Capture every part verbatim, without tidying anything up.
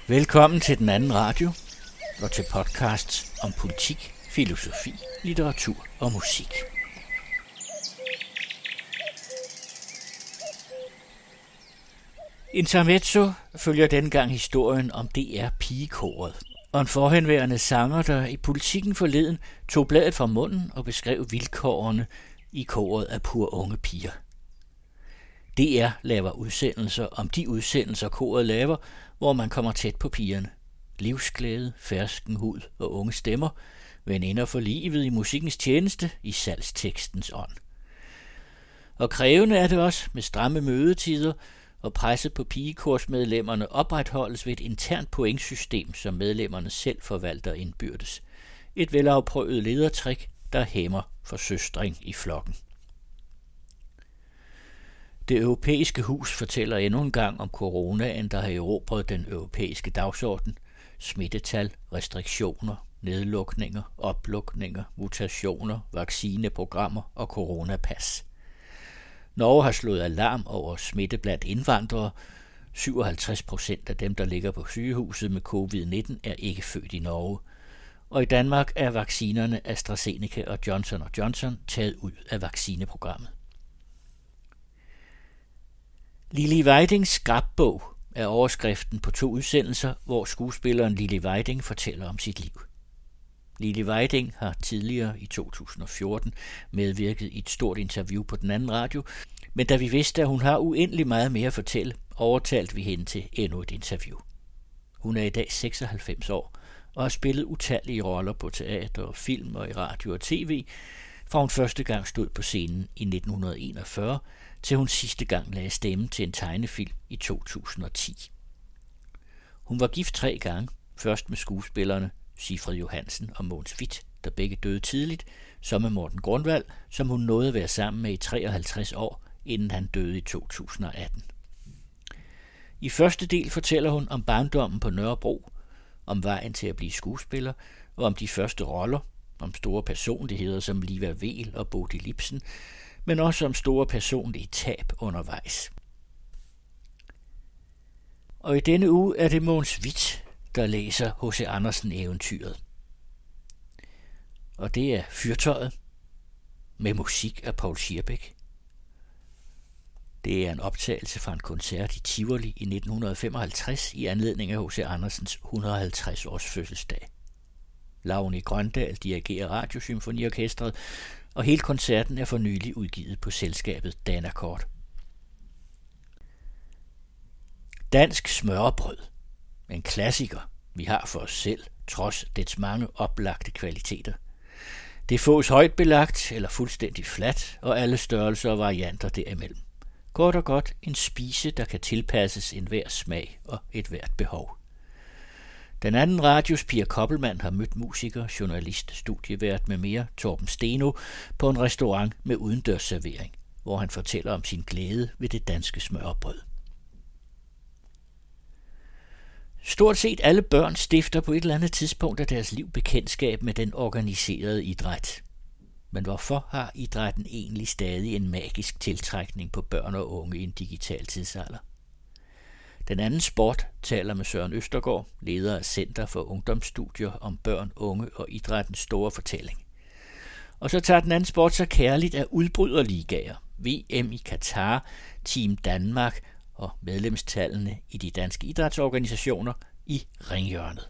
Velkommen til den anden radio og til podcasts om politik, filosofi, litteratur og musik. Intermezzo følger denne gang historien om D R Pigekoret og en forhenværende sanger, der i Politikken forleden tog bladet fra munden og beskrev vilkårene i koret af pur unge piger. D R laver udsendelser om de udsendelser, koret laver, hvor man kommer tæt på pigerne. Livsglæde, fersken hud og unge stemmer, veninder for livet i musikkens tjeneste i salgstekstens ånd. Og krævende er det også med stramme mødetider, og presset på pigekorsmedlemmerne opretholdes ved et internt pointsystem, som medlemmerne selv forvalter indbyrdes. Et velafprøvet ledertrik, der hæmmer forsøstring i flokken. Det europæiske hus fortæller endnu en gang om coronaen, der har erobret den europæiske dagsorden. Smittetal, restriktioner, nedlukninger, oplukninger, mutationer, vaccineprogrammer og coronapas. Norge har slået alarm over smitte blandt indvandrere. syvoghalvtreds procent af dem, der ligger på sygehuset med covid nitten, er ikke født i Norge. Og i Danmark er vaccinerne AstraZeneca og Johnson og Johnson taget ud af vaccineprogrammet. Lili Weidings skrabbog er overskriften på to udsendelser, hvor skuespilleren Lili Weiding fortæller om sit liv. Lili Weiding har tidligere i to tusind og fjorten medvirket i et stort interview på den anden radio, men da vi vidste, at hun har uendelig meget mere at fortælle, overtalte vi hende til endnu et interview. Hun er i dag seksoghalvfems år og har spillet utallige roller på teater og film og i radio og tv, fra hun første gang stod på scenen i nitten enogfyrre, til hun sidste gang lagde stemme til en tegnefilm i to tusind og ti. Hun var gift tre gange, først med skuespillerne Sigfrid Johansen og Mogens Wieth, der begge døde tidligt, så med Morten Grunwald, som hun nåede at være sammen med i treoghalvtreds år, inden han døde i to tusind og atten. I første del fortæller hun om barndommen på Nørrebro, om vejen til at blive skuespiller, og om de første roller, om store personligheder som Liva Weel og Bodil Ibsen, men også om store personlige tab undervejs. Og i denne uge er det Mogens Wieth, der læser H C Andersen-eventyret. Og det er Fyrtøjet med musik af Paul Schierbeck. Det er en optagelse fra en koncert i Tivoli i nitten femoghalvtreds i anledning af H C Andersens et hundrede og halvtreds års fødselsdag. Lavni Grøndal dirigerer Radiosymfoniorkestret, og hele koncerten er for nylig udgivet på selskabet Danakort. Dansk smørrebrød. En klassiker, vi har for os selv, trods dets mange oplagte kvaliteter. Det fås højt belagt eller fuldstændig fladt, og alle størrelser og varianter derimellem. Kort og godt en spise, der kan tilpasses enhver smag og et hvert behov. Den anden radios Pia Koppelmann har mødt musiker, journalist, studievært med mere Torben Steno på en restaurant med udendørsservering, hvor han fortæller om sin glæde ved det danske smørrebrød. Stort set alle børn stifter på et eller andet tidspunkt af deres liv bekendtskab med den organiserede idræt. Men hvorfor har idrætten egentlig stadig en magisk tiltrækning på børn og unge i en digital tidsalder? Den anden sport taler med Søren Østergaard, leder af Center for Ungdomsstudier om børn, unge og idrættens store fortælling. Og så tager den anden sport så kærligt af udbryderligaer, V M i Katar, Team Danmark og medlemstallene i de danske idrætsorganisationer i ringhjørnet.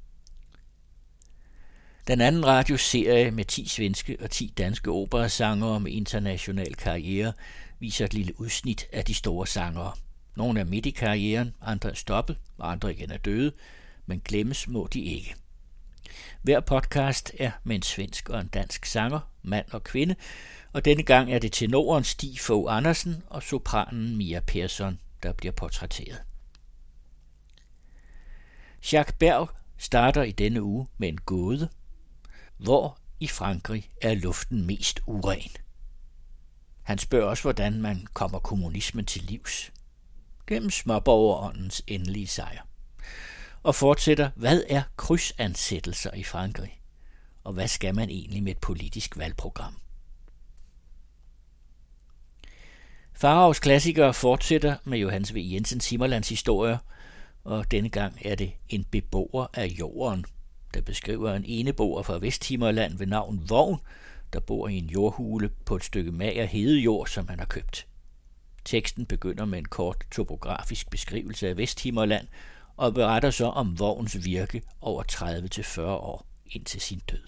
Den anden radioserie med ti svenske og ti danske operasangere med international karriere viser et lille udsnit af de store sangere. Nogle er midt i karrieren, andre er stoppet, og andre igen er døde, men glemmes må de ikke. Hver podcast er med en svensk og en dansk sanger, mand og kvinde, og denne gang er det tenoren Stig Fogh Andersen og sopranen Mia Persson, der bliver portrætteret. Jacques Berg starter i denne uge med en gåde. Hvor i Frankrig er luften mest uren? Han spørger også, hvordan man kommer kommunismen til livs. Gennem småborgeråndens endelige sejr. Og fortsætter, hvad er krydsansættelser i Frankrig? Og hvad skal man egentlig med et politisk valgprogram? Faraos klassikere fortsætter med Johannes V. Jensens Himmerlands historier, og denne gang er det En beboer af jorden, der beskriver en eneboer fra Vesthimmerland ved navn Vogn, der bor i en jordhule på et stykke mager hedejord, som han har købt. Teksten begynder med en kort topografisk beskrivelse af Vesthimmerland og beretter så om Vogns virke over tredive til fyrre år indtil sin død.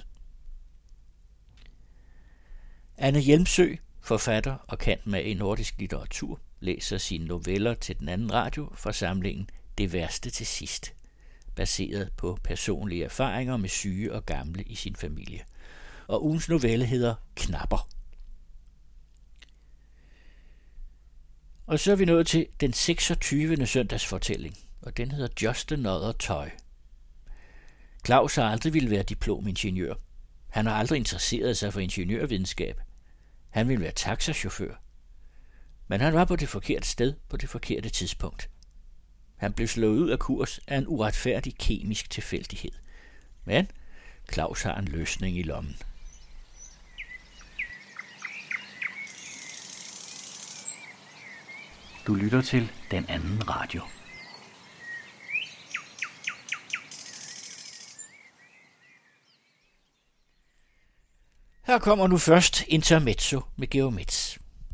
Anne Hjelmsø, forfatter og cand.mag i nordisk litteratur, læser sine noveller til den anden radio fra samlingen Det værste til sidst, baseret på personlige erfaringer med syge og gamle i sin familie. Og ugens novelle hedder Knapper. Og så er vi nået til den seksogtyvende søndagsfortælling, og den hedder Just Another Toy. Claus har aldrig ville være diplomingeniør. Han har aldrig interesseret sig for ingeniørvidenskab. Han ville være taxachauffør. Men han var på det forkerte sted på det forkerte tidspunkt. Han blev slået ud af kurs af en uretfærdig kemisk tilfældighed. Men Claus har en løsning i lommen. Du lytter til Den Anden Radio. Her kommer nu først Intermezzo med Georg Metz.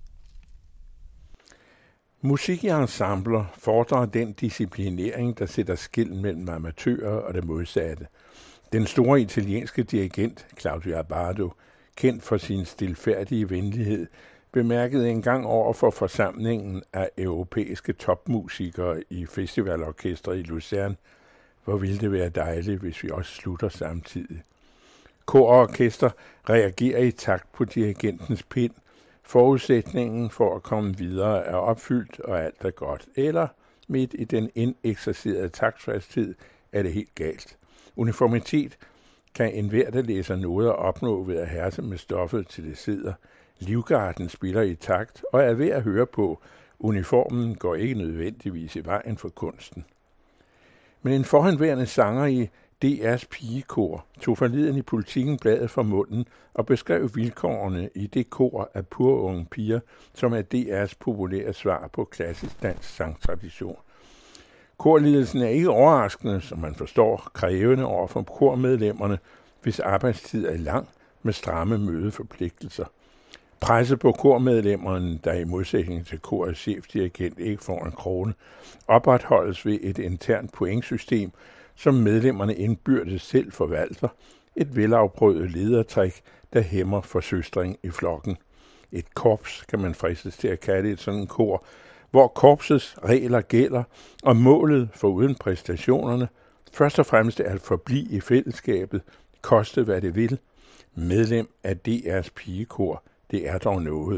Musik i ensembler fordrer den disciplinering, der sætter skel mellem amatører og det modsatte. Den store italienske dirigent Claudio Abbado, kendt for sin stilfærdige venlighed, bemærkede engang over for forsamlingen af europæiske topmusikere i festivalorkestret i Lucerne, hvor ville det være dejligt, hvis vi også slutter samtidig. Kor og orkester reagerer i takt på dirigentens pind. Forudsætningen for at komme videre er opfyldt, og alt er godt. Eller midt i den indeksercerede taktfasthed er det helt galt. Uniformitet kan enhver, der læser noder, opnå ved at herse med stoffet til det sidder. Livgarden spiller i takt og er ved at høre på. Uniformen går ikke nødvendigvis i vejen for kunsten. Men en forhenværende sanger i D R's pigekor tog forleden i Politiken bladet fra munden og beskrev vilkårene i det kor af purunge piger, som er D R's populære svar på klassisk dansk sangtradition. Korledelsen er ikke overraskende, som man forstår, krævende over for kormedlemmerne, hvis arbejdstid er lang med stramme mødeforpligtelser. Presset på kormedlemmerne, der i modsætning til korets chefdirigent ikke får en krone, opretholdes ved et internt pointsystem, som medlemmerne indbyrdes selv forvalter, et velafprøvet ledertræk, der hæmmer forsøstring i flokken. Et korps kan man fristes til at kalde et sådan kor, hvor korpsets regler gælder, og målet for uden præstationerne først og fremmest er at forblive i fællesskabet, koste hvad det vil. Medlem af D R's pigekor, det er dog noget.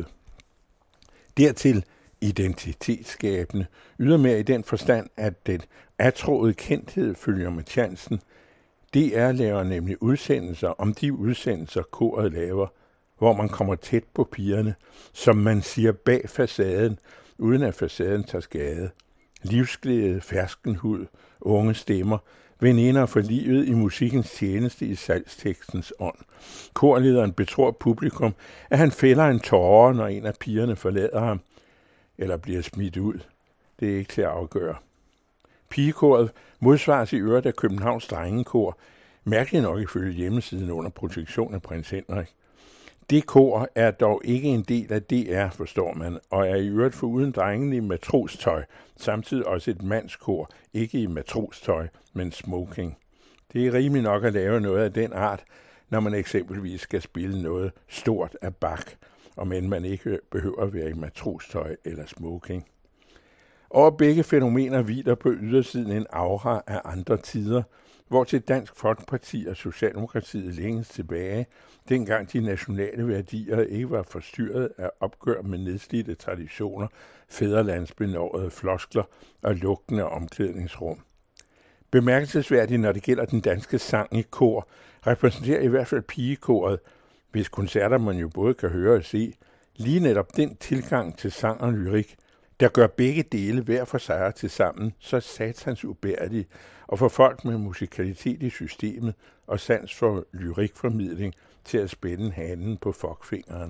Dertil identitetsskabende, ydermere i den forstand, at den atråede kendthed følger med chancen. D R laver nemlig udsendelser om de udsendelser, koret laver, hvor man kommer tæt på pigerne, som man siger bag facaden, uden at facaden tager skade. Livsglæde, ferskenhud, unge stemmer, veninder for livet i musikkens tjeneste i salgstekstens ånd. Korlederen betror publikum, at han fælder en tåre, når en af pigerne forlader ham, eller bliver smidt ud. Det er ikke til at afgøre. Pigekoret modsvares i øvrigt af Københavns Drengekor, mærkeligt nok ifølge hjemmesiden under protektion af prins Henrik. Det kor er dog ikke en del af D R, forstår man, og er i øvrigt foruden drengene i matrostøj, samtidig også et mandskor, ikke i matrostøj, men smoking. Det er rimelig nok at lave noget af den art, når man eksempelvis skal spille noget stort af Bach, og men man ikke behøver at være i matrostøj eller smoking. Over begge fænomener hviler på ydersiden en aura af andre tider, hvor til Dansk Folkeparti og Socialdemokratiet længes tilbage, dengang de nationale værdier ikke var forstyrret af opgør med nedslidte traditioner, fædrelandsbenårede floskler og lugtende omklædningsrum. Bemærkelsesværdigt, når det gælder den danske sang i kor, repræsenterer i hvert fald pigekoret, hvis koncerter man jo både kan høre og se, lige netop den tilgang til sang og lyrik, der gør begge dele hver for sig til sammen så satans ubærdige, og for folk med musikalitet i systemet og sans for lyrikformidling til at spænde hanen på fuckfingeren.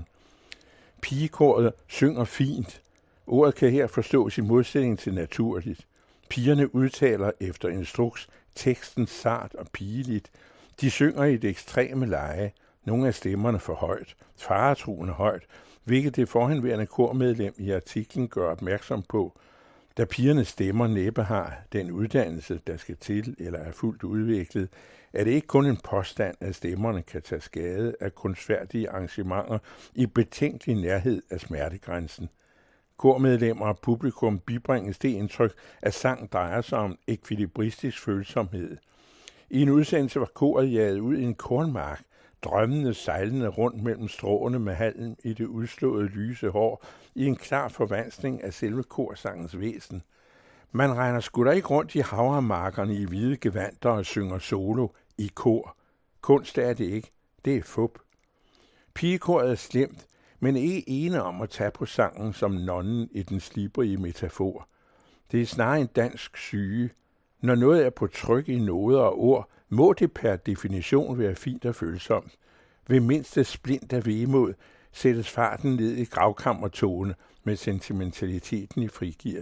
Pigekoret synger fint. Ordet kan her forstås i modsætning til naturligt. Pigerne udtaler efter instruks teksten sart og pigeligt. De synger i det ekstreme leje, nogle af stemmerne for højt, faretruende højt, hvilket det forhenværende kormedlem i artiklen gør opmærksom på, da pigernes stemmer næppe har den uddannelse, der skal til eller er fuldt udviklet, er det ikke kun en påstand, at stemmerne kan tage skade af kunstfærdige arrangementer i betænkelig nærhed af smertegrænsen. Kormedlemmer og publikum bibringes det indtryk, at sang drejer sig om ekvilibristisk følsomhed. I en udsendelse var koret jaget ud i en kornmark, drømmende sejlende rundt mellem stråene med halm i det udslåede lyse hår, i en klar forvanskning af selve korsangens væsen. Man regner sgu da ikke rundt i havremarkerne i hvide gevanter og synger solo i kor. Kunst er det ikke, det er fup. Pigekoret er slemt, men ikke ene om at tage på sangen som nonnen i den slibrige metafor. Det er snarere en dansk syge. Når noget er på tryk i noder og ord, må det per definition være fint og følsomt. Ved mindste splint af vemod sættes farten ned i gravkammertone med sentimentaliteten i frigear.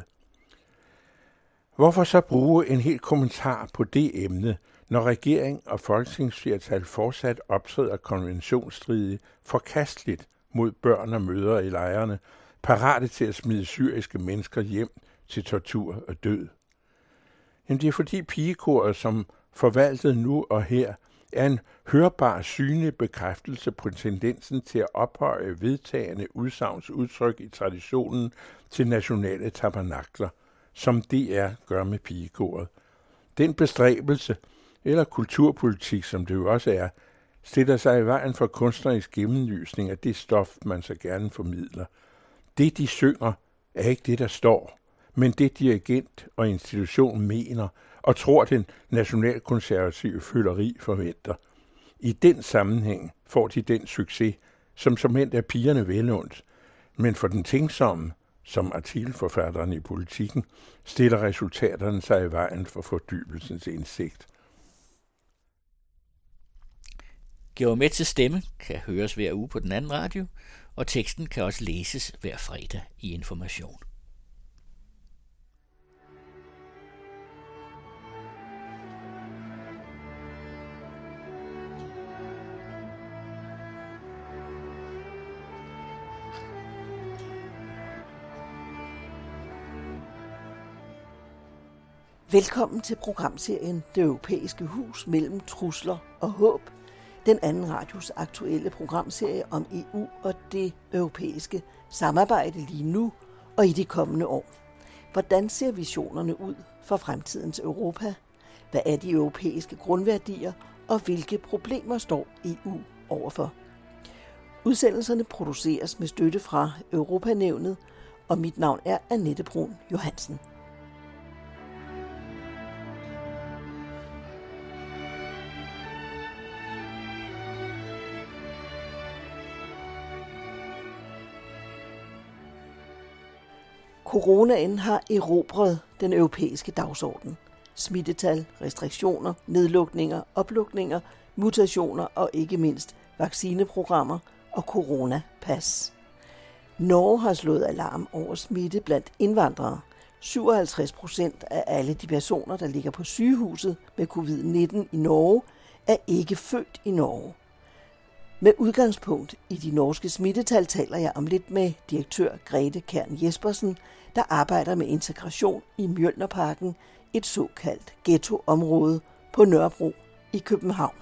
Hvorfor så bruge en hel kommentar på det emne, når regering og folketingsflertal fortsat optræder konventionsstridigt, forkasteligt mod børn og mødre i lejrene, parate til at smide syriske mennesker hjem til tortur og død? Jamen det er fordi pigekoret, som forvaltet nu og her, er en hørbar synlig bekræftelse på tendensen til at ophøje vedtagende udsagnsudtryk i traditionen til nationale tabernakler, som D R gør med pigekoret. Den bestræbelse, eller kulturpolitik, som det jo også er, stiller sig i vejen for kunstnerisk gennemlysning af det stof, man så gerne formidler. Det, de synger, er ikke det, der står, men det dirigent og institution mener og tror, den nationalkonservative føleri forventer. I den sammenhæng får de den succes, som som hent er pigerne velundt, men for den tænksomme, som artikelforfatteren i Politikken, stiller resultaterne sig i vejen for fordybelsens indsigt. Georg Metzes stemme kan høres hver uge på den anden radio, og teksten kan også læses hver fredag i Information. Velkommen til programserien Det Europæiske Hus mellem trusler og håb, den anden radios aktuelle programserie om E U og det europæiske samarbejde lige nu og i de kommende år. Hvordan ser visionerne ud for fremtidens Europa? Hvad er de europæiske grundværdier, og hvilke problemer står E U overfor? Udsendelserne produceres med støtte fra Europanævnet, og mit navn er Annette Brun Johansen. Coronaen har erobret den europæiske dagsorden. Smittetal, restriktioner, nedlukninger, oplukninger, mutationer og ikke mindst vaccineprogrammer og coronapas. Norge har slået alarm over smitte blandt indvandrere. syvoghalvtreds procent af alle de personer, der ligger på sygehuset med covid nitten i Norge, er ikke født i Norge. Med udgangspunkt i de norske smittetal taler jeg om lidt med direktør Grete Kern Jespersen, der arbejder med integration i Mjølnerparken, et såkaldt ghettoområde på Nørrebro i København.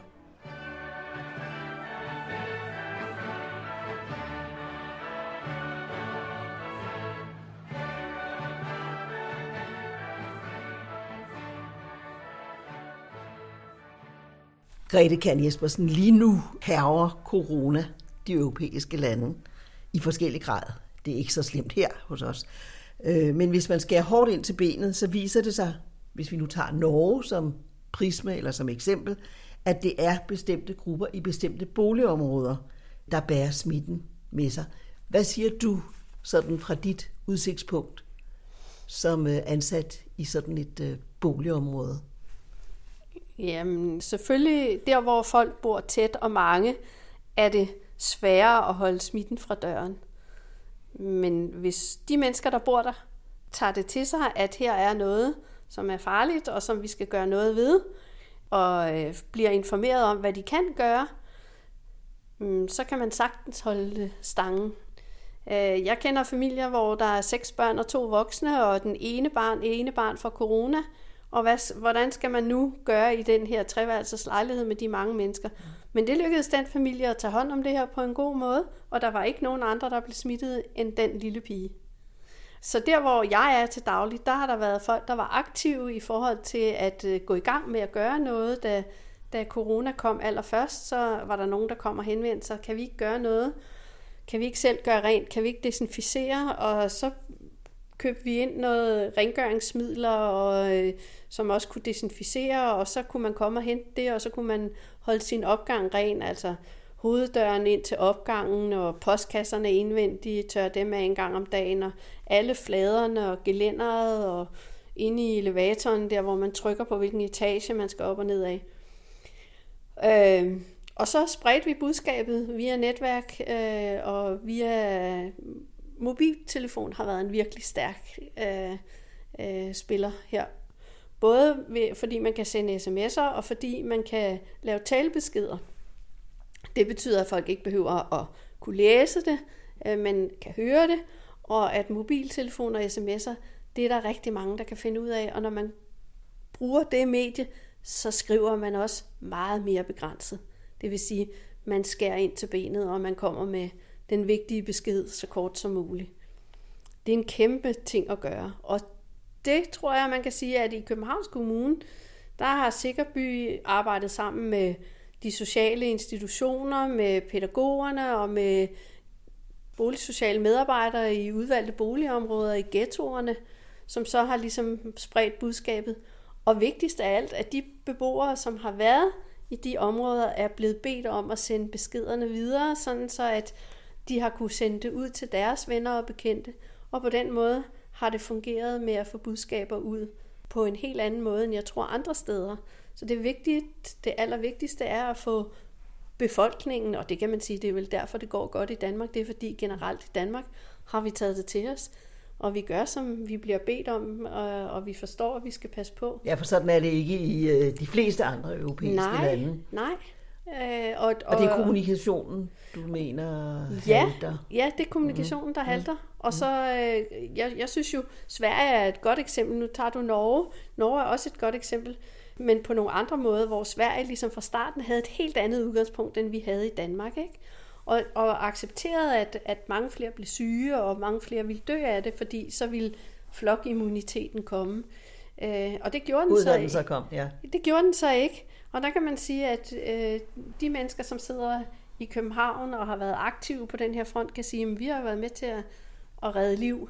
Grete Kern Jespersen, lige nu hærger corona de europæiske lande i forskellig grad. Det er ikke så slemt her hos os. Men hvis man skærer hårdt ind til benet, så viser det sig, hvis vi nu tager Norge som prisme eller som eksempel, at det er bestemte grupper i bestemte boligområder, der bærer smitten med sig. Hvad siger du sådan fra dit udsigtspunkt som ansat i sådan et boligområde? Jamen, selvfølgelig der, hvor folk bor tæt og mange, er det sværere at holde smitten fra døren. Men hvis de mennesker, der bor der, tager det til sig, at her er noget, som er farligt, og som vi skal gøre noget ved, og øh, bliver informeret om, hvad de kan gøre, øh, så kan man sagtens holde stangen. Øh, jeg kender familier, hvor der er seks børn og to voksne, og den ene barn, ene barn får corona, og hvad, hvordan skal man nu gøre i den her treværelses lejlighed med de mange mennesker? Men det lykkedes den familie at tage hånd om det her på en god måde, og der var ikke nogen andre, der blev smittet end den lille pige. Så der, hvor jeg er til daglig, der har der været folk, der var aktive i forhold til at gå i gang med at gøre noget. Da, da corona kom allerførst, så var der nogen, der kom og henvendte sig. Kan vi ikke gøre noget? Kan vi ikke selv gøre rent? Kan vi ikke desinficere? Og så købte vi ind noget rengøringsmidler, og, øh, som også kunne desinficere, og så kunne man komme og hente det, og så kunne man holde sin opgang ren, altså hoveddøren ind til opgangen, og postkasserne indvendigt, tørre dem af en gang om dagen, og alle fladerne og gelænderet, og inde i elevatoren, der hvor man trykker på, hvilken etage man skal op og ned af. Øh, og så spredte vi budskabet via netværk, øh, og via mobiltelefon har været en virkelig stærk øh, øh, spiller her. Både ved, fordi man kan sende sms'er, og fordi man kan lave talebeskeder. Det betyder, at folk ikke behøver at kunne læse det, øh, men kan høre det, og at mobiltelefoner og sms'er, det er der rigtig mange, der kan finde ud af, og når man bruger det medie, så skriver man også meget mere begrænset. Det vil sige, man skærer ind til benet, og man kommer med den vigtige besked så kort som muligt. Det er en kæmpe ting at gøre, og det tror jeg, man kan sige, at i Københavns Kommune, der har Sikkerby arbejdet sammen med de sociale institutioner, med pædagogerne og med boligsociale medarbejdere i udvalgte boligområder i ghettoerne, som så har ligesom spredt budskabet. Og vigtigst af alt, at de beboere, som har været i de områder, er blevet bedt om at sende beskederne videre, sådan så at de har kunne sende det ud til deres venner og bekendte. Og på den måde har det fungeret med at få budskaber ud på en helt anden måde, end jeg tror andre steder. Så det er vigtigt, det allervigtigste er at få befolkningen, og det kan man sige, det er vel derfor, det går godt i Danmark. Det er fordi generelt i Danmark har vi taget det til os, og vi gør, som vi bliver bedt om, og, og vi forstår, at vi skal passe på. Ja, for sådan er det ikke i øh, de fleste andre europæiske nej, lande. Nej, øh, og, og, og det er kommunikationen, du mener ja, halter? Ja, det er kommunikationen, der halter. Mm. Og så, øh, jeg, jeg synes jo, Sverige er et godt eksempel. Nu tager du Norge. Norge er også et godt eksempel, men på nogle andre måder, hvor Sverige ligesom fra starten havde et helt andet udgangspunkt, end vi havde i Danmark, ikke? Og, og accepterede, at, at mange flere blev syge, og mange flere ville dø af det, fordi så ville flokimmuniteten komme. Øh, og det gjorde den så ikke. Så kom, ja. Det gjorde den så ikke. Og der kan man sige, at øh, de mennesker, som sidder i København og har været aktive på den her front, kan sige, at vi har været med til at, at redde liv.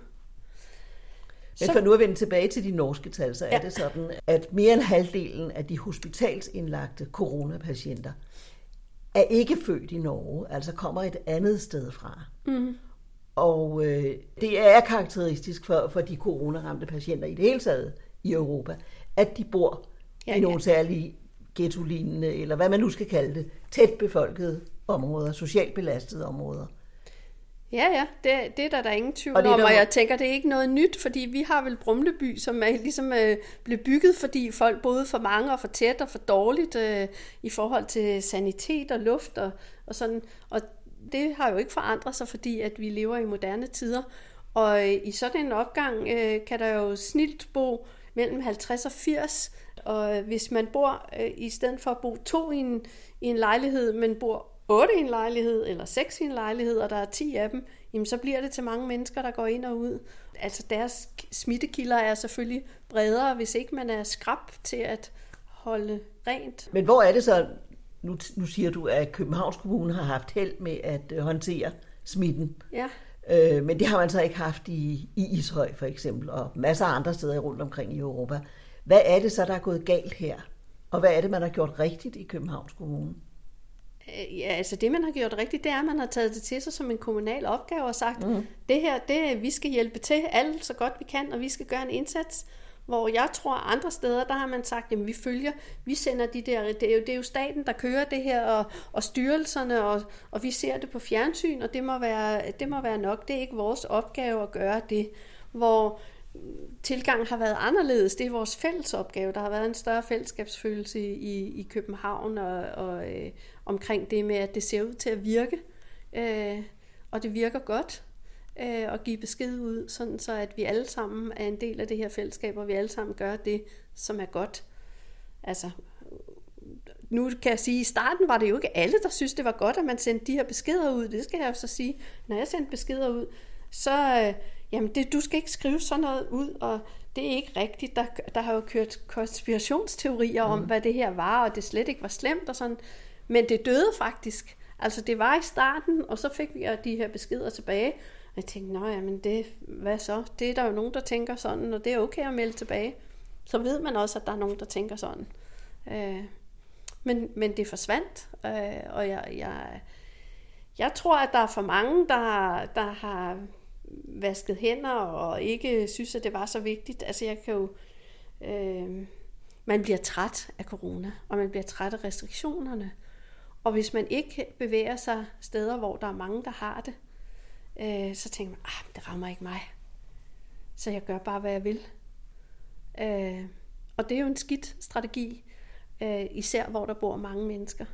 Men for nu at vende tilbage til de norske tal, så er ja. det sådan, at mere end halvdelen af de hospitalsindlagte coronapatienter er ikke født i Norge, altså kommer et andet sted fra. Mm. Og øh, det er karakteristisk for, for de coronaramte patienter i det hele taget i Europa, at de bor ja, i nogle ja. særlige ghetto-lignende, eller hvad man nu skal kalde det, tæt befolkede områder, socialt belastede områder. Ja, ja, det, det er der, der er ingen tvivl og om, der... og jeg tænker, det er ikke noget nyt, fordi vi har vel Brumleby, som er ligesom øh, blev bygget, fordi folk boede for mange og for tæt og for dårligt øh, i forhold til sanitet og luft og, og sådan, og det har jo ikke forandret sig, fordi at vi lever i moderne tider, og øh, i sådan en opgang øh, kan der jo snilt bo mellem halvtreds og firs, og øh, hvis man bor, øh, i stedet for at bo to i en, i en lejlighed, men bor otte i en lejlighed, eller seks i en lejlighed, og der er ti af dem, jamen så bliver det til mange mennesker, der går ind og ud. Altså deres smittekilder er selvfølgelig bredere, hvis ikke man er skrap til at holde rent. Men hvor er det så, nu, nu siger du, at Københavns Kommune har haft held med at øh, håndtere smitten. Ja. Øh, men det har man så ikke haft i, i Ishøj for eksempel, og masser af andre steder rundt omkring i Europa. Hvad er det så, der er gået galt her? Og hvad er det, man har gjort rigtigt i Københavns Kommune? Ja, altså det, man har gjort rigtigt, det er, at man har taget det til sig som en kommunal opgave og sagt, mm. det her, det vi skal hjælpe til alle så godt vi kan, og vi skal gøre en indsats. Hvor jeg tror, andre steder, der har man sagt, jamen vi følger, vi sender de der, det er jo, det er jo staten, der kører det her, og, og styrelserne, og, og vi ser det på fjernsyn, og det må, være, det må være nok. Det er ikke vores opgave at gøre det. Hvor tilgang har været anderledes. Det er vores fælles opgave. Der har været en større fællesskabsfølelse i, i København og, og øh, omkring det med, at det ser ud til at virke. Øh, og det virker godt øh, at give besked ud, sådan så at vi alle sammen er en del af det her fællesskab, og vi alle sammen gør det, som er godt. Altså, nu kan jeg sige, at i starten var det jo ikke alle, der synes det var godt, at man sendte de her beskeder ud. Det skal jeg jo så sige. Når jeg sendte beskeder ud, så øh, jamen det, du skal ikke skrive sådan noget ud, og det er ikke rigtigt. Der, der har jo kørt konspirationsteorier om, mm. hvad det her var, og det slet ikke var slemt og sådan. Men det døde faktisk. Altså det var i starten, og så fik vi de her beskeder tilbage. Og jeg tænkte, nå ja, men det, hvad så? Det er der jo nogen, der tænker sådan, og det er okay at melde tilbage. Så ved man også, at der er nogen, der tænker sådan. Øh, men, men det forsvandt, øh, og jeg, jeg, jeg tror, at der er for mange, der, der har vasket hænder og ikke synes, at det var så vigtigt. Altså jeg kan jo... Øh, man bliver træt af corona, og man bliver træt af restriktionerne. Og hvis man ikke bevæger sig steder, hvor der er mange, der har det, øh, så tænker man, ah, det rammer ikke mig. Så jeg gør bare, hvad jeg vil. Øh, og det er jo en skidt strategi, øh, især hvor der bor mange mennesker.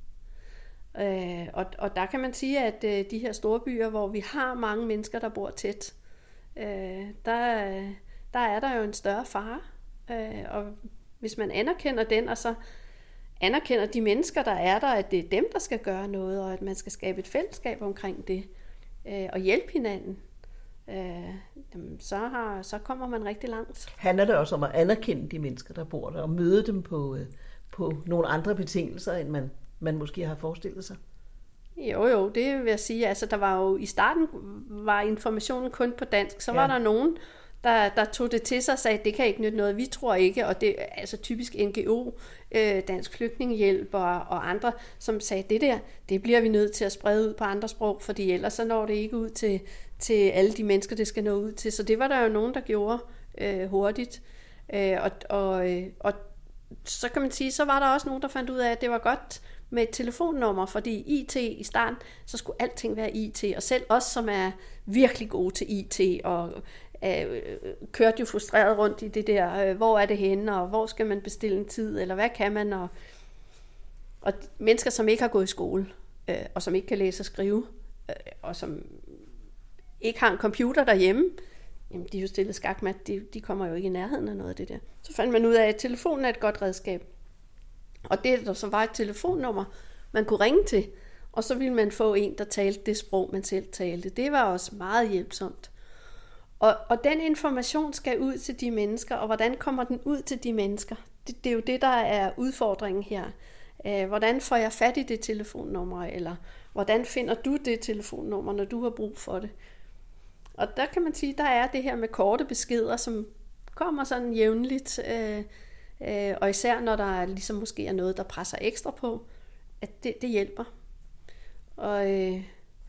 Øh, og, og der kan man sige, at øh, de her store byer, hvor vi har mange mennesker, der bor tæt, øh, der, der er der jo en større fare. Øh, og hvis man anerkender den, og så anerkender de mennesker, der er der, at det er dem, der skal gøre noget, og at man skal skabe et fællesskab omkring det, øh, og hjælpe hinanden, øh, så, har, så kommer man rigtig langt. Handler det også om at anerkende de mennesker, der bor der, og møde dem på, på nogle andre betingelser, end man, man måske har forestillet sig? Jo, jo, det vil jeg sige. Altså, der var jo i starten var informationen kun på dansk, så ja. Var der nogen, Der, der tog det til sig og sagde, at det kan ikke nytte noget, vi tror ikke, og det er altså typisk N G O, øh, Dansk Flygtningehjælp og, og andre, som sagde, det der, det bliver vi nødt til at sprede ud på andre sprog, fordi ellers så når det ikke ud til, til alle de mennesker, det skal nå ud til. Så det var der jo nogen, der gjorde øh, hurtigt. Øh, og, og, og så kan man sige, så var der også nogen, der fandt ud af, at det var godt med et telefonnummer, fordi I T i starten, så skulle alting være I T, og selv os, som er virkelig gode til I T, og øh, kørte jo frustreret rundt i det der, øh, hvor er det henne, og hvor skal man bestille en tid, eller hvad kan man, og, og mennesker, som ikke har gået i skole, øh, og som ikke kan læse og skrive, øh, og som ikke har en computer derhjemme, jamen de er jo stillet skakmat, de, de kommer jo ikke i nærheden af noget af det der. Så fandt man ud af, at telefonen er et godt redskab. Og det der så var et telefonnummer, man kunne ringe til, og så ville man få en, der talte det sprog, man selv talte. Det var også meget hjælpsomt. Og, og den information skal ud til de mennesker, og hvordan kommer den ud til de mennesker? Det, det er jo det, der er udfordringen her. Øh, hvordan får jeg fat i det telefonnummer, eller hvordan finder du det telefonnummer, når du har brug for det? Og der kan man sige, der er det her med korte beskeder, som kommer sådan jævnligt, øh, øh, og især når der ligesom måske er noget, der presser ekstra på, at det, det hjælper. Og øh,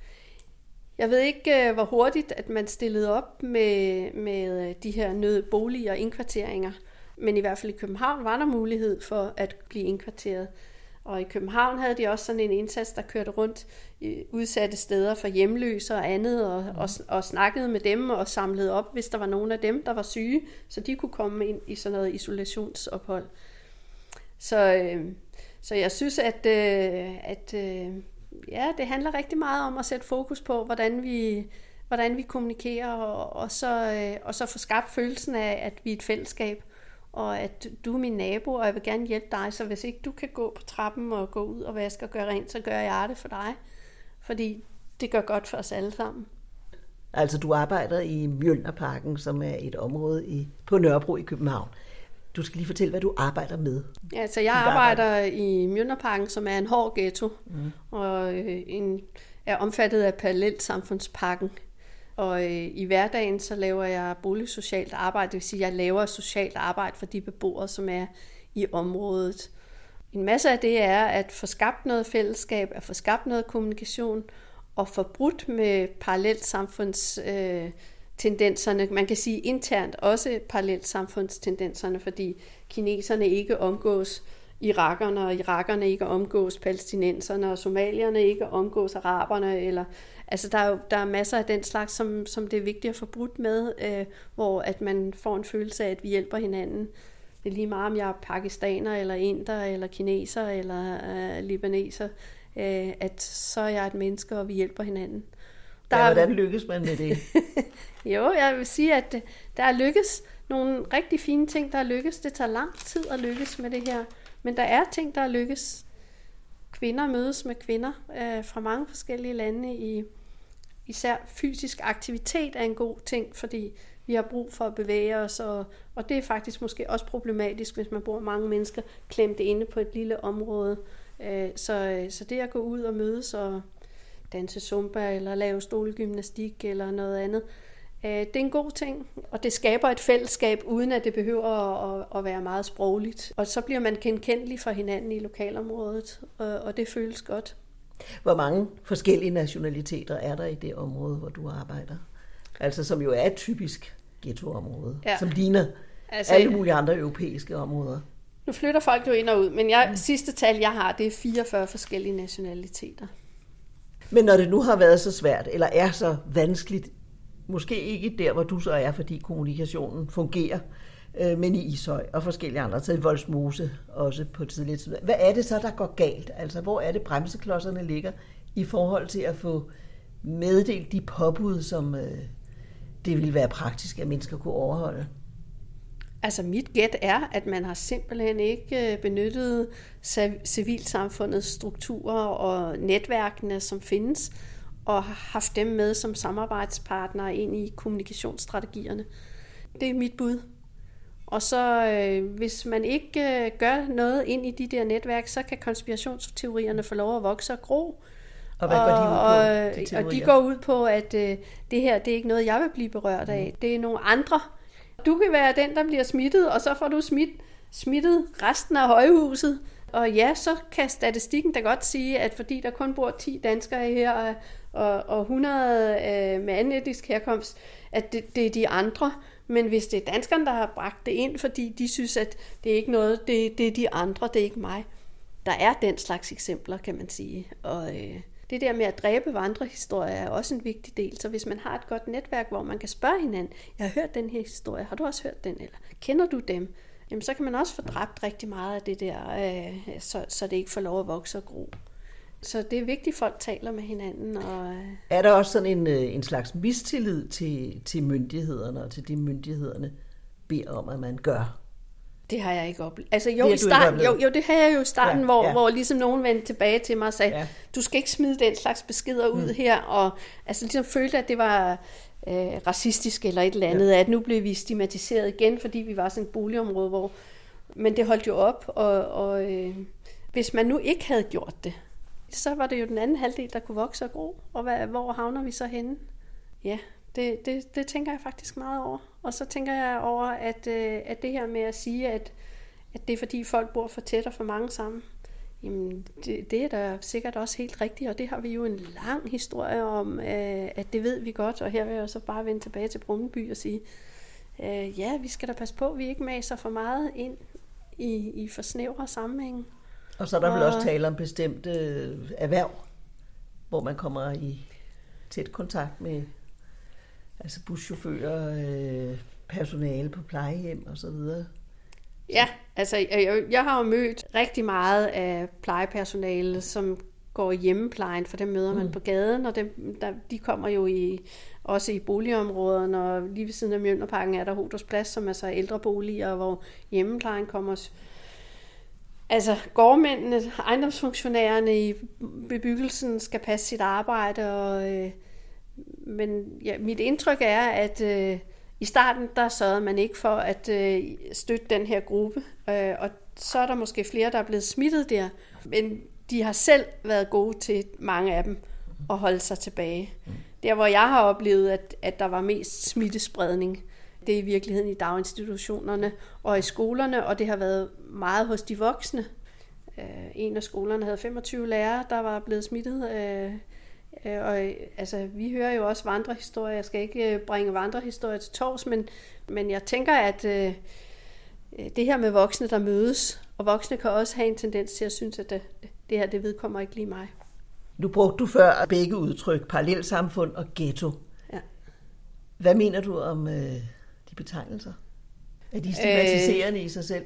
jeg ved ikke, øh, hvor hurtigt at man stillede op med, med de her nødboliger og indkvarteringer, men i hvert fald i København var der mulighed for at blive indkvarteret. Og i København havde de også sådan en indsats, der kørte rundt i udsatte steder for hjemløse og andet, og, og, og snakkede med dem og samlede op, hvis der var nogen af dem, der var syge, så de kunne komme ind i sådan noget isolationsophold. Så, øh, så jeg synes, at, øh, at øh, ja, det handler rigtig meget om at sætte fokus på, hvordan vi, hvordan vi kommunikerer, og, og, så, øh, og så få skabt følelsen af, at vi er et fællesskab, og at du er min nabo, og jeg vil gerne hjælpe dig, så hvis ikke du kan gå på trappen og gå ud og vaske og gøre rent, så gør jeg det for dig, fordi det gør godt for os alle sammen. Altså du arbejder i Mjølnerparken, som er et område i, på Nørrebro i København. Du skal lige fortælle, hvad du arbejder med. Ja, altså jeg arbejder, arbejder i Mjølnerparken, som er en hård ghetto, mm. og øh, en, er omfattet af parallelsamfundspakken. Og øh, i hverdagen så laver jeg boligsocialt arbejde, det vil sige, at jeg laver socialt arbejde for de beboere, som er i området. En masse af det er at få skabt noget fællesskab, at få skabt noget kommunikation, og få brudt med parallelsamfundstendenserne. Øh, Man kan sige internt også parallelsamfundstendenserne, fordi kineserne ikke omgås irakerne, og irakerne ikke omgås palæstinenserne, og somalierne ikke omgås araberne, eller altså der er jo der er masser af den slags, som, som det er vigtigt at få brudt med, øh, hvor at man får en følelse af, at vi hjælper hinanden. Det er lige meget, om jeg er pakistaner, eller inder, eller kineser, eller øh, libaneser, øh, at så er jeg et menneske, og vi hjælper hinanden. Der ja, hvordan lykkes man med det? Jo, jeg vil sige, at der er lykkes nogle rigtig fine ting, der er lykkes. Det tager lang tid at lykkes med det her, men der er ting, der er lykkes. Kvinder mødes med kvinder øh, fra mange forskellige lande. I, især fysisk aktivitet er en god ting, fordi vi har brug for at bevæge os, og, og det er faktisk måske også problematisk, hvis man bor mange mennesker klemt inde på et lille område. Øh, så, så det at gå ud og mødes og danse zumba, eller lave stolgymnastik, eller noget andet, øh, det er en god ting, og det skaber et fællesskab, uden at det behøver at, at, at være meget sprogligt. Og så bliver man genkendelig for hinanden i lokalområdet, og, og det føles godt. Hvor mange forskellige nationaliteter er der i det område, hvor du arbejder? Altså som jo er et typisk ghettoområde, ja. Som ligner altså, alle mulige andre europæiske områder. Nu flytter folk jo ind og ud, men jeg, sidste tal jeg har, det er fireogfyrre forskellige nationaliteter. Men når det nu har været så svært, eller er så vanskeligt, måske ikke der, hvor du så er, fordi kommunikationen fungerer, øh, men i Ishøj og forskellige andre, så i Vollsmose også på tidligere tid. Hvad er det så, der går galt? Altså, hvor er det bremseklodserne ligger i forhold til at få meddelt de påbud, som øh, det ville være praktisk, at mennesker kunne overholde? Altså mit gæt er, at man har simpelthen ikke benyttet civilsamfundets strukturer og netværkene, som findes, og haft dem med som samarbejdspartnere ind i kommunikationsstrategierne. Det er mit bud. Og så øh, hvis man ikke øh, gør noget ind i de der netværk, så kan konspirationsteorierne få lov at vokse og gro. Og hvad går de ud på, og, de og de går ud på, at øh, det her det er ikke noget, jeg vil blive berørt af. Det er nogle andre. Du kan være den, der bliver smittet, og så får du smidt, smittet resten af højhuset. Og ja, så kan statistikken da godt sige, at fordi der kun bor ti danskere her, og, og hundrede øh, med anden etnisk herkomst, at det, det er de andre. Men hvis det er danskerne, der har bragt det ind, fordi de synes, at det er ikke noget, det, det er de andre, det er ikke mig. Der er den slags eksempler, kan man sige. Og øh, det der med at dræbe vandrehistorier er også en vigtig del. Så hvis man har et godt netværk, hvor man kan spørge hinanden, jeg har hørt den her historie, har du også hørt den, eller kender du dem? Jamen så kan man også få dræbt rigtig meget af det der, øh, så, så det ikke får lov at vokse og gro. Så det er vigtigt, at folk taler med hinanden. Og er der også sådan en, en slags mistillid til, til myndighederne, og til de myndighederne beder om, at man gør? Det har jeg ikke oplevet. Altså jo, i starten, jo, jo, det har jeg jo i starten, ja, hvor, ja. hvor ligesom nogen vendte tilbage til mig og sagde, ja. Du skal ikke smide den slags beskeder ud mm. her, og altså ligesom følte, at det var øh, racistisk eller et eller andet, ja. At nu blev vi stigmatiseret igen, fordi vi var sådan et boligområde, hvor, men det holdt jo op, og, og øh, hvis man nu ikke havde gjort det, så var det jo den anden halvdel, der kunne vokse og gro, og hvad, hvor havner vi så henne? Ja, det, det, det tænker jeg faktisk meget over. Og så tænker jeg over, at, at det her med at sige, at, at det er fordi folk bor for tæt og for mange sammen, jamen det, det er da sikkert også helt rigtigt, og det har vi jo en lang historie om, at det ved vi godt, og her vil jeg så bare vende tilbage til Brunnby og sige, ja, vi skal da passe på, at vi ikke maser for meget ind i, i for snævre sammenhænge. Og så er der og, vel også tale om bestemte erhverv, hvor man kommer i tæt kontakt med altså buschauffører, øh, personale på plejehjem og så videre. Ja, altså jeg, jeg har jo mødt rigtig meget af plejepersonale, som går i hjemmeplejen, for dem møder man mm. på gaden, og dem, der, de kommer jo i, også i boligområderne, og lige ved siden af Mjølnerparken er der Hoders Plads, som er så ældreboliger, hvor hjemmeplejen kommer. Altså gårdmændene, ejendomsfunktionærerne i bebyggelsen skal passe sit arbejde, og øh, men ja, mit indtryk er, at øh, i starten, der sørgede man ikke for at øh, støtte den her gruppe, øh, og så er der måske flere, der er blevet smittet der, men de har selv været gode til, mange af dem, at holde sig tilbage. Der, hvor jeg har oplevet, at, at der var mest smittespredning, det er i virkeligheden i daginstitutionerne og i skolerne, og det har været meget hos de voksne. Øh, en af skolerne havde femogtyve lærere, der var blevet smittet. Øh, øh, og altså, vi hører jo også vandrehistorier. Jeg skal ikke bringe vandrehistorier til tors, men, men jeg tænker, at øh, det her med voksne, der mødes, og voksne kan også have en tendens til at synes, at det, det her, det vedkommer ikke lige mig. Nu brugte du før begge udtryk, parallelsamfund og ghetto. Ja. Hvad mener du om øh, de betegnelser? Er de stigmatiserende øh, i sig selv?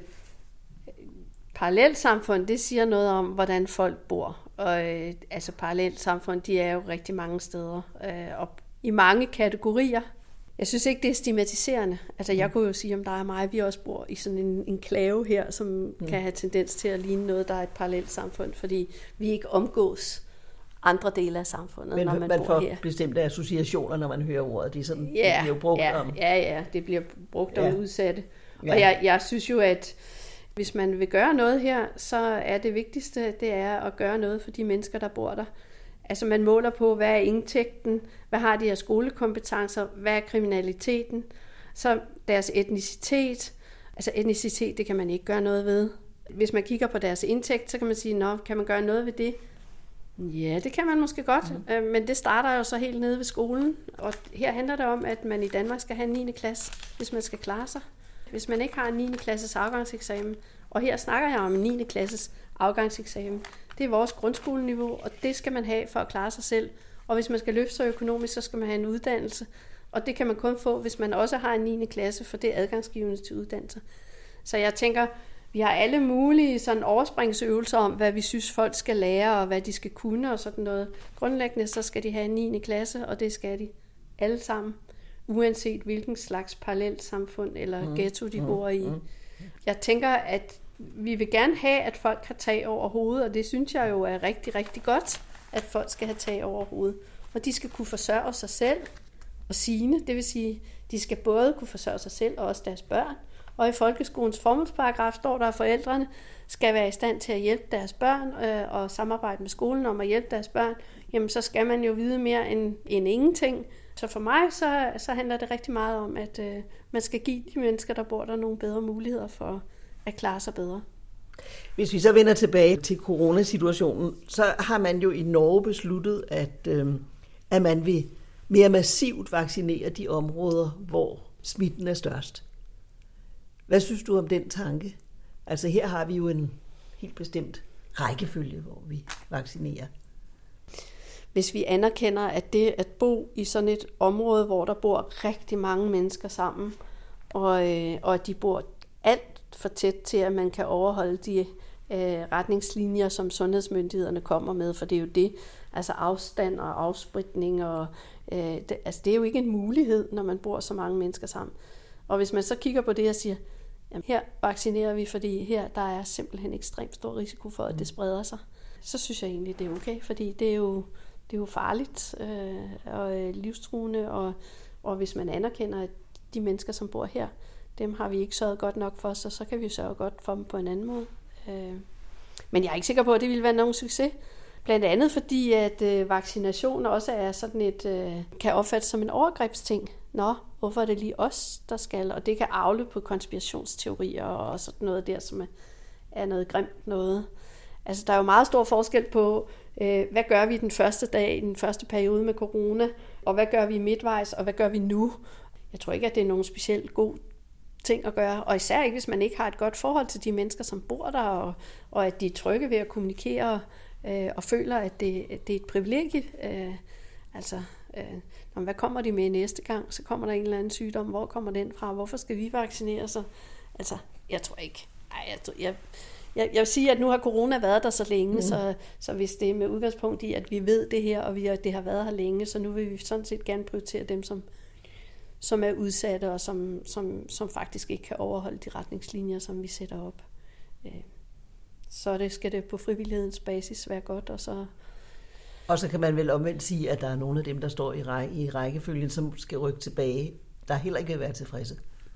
Parallelsamfund, det siger noget om, hvordan folk bor. Og øh, altså parallelsamfund, de er jo rigtig mange steder, øh, og i mange kategorier. Jeg synes ikke, det er stigmatiserende. Altså, jeg kunne jo sige om dig og mig, at vi også bor i sådan en enklave her, som mm. kan have tendens til at ligne noget, der er et parallelt samfund, fordi vi ikke omgås andre dele af samfundet, men, når man, man bor får her. bestemte associationer, når man hører ordet. Det, er sådan, ja, det bliver jo brugt ja, om. Ja, ja, det bliver brugt om ja. udsatte. Ja. Og jeg, jeg synes jo, at hvis man vil gøre noget her, så er det vigtigste, det er at gøre noget for de mennesker, der bor der. Altså man måler på, hvad er indtægten, hvad har de af skolekompetencer, hvad er kriminaliteten, så deres etnicitet. Altså etnicitet, det kan man ikke gøre noget ved. Hvis man kigger på deres indtægt, så kan man sige, nå, kan man gøre noget ved det? Ja, det kan man måske godt, mm. men det starter jo så helt nede ved skolen. Og her handler det om, at man i Danmark skal have en niende klasse, hvis man skal klare sig. Hvis man ikke har en niende klasses afgangseksamen, og her snakker jeg om en niende klasses afgangseksamen, det er vores grundskoleniveau, og det skal man have for at klare sig selv. Og hvis man skal løfte sig økonomisk, så skal man have en uddannelse. Og det kan man kun få, hvis man også har en niende klasse, for det er adgangsgivende til uddannelse. Så jeg tænker, vi har alle mulige sådan overspringsøvelser om, hvad vi synes, folk skal lære, og hvad de skal kunne og sådan noget. Grundlæggende så skal de have en niende klasse, og det skal de alle sammen, uanset hvilken slags parallelt samfund eller ghetto de bor i. Jeg tænker, at vi vil gerne have, at folk har tag over hovedet, og det synes jeg jo er rigtig, rigtig godt, at folk skal have tag over hovedet. Og de skal kunne forsørge sig selv og sine, det vil sige, de skal både kunne forsørge sig selv og også deres børn. Og i folkeskolens formålsparagraf står der, at forældrene skal være i stand til at hjælpe deres børn øh, og samarbejde med skolen om at hjælpe deres børn. Jamen, så skal man jo vide mere end, end ingenting. Så for mig, så, så handler det rigtig meget om, at øh, man skal give de mennesker, der bor der, nogle bedre muligheder for at klare sig bedre. Hvis vi så vender tilbage til coronasituationen, så har man jo i Norge besluttet, at, øh, at man vil mere massivt vaccinere de områder, hvor smitten er størst. Hvad synes du om den tanke? Altså her har vi jo en helt bestemt rækkefølge, hvor vi vaccinerer. Hvis vi anerkender, at det at bo i sådan et område, hvor der bor rigtig mange mennesker sammen, og, øh, og at de bor alt for tæt til, at man kan overholde de øh, retningslinjer, som sundhedsmyndighederne kommer med, for det er jo det, altså afstand og afspritning, og, øh, det, altså det er jo ikke en mulighed, når man bor så mange mennesker sammen. Og hvis man så kigger på det og siger, jamen her vaccinerer vi, fordi her der er simpelthen ekstremt stor risiko for, at det spreder sig, så synes jeg egentlig, det er okay, fordi det er jo, det er jo farligt øh, og livstruende, og, og hvis man anerkender, at de mennesker, som bor her, dem har vi ikke sørget godt nok for, så så kan vi sørge godt for dem på en anden måde. Øh, men jeg er ikke sikker på, at det ville være nogen succes. Blandt andet fordi, at øh, vaccination også er sådan et, øh, kan opfattes som en overgrebsting. Nå, hvorfor er det lige os, der skal? Og det kan afle på konspirationsteorier og sådan noget der, som er, er noget grimt noget. Altså, der er jo meget stor forskel på, øh, hvad gør vi den første dag, i den første periode med corona, og hvad gør vi midtvejs, og hvad gør vi nu? Jeg tror ikke, at det er nogen specielt god ting at gøre, og især ikke, hvis man ikke har et godt forhold til de mennesker, som bor der, og, og at de er trygge ved at kommunikere, øh, og føler, at det, at det er et privilegie. Øh, altså, øh, hvad kommer de med næste gang? Så kommer der en eller anden sygdom. Hvor kommer den fra? Hvorfor skal vi vaccinere sig? Altså, jeg tror ikke. Ej, jeg, jeg, jeg, jeg vil sige, at nu har corona været der så længe, mm. så, så hvis det er med udgangspunkt i, at vi ved det her, og vi, det har været her længe, så nu vil vi sådan set gerne prioritere dem, som som er udsatte, og som, som, som faktisk ikke kan overholde de retningslinjer, som vi sætter op. Så det skal det på frivillighedens basis være godt, og så... Og så kan man vel omvendt sige, at der er nogle af dem, der står i, række, i rækkefølgen, som skal rykke tilbage, der heller ikke vil være tilfredse.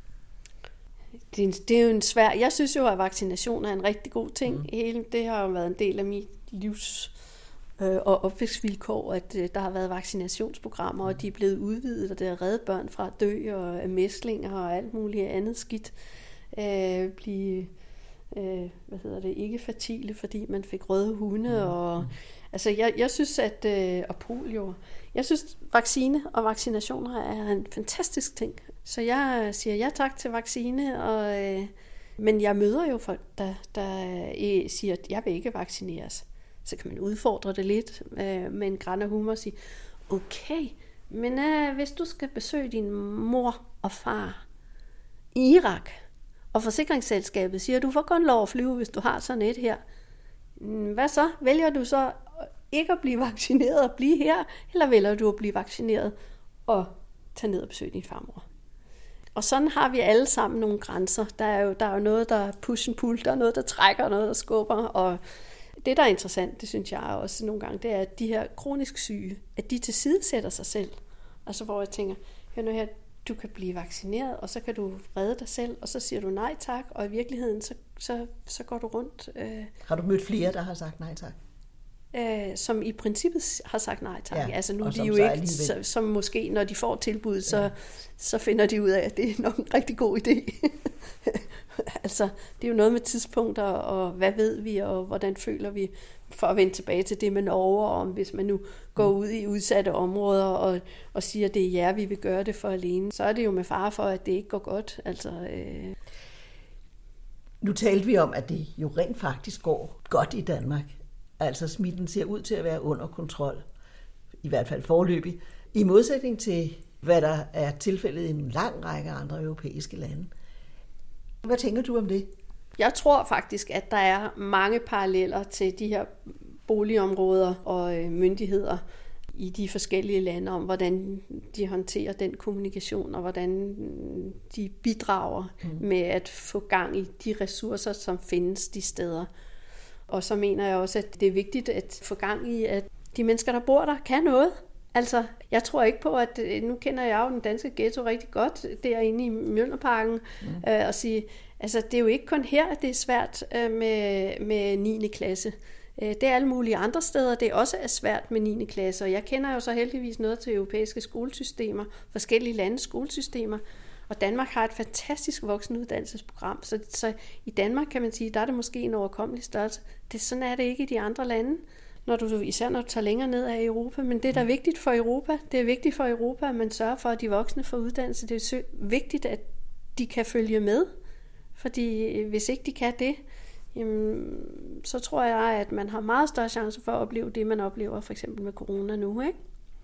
Det er, det er jo en svær... Jeg synes jo, at vaccination er en rigtig god ting. Mm. Hele, det har jo været en del af mit livs og opvækstvilkår, at der har været vaccinationsprogrammer, og de er blevet udvidet, og det har reddet børn fra at dø, og mæslinger og alt muligt andet skidt. Øh, blive, øh, hvad hedder det, ikke fertile, fordi man fik røde hunde, mm. og altså jeg, jeg synes, at, øh, og polio, jeg synes, vaccine og vaccinationer er en fantastisk ting. Så jeg siger ja tak til vaccine, og øh, Men jeg møder jo folk, der, der siger, at jeg vil ikke vaccineres. Så kan man udfordre det lidt øh, med en græn af humor og sige, okay, men øh, hvis du skal besøge din mor og far i Irak, og forsikringsselskabet siger, at du får kun lov at flyve, hvis du har sådan et her, hvad så? Vælger du så ikke at blive vaccineret og blive her, eller vælger du at blive vaccineret og tage ned og besøge din farmor? Og sådan har vi alle sammen nogle grænser. Der er jo, der er jo noget, der push and pull, der er noget, der trækker, noget, der skubber. Og det, der er interessant, det synes jeg også nogle gange, det er, at de her kronisk syge, at de til side sætter sig selv. Altså hvor jeg tænker, hør nu her, du kan blive vaccineret, og så kan du redde dig selv, og så siger du nej tak, og i virkeligheden, så, så, så går du rundt. Øh, har du mødt flere, der har sagt nej tak? Øh, som i princippet har sagt nej tak. Ja, altså nu er de jo ikke, så, som måske, når de får tilbud, så, ja. så finder de ud af, at det er nok en rigtig god idé. Altså, det er jo noget med tidspunkter, og hvad ved vi, og hvordan føler vi, for at vende tilbage til det med Norge, om hvis man nu går ud i udsatte områder, og, og siger, at det er jer, vi vil gøre det for alene, så er det jo med fare for, at det ikke går godt. Altså, øh... Nu talte vi om, at det jo rent faktisk går godt i Danmark. Altså smitten ser ud til at være under kontrol, i hvert fald foreløbig, i modsætning til, hvad der er tilfældet i en lang række andre europæiske lande. Hvad tænker du om det? Jeg tror faktisk, at der er mange paralleller til de her boligområder og myndigheder i de forskellige lande, om hvordan de håndterer den kommunikation, og hvordan de bidrager mm. med at få gang i de ressourcer, som findes de steder. Og så mener jeg også, at det er vigtigt at få gang i, at de mennesker, der bor der, kan noget. Altså, jeg tror ikke på, at nu kender jeg jo den danske ghetto rigtig godt, derinde i Mjølnerparken, mm. øh, og sige, altså det er jo ikke kun her, at det er svært øh, med, med niende klasse. Øh, det er alle mulige andre steder, det også er svært med niende klasse, og jeg kender jo så heldigvis noget til europæiske skolesystemer, forskellige landes skolesystemer, og Danmark har et fantastisk voksenuddannelsesprogram, så, så i Danmark kan man sige, der er det måske en overkommelig størrelse. Det, sådan er det ikke i de andre lande, når du, især når du tager længere ned af Europa. Men det er da vigtigt for Europa. Det er vigtigt for Europa, at man sørger for, at de voksne får uddannelse. Det er vigtigt, at de kan følge med. Fordi hvis ikke de kan det, jamen, så tror jeg, at man har meget større chance for at opleve det, man oplever for eksempel med corona nu. Ikke?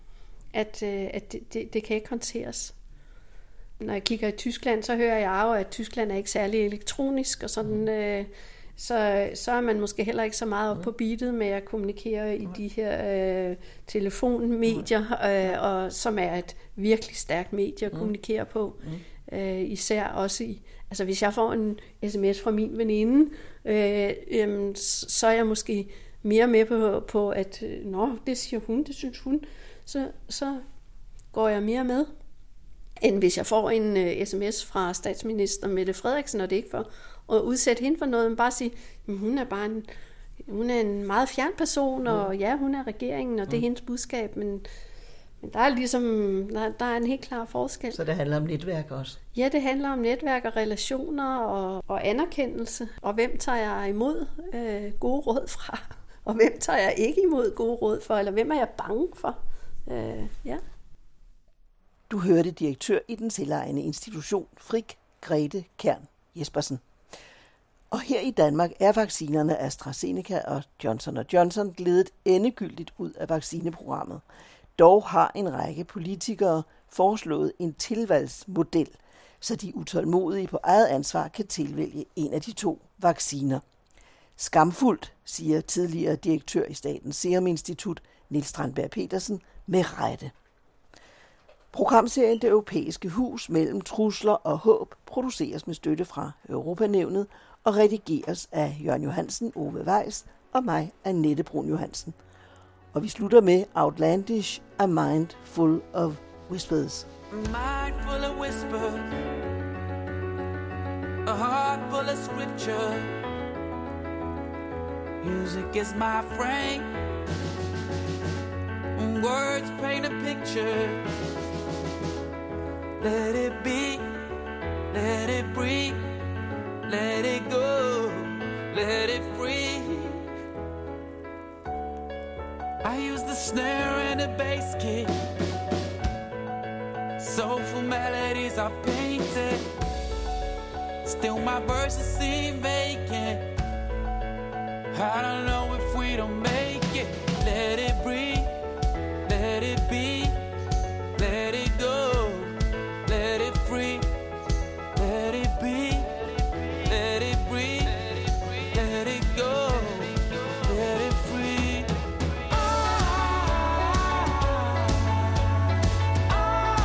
At, at det, det, det kan ikke håndteres. Når jeg kigger i Tyskland, så hører jeg jo, at Tyskland er ikke særlig elektronisk, og sådan, øh, så, så er man måske heller ikke så meget op på beatet med at kommunikere i de her øh, telefonmedier, øh, og, som er et virkelig stærkt medie at kommunikere på. Øh, især også i, altså hvis jeg får en sms fra min veninde, øh, øh, så er jeg måske mere med på, på at, nå, det siger hun, det synes hun, så, så går jeg mere med, end hvis jeg får en uh, sms fra statsminister Mette Frederiksen, og det er ikke for at udsætte hende for noget, men bare sige, at hun er bare en, hun er en meget fjern person, og ja, hun er regeringen, og det er hendes budskab, men, men der er ligesom, der, der er en helt klar forskel. Så det handler om netværk også? Ja, det handler om netværk og relationer og, og anerkendelse, og hvem tager jeg imod øh, gode råd fra, og hvem tager jeg ikke imod gode råd for, eller hvem er jeg bange for? Øh, ja. Du hørte direktør i den selvejende institution Frik, Grete Kern Jespersen. Og her i Danmark er vaccinerne AstraZeneca og Johnson og Johnson gledet endegyldigt ud af vaccineprogrammet. Dog har en række politikere foreslået en tilvalgsmodel, så de utålmodige på eget ansvar kan tilvælge en af de to vacciner. Skamfuldt, siger tidligere direktør i Statens Serum Institut Niels Strandberg Petersen med rette. Programserien Det Europæiske Hus mellem trusler og håb produceres med støtte fra Europanævnet og redigeres af Jørgen Johansen, Ove Weiss og mig, Annette Brun Johansen. Og vi slutter med Outlandish, A Mind Full of Whispers. A mind full of whispers, a heart full of scripture. Music is my friend, words paint a picture. Let it be, let it breathe, let it go, let it free. I use the snare and the bass kick, soulful melodies are painted, Still my verses seem vacant. I don't know if we don't make it. Let it breathe, let it be, let it go, let it free, let it be, let it breathe, let it go, let it free. Ah, ah,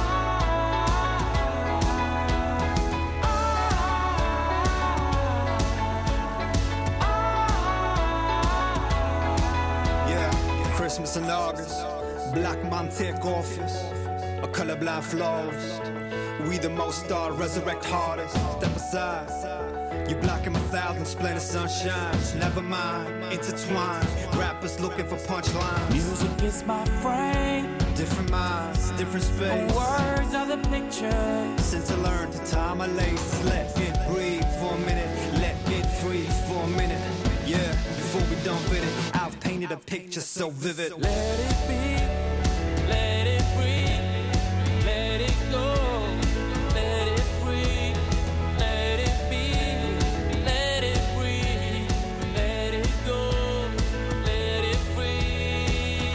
Yeah, Christmas in August, black man take office, a colorblind florist. We the most star, resurrect hardest. Step aside, you blocking my thousand splendid sunshine. Never mind, intertwined. Rappers looking for punchlines. Music is my friend. Different minds, different space. Words are the pictures. Since I learned to tie my laces, let it breathe for a minute, let it free for a minute. Yeah, before we dump it, I've painted a picture so vivid. Let it be, let it breathe, let it go, let it free, let it be, let it breathe, let it go, let it free.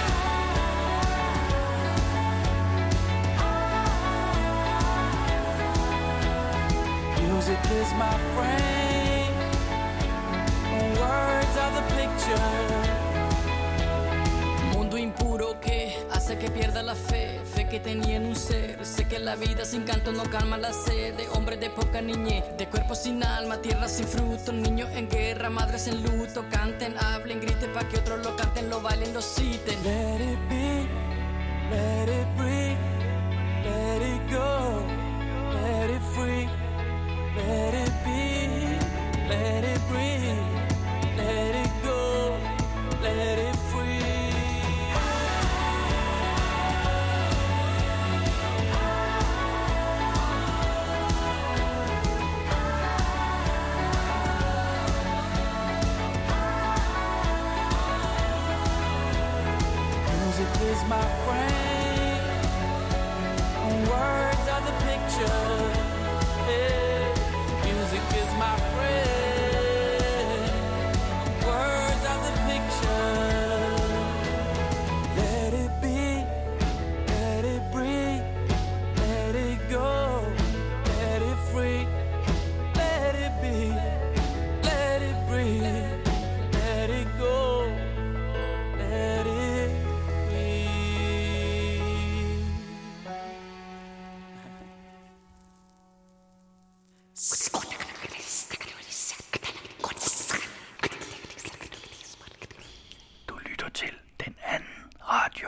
Music is my friend. Words are the picture. Mundo impuro que hace que pierda la fe, fe que tenía en un ser. Sé que la vida sin canto no calma la sed de hombres de poca niñez, de cuerpos sin alma, tierra sin fruto, niños en guerra, madres en luto. Canten, hablen, griten pa' que otros lo canten, lo bailen, lo citen. Let it be, let it breathe, let it go, let it free, let it be, let it breathe, let it go, let it free. Music is my friend. Words are the picture. Yeah. Music is my friend. Words are the picture. Let it be, let it breathe, let it go, let it free, let it be, let it breathe, let it go, let it be. Du lytter til Den Anden Radio.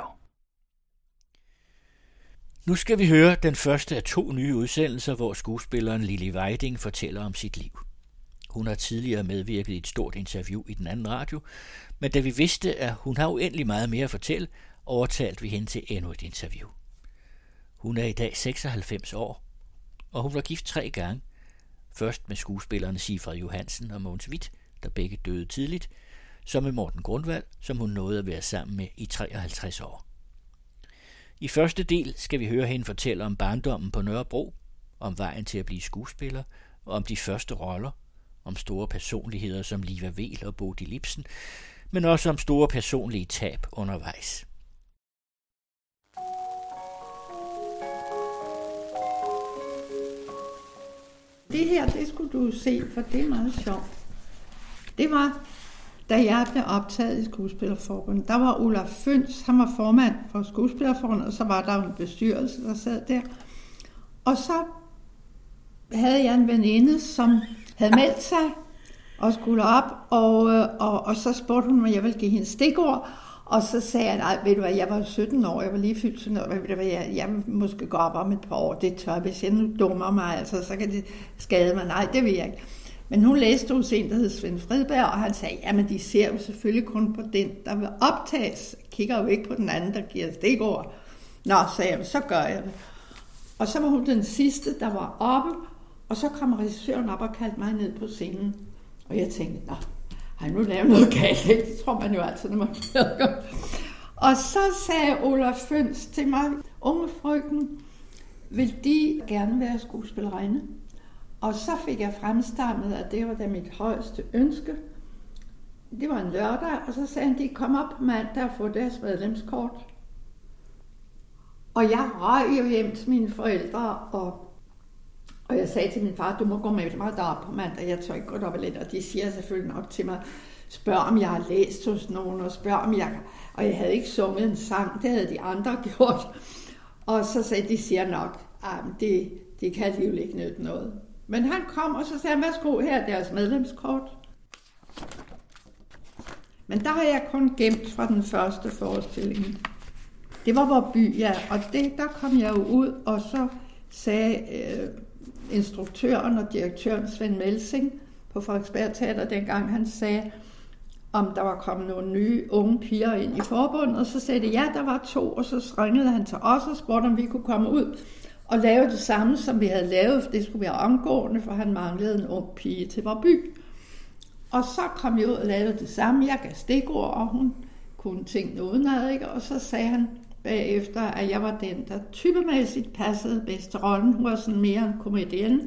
Nu skal vi høre den første af to nye udsendelser, hvor skuespilleren Lili Weiding fortæller om sit liv. Hun har tidligere medvirket i et stort interview i Den Anden Radio, men da vi vidste, at hun har uendelig meget mere at fortælle, overtalte vi hende til endnu et interview. Hun er i dag seksoghalvfems år, og hun var gift tre gange. Først med skuespillerne Sigfred Johansen og Mogens Wieth, der begge døde tidligt, så med Morten Grundvald, som hun nåede at være sammen med i treoghalvtreds år. I første del skal vi høre hende fortælle om barndommen på Nørrebro, om vejen til at blive skuespiller, og om de første roller, om store personligheder som Liva Weel og Bodil Ibsen, men også om store personlige tab undervejs. Det her, det skulle du se, for det er meget sjovt. Det var, da jeg blev optaget i Skuespillerforbundet, der var Olaf Føns, han var formand for Skuespillerforbundet, og så var der en bestyrelse, der sad der. Og så havde jeg en veninde, som havde meldt sig og skulle op, og, og, og så spurgte hun mig, jeg ville give hende stikord, og så sagde jeg, nej, ved du hvad, jeg var sytten år, jeg var lige fyldt sytten år, ved du hvad, jeg, jeg vil måske gå op om et par år, det tør, hvis jeg nu dummer mig, altså, så kan det skade mig, nej, det vil jeg ikke. Men hun læste hos en, der hed Svend Fredberg, og han sagde, jamen de ser jo selvfølgelig kun på den, der vil optages, kigger jo ikke på den anden, der giver stikord. Nå, sagde jeg, så gør jeg det. Og så var hun den sidste, der var oppe, og så kom regissøren op og kaldte mig ned på scenen. Og jeg tænkte, nå, har jeg nu lavet noget galt? Det tror man jo altid, når man gør. Og så sagde Olaf Føns til mig, unge frøken, vil de gerne være skuespillerinde? Og så fik jeg fremstammet, at det var da mit højeste ønske. Det var en lørdag, og så sagde han, de kom op på mandag og få deres medlemskort. Og jeg røg jo hjem til mine forældre, og, og jeg sagde til min far, du må gå med mig derop på mandag, jeg tør ikke gå derop lidt, og de siger selvfølgelig nok til mig, spørg om jeg har læst hos nogen, og spørg om jeg, og jeg havde ikke sunget en sang, det havde de andre gjort. Og så sagde de, siger nok, at det, det kan alligevel ikke nytte noget. Men han kom, og så sagde han, værsgo, her er deres medlemskort. Men der har jeg kun gemt fra den første forestilling. Det var vor by, ja, og det, der kom jeg jo ud, og så sagde øh, instruktøren og direktøren Svend Melsing på Frederiksberg Teater, dengang han sagde, om der var kommet nogle nye unge piger ind i forbundet, og så sagde de, ja, der var to, og så ringede han til os og spurgte, om vi kunne komme ud og lave det samme, som vi havde lavet, for det skulle være omgående, for han manglede en ung pige til vor by. Og så kom vi ud og lavede det samme. Jeg gav stikord, og hun kunne tingene udenad, ikke? Og så sagde han bagefter, at jeg var den, der typemæssigt passede bedst til rollen. Hun var sådan mere en komedienne.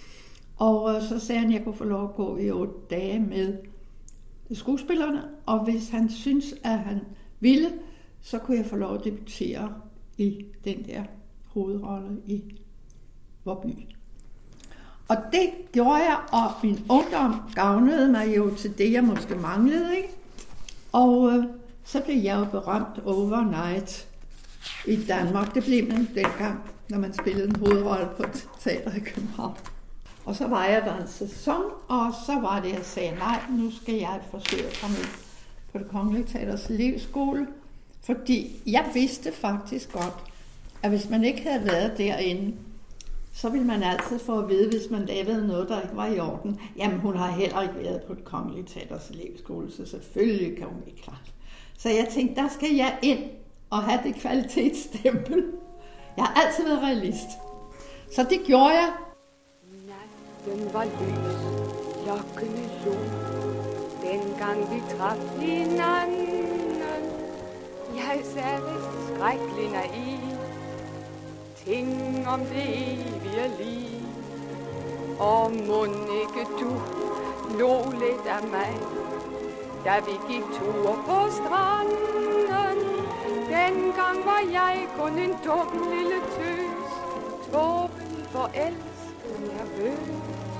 Og så sagde han, at jeg kunne få lov at gå i otte dage med skuespillerne, og hvis han synes, at han ville, så kunne jeg få lov at debutere i den der hovedrolle i vor by. Og det gjorde jeg, og min ungdom gavnede mig jo til det, jeg måske manglede, ikke? Og øh, så blev jeg jo berømt overnight i Danmark. Det blev man dengang, når man spillede en hovedrolle på et teater i København. Og så var jeg der en sæson, og så var det, jeg sagde, nej, nu skal jeg forsøge at komme ud på Det Kongelige Teaters elevskole. Fordi jeg vidste faktisk godt, at hvis man ikke havde været derinde, så ville man altid få at vide, hvis man lavede noget, der ikke var i orden. Jamen, hun har heller ikke været på Det Kongelige Teaters elevskole, så selvfølgelig kan hun ikke klare det. Så jeg tænkte, der skal jeg ind og have det kvalitetsstempel. Jeg har altid været realist. Så det gjorde jeg. Natten var lys, klokkene lå, dengang vi traf hinanden. Jeg sagde skrækkelig naiv, ting om det evige liv. Og mon ikke du lå lidt af mig, da vi gik tur på stranden. Dengang var jeg kun en dum lille tøs, tåben forelsket nervøs.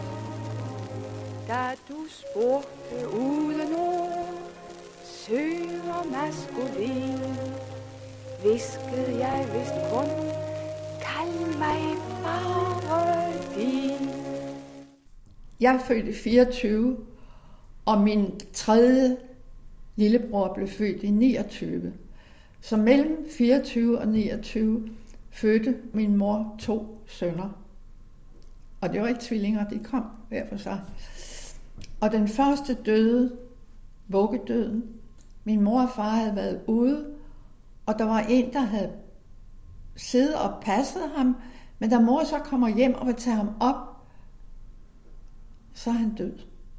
Da du spurgte uden ord, sød og maskulin, viskede jeg vist kun, kald mig bare din. Jeg er født i fireogtyve, og min tredje lillebror blev født i niogtyve. Så mellem fireogtyve og niogtyve fødte min mor to sønner. Og det var ikke tvillinger, de kom hver for sig. Og den første døde, vuggedøden. Min mor og far havde været ude, og der var en, der havde siddet og passet ham. Men da mor så kommer hjem og vil tage ham op, så er han død.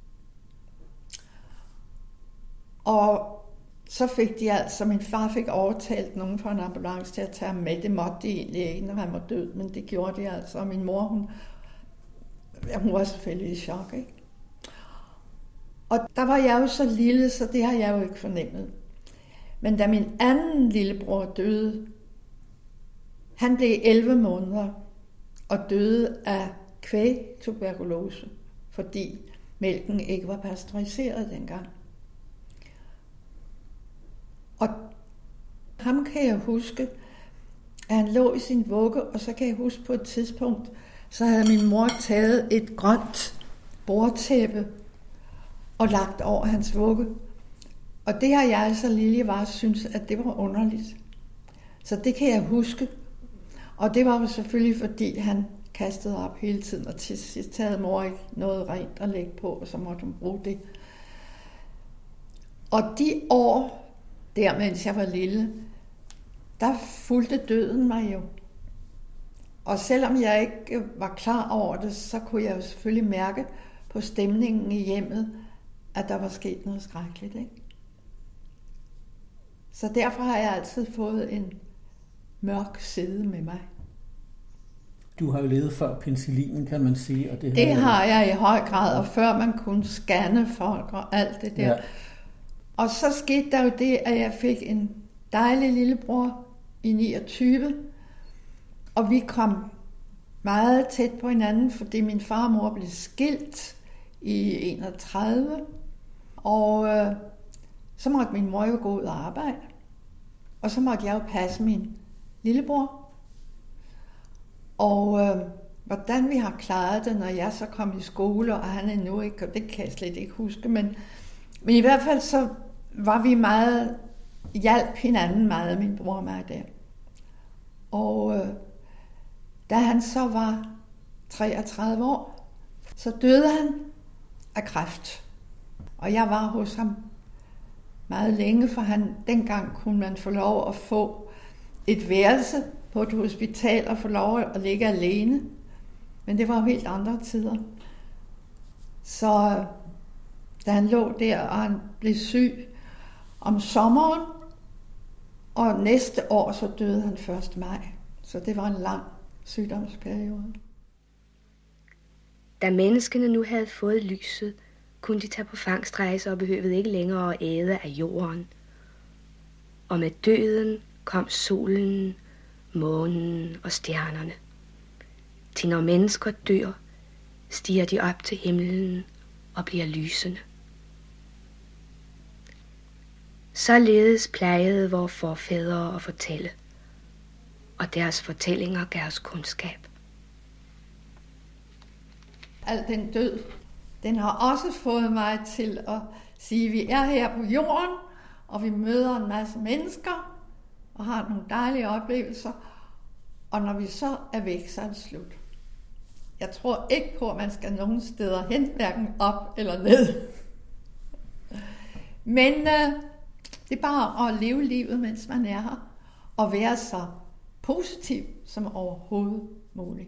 Og så fik de altså, min far fik overtalt nogen fra en ambulance til at tage ham med. Det måtte de egentlig ikke, når han var død, men det gjorde de altså. Og min mor, hun, ja, hun var selvfølgelig i chok, ikke? Og der var jeg jo så lille, så det har jeg jo ikke fornemmet. Men da min anden lillebror døde, han blev elleve måneder og døde af kvægtuberkulose, fordi mælken ikke var pasteuriseret dengang. Og ham kan jeg huske, at han lå i sin vugge, og så kan jeg huske på et tidspunkt, så havde min mor taget et grønt bordtæppe og lagt over hans vugge. Og det har jeg så lille var synes, at det var underligt. Så det kan jeg huske. Og det var jo selvfølgelig, fordi han kastede op hele tiden, og til sidst havde mor ikke noget rent at lægge på, og så måtte hun bruge det. Og de år, der mens jeg var lille, der fulgte døden mig jo. Og selvom jeg ikke var klar over det, så kunne jeg jo selvfølgelig mærke på stemningen i hjemmet, at der var sket noget skrækkeligt, ikke? Så derfor har jeg altid fået en mørk side med mig. Du har jo levet før penicillinen, kan man sige. Og det, det har, har jeg i høj grad, og før man kunne scanne folk og alt det der. Ja. Og så skete der jo det, at jeg fik en dejlig lillebror i niogtyve, og vi kom meget tæt på hinanden, fordi min far og mor blev skilt i enogtredive, og øh, så måtte min mor jo gå ud og arbejde, og så måtte jeg jo passe min lillebror. Og øh, hvordan vi har klaret det, når jeg så kom i skole, og han endnu ikke, og det kan jeg slet ikke huske, men, men i hvert fald så var vi meget, hjalp hinanden meget, min bror og mig der. Og øh, da han så var treogtredive år, så døde han af kræft. Og jeg var hos ham meget længe, for han, dengang kunne man få lov at få et værelse på et hospital og få lov at ligge alene. Men det var jo helt andre tider. Så da han lå der, og han blev syg om sommeren, og næste år så døde han første maj. Så det var en lang sygdomsperiode. Da menneskene nu havde fået lyset, kunne de tage på fangstrejse og behøvede ikke længere at æde af jorden. Og med døden kom solen, månen og stjernerne. Til når mennesker dør, stiger de op til himlen og bliver lysende. Således plejede vores forfædre at fortælle, og deres fortællinger gav os kundskab. Al den død, den har også fået mig til at sige, at vi er her på jorden, og vi møder en masse mennesker, og har nogle dejlige oplevelser, og når vi så er væk, så er det slut. Jeg tror ikke på, at man skal nogen steder hen, hverken op eller ned. Men øh, det er bare at leve livet, mens man er her, og være så positiv som overhovedet muligt.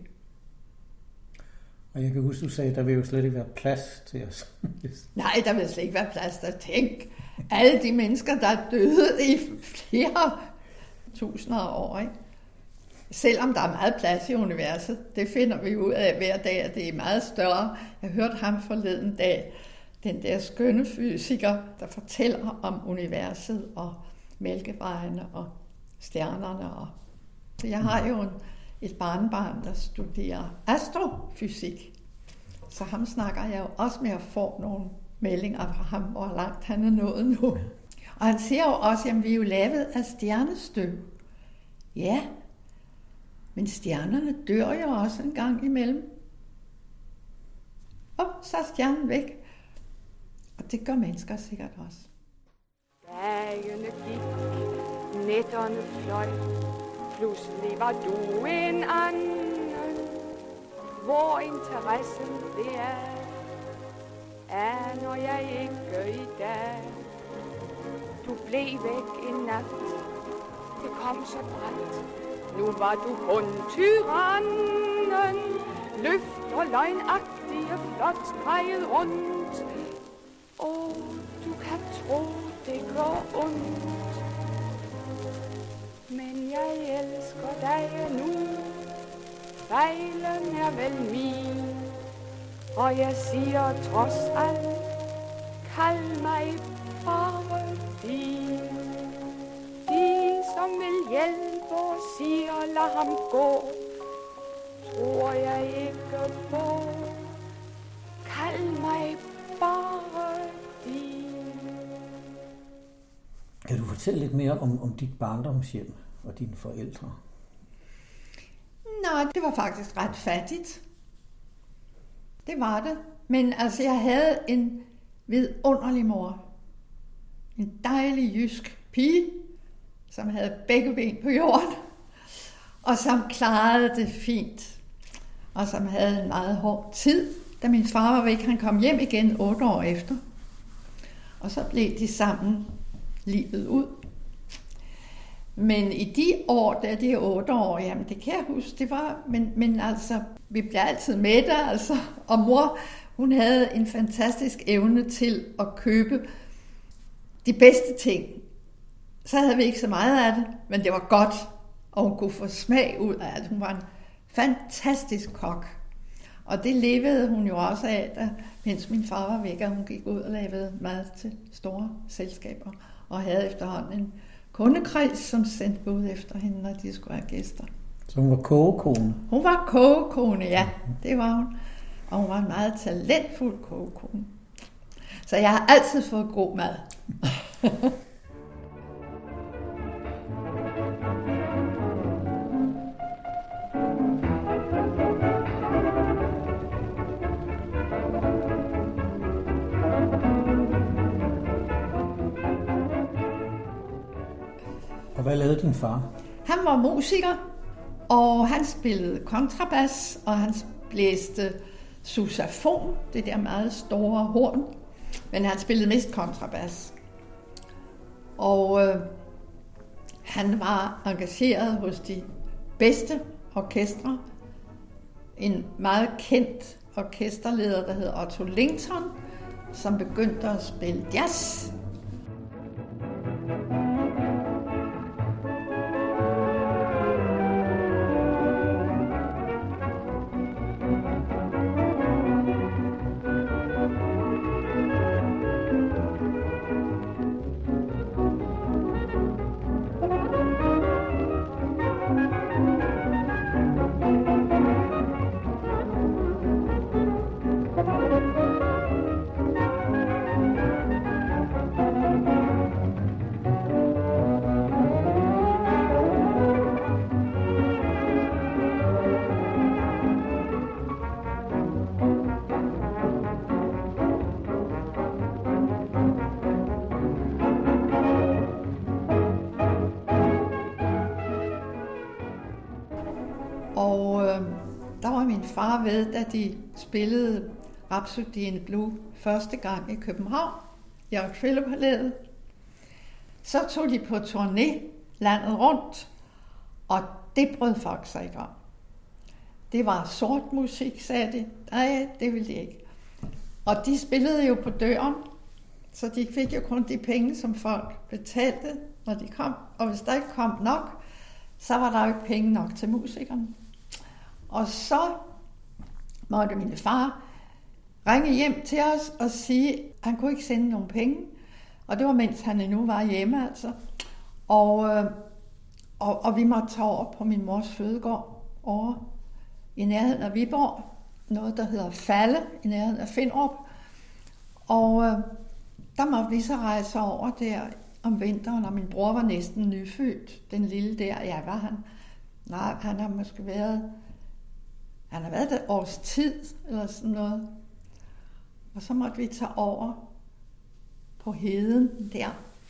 Og jeg kan huske, du sagde, at der vil jo slet ikke være plads til os. Nej, der vil slet ikke være plads til at tænke. Alle de mennesker, der er døde i flere tusinder af år, ikke? Selvom der er meget plads i universet, det finder vi ud af hver dag, at det er meget større. Jeg hørte ham forleden dag, den der skønne fysiker, der fortæller om universet og mælkevejene og stjernerne. Og jeg har jo en, et barnebarn, der studerer astrofysik, så ham snakker jeg jo også med at få nogle meldinger fra ham, hvor langt han er nået nu. Og han siger jo også, at vi er jo lavet af stjernestøv. Ja, men stjernerne dør jo også en gang imellem. Og så er stjernen væk. Og det gør mennesker sikkert også. Dagene gik, nætterne fløj. Pludselig var du en anden. Hvor interessen det er, aner jeg ikke i dag. Du blev væk en nat, det kom så bræt. Nu var du kun tyrannen, løft og løgnagtige flot streget rundt. Åh, du kan tro, det går ondt. Men jeg elsker dig nu, fejlen er vel min. Og jeg siger trods alt, kald mig bare din. De som vil hjælpe og siger, lad ham gå, tror jeg ikke på. Kald mig bare din. Kan du fortælle lidt mere om, om dit barndomshjem og dine forældre? Nå, det var faktisk ret fattigt. Det var det. Men altså, jeg havde en vidunderlig mor. En dejlig jysk pige, som havde begge ben på jorden, og som klarede det fint, og som havde en meget hård tid. Da min far var væk, han kom hjem igen otte år efter, og så blev de sammen livet ud. Men i de år, der de otte år, jamen det kan jeg huske, det var, men, men altså, vi blev altid med der, altså, og mor, hun havde en fantastisk evne til at købe de bedste ting. Så havde vi ikke så meget af det, men det var godt, og hun kunne få smag ud af det. Hun var en fantastisk kok. Og det levede hun jo også af, da, mens min far var væk, og hun gik ud og lavede mad til store selskaber. Og havde efterhånden en kundekreds, som sendte bud efter hende, når de skulle have gæster. Så hun var kogekone? Hun var kogekone, ja. Det var hun. Og hun var en meget talentfuld kogekone. Så jeg har altid fået god mad. Og hvad lavede din far? Han var musiker, og han spillede kontrabas, og han blæste sousaphon, det der meget store horn. Men han spillede mest kontrabas. Og øh, han var engageret hos de bedste orkestre. En meget kendt orkesterleder, der hed Otto Lington, som begyndte at spille jazz. Og øh, der var min far ved, da de spillede Rhapsody in Blue første gang i København, i Rockefellerpalæet. Så tog de på turné landet rundt, og det brød folk sig ikke om. Det var sort musik, sagde de. Nej, det ville de ikke. Og de spillede jo på døren, så de fik jo kun de penge, som folk betalte, når de kom. Og hvis der ikke kom nok, så var der jo ikke penge nok til musikerne. Og så måtte min far ringe hjem til os og sige, at han kunne ikke sende nogen penge. Og det var, mens han endnu var hjemme, altså. Og, øh, og, og vi måtte tage over på min mors fødegård over i nærheden af Viborg. Noget, der hedder Falle, i nærheden af Finderup. Og øh, der måtte vi så rejse over der om vinteren, og min bror var næsten nyfødt. Den lille der, ja, var han? Nej, han har måske været... Han har været et års tid, eller sådan noget. Og så måtte vi tage over på heden der.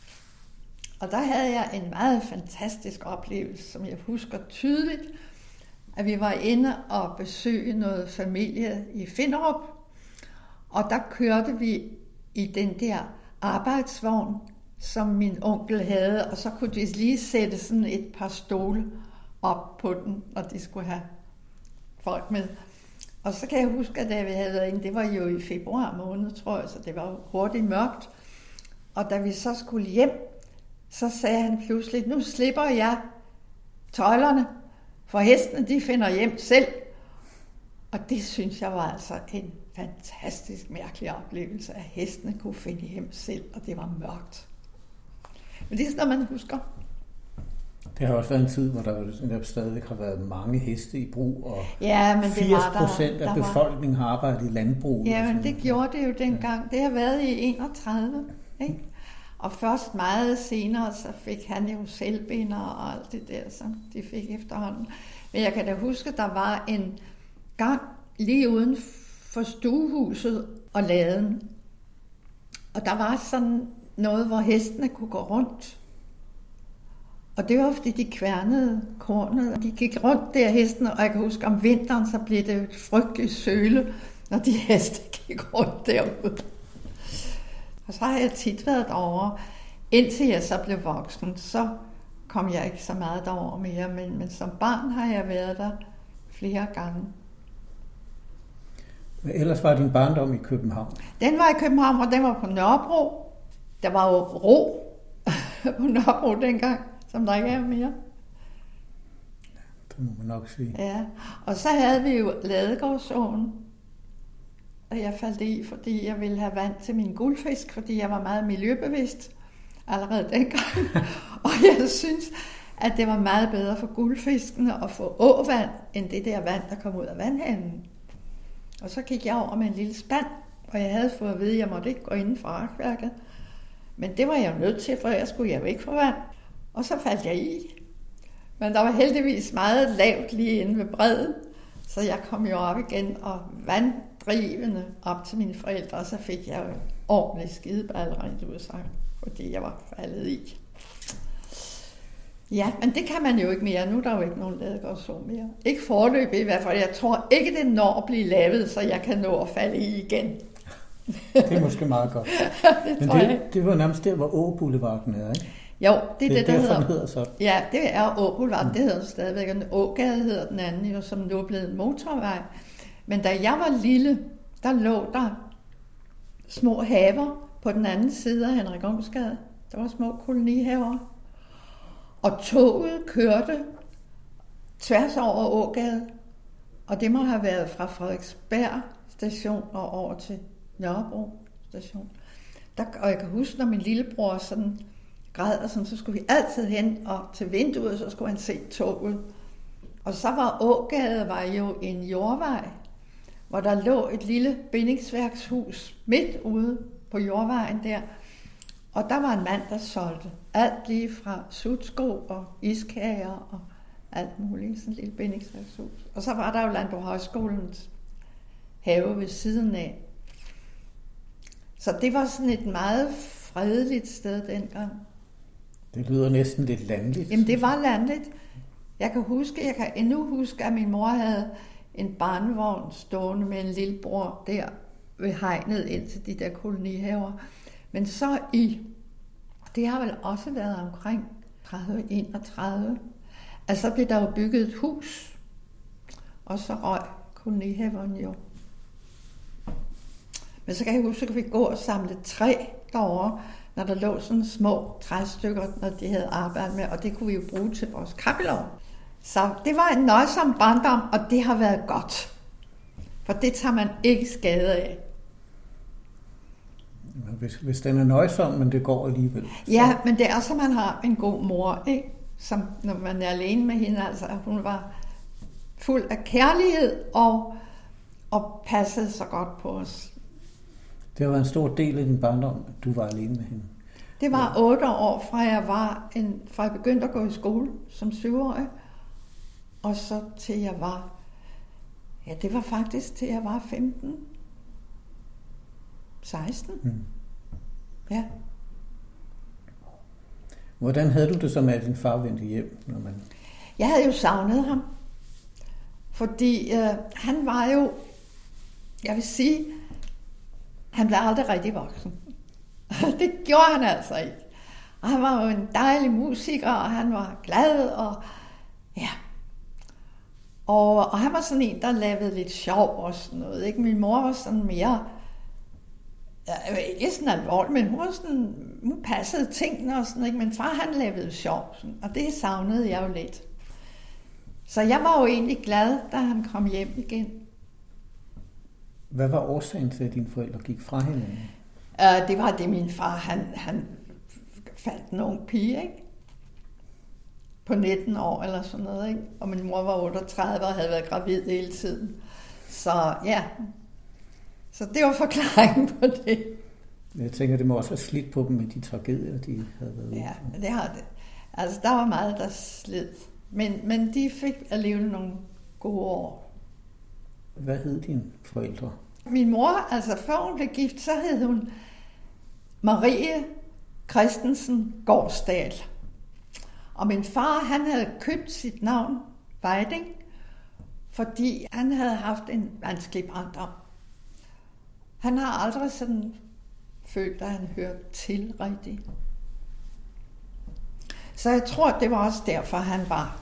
Og der havde jeg en meget fantastisk oplevelse, som jeg husker tydeligt, at vi var inde og besøge noget familie i Finderup. Og der kørte vi i den der arbejdsvogn, som min onkel havde, og så kunne de lige sætte sådan et par stole op på den, når de skulle have folk med. Og så kan jeg huske, at da vi havde været inde, det var jo i februar måned, tror jeg, så det var hurtigt mørkt. Og da vi så skulle hjem, så sagde han pludselig, nu slipper jeg tøjlerne, for hestene de finder hjem selv. Og det synes jeg var altså en fantastisk mærkelig oplevelse, at hestene kunne finde hjem selv, og det var mørkt. Men det er sådan noget, man husker. Det har også været en tid, hvor der, der stadigvæk har været mange heste i brug, og ja, men det firs var procent der, af der befolkningen har arbejdet i landbruget. Ja, men det gjorde det jo dengang. Det har været i enogtredive, ikke? Og først meget senere, så fik han jo selvbinder og alt det der, som de fik efterhånden. Men jeg kan da huske, der var en gang lige uden for stuehuset og laden. Og der var sådan noget, hvor hestene kunne gå rundt. Og det var fordi, de kværnede kornet. De gik rundt der, hestene, og jeg kan huske, om vinteren, så blev det et frygteligt søle, når de heste gik rundt derude. Og så har jeg tit været derovre. Indtil jeg så blev voksen, så kom jeg ikke så meget derover mere, men, men som barn har jeg været der flere gange. Men ellers var din barndom i København? Den var i København, og den var på Nørrebro. Der var jo ro på Nørrebro dengang, som der ikke er mere. det må man nok sige. Ja, og så havde vi jo Ladegårdsåen, og jeg faldt i, fordi jeg ville have vand til min guldfisk, fordi jeg var meget miljøbevidst allerede dengang. Og jeg synes, at det var meget bedre for guldfiskene at få åvand, end det der vand, der kom ud af vandhanen. Og så gik jeg over med en lille spand, og jeg havde fået at vide, at jeg måtte ikke gå inden for rakværket. Men det var jeg jo nødt til, for ellers skulle jeg jo ikke få vand. Og så faldt jeg i. Men der var heldigvis meget lavt lige inde ved bredden, så jeg kom jo op igen og vanddrivende op til mine forældre, og så fik jeg jo en ordentlig skideball rent ud sagt, fordi jeg var faldet i. Ja, men det kan man jo ikke mere. Nu er der jo ikke nogen Ladegårdsåen mere. Ikke foreløbig i hvert fald. Jeg tror ikke, det når at blive lavet, så jeg kan nå at falde i igen. Det er måske meget godt. det Men det, det var nærmest der, hvor Åboulevarden er, ikke? Jo, det er det, det, der derfor, hedder. Den hedder så. Ja, det er Åboulevarden. Det hedder stadigvæk. Og Ågade hedder den anden, jo, som nu er blevet en motorvej. Men da jeg var lille, der lå der små haver på den anden side af Henrik Omsgade. Der var små kolonihaver. Og toget kørte tværs over Ågade, og det må have været fra Frederiksberg station og over til Nørrebro station. Der, og jeg kan huske, når min lillebror sådan græd, og sådan, så skulle vi altid hen og til vinduet, så skulle han se toget. Og så var Ågade var jo en jordvej, hvor der lå et lille bindingsværkshus midt ude på jordvejen der. Og der var en mand, der solgte alt lige fra sutsko og iskager og alt muligt, sådan et lille bindingsværkshus. Og så var der jo Landbohøjskolens have ved siden af. Så det var sådan et meget fredeligt sted dengang. Det lyder næsten lidt landligt. Jamen det var landligt. Jeg kan huske, jeg kan endnu huske, at min mor havde en barnevogn stående med en lillebror der ved hegnet ind til de der kolonihaver. Men så i, det har vel også været omkring tredive enogtredive, altså blev der jo bygget et hus, og så røg kolonihaverne jo. Men så kan jeg huske, at vi gå og samle træ derovre, når der lå sådan små træstykker, når de havde arbejdet med, og det kunne vi jo bruge til vores kappelov. Så det var en nøjsom barndom, og det har været godt. For det tager man ikke skade af. Hvis, hvis den er nøjsom, men det går alligevel. Så. Ja, men det er også, at man har en god mor, ikke? Som når man er alene med hende, altså hun var fuld af kærlighed og, og passede så godt på os. Det var en stor del af din barndom, at du var alene med hende. Det var ja. otte år, fra jeg, var en, fra jeg begyndte at gå i skole som syvårig, og så til jeg var, ja det var faktisk til jeg var femten. seksten. Hmm. Ja. Hvordan havde du det så med, at din far vendte hjem? Når man... Jeg havde jo savnet ham. Fordi øh, han var jo, jeg vil sige, han blev aldrig rigtig voksen. Det gjorde han altså ikke. Og han var jo en dejlig musiker, og han var glad, og ja. Og, og han var sådan en, der lavede lidt sjov og sådan noget. Ikke? Min mor var sådan mere, ikke sådan alvorligt, men hun var sådan, hun passede tingene og sådan, ikke? Men far han lavede sjov, sådan, og det savnede jeg jo lidt. Så jeg var jo egentlig glad, da han kom hjem igen. Hvad var årsagen til, at dine forældre gik fra hinanden? Uh, det var det, min far, han, han fandt en ung pige, ikke? På nitten år eller sådan noget, ikke? Og min mor var otteogtredive og havde været gravid hele tiden. Så ja, så det var forklaringen på det. Jeg tænker, det må også have slidt på dem med de tragedier, de havde været ude. Ja, det har det. Altså, der var meget, der slid. Men, men de fik alligevel nogle gode år. Hvad hed dine forældre? Min mor, altså før hun blev gift, så hed hun Marie Christensen Gårdsdal. Og min far, han havde købt sit navn, Vejding, fordi han havde haft en vanskelig barndom. Han har aldrig sådan følt, at han hørte til rigtigt. Så jeg tror, det var også derfor, han var.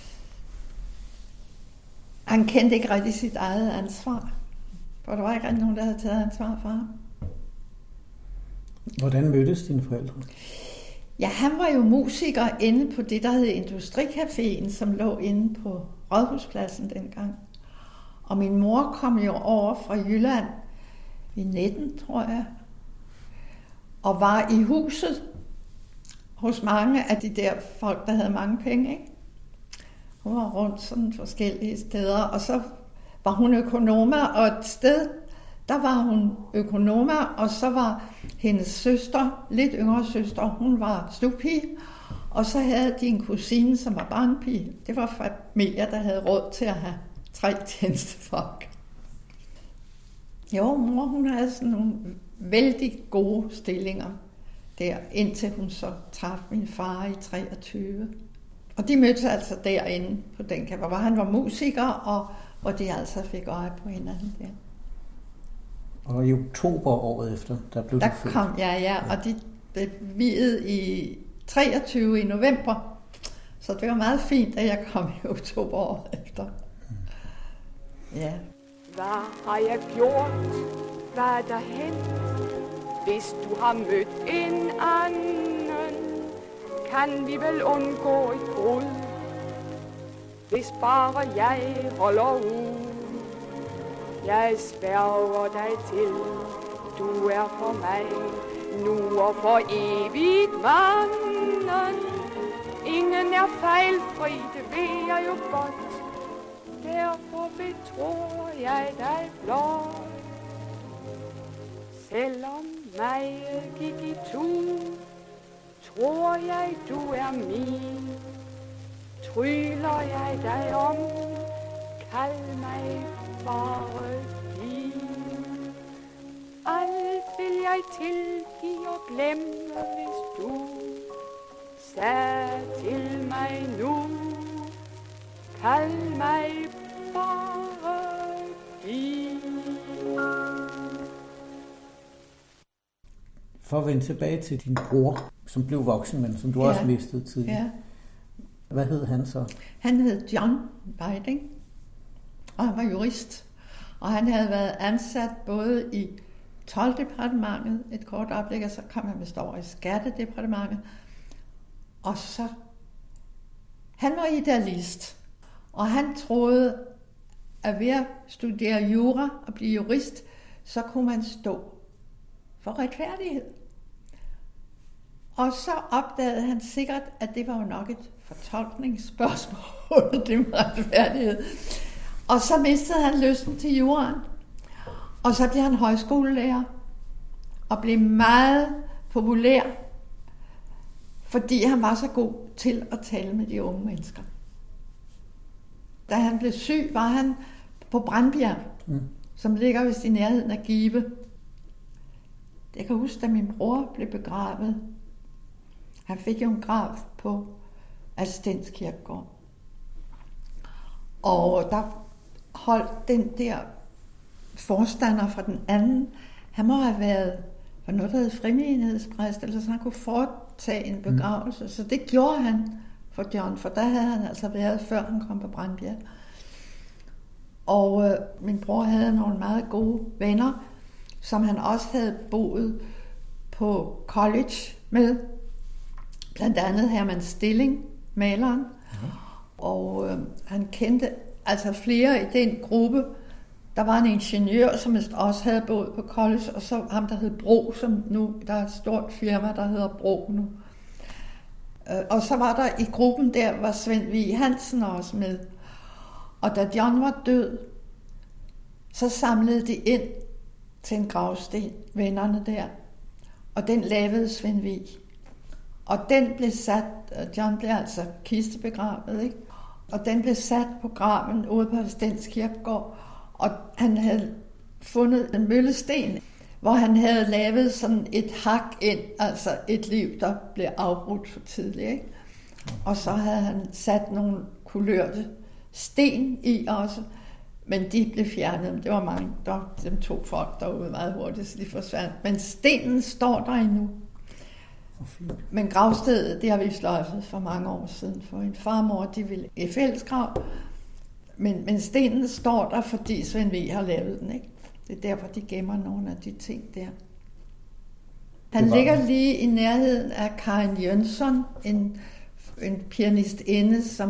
Han kendte ikke rigtig sit eget ansvar. For der var ikke rigtig nogen, der havde taget ansvar for ham. Hvordan mødtes dine forældre? Ja, han var jo musiker inde på det, der hed Industricaféen, som lå inde på Rådhuspladsen dengang. Og min mor kom jo over fra Jylland i nitten, tror jeg, og var i huset hos mange af de der folk, der havde mange penge, ikke? Hun var rundt sådan forskellige steder, og så var hun økonoma, og et sted, der var hun økonoma, og så var hendes søster, lidt yngre søster, hun var stupige, og så havde de en kusine, som var barnpige. Det var familier, der havde råd til at have tre tjenestefolk. Jo, mor, hun havde sådan nogle vældig gode stillinger der, indtil hun så traf min far i treogtyve. Og de mødtes altså derinde på den café, hvor han var musiker, og hvor de altså fik øje på hinanden der. Og i oktober året efter, der blev der du født. Kom, ja, ja, og de blev viet i treogtyve i november. Så det var meget fint, at jeg kom i oktober året efter. Ja. Hvad har jeg gjort? Hvad er der hent? Hvis du har mødt en anden, kan vi vel undgå et brud. Hvis bare jeg holder ud. Jeg sværger dig til, du er for mig nu og for evigt manden. Ingen er fejlfri, det ved jeg jo godt. Derfor betror jeg dig blot. Selvom mig gik i tu, tror jeg du er min. Tryller jeg dig om, kald mig bare din. Alt vil jeg tilgive og glemme, hvis du sagde til mig nu. Kald mig bare din. For at vende tilbage til din bror, som blev voksen, men som du ja. også mistede tidligt. Ja. Hvad hed han så? Han hed John Whiting, og han var jurist. Og han havde været ansat både i tolddepartementet, et kort oplæg, og så kom han vist over i skattedepartementet. Og så, han var idealist, og han troede, at ved at studere jura og blive jurist, så kunne man stå for retfærdighed. Og så opdagede han sikkert, at det var jo nok et fortolkningsspørgsmål, det med retfærdighed. Og så mistede han lysten til juraen. Og så blev han højskolelærer og blev meget populær, fordi han var så god til at tale med de unge mennesker. Da han blev syg, var han på Brandbjerg, mm. som ligger vist i nærheden af Give. Jeg kan huske, da min bror blev begravet. Han fik jo en grav på Assistens Kirkegård. Og der holdt den der forstander fra den anden, han må have været for noget, der hed frimidighedspræst, eller så han kunne foretage en begravelse. Mm. Så det gjorde han for John, for der havde han altså været, før han kom på Brandbjerg. Og øh, min bror havde nogle meget gode venner, som han også havde boet på college med. Blandt andet Herman Stilling, maleren. Mm. Og øh, han kendte altså flere i den gruppe. Der var en ingeniør, som også havde boet på college, og så ham, der hed Bro, som nu, der er et stort firma, der hedder Bro nu. Og så var der i gruppen der, var Svend Vig Hansen også med. Og da John var død, så samlede de ind til en gravsten, vennerne der. Og den lavede Svend Vig. Og den blev sat, John blev altså kistebegravet, ikke? Og den blev sat på graven ude på Assistens Kirkegård. Og han havde fundet en møllesten, hvor han havde lavet sådan et hak ind, altså et liv, der blev afbrudt for tidligt, ikke? Og så havde han sat nogle kulørte sten i også, men de blev fjernet. Det var mange, der var dem to folk derude meget hurtigt, så de forsvandt. Men stenen står der endnu. Men gravstedet, det har vi sløjfet for mange år siden, for en farmor, de ville i fællesgrav. Men, men stenen står der, fordi Svend V. har lavet den, ikke? Det er derfor, de gemmer nogle af de ting der. Han ligger lige i nærheden af Karin Jønsson, en, en pianistinde, som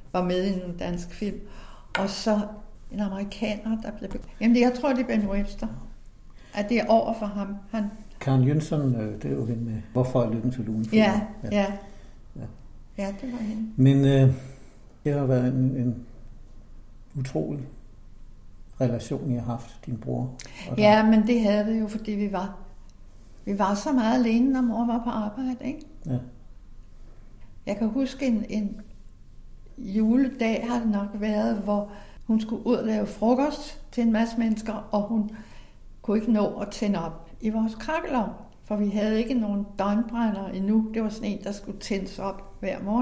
var med i en dansk film. Og så en amerikaner, der blev... Jamen, jeg tror, det er Ben Webster. At det er over for ham. Han... Karen Jønsson, det er jo hende med Hvorfor er lykken til lunen? Ja, ja, ja. Ja, ja det var hende. Men øh, det har været en, en utrolig relation, I har haft, din bror. Ja, men det havde vi jo, fordi vi var, vi var så meget alene, når mor var på arbejde, ikke? Ja. Jeg kan huske en, en juledag, har det nok været, hvor hun skulle ud og lave frokost til en masse mennesker, og hun kunne ikke nå at tænde op i vores krakkelovn, for vi havde ikke nogen døgnbrænder endnu. Det var sådan en, der skulle tændes op hver morgen.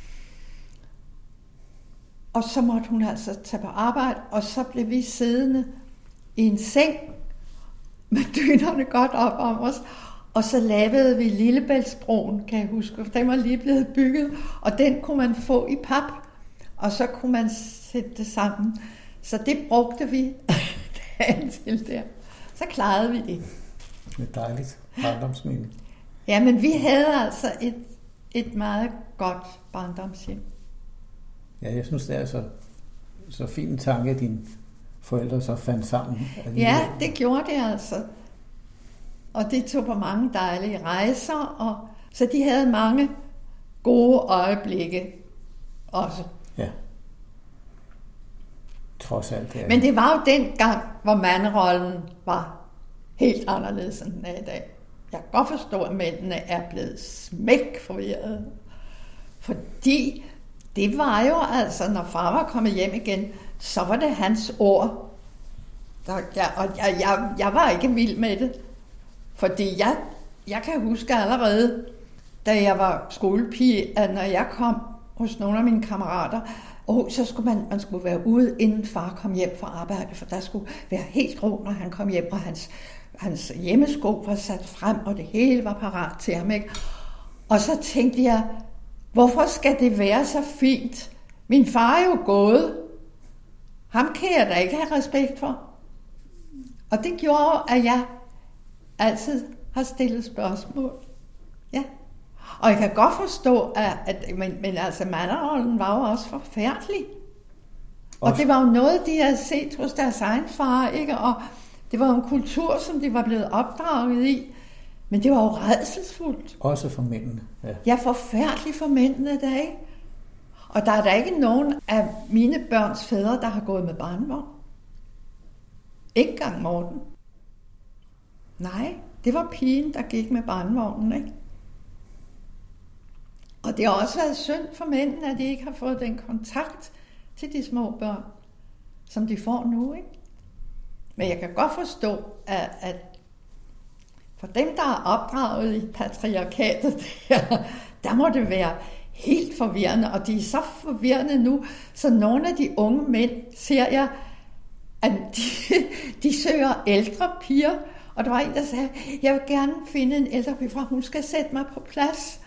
Og så måtte hun altså tage på arbejde, og så blev vi siddende i en seng med dynerne godt op om os. Og så lavede vi Lillebæltsbroen, kan jeg huske, for den var lige blevet bygget, og den kunne man få i pap, og så kunne man sætte det sammen. Så det brugte vi dagen til der. Så klarede vi det. Det er dejligt barndomsminde. Ja, men vi havde altså et, et meget godt barndomshjem. Ja, jeg synes, det er så, så fin en tanke, at dine forældre så fandt sammen. Ja, det gjorde det altså. Og de tog på mange dejlige rejser, og så de havde mange gode øjeblikke også. Ja. Trods alt det. Men det var jo den gang, hvor manderollen var helt anderledes end den er i dag. Jeg kan godt forstå, at mændene er blevet smæk forvirrede. Fordi det var jo altså, når far var kommet hjem igen, så var det hans ord. Der, jeg, og jeg, jeg, jeg var ikke vild med det. Fordi jeg, jeg kan huske allerede, da jeg var skolepige, at når jeg kom hos nogle af mine kammerater, og så skulle man, man skulle være ude, inden far kom hjem fra arbejde, for der skulle være helt ro, når han kom hjem, og hans, hans hjemmesko var sat frem, og det hele var parat til ham, ikke? Og så tænkte jeg, hvorfor skal det være så fint? Min far er jo gået. Ham kan jeg da ikke have respekt for. Og det gjorde, at jeg altid har stillet spørgsmål. Ja. Og jeg kan godt forstå, at, at men, men altså manderollen var jo også forfærdelig. Og også. Det var jo noget, de havde set hos deres egen far, ikke? Og det var jo en kultur, som de var blevet opdraget i. Men det var jo rædselsfuldt. Også for mændene. Ja, ja, forfærdeligt for mændene da, ikke? Og der er der ikke nogen af mine børns fædre, der har gået med barnevogn. Ikke engang Morten. Nej, det var pigen, der gik med barnevognen, ikke? Og det har også været synd for mændene, at de ikke har fået den kontakt til de små børn, som de får nu, ikke? Men jeg kan godt forstå, at, at for dem, der er opdraget i patriarkatet, der, der må det være helt forvirrende, og de er så forvirrende nu, så nogle af de unge mænd, ser jeg, at de, de søger ældre piger, og der var en, der sagde, jeg vil gerne finde en ældre pige, for hun skal sætte mig på plads.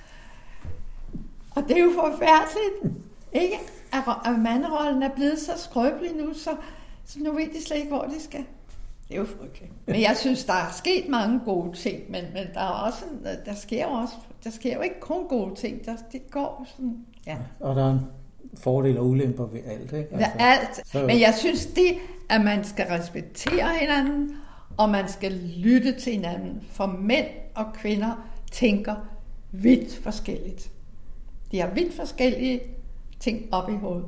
Og det er jo forfærdeligt, ikke? At, at manderollen er blevet så skrøbelig nu, så, så nu ved de slet ikke, hvor de skal. Det er jo frygteligt. Men jeg synes, der er sket mange gode ting, men, men der, er også, der, sker jo også, der sker jo ikke kun gode ting. Der, det går sådan, ja. Og der er en fordel og ulemper ved alt, ikke? Altså, ved alt. så... Men jeg synes, det, at man skal respektere hinanden, og man skal lytte til hinanden. For mænd og kvinder tænker vidt forskelligt. De har vidt forskellige ting op i hovedet.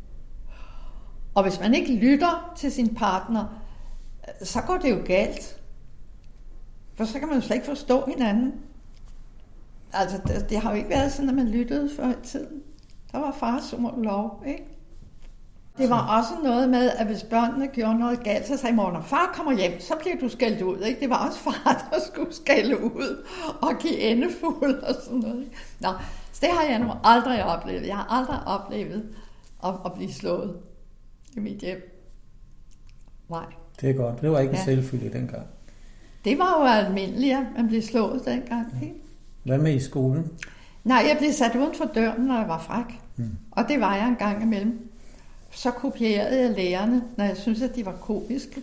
Og hvis man ikke lytter til sin partner, så går det jo galt. For så kan man jo slet ikke forstå hinanden. Altså, det, det har jo ikke været sådan, at man lyttede før i tiden. Der var fars ord lov, ikke? Det var også noget med, at hvis børnene gjorde noget galt, så sagde mor, når far kommer hjem, så bliver du skældt ud, ikke? Det var også far, der skulle skælde ud og give endefuld og sådan noget, ikke? Nå, så det har jeg nu aldrig oplevet. Jeg har aldrig oplevet at, at blive slået i mit hjem. Nej. Det er godt. Det var ikke ja. en selvfølge dengang. Det var jo almindeligt, at man blev slået dengang. Ja. Hvad med i skolen? Nej, jeg blev sat uden for døren, når jeg var fræk. Hmm. Og det var jeg en gang imellem. Så kopierede jeg lærerne, når jeg syntes, at de var komiske.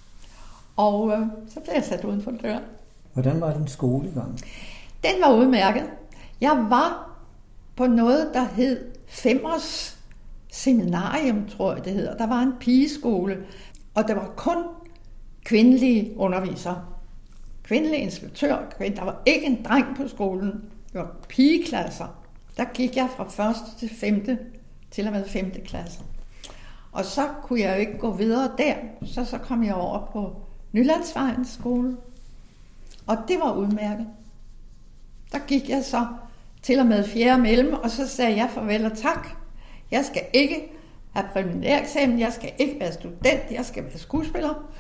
Og øh, så blev jeg sat uden for døren. Hvordan var din skolegang? Den var udmærket. Jeg var på noget, der hed femårs seminarium, tror jeg det hedder. Der var en pigeskole, og der var kun kvindelige undervisere. Kvindelig inspektør, kvinde. Der var ikke en dreng på skolen. Det var pigeklasser. Der gik jeg fra første til femte, til og med femte klasse. Og så kunne jeg jo ikke gå videre der, så, så kom jeg over på Nylandsvejens skole. Og det var udmærket. Der gik jeg så til og med fjerde mellem, og så sagde jeg farvel og tak. Jeg skal ikke have præliminæreksamen, jeg skal ikke være student, jeg skal være skuespiller.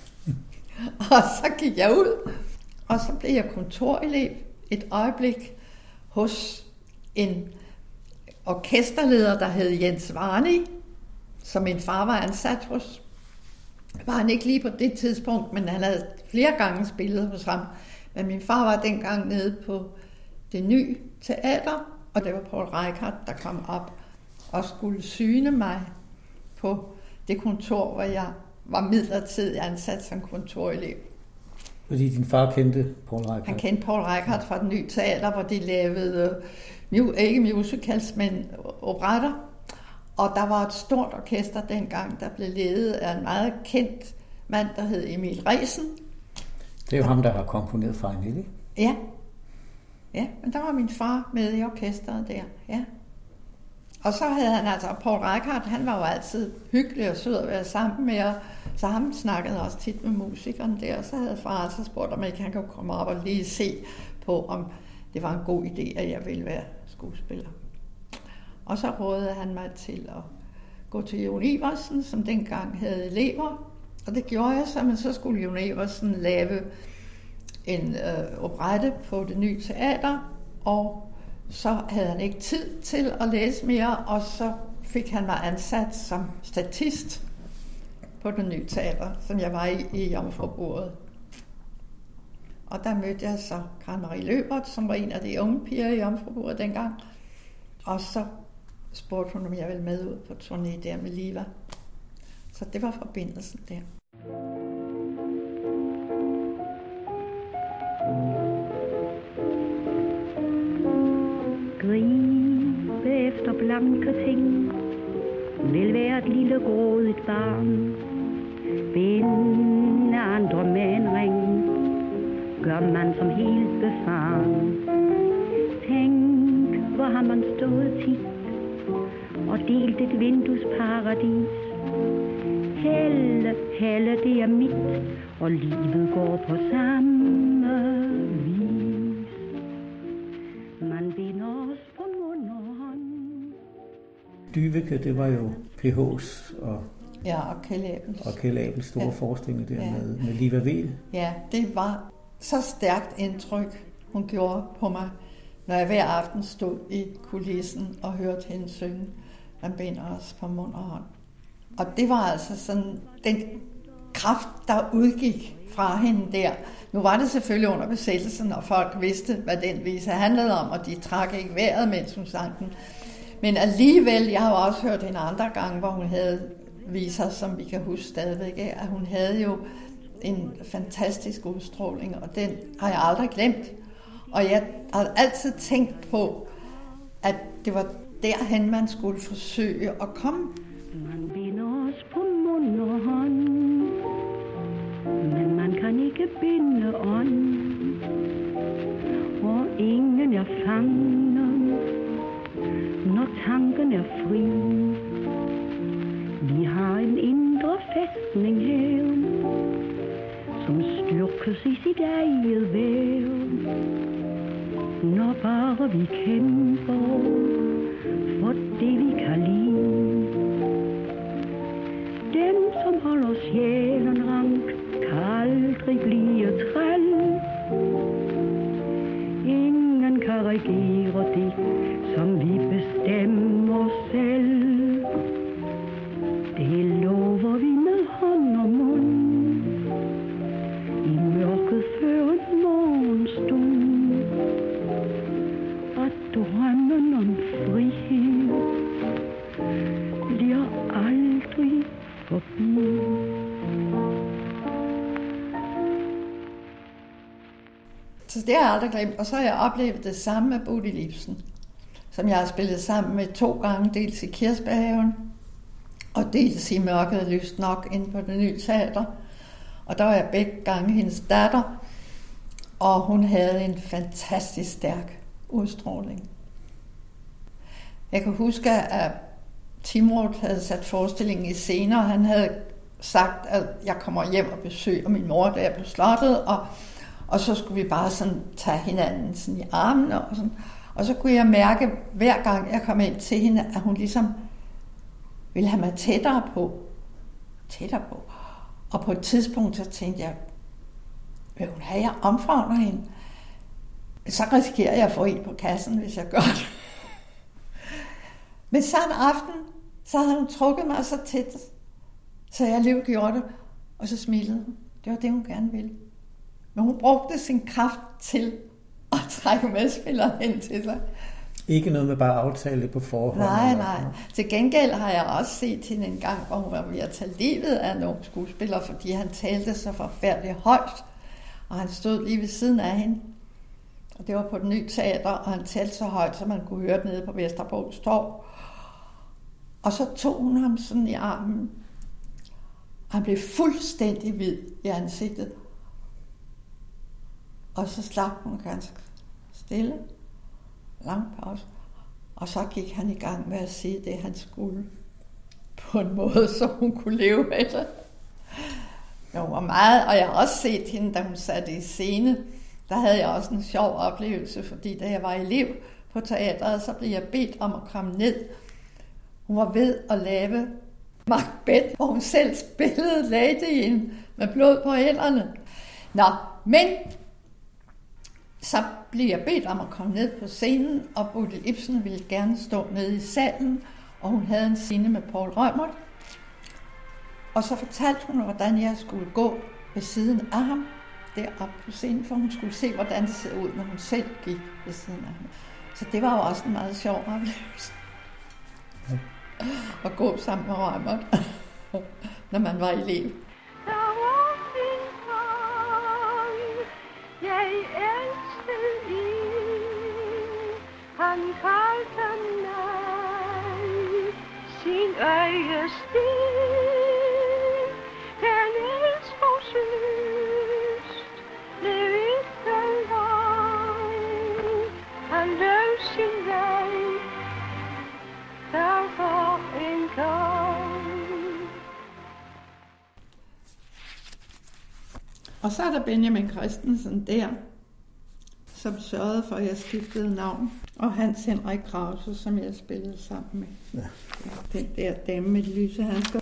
Og så gik jeg ud, og så blev jeg kontorelev et øjeblik hos en orkesterleder, der hed Jens Varni, som min far var ansat hos. Var han ikke lige på det tidspunkt, men han havde flere gange spillet hos ham. Men min far var dengang nede på Det Nye Teater, og det var Poul Reichhardt, der kom op og skulle syne mig på det kontor, hvor jeg var midlertidigt ansat som kontorelev. Fordi din far kendte Poul Reichhardt? Han kendte Poul Reichhardt fra Det Nye Teater, hvor de lavede, ikke musicals, men operetter. Og der var et stort orkester dengang, der blev ledet af en meget kendt mand, der hed Emil Resen. Det er jo ham, der har komponeret Fejl, ikke? Ja. Ja, men der var min far med i orkestret der, ja. Og så havde han altså, Poul Reichhardt, han var jo altid hyggelig og sød at være sammen med, og så han snakkede også tit med musikerne der, og så havde far altså spurgt, om ikke han kunne komme op og lige se på, om det var en god idé, at jeg ville være skuespiller. Og så rådede han mig til at gå til Jon Iversen, som dengang havde elever, og det gjorde jeg så, men så skulle Jon Iversen lave en øh, operette på Det Nye Teater, og så havde han ikke tid til at læse mere, og så fik han mig ansat som statist på Det Nye Teater, som jeg var i i Jomfrubordet. Og der mødte jeg så Karen Marie Løbert, som var en af de unge piger i Jomfrubordet dengang. Og så spurgte hun, om jeg ville med ud på turné der med Liva. Så det var forbindelsen der. Gribe efter blanke ting, vil være et lille grådigt barn. Binde andre med en ring, gør man som helt befaren. Tænk, hvor har man stået tit og delt et vinduesparadis. Helle, helle, det er mit, og livet går på samme vis. Man binder os på mund og hånd. Dyveke, det var jo P H's og, ja, og Kjeld Abels. og Kjeld Abels store ja. forestilling der ja. med, med Liva Weel. Ja, det var så stærkt indtryk, hun gjorde på mig, når jeg hver aften stod i kulissen og hørte hende synge, man binder os på mund og hånd. Og det var altså sådan den kraft, der udgik fra hende der. Nu var det selvfølgelig under besættelsen, og folk vidste, hvad den vise handlede om, og de trak ikke vejret, mens hun sang den. Men alligevel, jeg har jo også hørt hende andre gange, hvor hun havde viser, som vi kan huske stadigvæk, at hun havde jo en fantastisk udstråling, og den har jeg aldrig glemt. Og jeg har altid tænkt på, at det var derhen, man skulle forsøge at komme. Man binder os på mund og hånd, men man kan ikke binde ånd. Og ingen er fangen, når tanken er fri. Vi har en indre fæstning her, som styrkes i sit eget væv. Når bare vi kæmper for det vi kan lide. Den som holder sjælen rank kan aldrig blive træl. Ingen kan regere det, som vi bestemmer selv. Det lover vi med hånd og mund i mørket før en morgenstund. At drømmen om frihed bliver aldrig forbi. Så det har jeg aldrig glemt. Og så har jeg oplevet det samme med Bodil Ibsen. som jeg har spillet sammen med to gange, dels i Kirsberghaven, og dels i Mørket er lyst nok inde på Det Nye Teater. Og der var jeg begge gange hendes datter, og hun havde en fantastisk stærk udstråling. Jeg kan huske, at Timrod havde sat forestillingen i scene, og han havde sagt, at jeg kommer hjem og besøger min mor, der på slottet, og, og så skulle vi bare sådan tage hinanden sådan i armene, og, sådan. Og så kunne jeg mærke, hver gang jeg kom ind til hende, at hun ligesom ville have mig tættere på. Tættere på. Og på et tidspunkt, så tænkte jeg, vil hun have, jeg omfavner hende? Så risikerer jeg at få en på kassen, hvis jeg gør det. Men samme aften, så havde hun trukket mig så tæt, så jeg alligevel gjorde det, og så smilede hun. Det var det, hun gerne ville. Men hun brugte sin kraft til at trække medspillere hen til sig. Ikke noget med bare aftale på forhånd? Nej, nej. Til gengæld har jeg også set hende en gang, hvor hun var ved at tage livet af en ung skuespiller, fordi han talte så forfærdeligt højt, og han stod lige ved siden af hende. Og det var på Det Nye Teater, og han talte så højt, så man kunne høre det nede på Vesterbros Torv. Og så tog hun ham sådan i armen. Han blev fuldstændig hvid i ansigtet. Og så slap hun ganske stille. Lang pause. Og så gik han i gang med at sige det, han skulle. På en måde, så hun kunne leve med det. Men hun var meget, og jeg har også set hende, da hun satte i scene. Der havde jeg også en sjov oplevelse, fordi da jeg var elev på teateret, så blev jeg bedt om at komme ned. Hun var ved at lave Macbeth, hvor hun selv spillede ladyen med blod på hænderne. Nå, men så blev jeg bedt om at komme ned på scenen, og Bodil Ibsen ville gerne stå nede i salen, og hun havde en scene med Poul Reumert. Og så fortalte hun, hvordan jeg skulle gå ved siden af ham, deroppe på scenen, for hun skulle se, hvordan det ser ud, når hun selv gik ved siden af ham. Så det var jo også en meget sjov oplevelse. Ja. At gå sammen med Reumert, når man var elev. Jeg elskede en, han kaldte mig sin øjesten. Den elskos lyst blev ikke løgn. Han løb sin vej, der var en gang. Og så er der Benjamin Christensen der, som sørgede for, at jeg skiftede navn. Og Hans Henrik Krause, som jeg spillede sammen med. Ja. Den der dame med de lyse handsker.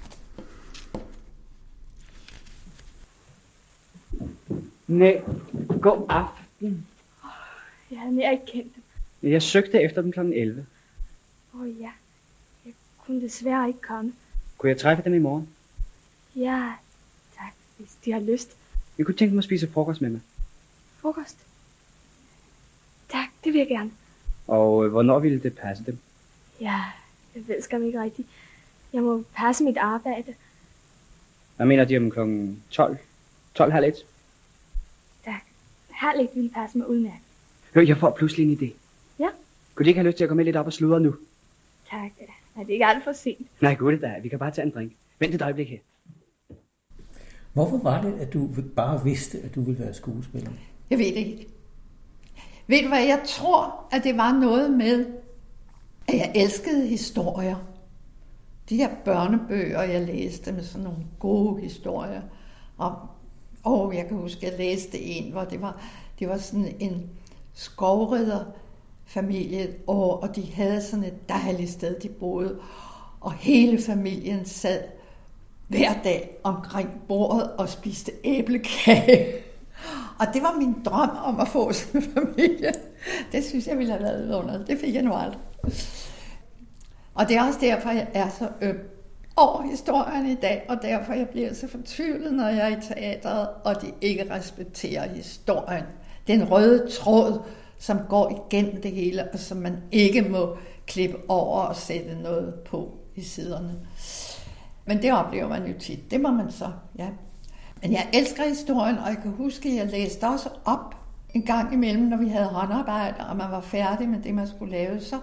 Nej, god aften. Jeg havde mere ikke kendt dem. Jeg søgte efter dem klokken elleve. Åh oh, ja, jeg kunne desværre ikke komme. Kunne jeg træffe dem i morgen? Ja, tak, hvis de har lyst. Jeg kunne tænke mig at spise frokost med mig. Frokost? Tak, det vil jeg gerne. Og øh, hvornår ville det passe dem? Ja, jeg ved skam ikke rigtigt. Jeg må passe mit arbejde. Hvad mener de om klokken tolv? tolv halv et? Tak, halv et ville passe mig udmærket. Hør, jeg får pludselig en idé. Ja? Kunne de ikke have lyst til at komme lidt op og sludre nu? Tak, nej, det er ikke alt for sent. Nej, gud det da. Vi kan bare tage en drink. Vent et øjeblik her. Hvorfor var det, at du bare vidste, at du ville være skuespiller? Jeg ved det ikke. Ved du hvad, jeg tror, at det var noget med, at jeg elskede historier. De her børnebøger, jeg læste med sådan nogle gode historier. Og, og jeg kan huske, at jeg læste en, hvor det var, det var sådan en skovridderfamilie, og, og de havde sådan et dejligt sted, de boede. Og hele familien sad hver dag omkring bordet og spiste æblekage. Og det var min drøm om at få sådan en familie. Det synes jeg ville have været under. Det fik jeg nu aldrig. Og det er også derfor, jeg er så øm over historien i dag, og derfor jeg bliver så fortvivlet, når jeg er i teatret, og de ikke respekterer historien. Den røde tråd, som går igennem det hele, og som man ikke må klippe over og sætte noget på i siderne. Men det oplever man jo tit. Det må man så, ja. Men jeg elsker historien, og jeg kan huske, at jeg læste også op en gang imellem, når vi havde håndarbejde, og man var færdig med det, man skulle lave, så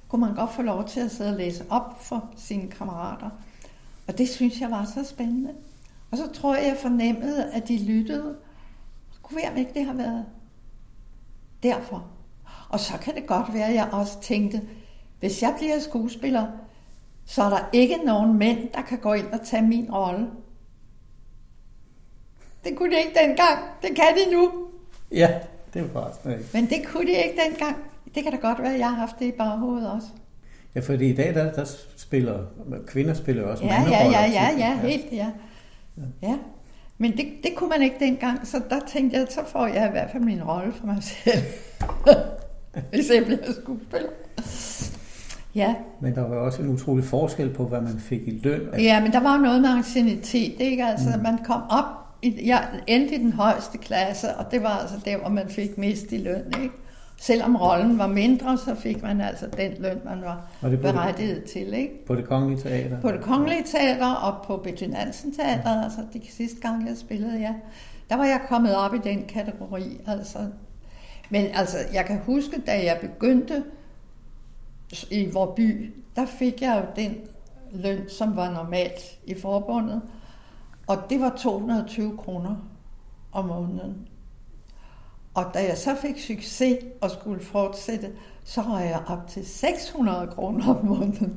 kunne man godt få lov til at sidde og læse op for sine kammerater. Og det synes jeg var så spændende. Og så tror jeg, jeg fornemmede, at de lyttede. Så kunne være, ikke det har været derfor. Og så kan det godt være, at jeg også tænkte, hvis jeg bliver skuespiller, så er der ikke nogen mænd, der kan gå ind og tage min rolle. Det kunne de ikke dengang. Det kan de nu. Ja, det var faktisk ikke. Men det kunne de ikke dengang. Det kan da godt være, at jeg har haft det i baghovedet også. Ja, fordi i dag, der, der spiller kvinder spiller også ja, mange ja, roller. Ja, ja, ja, helt, ja. Ja, men det, det kunne man ikke dengang, så der tænkte jeg, så får jeg i hvert fald min rolle for mig selv. Hvis jeg bliver skuespiller. Ja. Men der var også en utrolig forskel på, hvad man fik i løn. Ja, men der var jo noget med anciennitet, ikke? Altså, mm. man kom op, i, jeg endte i den højeste klasse, og det var altså der, hvor man fik mest i løn, ikke? Selvom rollen var mindre, så fik man altså den løn, man var berettiget det, til, ikke? På det Kongelige Teater? På det Kongelige Teater og på Betty Nansen Teater, ja. Altså de sidste gange, jeg spillede, ja. Der var jeg kommet op i den kategori, altså. Men altså, jeg kan huske, da jeg begyndte i vor by, der fik jeg jo den løn, som var normalt i forbundet, og det var to hundrede og tyve kroner om måneden. Og da jeg så fik succes og skulle fortsætte, så røg jeg op til seks hundrede kroner om måneden.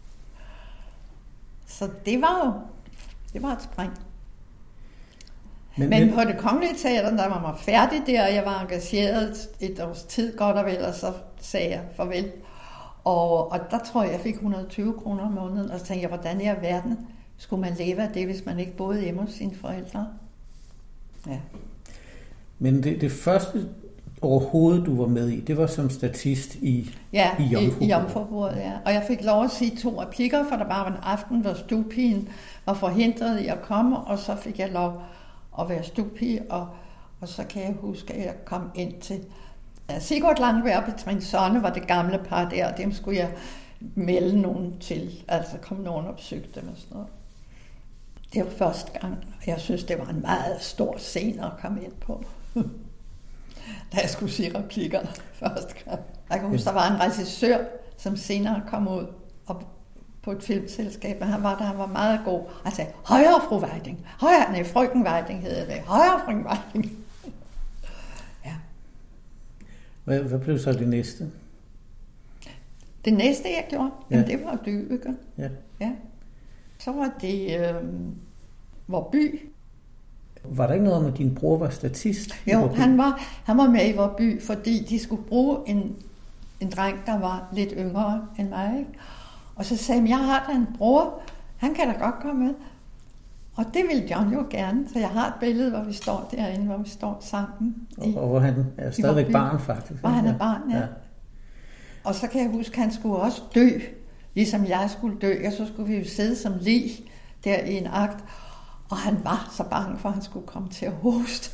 Så det var jo det var et spring. Men, men på det Kongelige Teater, der var mig færdig der, og jeg var engageret et års tid godt og vel, og så sagde jeg farvel. Og, og der tror jeg, jeg fik et hundrede og tyve kroner om måneden, og så tænkte jeg, hvordan i verden skulle man leve af det, hvis man ikke boede hjemme hos sine forældre? Ja. Men det, det første overhovedet, du var med i, det var som statist i, ja, i Jomfrubordet. i, i Jomfrubordet, ja. Og jeg fik lov at sige to replikker, for der var en aften, hvor stuepigen var forhindret i at komme, og så fik jeg lov at være stuepige, og, og så kan jeg huske, at jeg kom ind til ja, Sigurd Langberg og Petrin Sonne var det gamle par der, og dem skulle jeg melde nogen til, altså kom nogen og besøgte dem og sådan noget. Det var første gang, og jeg synes, det var en meget stor scene at komme ind på. Da jeg skulle sige replikkerne første gang. Jeg kan huske, der var en regissør, som senere kom ud og på et filmselskab, og han var der, han var meget god. Han sagde, højere fru Weiding, højere, nej, frøken Weiding hedder det, højere frøken Weiding. Ja. Hvad, hvad blev så det næste? Det næste, jeg gjorde, ja. Jamen, det var Dyveke. Ja. Ja. Så var det øh, vor by. Var der ikke noget om, at din bror var statist? Jo, han var, han var med i vor by, fordi de skulle bruge en, en dreng, der var lidt yngre end mig. Ikke? Og så sagde han, jeg har da en bror, han kan da godt komme med. Og det ville John jo gerne, så jeg har et billede, hvor vi står derinde, hvor vi står sammen. I, og hvor han er stadigvæk barn, faktisk. Hvor han er barn, ja. ja. Og så kan jeg huske, at han skulle også dø, ligesom jeg skulle dø, og så skulle vi jo sidde som lig der i en akt. Og han var så bange for, at han skulle komme til at hoste.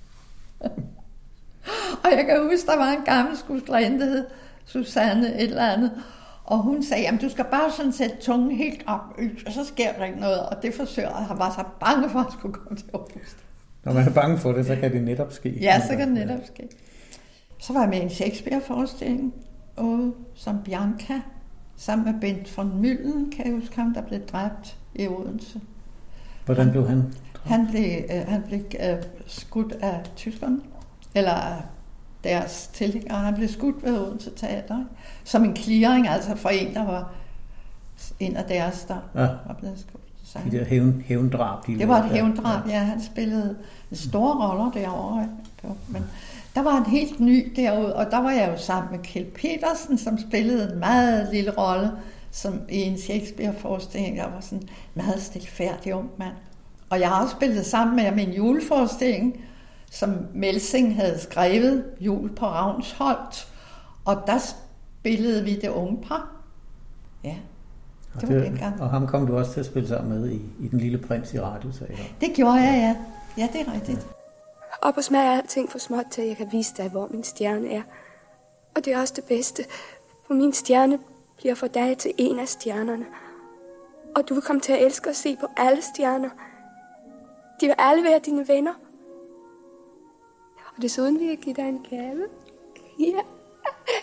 Og jeg kan huske, der var en gammel skuespillerinde, der hed Susanne et eller andet. Og hun sagde, jamen du skal bare sådan sætte tungen helt op, og så sker der ikke noget. Og det forsøger, at han var så bange for, at han skulle komme til at hoste. Når man er bange for det, så kan det netop ske. Ja, så kan det netop ske. Så var jeg med i en Shakespeare-forestilling, og som Bianca, sammen med Bent von Müllen, kan jeg huske ham, der blev dræbt i Odense. Hvordan blev han dræbt? Han blev, øh, han blev øh, skudt af tyskerne, eller af deres tilhængere. Han blev skudt ved Odense Teater, som en clearing, altså for en, der var en af deres, der ja. var blevet skudt. Så de der hævn, hævndrab. De det var et hævndrab, ja. Han spillede store roller derovre. Men der var en helt ny derude, og der var jeg jo sammen med Kjeld Petersen, som spillede en meget lille rolle, som i en Shakespeare-forestilling. Jeg var sådan en meget stilfærdig ung mand. Og jeg har også spillet sammen med ham i en juleforestilling, som Melsing havde skrevet, Jul på Ravnsholt. Og der spillede vi det unge par. Ja, det var dengang. Og ham kom du også til at spille sammen med i, i Den Lille Prins i Radioteater. Det gjorde jeg, ja. Ja, det er rigtigt. Op hos mig er alting for småt til, at jeg kan vise dig, hvor min stjerne er. Og det er også det bedste, for min stjerne bliver for dig til en af stjernerne. Og du vil komme til at elske at se på alle stjerner. De vil alle være dine venner. Og desuden vil jeg give dig en gave. Ja,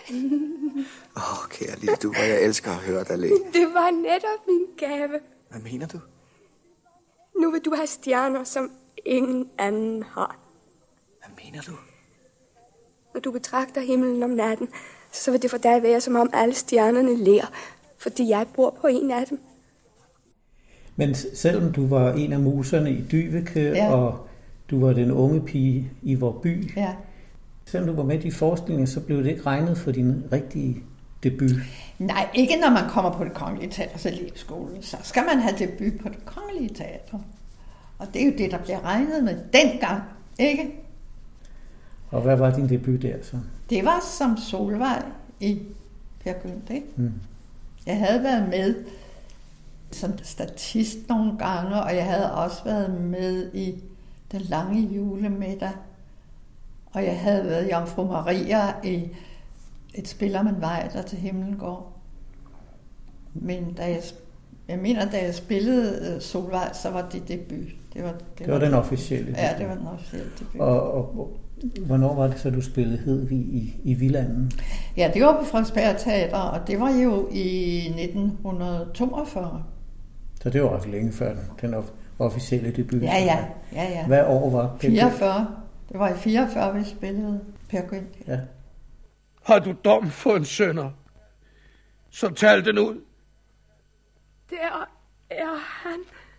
Åh, oh, kære lille du, hvor jeg elsker at høre dig le. Det var netop min gave. Hvad mener du? Nu vil du have stjerner, som ingen anden har. Hvad mener du? Når du betragter himlen om natten, så vil det for dig være, som om alle stjernerne ler, fordi jeg bor på en af dem. Men selvom du var en af muserne i Dyveke, ja. og du var den unge pige i vor by, ja. selvom du var med i forestillinger, så blev det ikke regnet for din rigtige debut? Nej, ikke når man kommer på Det Kongelige Teaters elevskole. Så skal man have debut på Det Kongelige Teater. Og det er jo det, der bliver regnet med dengang, ikke? Og hvad var din debut der så? Det var som Solvej i Per Gynt. Mm. Jeg havde været med som statist nogle gange, og jeg havde også været med i Den Lange Julemiddag. Og jeg havde været Jomfru Maria i Et spiller man vej, der til himlen går. Men da jeg, jeg mener, da jeg spillede Solvej, så var det debut. Det var, det det var, var den officielle debut. Ja, det var den officielle debut. Og, og, og hvornår var det så, du spillede Hedvig i, i Vildanden? Ja, det var på Frederiksberg Teater, og det var jo i nitten toogfyrre. Så det var også længe før den officielle debut. Ja, ja. ja, ja. Hvad år var det? fireogfyrre. Det var i fireogfyrre, vi spillede Per Gynt. Ja. Har du dom for en sønder? Så tal den ud. Der er han.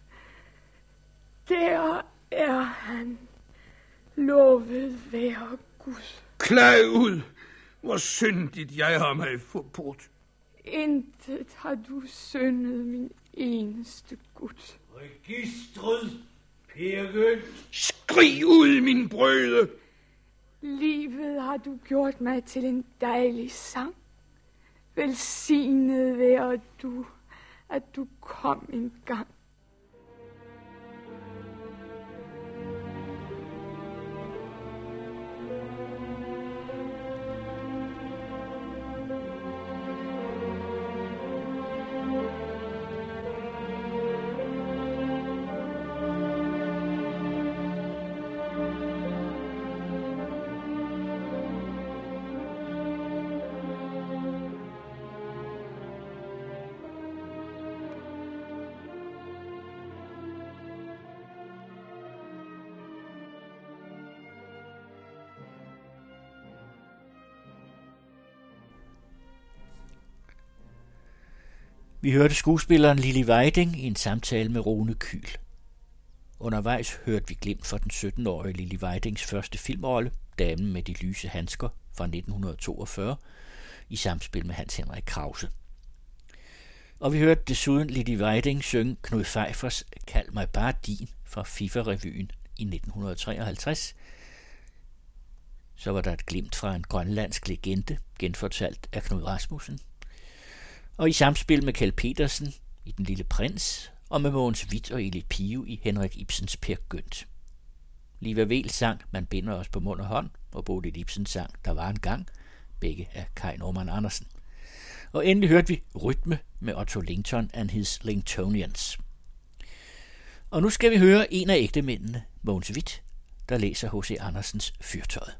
Der er han. Lovet være Gud. Klag ud, hvor syndigt jeg har mig forbudt. Intet har du syndet, min eneste Gud. Registret, Per Gynt. Skrig ud, min brøde. Livet har du gjort mig til en dejlig sang. Velsignet være du, at du kom en gang. Vi hørte skuespilleren Lili Weiding i en samtale med Rune Kyhl. Undervejs hørte vi glimt for den sytten-årige Lili Weidings første filmrolle, Damen med de lyse handsker fra nitten toogfyrre, i samspil med Hans Henrik Krause. Og vi hørte desuden Lili Weiding synge Knud Pfeiffers Kald mig bare din fra FIFA-revyen i nitten treoghalvtreds. Så var der et glimt fra en grønlandsk legende, genfortalt af Knud Rasmussen. Og i samspil med Kjeld Petersen i Den Lille Prins, og med Mogens Wieth og Elit Piu i Henrik Ibsens Per Gynt. Liva Vel sang Man binder os på mund og hånd, og Bodil Ibsen sang Der var en gang, begge af Kai Normann Andersen. Og endelig hørte vi Rytme med Otto Lington and his Lingtonians. Og nu skal vi høre en af ægtemændene, Mogens Wieth, der læser H C Andersens Fyrtøjet.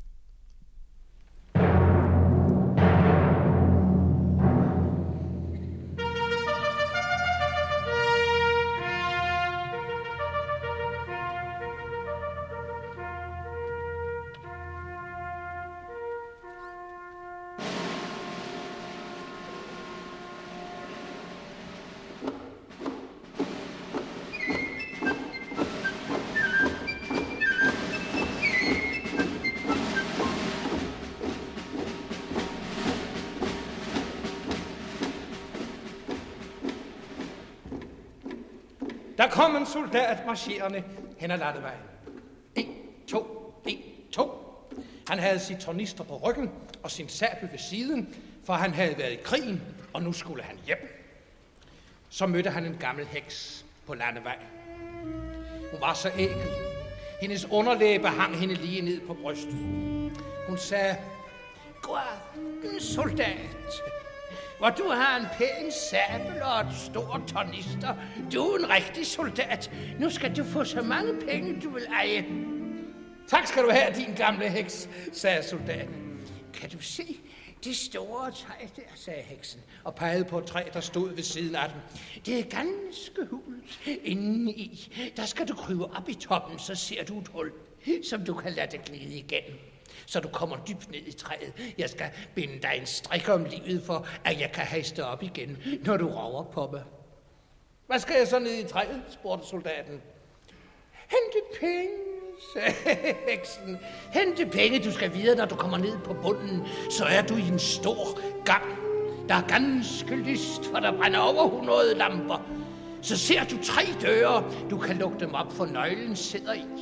Der kom en soldat marcherende hen ad landevejen. En, to, en, to. Han havde sit tornister på ryggen og sin sabel ved siden, for han havde været i krigen, og nu skulle han hjem. Så mødte han en gammel heks på landevejen. Hun var så ækel. Hendes underlæbe hang hende lige ned på brystet. Hun sagde, god aften, soldat. Hvor du har en pæn sabel og et stort tornister. Du er en rigtig soldat. Nu skal du få så mange penge, du vil eje. Tak skal du have, din gamle heks, sagde soldaten. Kan du se, Det store træ der, sagde heksen, og pegede på et træ, der stod ved siden af dem. Det er ganske hult. Inden i, der skal du krybe op i toppen, så ser du et hul, som du kan lade det glide igennem. Så du kommer dybt ned i træet. Jeg skal binde dig en strik om livet, for at jeg kan haste op igen, når du rover på mig. Hvad skal jeg så ned i træet, spurgte soldaten. Hente penge, sagde heksen. Hente penge, du skal videre, når du kommer ned på bunden, så er du i en stor gang. Der er ganske lyst, for der brænder over hundrede lamper. Så ser du tre døre, du kan lukke dem op, for nøglen sidder i.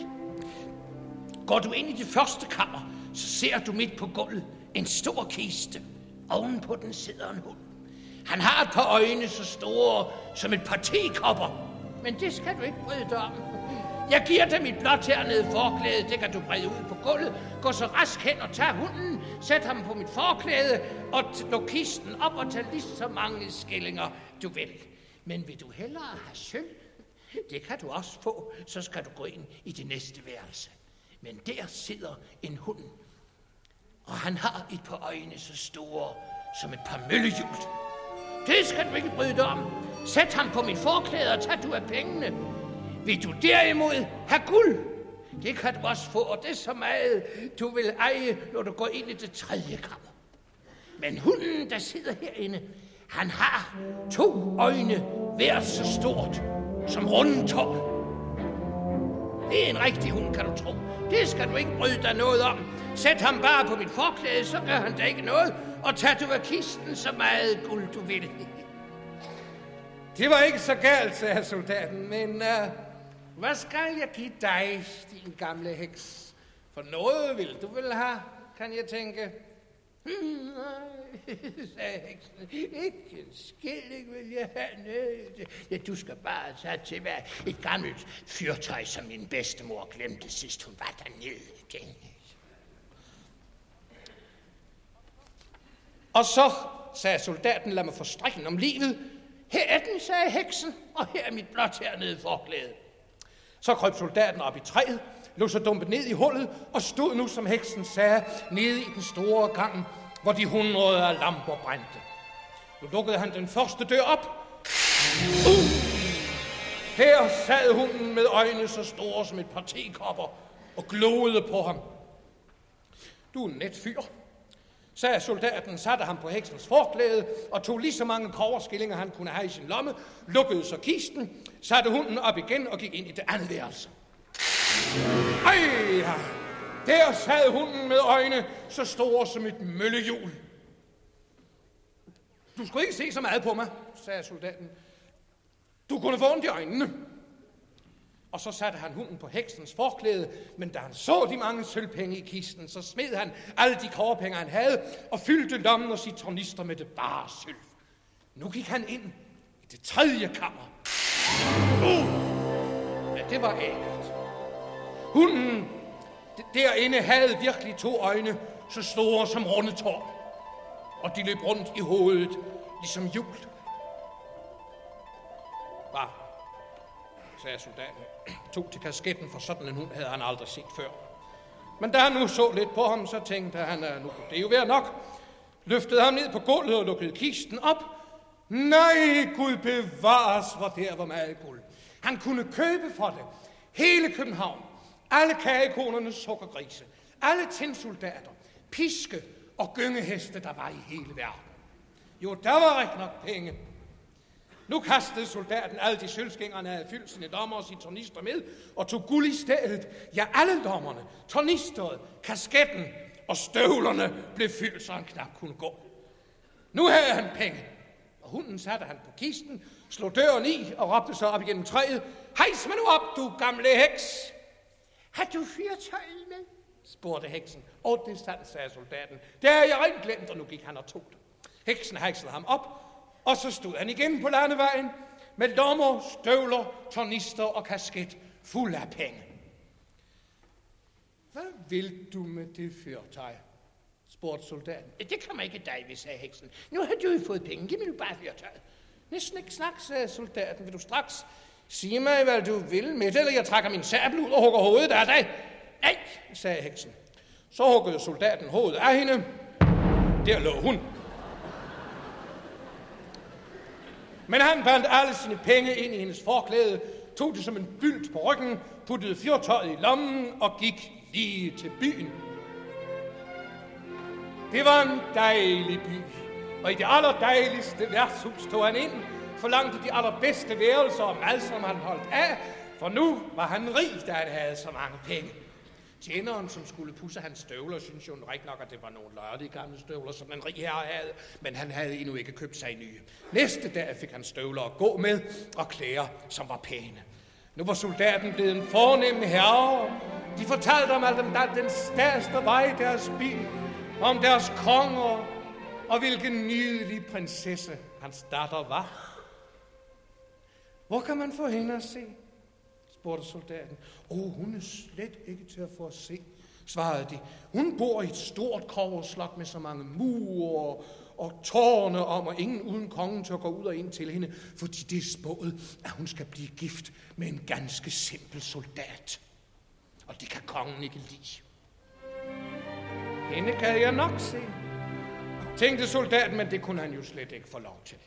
Går du ind i det første kammer, så ser du midt på gulvet en stor kiste. Ovenpå den sidder en hund. Han har et par øjne så store som et par tekopper. Men det skal du ikke bryde dig om. Jeg giver dem mit blåternede forklæde, det kan du brede ud på gulvet. Gå så rask hen og tag hunden, sæt ham på mit forklæde og luk kisten op og tag lige så mange skillinger du vil. Men vil du hellere have sølv? Det kan du også få, så skal du gå ind i det næste værelse. Men der sidder en hund, og han har et par øjne så store som et par møllehjul. Det skal du ikke bryde dig om. Sæt ham på mit forklæde og tag du af pengene. Vil du derimod have guld? Det kan du også få, og det er så meget, du vil eje, når du går ind i det tredje kammer. Men hunden, der sidder herinde, han har to øjne, hver så stort som rundetårn. Det er en rigtig hund, kan du tro. Det skal du ikke bryde dig noget om. Sæt ham bare på mit forklæde, så gør han da ikke noget, og tag du af kisten så meget guld, du vil. Det var ikke så galt, sagde soldaten, men uh, hvad skal jeg give dig, din gamle heks? For noget vil du vel have, kan jeg tænke. Nej, sagde heksen. Ikke en skilling vil jeg have ned. Ja, du skal bare tage til mig et gammelt fyrtøj, som min bedstemor glemte sidst hun var dernede igen. Og så sagde soldaten, lad mig få strikken om livet. Her er den, sagde heksen, og her er mit blåternede forklæde. Så krøb soldaten op i træet, lå så dumpet ned i hullet, og stod nu, som heksen sagde, nede i den store gang, hvor de hundrede af lamper brændte. Nu lukkede han den første dør op. Uh! Her sad hunden med øjne så store som et par tekopper og glodede på ham. Du er en net fyr, sagde soldaten, satte ham på heksens forklæde og tog lige så mange koverskillinger, han kunne have i sin lomme, lukkede så kisten, satte hunden op igen og gik ind i det andet værelse. Ej, ja. Der sad hunden med øjne så store som et møllehjul. Du skulle ikke se så meget på mig, sagde soldaten. Du kunne få ondt i øjnene. Og så satte han hunden på heksens forklæde, men da han så de mange sølvpenge i kisten, så smed han alle de kobberpenge, han havde, og fyldte lommen og sit tornister med det bare sølv. Nu gik han ind i det tredje kammer. Uh! Ja, det var ægelt. Hunden derinde havde virkelig to øjne, så store som rundetårn, og de løb rundt i hovedet, ligesom hjul. Hvad? Sagde soldaten. Tog til kasketten, for sådan en hund havde han aldrig set før. Men da han nu så lidt på ham, så tænkte han, at nu kunne det jo være nok. Løftede ham ned på gulvet og lukkede kisten op. Nej, Gud bevares, hvor der var meget guld. Han kunne købe for det hele København, alle kagekonernes sukkergrise, alle tinsoldater, piske og gyngeheste, der var i hele verden. Jo, der var rigtig nok penge. Nu kastede soldaten alle de sølvskænger, han havde fyldt sine lommer og sine tornister med, og tog guld i stedet. Ja, alle lommerne, tornisteret, kasketten og støvlerne blev fyldt, så han knap kunne gå. Nu havde han penge, og hunden satte han på kisten, slog døren i og råbte så op igennem træet. Hejs mig nu op, du gamle heks! Har du fyrtøjet med? Spurgte heksen. Og det er sandt, sagde soldaten. Det har jeg rent glemt, og nu gik han og tog det. Heksen hejsede ham op, og så stod han igen på landevejen med lommer, støvler, tornister og kasket fuld af penge. Hvad vil du med det fyrtøj? Spurgte soldaten. Det kan man ikke dig, vi sagde heksen. Nu har du jo fået penge. Giv mig nu bare fyrtøjet. Næsten ikke snak, sagde soldaten. Vil du straks sige mig, hvad du vil med det, eller jeg trækker min sabel ud og hugger hovedet af dig? Nej, sagde heksen. Så huggede soldaten hovedet af hende. Der lå hun. Men han bandt alle sine penge ind i hendes forklæde, tog det som en bylt på ryggen, puttede fyrtøjet i lommen og gik lige til byen. Det var en dejlig by, og i det allerdejligste værtshus tog han ind, forlangte de allerbedste værelser og mad, som han holdt af, for nu var han rig, da han havde så mange penge. Tjeneren, som skulle pusse hans støvler, synes jo rigtig nok, at det var nogle lørdige gamle støvler, som den rige herre havde, men han havde endnu ikke købt sig nye. Næste dag fik han støvler at gå med, og klæder, som var pæne. Nu var soldaten blevet en fornem herre. De fortalte om alt om den stærste vej deres bil, om deres konger, og hvilken nydelig prinsesse hans datter var. Hvor kan man få hende at se? Spurgte soldaten. Åh, oh, hun er slet ikke til at få at se, svarede de. Hun bor i et stort kobberslot med så mange mure og tårne om, og ingen uden kongen til at gå ud og ind til hende, fordi det er spået, at hun skal blive gift med en ganske simpel soldat. Og det kan kongen ikke lide. Hende kan jeg nok se, tænkte soldaten, men det kunne han jo slet ikke få lov til.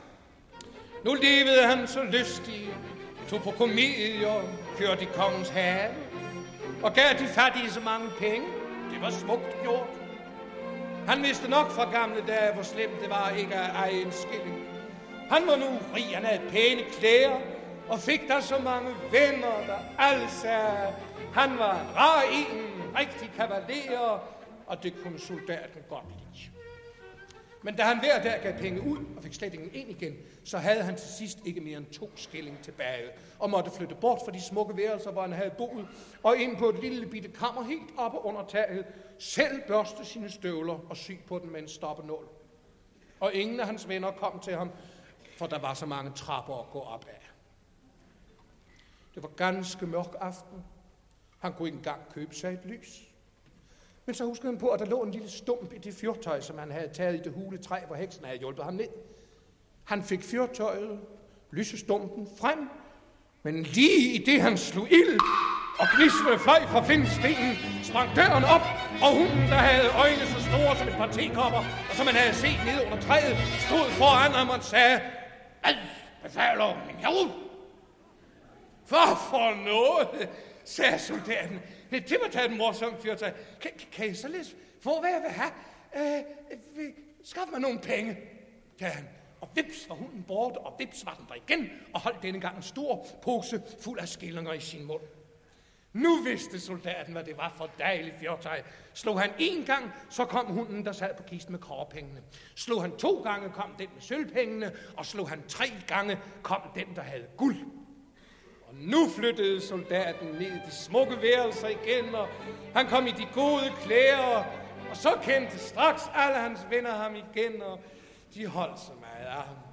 Nu levede han så lystig, tog på komedier, kørte i kongens have, og gav de fattige så mange penge. Det var smukt gjort. Han vidste nok fra gamle dage, hvor slemt det var ikke at eje en skilling. Han var nu rig, han havde pæne klæder, og fik der så mange venner, der alle sagde, han var en rar en, rigtig kavaler, og det kunne soldaten godt lide. Men da han hver dag gav penge ud og fik slet ingen ind igen, så havde han til sidst ikke mere end to skilling tilbage, og måtte flytte bort fra de smukke værelser, hvor han havde boet, og ind på et lille bitte kammer helt oppe under taget, selv børste sine støvler og sy på den med en stoppenål. Og ingen af hans venner kom til ham, for der var så mange trapper at gå op af. Det var ganske mørk aften. Han kunne ikke engang købe sig et lys. Men så huskede han på, at der lå en lille stump i det fyrtøj, som han havde taget i det hule træ, hvor heksen havde hjulpet ham ned. Han fik fyrtøjet, lysestumpen frem, men lige i det han slog ild, og gnistene fløj fra flintstenen, sprang døren op, og hunden, der havde øjne så store som et par tekopper, og som han havde set nede under træet, stod foran ham og sagde, hvad befaler min herre? For for noget, sagde soldaten. Det var taget en morsom fyrtøj. Kan, kan I således få, hvad jeg vil have? Øh, skaf mig nogle penge, sagde han. Og vips var hunden bort, og vips var den der igen, og holdt denne gang en stor pose fuld af skillinger i sin mund. Nu vidste soldaten, hvad det var for dejligt fyrtøj. Slog han en gang, så kom hunden, der sad på kisten med kobberpengene. Slog han to gange, kom den med sølvpengene, og slog han tre gange, kom den, der havde guld. Og nu flyttede soldaten ned i de smukke værelser igen, og han kom i de gode klæder, og så kendte straks alle hans venner ham igen, og de holdt så meget af ham.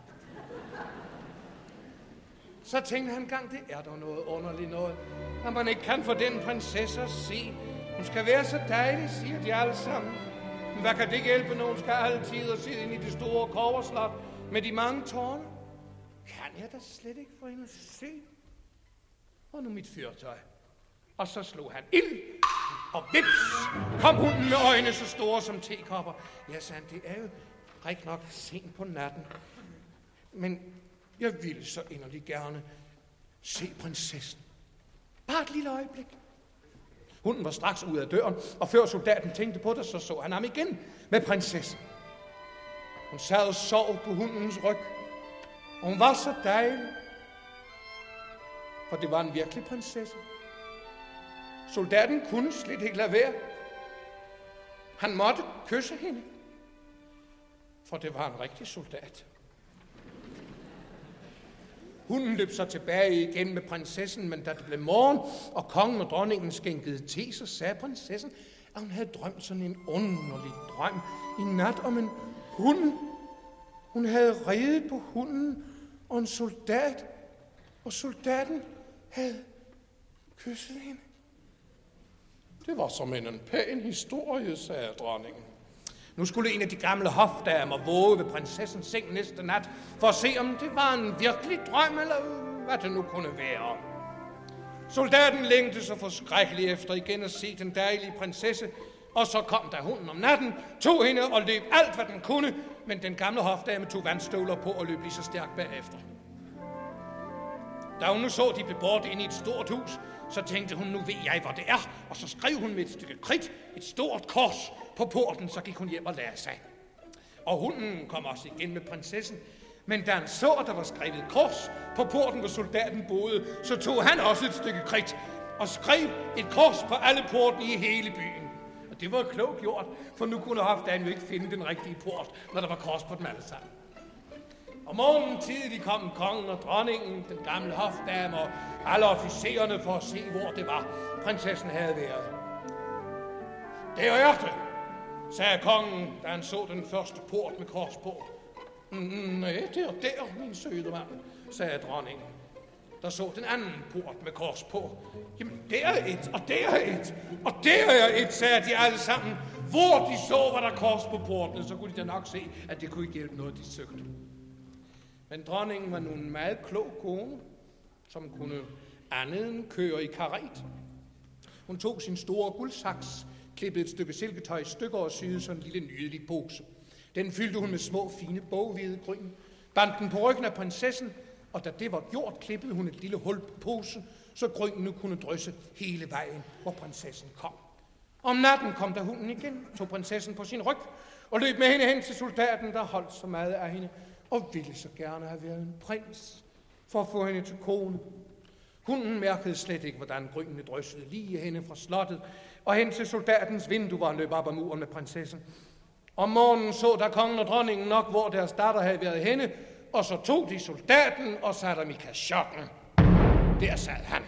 Så tænkte han gang, det er der noget underligt noget, at man ikke kan få den prinsesse at se. Hun skal være så dejlig, siger de alle sammen. Men hvad kan det ikke hjælpe, når hun skal altid sidde inde i det store kobberslot med de mange tårne? Kan jeg da slet ikke få hende at se? Og nu mit fyrtøj. Og så slog han ild, og vips kom hunden med øjne så store som tekopper. Ja, sagde han, det er jo rigtig nok sent på natten. Men jeg ville så inderligt gerne se prinsessen. Bare et lille øjeblik. Hunden var straks ud af døren, og før soldaten tænkte på det, så så han ham igen med prinsessen. Hun sad og sov på hundens ryg, og hun var så dejlig, for det var en virkelig prinsesse. Soldaten kunne slet ikke lade være. Han måtte kysse hende, for det var en rigtig soldat. Hunden løb så tilbage igen med prinsessen, men da det blev morgen, og kongen og dronningen skænkede te, så sagde prinsessen, at hun havde drømt sådan en underlig drøm i nat om en hund. Hun havde redet på hunden og en soldat, og soldaten havde kysset hende. Det var som en pæn historie, sagde dronningen. Nu skulle en af de gamle hofdamer våge ved prinsessens seng næste nat, for at se, om det var en virkelig drøm, eller hvad det nu kunne være. Soldaten længte så forskrækkeligt efter igen at se den dejlige prinsesse, Og så kom der hunden om natten, tog hende og løb alt, hvad den kunne, men den gamle hofdame tog vandstøvler på og løb lige så stærkt bagefter. Da hun nu så, de blev bort ind i et stort hus, så tænkte hun, nu ved jeg, hvor det er, og så skrev hun med et stykke kridt et stort kors på porten, så gik hun hjem og lagde sig. Og hunden kom også igen med prinsessen, men da han så, at der var skrevet et kors på porten, hvor soldaten boede, så tog han også et stykke kridt og skrev et kors på alle porten i hele byen. Og det var klogt gjort, for nu kunne hofdamen jo ikke finde den rigtige port, når der var kors på dem alle sammen. Om morgenen tidligt kom kongen og dronningen, den gamle hofdame og alle officererne for at se, hvor det var, prinsessen havde været. Det er det, sagde kongen, da han så den første port med kors på. Nej, det er der, min søde mand, sagde dronningen, der så den anden port med kors på. Jamen, der er et, og der er et, og der er et, sagde de alle sammen. Hvor de så, var der kors på portene, så kunne de da nok se, at det kunne ikke hjælpe noget, de søgte. Men dronningen var nu en meget klog kone, som kunne andet end køre i karet. Hun tog sin store guldsaks, klippede et stykke silketøj i stykker og syede sådan en lille nydelig pose. Den fyldte hun med små, fine boghvide gryn, bandt den på ryggen af prinsessen, og da det var gjort, klippede hun et lille hul på posen, så grynen nu kunne drysse hele vejen, hvor prinsessen kom. Om natten kom der hunden igen, tog prinsessen på sin ryg og løb med hende hen til soldaten, der holdt så meget af hende, og ville så gerne have været en prins for at få hende til kone. Hunden mærkede slet ikke, hvordan grynene dryssede lige hende fra slottet, og hen til soldatens vindue, hvor han løb op ad muren med prinsessen. Om morgenen så der kongen og dronningen nok, hvor deres datter havde været henne, og så tog de soldaten og satte ham i kasjotten. Der sad han.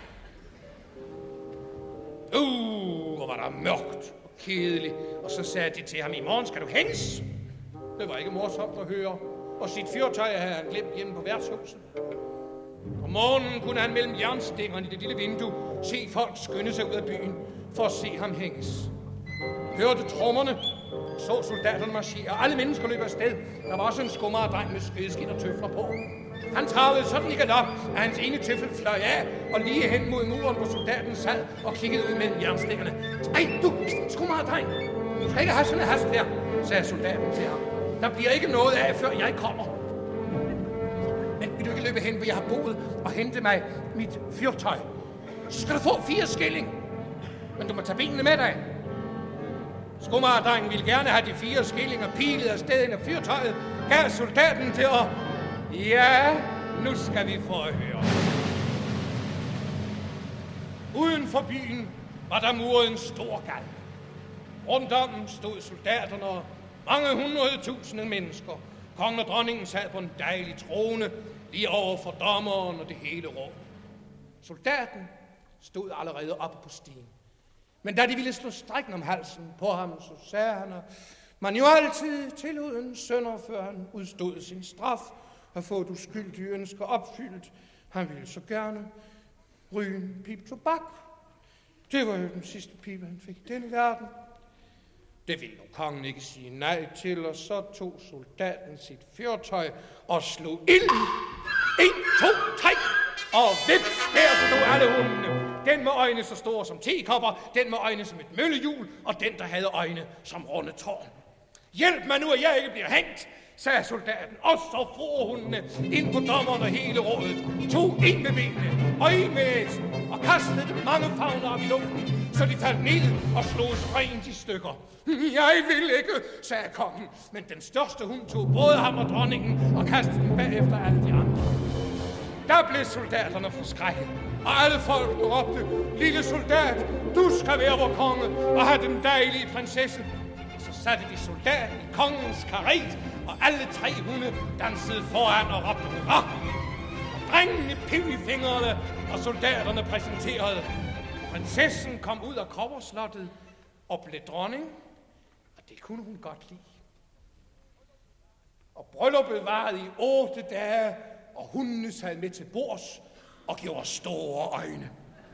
Uh, hvor var der mørkt og kedeligt, og så sagde de til ham, i morgen skal du hænges. Det var ikke morsomt at høre, og sit fyrtøj havde han glemt hjemme på værtshuset. Om morgenen kunne han mellem jernstængerne i det lille vindue se folk skynde sig ud af byen for at se ham hænges. Hørte trommerne, så soldaterne marchere, og alle mennesker løb afsted. Der var også en skummerdreng med skødeskin og tøfler på. Han travlede sådan i galop, at hans ene tøffel fløj af, og lige hen mod muren, hvor soldaten sad og kiggede ud mellem jernstængerne. Ej, du, skummerdreng, du skal ikke have sådan en hast der, sagde soldaten til ham. Der bliver ikke noget af, før jeg kommer. Men vil du ikke løbe hen, hvor jeg har boet, og hente mig mit fyrtøj? Så skal du få fire skilling. Men du må tage benene med dig. Skummerdrengen ville gerne have de fire skillinger pilet af stedet af fyrtøjet, gav soldaten til at... Ja, nu skal vi få at høre. Uden for byen var der muret en stor gal. Rundt om stod soldaterne og mange hundrede tusinde mennesker. Kongen og dronningen sad på en dejlig trone, lige over for dommeren og det hele råd. Soldaten stod allerede oppe på stien. Men da de ville slå strikken om halsen på ham, så sagde han, at man jo altid tillod en sønder, før han udstod sin straf, og fået uskyldige ønsker opfyldt. Han ville så gerne ryge en pibe tobak. Det var jo den sidste pibe, han fik i denne verden. Det ville nu kongen ikke sige nej til, og så tog soldaten sit fyrtøj og slog ilden. En, to, tre, og vips, der stod alle hundene. Den med øjne så store som tekopper, den med øjne som et møllehjul, og den, der havde øjne som runde tårn. Hjælp mig nu, at jeg ikke bliver hængt, sagde soldaten, og så for hundene ind på dommeren og hele rådet, tog en med benene og en med næsen, og kastede dem mange favner op i luften, så de faldt ned og slog rent i stykker. Jeg vil ikke, sagde kongen, men den største hund tog både ham og dronningen og kastede dem bagefter alle de andre. Der blev soldaterne forskrækket, og alle folk råbte, lille soldat, du skal være vor konge og have den dejlige prinsesse. Så satte de soldaten i kongens karet, og alle tre hunde dansede foran og råbte hurra. Drengene piv i fingrene, og soldaterne præsenterede. Prinsessen kom ud af kobberslottet og blev dronning, og det kunne hun godt lide. Og brylluppet varede i otte dage, og hundene sad med til bords og gjorde store øjne.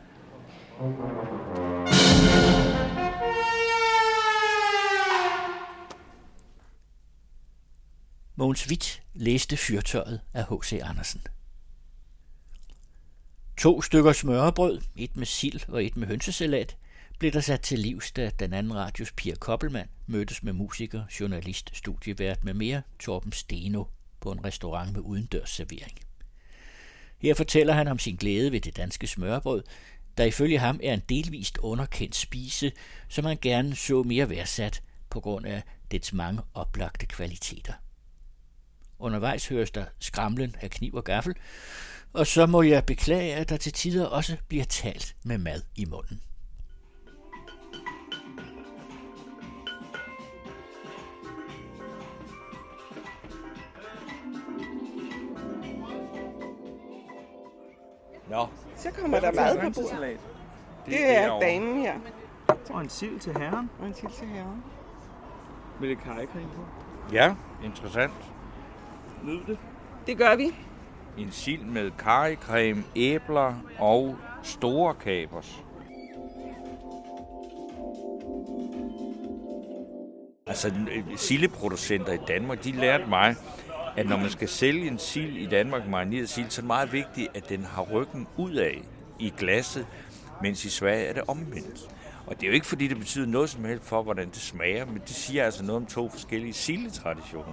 Mogens Wieth læste Fyrtøjet af H C Andersen. To stykker smørrebrød, et med sild og et med hønsesalat, blev der sat til livs, da den anden radios Pia Koppelmann mødtes med musiker, journalist, studievært med mere Torben Steno på en restaurant med udendørs servering. Her fortæller han om sin glæde ved det danske smørbrød, der ifølge ham er en delvist underkendt spise, som han gerne så mere værdsat på grund af dets mange oplagte kvaliteter. Undervejs høres der skramlen af kniv og gaffel, og så må jeg beklage, at der til tider også bliver talt med mad i munden. Nå. Så kommer der mad på bordet. Det, det er damen her. Og en sild til herren. Og en sild til herren. Med lidt karrycreme på. Ja, interessant. Nyd det. Det gør vi. En sild med karrycreme, æbler og store kapers. Altså, sildeproducenter i Danmark, de lærte mig, at når man skal sælge en sild i Danmark, marineret sild, så er det meget vigtigt, at den har ryggen udad i glasset, mens i Sverige er det omvendt. Og det er jo ikke, fordi det betyder noget som helst for, hvordan det smager, men det siger altså noget om to forskellige sildetraditioner.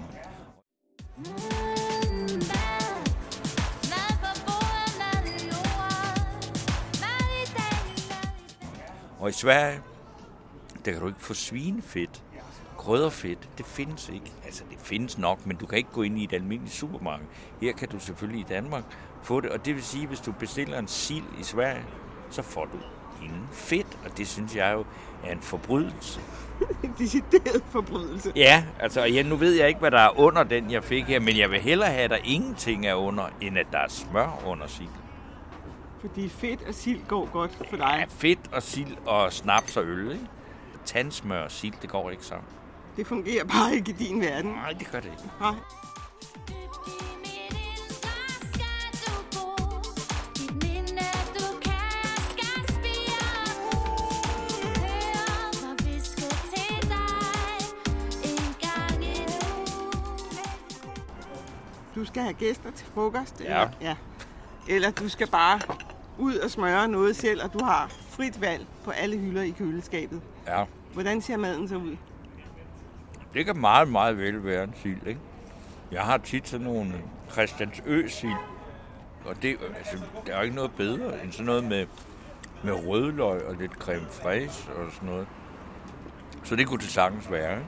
Og i Sverige, der kan du ikke få svinefedt. Krydderfedt, det findes ikke. Altså, det findes nok, men du kan ikke gå ind i et almindeligt supermarked. Her kan du selvfølgelig i Danmark få det, og det vil sige, at hvis du bestiller en sild i Sverige, så får du ingen fedt, og det synes jeg jo er en forbrydelse. En decideret forbrydelse. Ja, altså, ja, nu ved jeg ikke, hvad der er under den, jeg fik her, men jeg vil hellere have, at der ingenting er under, end at der er smør under sild. Fordi fedt og sild går godt for dig. Ja, fedt og sild og snaps og øl, ikke? Tandsmør og sild, det går ikke sammen. Det fungerer bare ikke i din verden. Nej, det gør det ikke. Nej. Du skal have gæster til frokost. Ja. Eller, ja. Eller du skal bare ud og smøre noget selv, og du har frit valg på alle hylder i køleskabet. Ja. Hvordan ser maden så ud? Det kan meget, meget vel være en sild, ikke? Jeg har tit sådan nogle Christiansø-sild, og det, altså, der er jo ikke noget bedre end sådan noget med, med rødløg og lidt creme fraise og sådan noget. Så det kunne det sagtens være, ikke?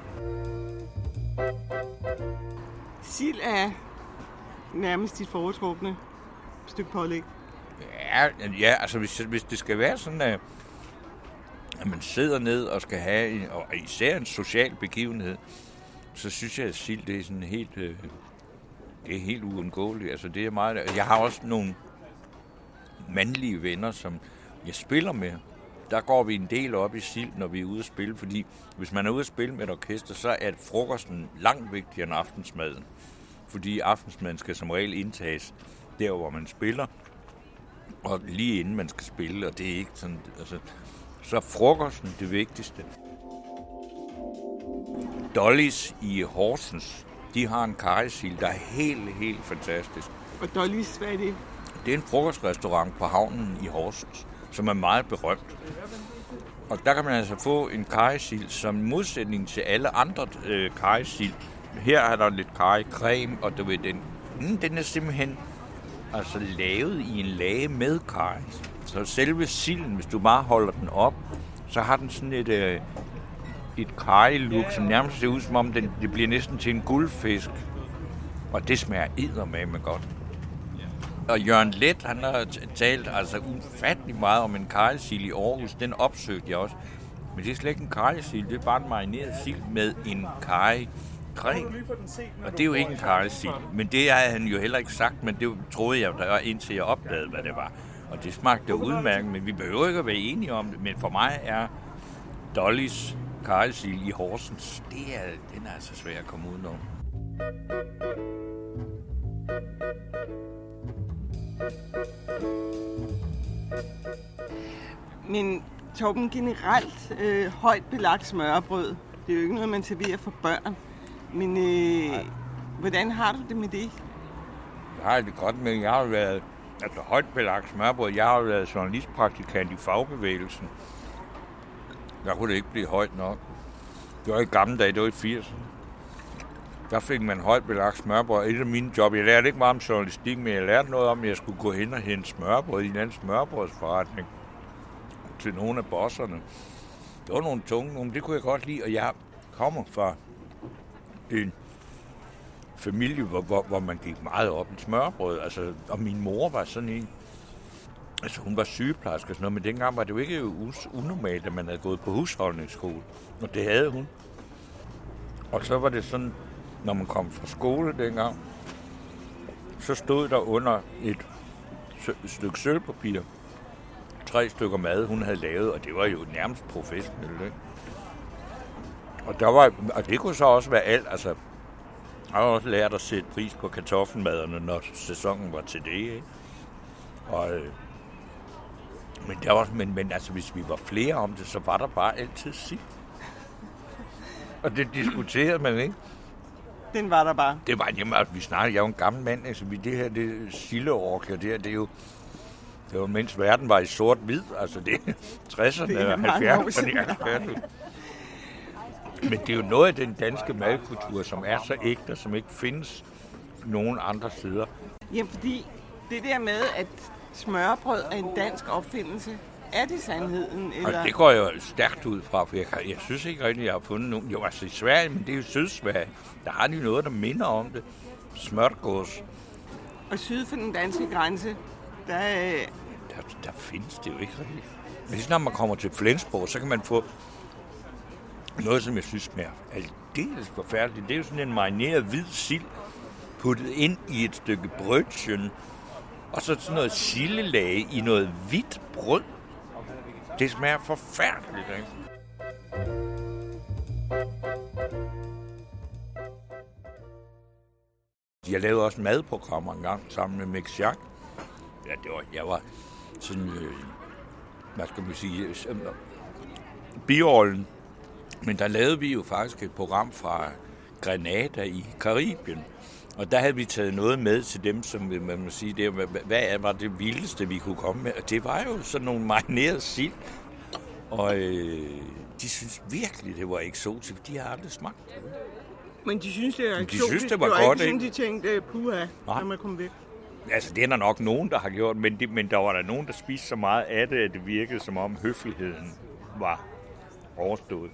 Sild er nærmest dit foretrukne stykke pålæg. Ja, ja, altså hvis, hvis det skal være sådan, at, at man sidder ned og skal have, en, og især en social begivenhed, så synes jeg, at sild det er sådan helt, øh, det er helt uundgåeligt. Altså det er meget. Jeg har også nogle mandlige venner, som jeg spiller med. Der går vi en del op i sild, når vi er ude at spille, fordi hvis man er ude at spille med et orkester, så er frokosten langt vigtigere end aftensmaden. Fordi aftensmaden skal som regel indtages der, hvor man spiller, og lige inden man skal spille, og det er ikke sådan, altså, så er frokosten det vigtigste. Dollys i Horsens, de har en karrysild, der er helt, helt fantastisk. Og Dollys, hvad er det? Det er en frokostrestaurant på havnen i Horsens, som er meget berømt. Og der kan man altså få en karrysild, som i modsætning til alle andre øh, karrysild. Her er der lidt karrycreme, og du ved, den, mm, den er simpelthen altså lavet i en lage med karry. Så selve silden, hvis du bare holder den op, så har den sådan et, øh, et karry-look, som nærmest ser ud som om, den, det bliver næsten til en guldfisk. Og det smager eddermame godt. Og Jørgen Leth, han har talt altså ufattelig meget om en karrysild i Aarhus. Den opsøgte jeg også. Men det er slet ikke en karrysild, det er bare en marineret sild med en karrycreme. Og det er jo ikke en karrysild. Men det havde han jo heller ikke sagt, men det troede jeg, der var indtil jeg opdagede, hvad det var. Og det smagte udmærket, men vi behøver ikke at være enige om det. Men for mig er Dollys karrysild i Horsens, det er, den er altså svær at komme udenom. Men Torben, generelt øh, højt belagt smørrebrød, det er jo ikke noget, man serverer for børn. Men øh, hvordan har du det med det? Jeg har det godt med, jeg har været altså højt belagt smørrebrød. Jeg har været journalistpraktikant i fagbevægelsen. Der kunne det ikke blive højt nok. Det var i gamle dage, det var i firserne. Der fik man højt belagt smørbrød. Et af mine job, jeg lærte ikke meget om journalistik, men jeg lærte noget om, at jeg skulle gå hen og hente smørbrød i en anden smørbrødsforretning til nogle af bosserne. Det var nogle tunge nogle, det kunne jeg godt lide, og jeg kommer fra en familie, hvor, hvor, hvor man gik meget op i smørbrød. Altså, og min mor var sådan en, altså hun var sygeplejerske og sådan noget, men dengang var det jo ikke unormalt, at man havde gået på husholdningsskole, og det havde hun. Og så var det sådan, når man kom fra skole dengang, så stod der under et stykke sølvpapir tre stykker mad, hun havde lavet, og det var jo nærmest professionelt, ikke? Og, der var, og det kunne så også være alt, altså, jeg har også lært at sætte pris på kartoffelmaderne, når sæsonen var til det, ikke? Og, øh, men, der var, men, men altså, hvis vi var flere om det, så var der bare altid sild. Og det diskuterede man, ikke? Den var der bare. Det var hjemme, at vi snakkede, jeg er jo en gammel mand, altså, det her, det sildeorkler, det her, det er jo, det var mens verden var i sort-hvid, altså det er tresserne og halvfjerdserne. Men det er jo noget af den danske madkultur, som er så ægte, som ikke findes nogen andre steder. Jamen, fordi det der med, at smørbrød er en dansk opfindelse, er det sandheden? Eller? Og det går jo stærkt ud fra, for jeg, jeg synes ikke rigtig, at jeg har fundet nogen. Jo, altså i Sverige, men det er jo Sydsverige. Der har de noget, der minder om det. Smørgås. Og syd for den danske grænse, der, der, der findes det jo ikke rigtigt. Men når man kommer til Flensborg, så kan man få noget, som jeg synes smager aldeles forfærdeligt. Det er jo sådan en marineret hvid sild, puttet ind i et stykke brødchen, og så sådan noget sildelag i noget hvidt brød. Det smager forfærdeligt, ikke? Jeg lavede også madprogrammer engang sammen med Mick Jacques. Ja, det var, jeg var sådan, øh, hvad skal man sige, øh, biollen. Men der lavede vi jo faktisk et program fra Grenada i Karibien. Og der havde vi taget noget med til dem, som man må sige, det, hvad var det vildeste, vi kunne komme med. Og det var jo sådan nogle marinerede sild. Og øh, de synes virkelig, det var eksotisk, for de har aldrig smagt det. Men de synes, det er eksotisk. De synes, det var, det var godt, ikke sådan, de tænkte, puha, når man kom væk. Altså, det er der nok nogen, der har gjort, men, det, men der var der nogen, der spiste så meget af det, at det virkede, som om høfligheden var overstået.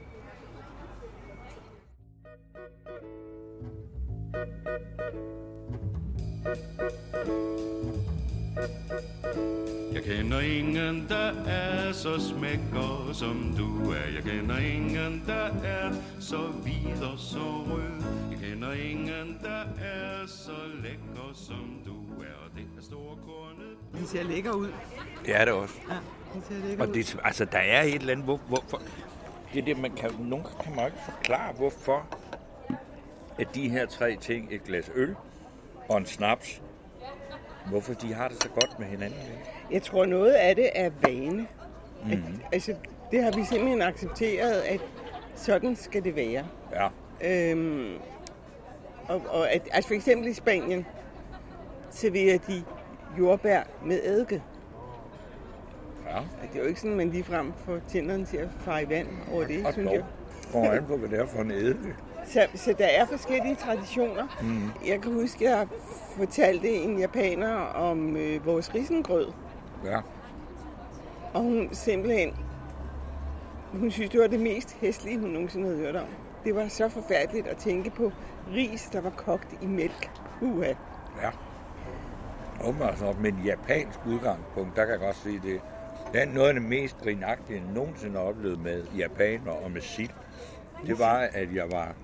Jeg kender ingen, der er så smækker som du er. Jeg kender ingen, der er så hvid og så rød. Jeg kender ingen, der er så lækker som du er. Og det er storkornet. De ser lækker ud. Det er det også. Ja, de ser lækker og det, altså, der er et eller andet, hvor, hvorfor... Det er det, man kan, nogen kan man ikke forklare, hvorfor at de her tre ting, et glas øl og en snaps, hvorfor de har det så godt med hinanden. Jeg tror, noget af det er vane. Mm. At, altså, det har vi simpelthen accepteret, at sådan skal det være. Ja. Øhm, og, og at, altså for eksempel i Spanien serverer de jordbær med eddike. Ja. Det er jo ikke sådan, at man ligefrem får tænderne til at fare i vand over det, og synes dog. jeg. Kommer an på, hvad det er for en eddike. Så, så der er forskellige traditioner. Mm. Jeg kan huske, at jeg fortalte en japaner om øh, vores risengrød. Ja. Og hun simpelthen, hun synes, det var det mest hæslige, hun nogensinde havde hørt om. Det var så forfærdeligt at tænke på ris, der var kogt i mælk. Uha. Ja. Altså, med et japansk udgangspunkt, der kan jeg godt sige det. Det er noget af det mest grinagtige, jeg nogensinde har oplevet med japaner og med sild. Det var, at jeg var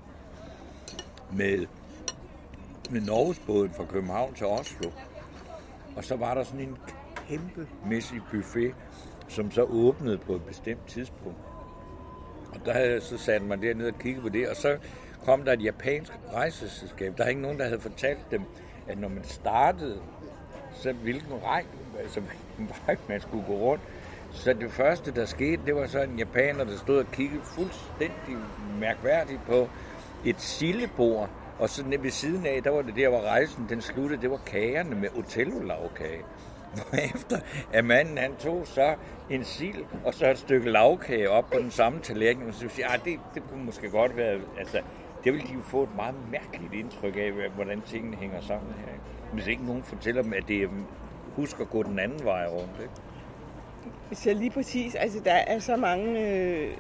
med, med Norgesbåden fra København til Oslo. Og så var der sådan en kæmpemæssig buffet, som så åbnede på et bestemt tidspunkt. Og der havde, så satte man derned og kiggede på det, og så kom der et japansk rejseselskab. Der er ikke nogen, der havde fortalt dem, at når man startede, så hvilken række, altså hvilken vej man skulle gå rundt. Så det første, der skete, det var så en japaner, der stod og kiggede fuldstændig mærkværdigt på et sildebord. Og så ved siden af, der var det der, hvor rejsen den sluttede, det var kagerne med Otello-lavkage. Efter at manden han tog så en sild og så et stykke lavkage op på den samme tallerken, og så siger, ah, det, det kunne måske godt være, altså, det vil de jo få et meget mærkeligt indtryk af, hvordan tingene hænger sammen her. Ikke? Hvis ikke nogen fortæller dem, at det husk at gå den anden vej rundt. Ikke? Så lige præcis, altså der er så mange øh,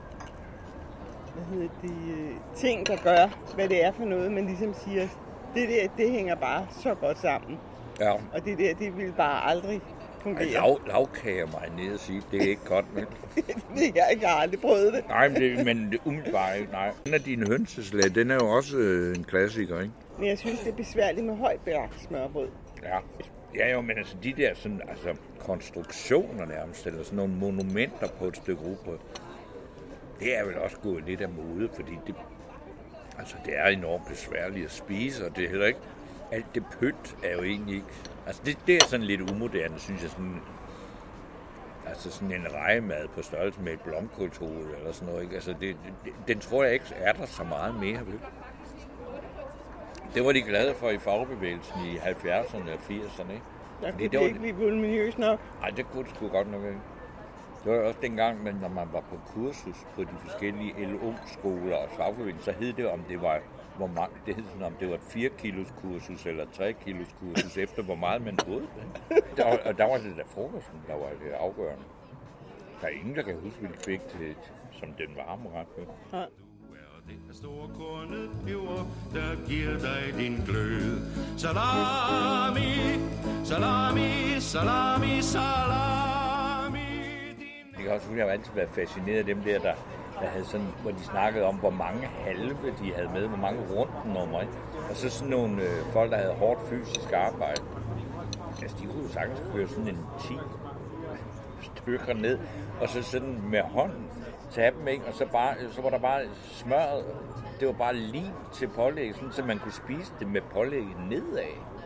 hvad hedder det, øh, ting, der gør, hvad det er for noget, man ligesom siger, det der, det hænger bare så godt sammen. Ja. Og det der, det vil bare aldrig fungere. Lav, lavkager mig ned og sige, det er ikke godt, men... det jeg ikke har aldrig prøvet det. Nej, men det, men det umiddelbart ikke, nej. Den af dine hønseslag, den er jo også øh, en klassiker, ikke? Men jeg synes, det er besværligt med højt bagt smørbrød. Ja. Ja jo, men altså de der sådan, altså, konstruktioner nærmest, eller sådan nogle monumenter på et stykke rugbrød, det er vel også gået lidt af mode, fordi det, altså, det er enormt besværligt at spise, og det er heller ikke, alt det pynt er jo egentlig ikke, altså det, det er sådan lidt umoderne, synes jeg, sådan, altså sådan en rejemad på størrelse med et blomkålshoved eller sådan noget, ikke? Altså det, det, den tror jeg ikke er der så meget mere, vel? Det var de glade for i fagbevægelsen i halvfjerdserne og firserne, ikke? Der kunne det ikke blive voluminøst nok. Nej, det kunne det sgu godt nok ikke. Det var også dengang, men når man var på kursus på de forskellige L O-skoler og fagbevægelsen, så hed det, om det var, hvor meget, det hed sådan, om det var et fire kilos kursus eller tre kilos kursus, efter hvor meget man boede. Der, og der var det der frokosten, der var det afgørende. Der er ingen, der kan huske, hvilket fik til, som den varme ret med. Ja. Det er storkornet peber, der giver dig din glød. Salami, salami, salami, salami. Jeg kan også huske, at jeg altid været fascineret af dem der, der, der havde sådan, hvor de snakkede om, hvor mange halve de havde med, hvor mange rundnumre, ikke? Og så sådan nogle øh, folk, der havde hårdt fysisk arbejde. Altså, de kunne jo sagtens køre sådan en ti stykker ned, og så sådan med hånden tage dem, ikke? Og så, bare, så var der bare smøret, det var bare lim til pålæg, sådan, så man kunne spise det med pålægget nedad.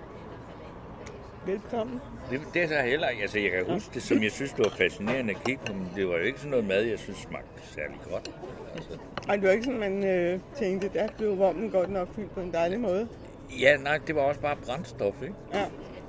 Velkommen. Det, det er så heller ikke, altså jeg kan huske det, som jeg synes, det var fascinerende at kigge på, men det var jo ikke sådan noget mad, jeg synes smagte særlig godt. Altså. Ej, det var ikke sådan, man øh, tænkte, der blev vommen godt nok fyldt på en dejlig måde. Ja, nej, det var også bare brændstof, ikke? Ja.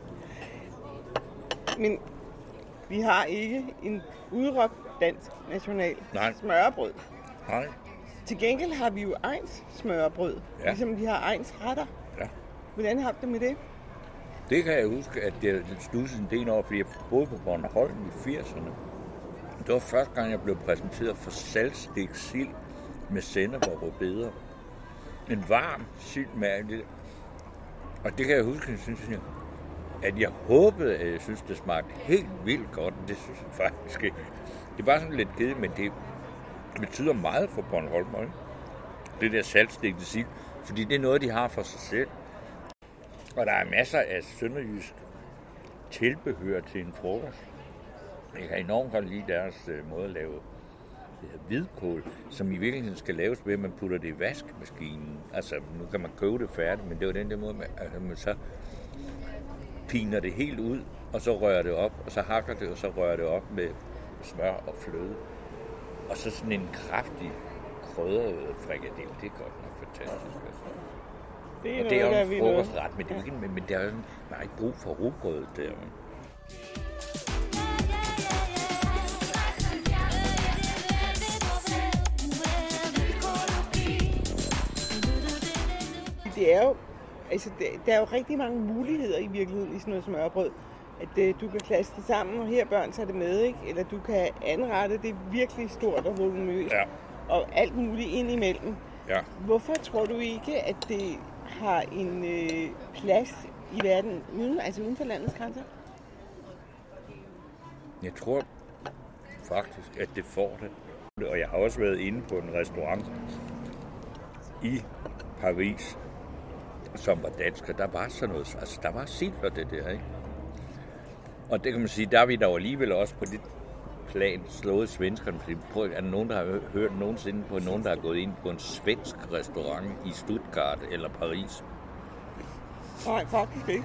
Men vi har ikke en udråbt dansk national nej. smørrebrød. Nej. Til gengæld har vi jo egens smørrebrød, ja. Ligesom vi har egens retter. Ja. Hvordan har du det med det? Det kan jeg huske, at jeg studsede en del over, fordi jeg boede på Bornholm i firserne. Det var første gang, jeg blev præsenteret for saltstegt sild med sennep og rødbeder. En varm sild med det. Og det kan jeg huske, synes jeg, at jeg håbede, at jeg synes, det smagte helt vildt godt. Det synes jeg faktisk ikke. Det var sådan lidt kedeligt, men det betyder meget for Bornholm, ikke? Det der saltstegte sild, fordi det er noget, de har for sig selv. Og der er masser af sønderjysk tilbehør til en frokost. Jeg kan enormt godt lide deres øh, måde at lave det her hvidkål, som i virkeligheden skal laves ved, at man putter det i vaskemaskinen. Altså, nu kan man købe det færdigt, men det var den der måde, at man så piner det helt ud, og så rører det op, og så hakker det, og så rører det op med smør og fløde. Og så sådan en kraftig krydret frikadelle, det er godt nok fantastisk. Det er, og det er noget, jo en frokostret, men det er ikke, men, men der er jo man har ikke brug for rugbrød der. Det er jo, altså det, der er jo rigtig mange muligheder i virkeligheden i sådan noget smørbrød. At uh, du kan klasse det sammen, og her børn tager det med, ikke? Eller du kan anrette det virkelig stort og voluminøst, ja. Og alt muligt ind imellem. Ja. Hvorfor tror du ikke, at det har en øh, plads i verden, uden, altså uden for landets grænser? Jeg tror faktisk, at det får det. Og jeg har også været inde på en restaurant i Paris, som var dansk, og der var sådan noget, altså der var sild og det der, ikke? Og det kan man sige, der er vi dog alligevel også på det plan slået svenskerne, fordi prøv, er der nogen, der har hørt nogensinde på nogen, der har gået ind på en svensk restaurant i Stuttgart eller Paris? Nej, faktisk ikke.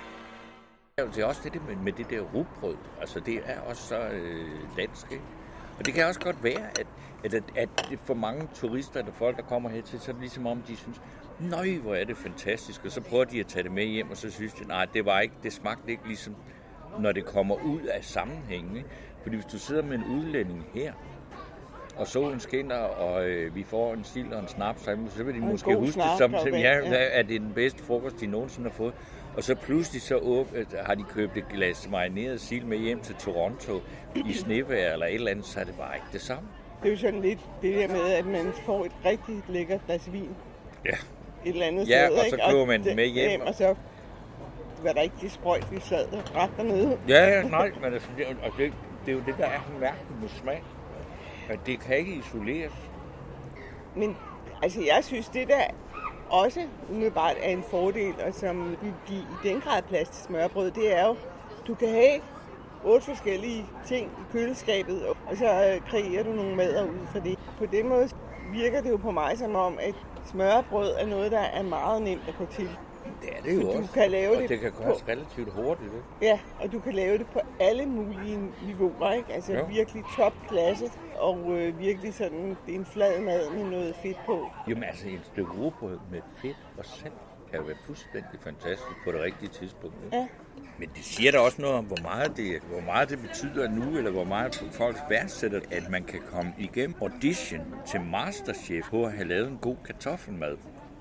Det er også det med, med det der rugbrød, altså det er også så øh, dansk, ikke? Og det kan også godt være, at, at, at, at for mange turister eller folk, der kommer hertil, så er det ligesom om, de synes, nøj, hvor er det fantastisk, og så prøver de at tage det med hjem, og så synes de, nej, det var ikke, det smagte ikke ligesom, når det kommer ud af sammenhængen. Ikke? Fordi hvis du sidder med en udlænding her, og solen skinner, og øh, vi får en sild og en snaps, så vil de måske huske det som, som ja, ja, er det den bedste frokost, de nogensinde har fået. Og så pludselig så åbent, har de købt et glas marineret sild med hjem til Toronto i snevejr eller et eller andet, så er det bare ikke det samme. Det er jo sådan lidt det der med, at man får et rigtig lækkert glas vin. Ja. Et eller andet ja, sted, og så køber man den med hjem. hjem og så var der ikke det sprøjt, vi sad og drak dernede. Ja, ja, nej, men altså, det, og det, det er jo det, der er mærkeligt med smag. At det kan ikke isoleres. Men altså, jeg synes, det der også umiddelbart er en fordel, og som vil give i den grad plads til smørbrød, det er jo, du kan have otte forskellige ting i køleskabet, og så kreerer du nogle madder ud fra det. På den måde virker det jo på mig som om, at smørbrød er noget, der er meget nemt at gå til. Det er det jo du også, kan lave og det, det kan på, gøres relativt hurtigt. Ikke? Ja, og du kan lave det på alle mulige niveauer, ikke? Altså jo. Virkelig topklasse, og øh, virkelig sådan, det er en flad mad med noget fedt på. Jamen altså, et stykke rugbrød med fedt og salt kan jo være fuldstændig fantastisk på det rigtige tidspunkt. Ikke? Ja. Men det siger da også noget om, hvor meget det, hvor meget det betyder nu, eller hvor meget folk værdsætter, at man kan komme igennem audition til Masterchef på at have lavet en god kartoffelmad.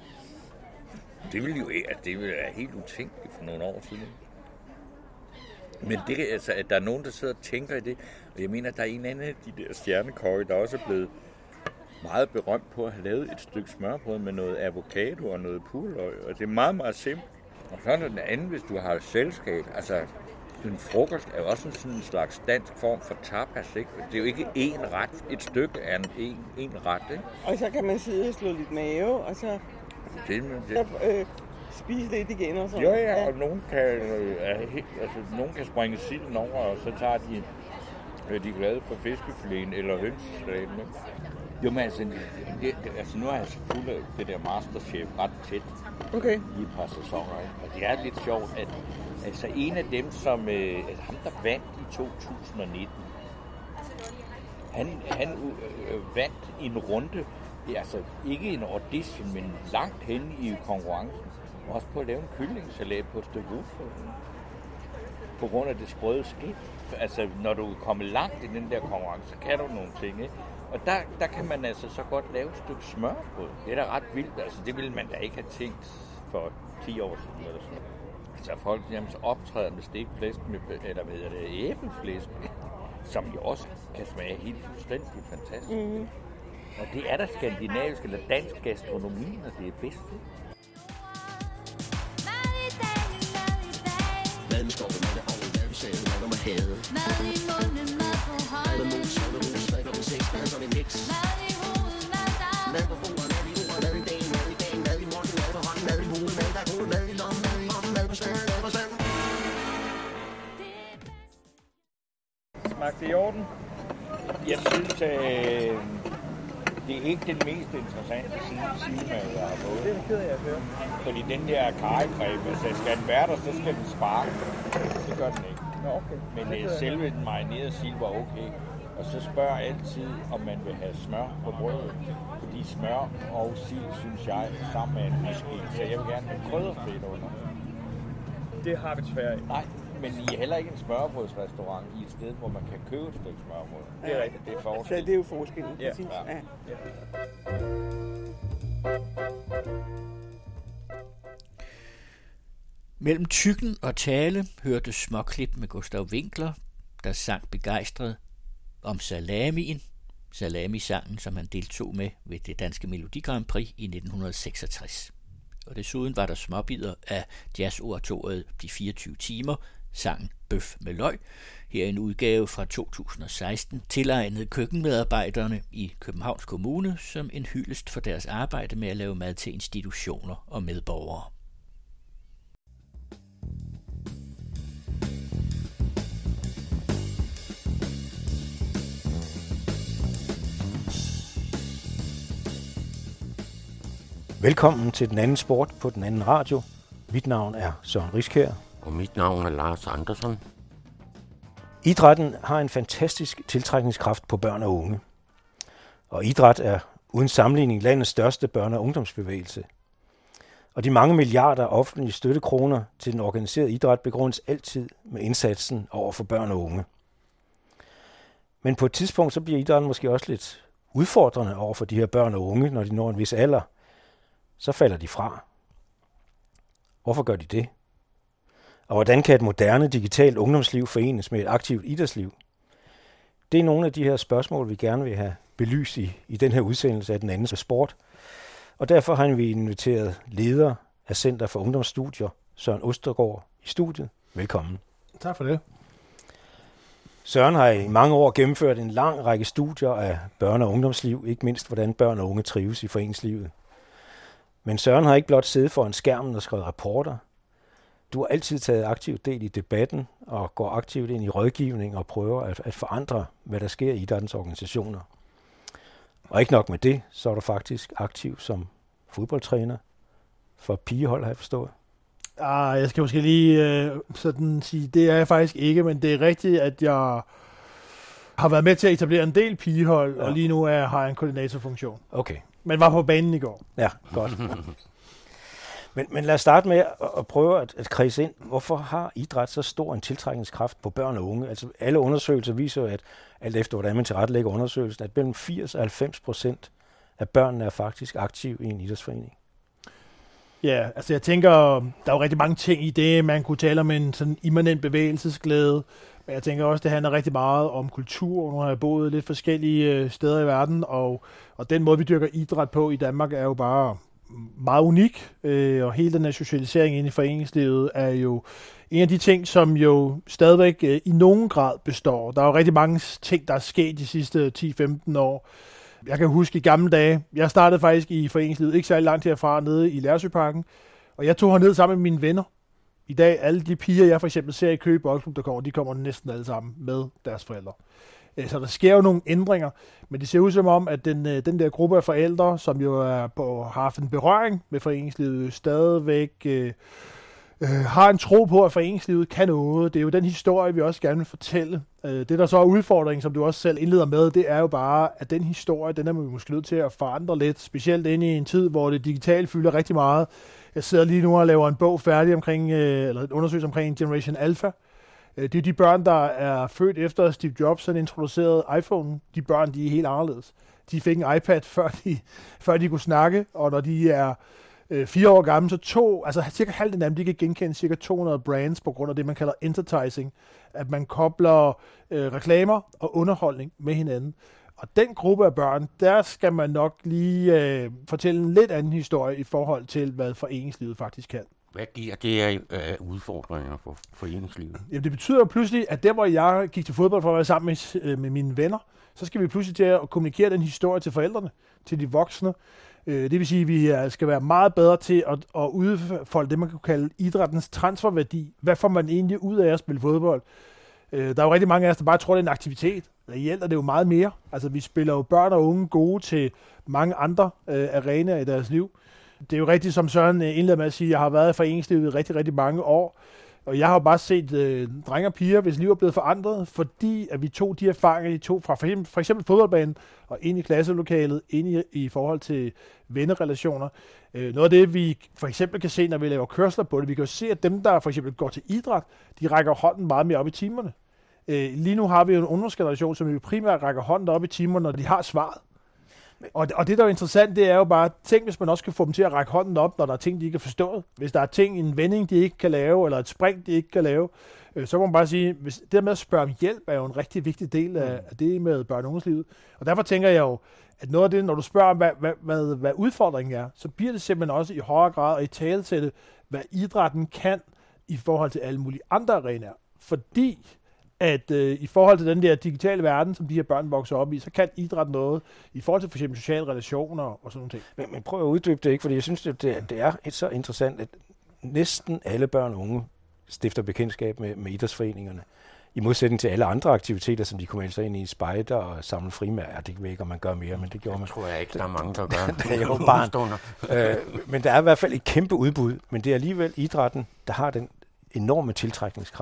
Det ville jo at det ville være helt utænkeligt for nogle år siden. Men det altså, at der er nogen, der sidder og tænker i det, og jeg mener, at der er en anden af de der stjernekokke, der også er blevet meget berømt på at have lavet et stykke smørbrød med noget avocado og noget purløg, og det er meget, meget simpelt. Og så er der den anden, hvis du har et selskab, altså en frokost er jo også sådan en slags dansk form for tapas, ikke? Det er jo ikke én ret, et stykke er en, en, en ret, ikke? Og så kan man sidde og slå lidt mave, og så, det, det. så øh, spise lidt igen og sådan. Jo, ja, og nogen kan, øh, altså, nogen kan springe silden over, og så tager de, øh, de er glade for fiskefiléen eller hønsesalaten, ikke? Jo, men altså, det, det, altså, nu er jeg så fuld af det der Masterchef ret tæt okay. i et par sæsoner, ikke? Og det er lidt sjovt, at altså, en af dem, som øh, altså, ham der vandt i to tusind nitten, han, han øh, vandt en runde, altså ikke en audition, men langt hen i konkurrencen, og også på at lave en kyllingsalat på et stykke rugbrød. På grund af det sprøde skidt. Altså, når du kommer langt i den der konkurrence, så kan du nogle ting, ikke? Og der, der kan man altså så godt lave et stykke smørbrød. Det er da ret vildt. Altså, det ville man da ikke have tænkt for ti år siden eller sådan. Altså, folk jamen, optræder med stegt flæsk, med, eller hvad hedder det, æbleflæsk, som jo også kan smage helt fuldstændig fantastisk. Mm-hmm. Og det er der skandinavisk eller dansk gastronomi, når det er bedst. Mad med skov, mad med ovl, mad med sæde, mad med hade. Mad i munden, mad på hånden. Mad med mus, mad med mus, mad med sex, mad som en heks. Mad i hovedet, mad der. Mad på bordet, mad i ordet, mad i dagen, mad i dagen, mad i morgen, mad på hånden, mad i hovedet, mad der er god, mad i lommen, mad i hånden, mad på stedet, mad på stedet. Smagte det i orden? Jeg synes, øh, det er ikke den mest interessante silmad, jeg har fået. Det er ked af at høre. Fordi den der karrykrebe, altså skal den være der, så skal den sparke. Det gør den ikke. Nå, okay. Men øh, selve den marinerede sild var okay. Og så spørger jeg altid, om man vil have smør på brødet. Fordi smør og sild, synes jeg, sammen med en whisky. Så jeg vil gerne have krydderfedt under. Det har vi desværre ikke. Nej. Men I er heller ikke en smørbrødsrestaurant i et sted, hvor man kan købe et stykke smørbrød. Det er rigtigt. Det er forskel. Så det er jo forskellen, ja. præcis. Ja. Ja. Mellem tykken og tale hørte småklip med Gustav Winkler, der sang begejstret om salamien, salamisangen, som han deltog med ved det danske Melodi Grand Prix i nitten seksogtres. Og desuden var der småbidder af jazzoratoriet De fireogtyve timer, sangen Bøf med løg, her en udgave fra to tusind og seksten, tilegnet køkkenmedarbejderne i Københavns Kommune som en hyldest for deres arbejde med at lave mad til institutioner og medborgere. Velkommen til Den Anden Sport på Den Anden Radio. Mit navn er Søren Riskær. Og mit navn er Lars Andersen. Idrætten har en fantastisk tiltrækningskraft på børn og unge. Og idræt er uden sammenligning landets største børne- og ungdomsbevægelse. Og de mange milliarder offentlige støttekroner til den organiserede idræt begrundes altid med indsatsen over for børn og unge. Men på et tidspunkt så bliver idrætten måske også lidt udfordrende over for de her børn og unge, når de når en vis alder. Så falder de fra. Hvorfor gør de det? Og hvordan kan et moderne digitalt ungdomsliv forenes med et aktivt idrætsliv? Det er nogle af de her spørgsmål, vi gerne vil have belyst i, i den her udsendelse af Den Anden Sport. Og derfor har vi inviteret leder af Center for Ungdomsstudier, Søren Ostergaard, i studiet. Velkommen. Tak for det. Søren har i mange år gennemført en lang række studier af børne- og ungdomsliv, ikke mindst hvordan børn og unge trives i foreningslivet. Men Søren har ikke blot siddet foran skærmen og skrevet rapporter. Du har altid taget aktivt del i debatten og går aktivt ind i rådgivning og prøver at, at forandre, hvad der sker i idrættens organisationer. Og ikke nok med det, så er du faktisk aktiv som fodboldtræner for pigehold, har jeg forstået. Ah, jeg skal måske lige øh, sådan sige, det er jeg faktisk ikke, men det er rigtigt, at jeg har været med til at etablere en del pigehold, ja. Og lige nu er, har jeg en koordinatorfunktion. Okay. Men var på banen i går. Ja, godt. men, men lad os starte med at, at prøve at, at kredse ind. Hvorfor har idræt så stor en tiltrækningskraft på børn og unge? Altså alle undersøgelser viser, at alt efter hvordan man tilrettelægger undersøgelsen, at mellem firs og halvfems procent af børnene er faktisk aktive i en idrætsforening. Ja, altså jeg tænker, der er jo rigtig mange ting i det. Man kunne tale om en sådan immanent bevægelsesglæde, men jeg tænker også, det handler rigtig meget om kultur. Nu har jeg boet lidt forskellige steder i verden, og, og den måde, vi dyrker idræt på i Danmark, er jo bare meget unik. Øh, og hele den her socialisering inde i foreningslivet er jo en af de ting, som jo stadigvæk øh, i nogen grad består. Der er jo rigtig mange ting, der er sket de sidste ti til femten år. Jeg kan huske i gamle dage, jeg startede faktisk i foreningslivet ikke særlig langt herfra, nede i Lærsøparken, og jeg tog herned sammen med mine venner. I dag, alle de piger, jeg for eksempel ser i Køge Boldklub, der kommer, de kommer næsten alle sammen med deres forældre. Så der sker jo nogle ændringer, men det ser ud som om, at den, den der gruppe af forældre, som jo er på, har haft en berøring med foreningslivet, stadigvæk øh, øh, har en tro på, at foreningslivet kan noget. Det er jo den historie, vi også gerne vil fortælle. Det, der så er udfordringen, som du også selv indleder med, det er jo bare, at den historie, den er vi måske nødt til at forandre lidt, specielt inde i en tid, hvor det digitalt fylder rigtig meget. Jeg sidder lige nu og laver en bog færdig omkring, eller en undersøgelse omkring Generation Alpha. Det er de børn, der er født efter Steve Jobs han introducerede iPhone. De børn, de er helt anderledes. De fik en iPad, før de, før de kunne snakke, og når de er øh, fire år gamle, så to, altså cirka halvdelen af dem, de kan genkende cirka to hundrede brands på grund af det, man kalder entertising. At man kobler øh, reklamer og underholdning med hinanden. Og den gruppe af børn, der skal man nok lige øh, fortælle en lidt anden historie i forhold til, hvad foreningslivet faktisk kan. Hvad giver det af uh, udfordringer for foreningslivet? Jamen, det betyder jo pludselig, at der, hvor jeg gik til fodbold for at være sammen med, øh, med mine venner, så skal vi pludselig til at kommunikere den historie til forældrene, til de voksne. Øh, det vil sige, at vi skal være meget bedre til at, at udfolde det, man kan kalde idrættens transferværdi. Hvad får man egentlig ud af at spille fodbold? Øh, der er jo rigtig mange af os, der bare tror, det er en aktivitet. Reelt er det jo meget mere. Altså, vi spiller jo børn og unge gode til mange andre øh, arenaer i deres liv. Det er jo rigtigt, som Søren indleder med at sige, at jeg har været i foreningslivet i rigtig, rigtig mange år. Og jeg har jo bare set øh, drenge og piger, hvis liv er blevet forandret, fordi at vi tog de erfaringer, de tog fra for eksempel, for eksempel fodboldbanen og ind i klasselokalet, ind i, i forhold til vennerelationer. Øh, noget af det, vi for eksempel kan se, når vi laver kørsler på det, vi kan jo se, at dem, der for eksempel går til idræt, de rækker hånden meget mere op i timerne. Øh, lige nu har vi jo en ungdomsgeneration, som jo primært rækker hånden op i timerne, når de har svaret. Og det, og det, der er interessant, det er jo bare, tænk, hvis man også kan få dem til at række hånden op, når der er ting, de ikke har forstået. Hvis der er ting, en vending, de ikke kan lave, eller et spring, de ikke kan lave, øh, så må man bare sige, hvis det der med at spørge om hjælp, er jo en rigtig vigtig del af, af det med børne- og ungdomslivet. Og derfor tænker jeg jo, at noget af det, når du spørger, hvad, hvad, hvad, hvad udfordringen er, så bliver det simpelthen også i højere grad at i talesætte, hvad idrætten kan i forhold til alle mulige andre arenaer. Fordi at øh, i forhold til den der digitale verden, som de her børn vokser op i, så kan idræt noget i forhold til for eksempel sociale relationer og sådan nogle ting. Men, men prøv at uddybe det, ikke? Fordi jeg synes, det, det er så interessant, at næsten alle børn og unge stifter bekendtskab med, med idrætsforeningerne. I modsætning til alle andre aktiviteter, som de kunne melde sig ind i, spejder og samle frimærker. Det ved ikke, om man gør mere, men det gjorde man. Jeg tror jeg ikke, der er mange, der gør. Det er jo barn. øh, men der er i hvert fald et kæmpe udbud, men det er alligevel idrætten, der har den enorme tiltrækningskraft.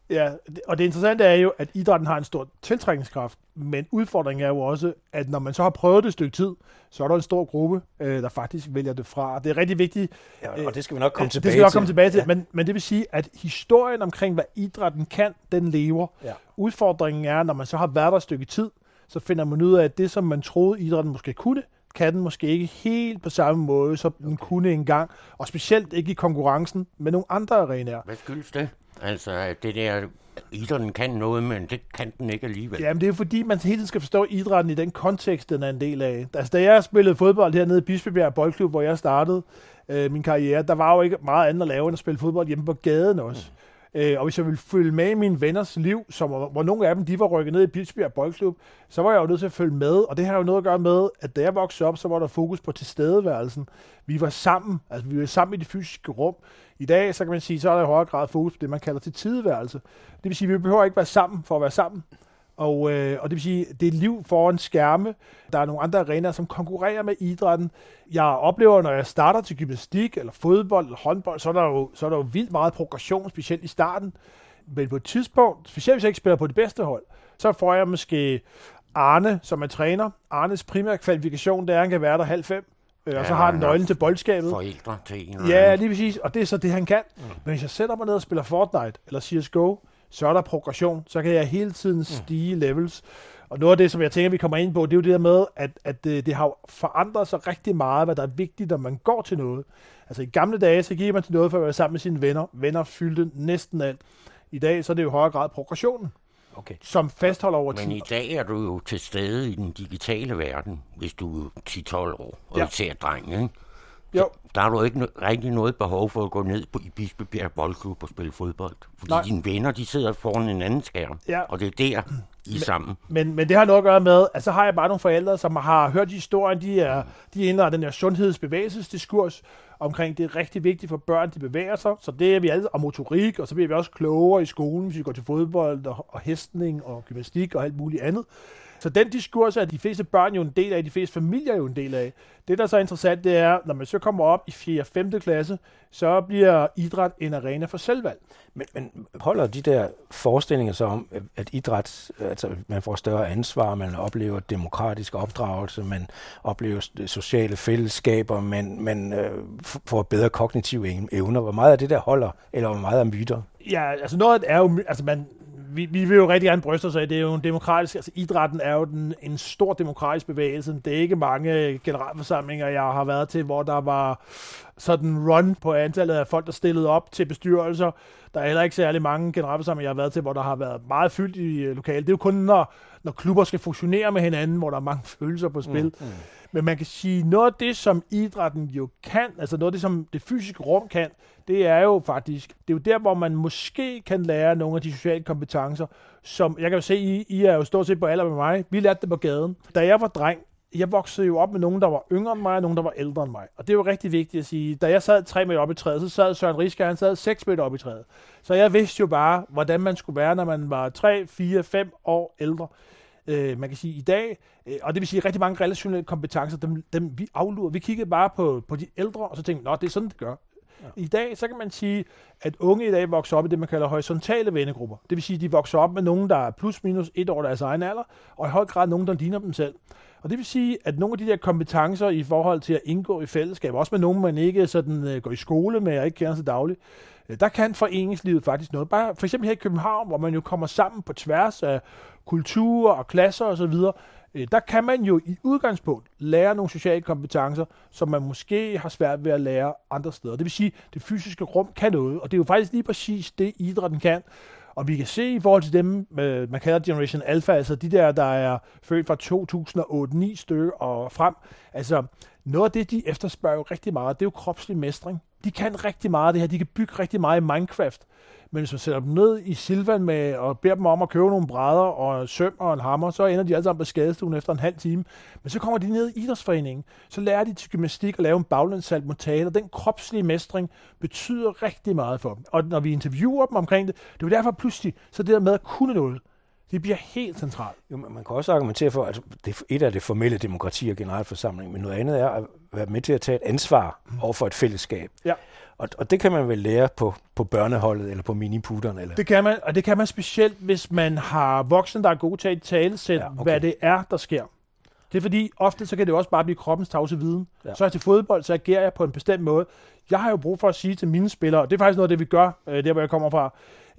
Ja, og det interessante er jo, at idrætten har en stor tiltrækningskraft, men udfordringen er jo også, at når man så har prøvet det et stykke tid, så er der en stor gruppe, øh, der faktisk vælger det fra. Det er rigtig vigtigt. Ja, og det skal vi nok komme øh, tilbage til. Det skal vi nok komme tilbage til, ja. men, men det vil sige, at historien omkring, hvad idrætten kan, den lever. Ja. Udfordringen er, når man så har været der et stykke tid, så finder man ud af, at det, som man troede, idrætten måske kunne, kan den måske ikke helt på samme måde, som den kunne engang, og specielt ikke i konkurrencen med nogle andre arenaer. Hvad skyldes det? Altså, det der, idrætten kan noget, men det kan den ikke alligevel. Jamen, det er jo fordi, man hele tiden skal forstå idrætten i den kontekst, den er en del af. Altså, da jeg spillede fodbold hernede i Bispebjerg Boldklub, hvor jeg startede øh, min karriere, der var jo ikke meget andet at lave, end at spille fodbold hjemme på gaden også. Mm. Øh, og hvis jeg ville følge med i mine venners liv, som, hvor nogle af dem de var rykket ned i Bispebjerg Boldklub, så var jeg jo nødt til at følge med. Og det har jo noget at gøre med, at da jeg voksede op, så var der fokus på tilstedeværelsen. Vi var sammen, altså vi var sammen i det fysiske rum. I dag, så kan man sige, så er der i højere grad fokus på det, man kalder til tilstedeværelse. Det vil sige, at vi behøver ikke være sammen for at være sammen. Og, øh, og det vil sige, det er liv foran skærme. Der er nogle andre arenaer, som konkurrerer med idrætten. Jeg oplever, når jeg starter til gymnastik, eller fodbold, eller håndbold, så er der jo, så er der jo vildt meget progression, specielt i starten. Men på et tidspunkt, specielt hvis jeg ikke spiller på det bedste hold, så får jeg måske Arne, som er træner. Arnes primære kvalifikation, det er, at han kan være der halv fem. Og ja, så har han nøglen til boldskabet. Forældre til en Ja, lige præcis. Og det er så det, han kan. Mm. Men hvis jeg sætter mig ned og spiller Fortnite, eller C S G O, så er der progression. Så kan jeg hele tiden stige mm. levels. Og noget af det, som jeg tænker, vi kommer ind på, det er jo det der med, at, at det, det har forandret sig rigtig meget, hvad der er vigtigt, når man går til noget. Altså i gamle dage, så gik man til noget for at være sammen med sine venner. Venner fyldte næsten alt. I dag, så er det jo i højere grad progressionen, okay. som fastholder over tid. Men i dag er du jo til stede i den digitale verden, hvis du er ti tolv år, og Ja. især dreng, ikke? Jo. Der har du ikke no- rigtig noget behov for at gå ned på i Bispebjerg Boldklub og spille fodbold. Fordi Nej. dine venner, de sidder foran en anden skærm, Ja. og det er der, I er sammen. Men, men det har noget at gøre med, at så har jeg bare nogle forældre, som har hørt de historien, de er, de er inde af den her sundhedsbevægelsesdiskurs omkring, det er rigtig vigtigt for børn, de bevæger sig, så det er vi alle, og motorik, og så bliver vi også klogere i skolen, hvis vi går til fodbold og, og hestning og gymnastik og alt muligt andet. Så den diskurs er de fleste børn jo en del af, de fleste familier jo en del af. Det, der er så interessant, det er, når man så kommer op i fjerde og femte klasse, så bliver idræt en arena for selvvalg. Men, men holder de der forestillinger så om, at idræt, altså man får større ansvar, man oplever demokratisk opdragelse, man oplever sociale fællesskaber, man, man øh, får bedre kognitive evner. Hvor meget af det der holder, eller hvor meget af myter? Ja, altså noget er jo, altså man, vi, vi vil jo rigtig gerne bryste os af, det er jo en demokratisk, altså idrætten er jo den, en stor demokratisk bevægelse. Det er ikke mange generalforsamlinger, jeg har været til, hvor der var sådan run på antallet af folk, der stillede op til bestyrelser. Der er heller ikke særlig mange generalforsamlinger, jeg har været til, hvor der har været meget fyldt i lokalet. Det er jo kun, når, når klubber skal fusionere med hinanden, hvor der er mange følelser på spil. Mm, mm. Men man kan sige, noget af det, som idrætten jo kan, altså noget af det, som det fysiske rum kan, det er jo faktisk, det er jo der, hvor man måske kan lære nogle af de sociale kompetencer, som, jeg kan jo se, I, I er jo stort set på alder med mig, vi lærte det på gaden. Da jeg var dreng, jeg voksede jo op med nogen, der var yngre end mig, og nogen, der var ældre end mig. Og det er jo rigtig vigtigt at sige, da jeg sad tre meter oppe i træet, så sad Søren Riske, han sad seks meter oppe i træet. Så jeg vidste jo bare, hvordan man skulle være, når man var tre, fire, fem år ældre. Øh, man kan sige i dag, øh, og det vil sige rigtig mange relationelle kompetencer, dem, dem vi aflurer. Vi kiggede bare på, på de ældre, og så tænkte nå, det er sådan, det gør. Ja. I dag, så kan man sige, at unge i dag vokser op i det, man kalder horisontale vennegrupper. Det vil sige, at de vokser op med nogen, der er plus minus et år deres egen alder, og i høj grad nogen, der ligner dem selv. Og det vil sige, at nogle af de der kompetencer i forhold til at indgå i fællesskab, også med nogen, man ikke sådan, uh, går i skole med og ikke kender sig dagligt, uh, der kan foreningslivet faktisk noget. Bare for eksempel her i København, hvor man jo kommer sammen på tværs af kulturer og klasser osv., uh, der kan man jo i udgangspunkt lære nogle sociale kompetencer, som man måske har svært ved at lære andre steder. Det vil sige, at det fysiske rum kan noget, og det er jo faktisk lige præcis det, idrætten kan. Og vi kan se i forhold til dem, man kalder Generation Alpha, altså de der, der er født fra to tusind otte ni stykker og frem. Altså noget af det, de efterspørger jo rigtig meget, det er jo kropslig mestring. De kan rigtig meget af det her, de kan bygge rigtig meget i Minecraft. Men hvis man sætter dem ned i Silvan med og beder dem om at købe nogle brædder og søm og en hammer, så ender de alle sammen på skadestuen efter en halv time. Men så kommer de ned i idrætsforeningen, så lærer de til gymnastik at lave en baglændssalt mortal, og den kropslige mestring betyder rigtig meget for dem. Og når vi interviewer dem omkring det, det er jo derfor pludselig, så det der med at kunne noget, Det bliver helt centralt. Jo, man kan også argumentere for, at det, et af det formelle demokrati og generalforsamling, men noget andet er at være med til at tage et ansvar over for et fællesskab. Ja. Og, og det kan man vel lære på, på børneholdet eller på miniputterne? Eller? Det kan man, og det kan man specielt, hvis man har voksne, der er gode til at talesætte, ja, okay. hvad det er, der sker. Det er fordi, ofte så kan det også bare blive kroppens tavse viden. Ja. Så er jeg til fodbold, så agerer jeg på en bestemt måde. Jeg har jo brug for at sige til mine spillere, og det er faktisk noget af det, vi gør, der hvor jeg kommer fra,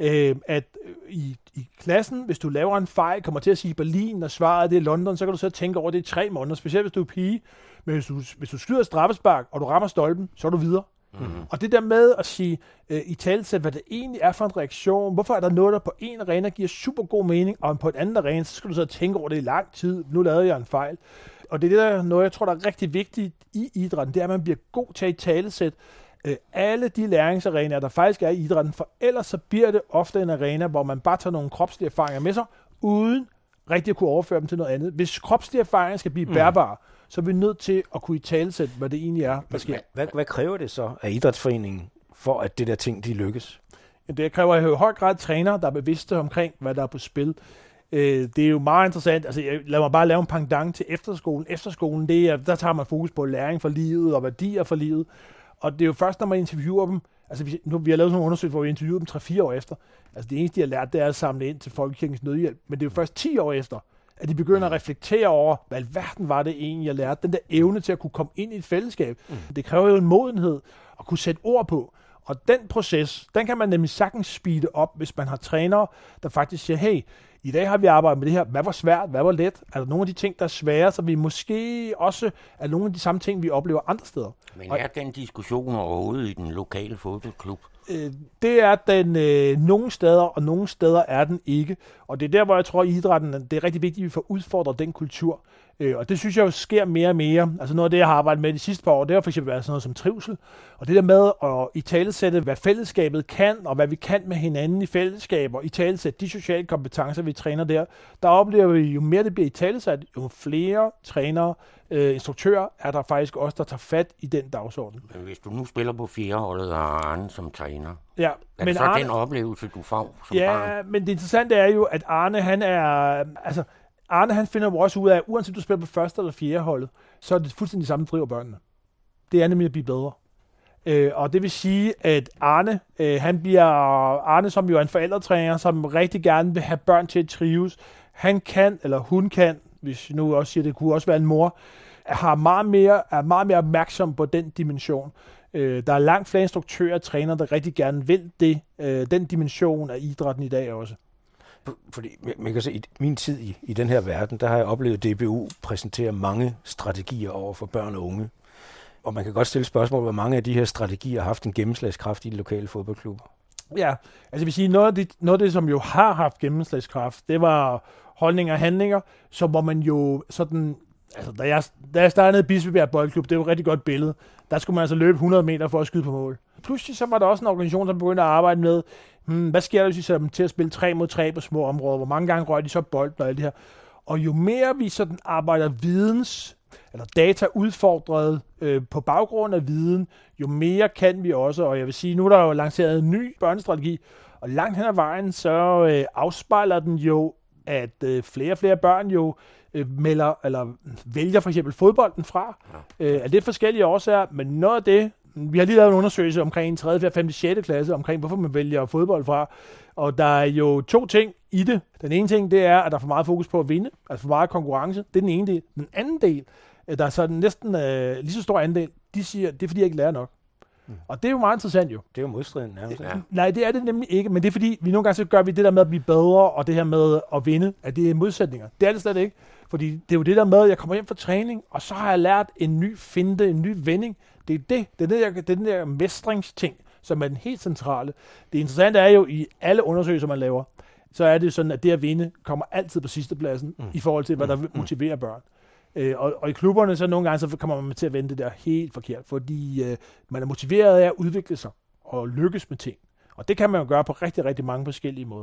at i, i klassen, hvis du laver en fejl, kommer til at sige Berlin, og svaret det er London, så kan du så tænke over det i tre måneder, specielt hvis du er pige. Men hvis du, hvis du skyder straffespark, og du rammer stolpen, så er du videre. Mm-hmm. Og det der med at sige øh, i talesæt, hvad det egentlig er for en reaktion, hvorfor er der noget, der på en arena giver super god mening, og på et andet arena, så skal du så tænke over det i lang tid. Nu lavede jeg en fejl. Og det er det, der noget, jeg tror, der er rigtig vigtigt i idrætten, det er, at man bliver god til at talesæt øh, alle de læringsarenaer, der faktisk er i idrætten, for ellers så bliver det ofte en arena, hvor man bare tager nogle kropslige erfaringer med sig, uden rigtig at kunne overføre dem til noget andet. Hvis kropslige erfaringer skal blive bærbare, mm. så er vi nødt til at kunne i talesætte, hvad det egentlig er, der sker. Hvad, hvad kræver det så af idrætsforeningen, for at det der ting, de lykkes? Det kræver i høj grad træner, der er bevidste omkring, hvad der er på spil. Det er jo meget interessant. Altså, lad mig bare lave en pendant til efterskolen. Efterskolen, det er, der tager man fokus på læring for livet og værdier for livet. Og det er jo først, når man interviewer dem, altså vi, nu, vi har lavet sådan nogle undersøgelser, hvor vi interviewer dem tre fire år efter. Altså det eneste, de har lært, det er at samle ind til Folkekirkens Nødhjælp. Men det er jo først ti år efter, at de begynder at reflektere over, hvad alverden var det egentlig, jeg lærte. Den der evne til at kunne komme ind i et fællesskab. Mm. Det kræver jo en modenhed at kunne sætte ord på. Og den proces, den kan man nemlig sagtens speede op, hvis man har trænere, der faktisk siger, hey, i dag har vi arbejdet med det her. Hvad var svært? Hvad var let? Er der nogle af de ting, der er svære, så vi måske også er nogle af de samme ting, vi oplever andre steder? Men er den diskussion overhovedet i den lokale fodboldklub? Øh, det er den øh, nogle steder, og nogle steder er den ikke. Og det er der, hvor jeg tror, at idrætten, det er rigtig vigtigt, at vi får udfordret den kultur. Øh, og det synes jeg jo sker mere og mere. Altså noget af det, jeg har arbejdet med de sidste par år, det har for eksempel været sådan noget som trivsel. Og det der med at italesætte, hvad fællesskabet kan, og hvad vi kan med hinanden i fællesskaber, italesætte de sociale kompetencer, vi træner der, der oplever vi, jo mere det bliver italesat, jo flere trænere, øh, instruktører, er der faktisk også, der tager fat i den dagsorden. Men hvis du nu spiller på fjerdeholdet og Arne som træner, ja, er men det så Arne, den oplevelse, du får som ja, barn? Ja, men det interessante er jo, at Arne, han er, altså, Arne, han finder jo også ud af, at uanset du spiller på første eller fjerde holdet, så er det fuldstændig samme, driver børnene. Det er nemlig at blive bedre. Øh, og det vil sige, at Arne, øh, han bliver, Arne, som jo er en forældretræner, som rigtig gerne vil have børn til at trives, han kan, eller hun kan, hvis jeg nu også siger, det kunne også være en mor, har meget mere, er meget mere opmærksom på den dimension. Øh, der er langt flere instruktører og trænere, der rigtig gerne vil det, øh, den dimension af idrætten i dag også. Fordi man kan se, i min tid i, i den her verden, der har jeg oplevet D B U præsentere mange strategier over for børn og unge. Og man kan godt stille spørgsmål, hvor mange af de her strategier har haft en gennemslagskraft i de lokale fodboldklubber. Ja, altså jeg vil sige, noget af, det, noget af det, som jo har haft gennemslagskraft, det var holdninger og handlinger, så hvor man jo sådan, altså da jeg, da jeg startede Bispebjerg Boldklub, det er jo et rigtig godt billede, der skulle man altså løbe hundrede meter for at skyde på mål. Pludselig så var der også en organisation, som begyndte at arbejde med, hmm, hvad sker der, hvis vi sætter dem til at spille tre mod tre på små områder, hvor mange gange røg de så bolden og alt det her. Og jo mere vi sådan arbejder videns, eller data udfordret øh, på baggrund af viden, jo mere kan vi også, og jeg vil sige, nu er der jo lanceret en ny børnestrategi, og langt hen ad vejen, så øh, afspejler den jo, at øh, flere og flere børn jo øh, melder, eller vælger for eksempel fodbolden fra. Ja. Øh, er det forskellige årsager, men noget af det, vi har lige lavet en undersøgelse omkring en tredje, fjerde, femte, sjette klasse, omkring hvorfor man vælger fodbold fra, og der er jo to ting i det. Den ene ting, det er, at der er for meget fokus på at vinde, altså for meget konkurrence. Det er den ene del. Den anden del, der er så næsten øh, lige så stor andel, de siger, det er fordi, jeg ikke lærer nok. Mm. Og det er jo meget interessant jo. Det er jo modstriden nærmest. Ja. Nej, det er det nemlig ikke, men det er fordi, vi nogle gange så gør vi det der med at blive bedre, og det her med at vinde, at det er modsætninger. Det er det slet ikke, fordi det er jo det der med, at jeg kommer hjem fra træning, og så har jeg lært en ny finte, en ny vending. Det er det, det er, det der, det er den der mestringsting, som er den helt centrale. Det interessante er jo, i alle undersøgelser, man laver, så er det sådan, at det at vinde kommer altid på sidste pladsen, mm. i forhold til, hvad der motiverer børn. Øh, og, og i klubberne, så nogle gange, så kommer man til at vende det der helt forkert, fordi øh, man er motiveret af at udvikle sig og lykkes med ting. Og det kan man jo gøre på rigtig, rigtig mange forskellige måder.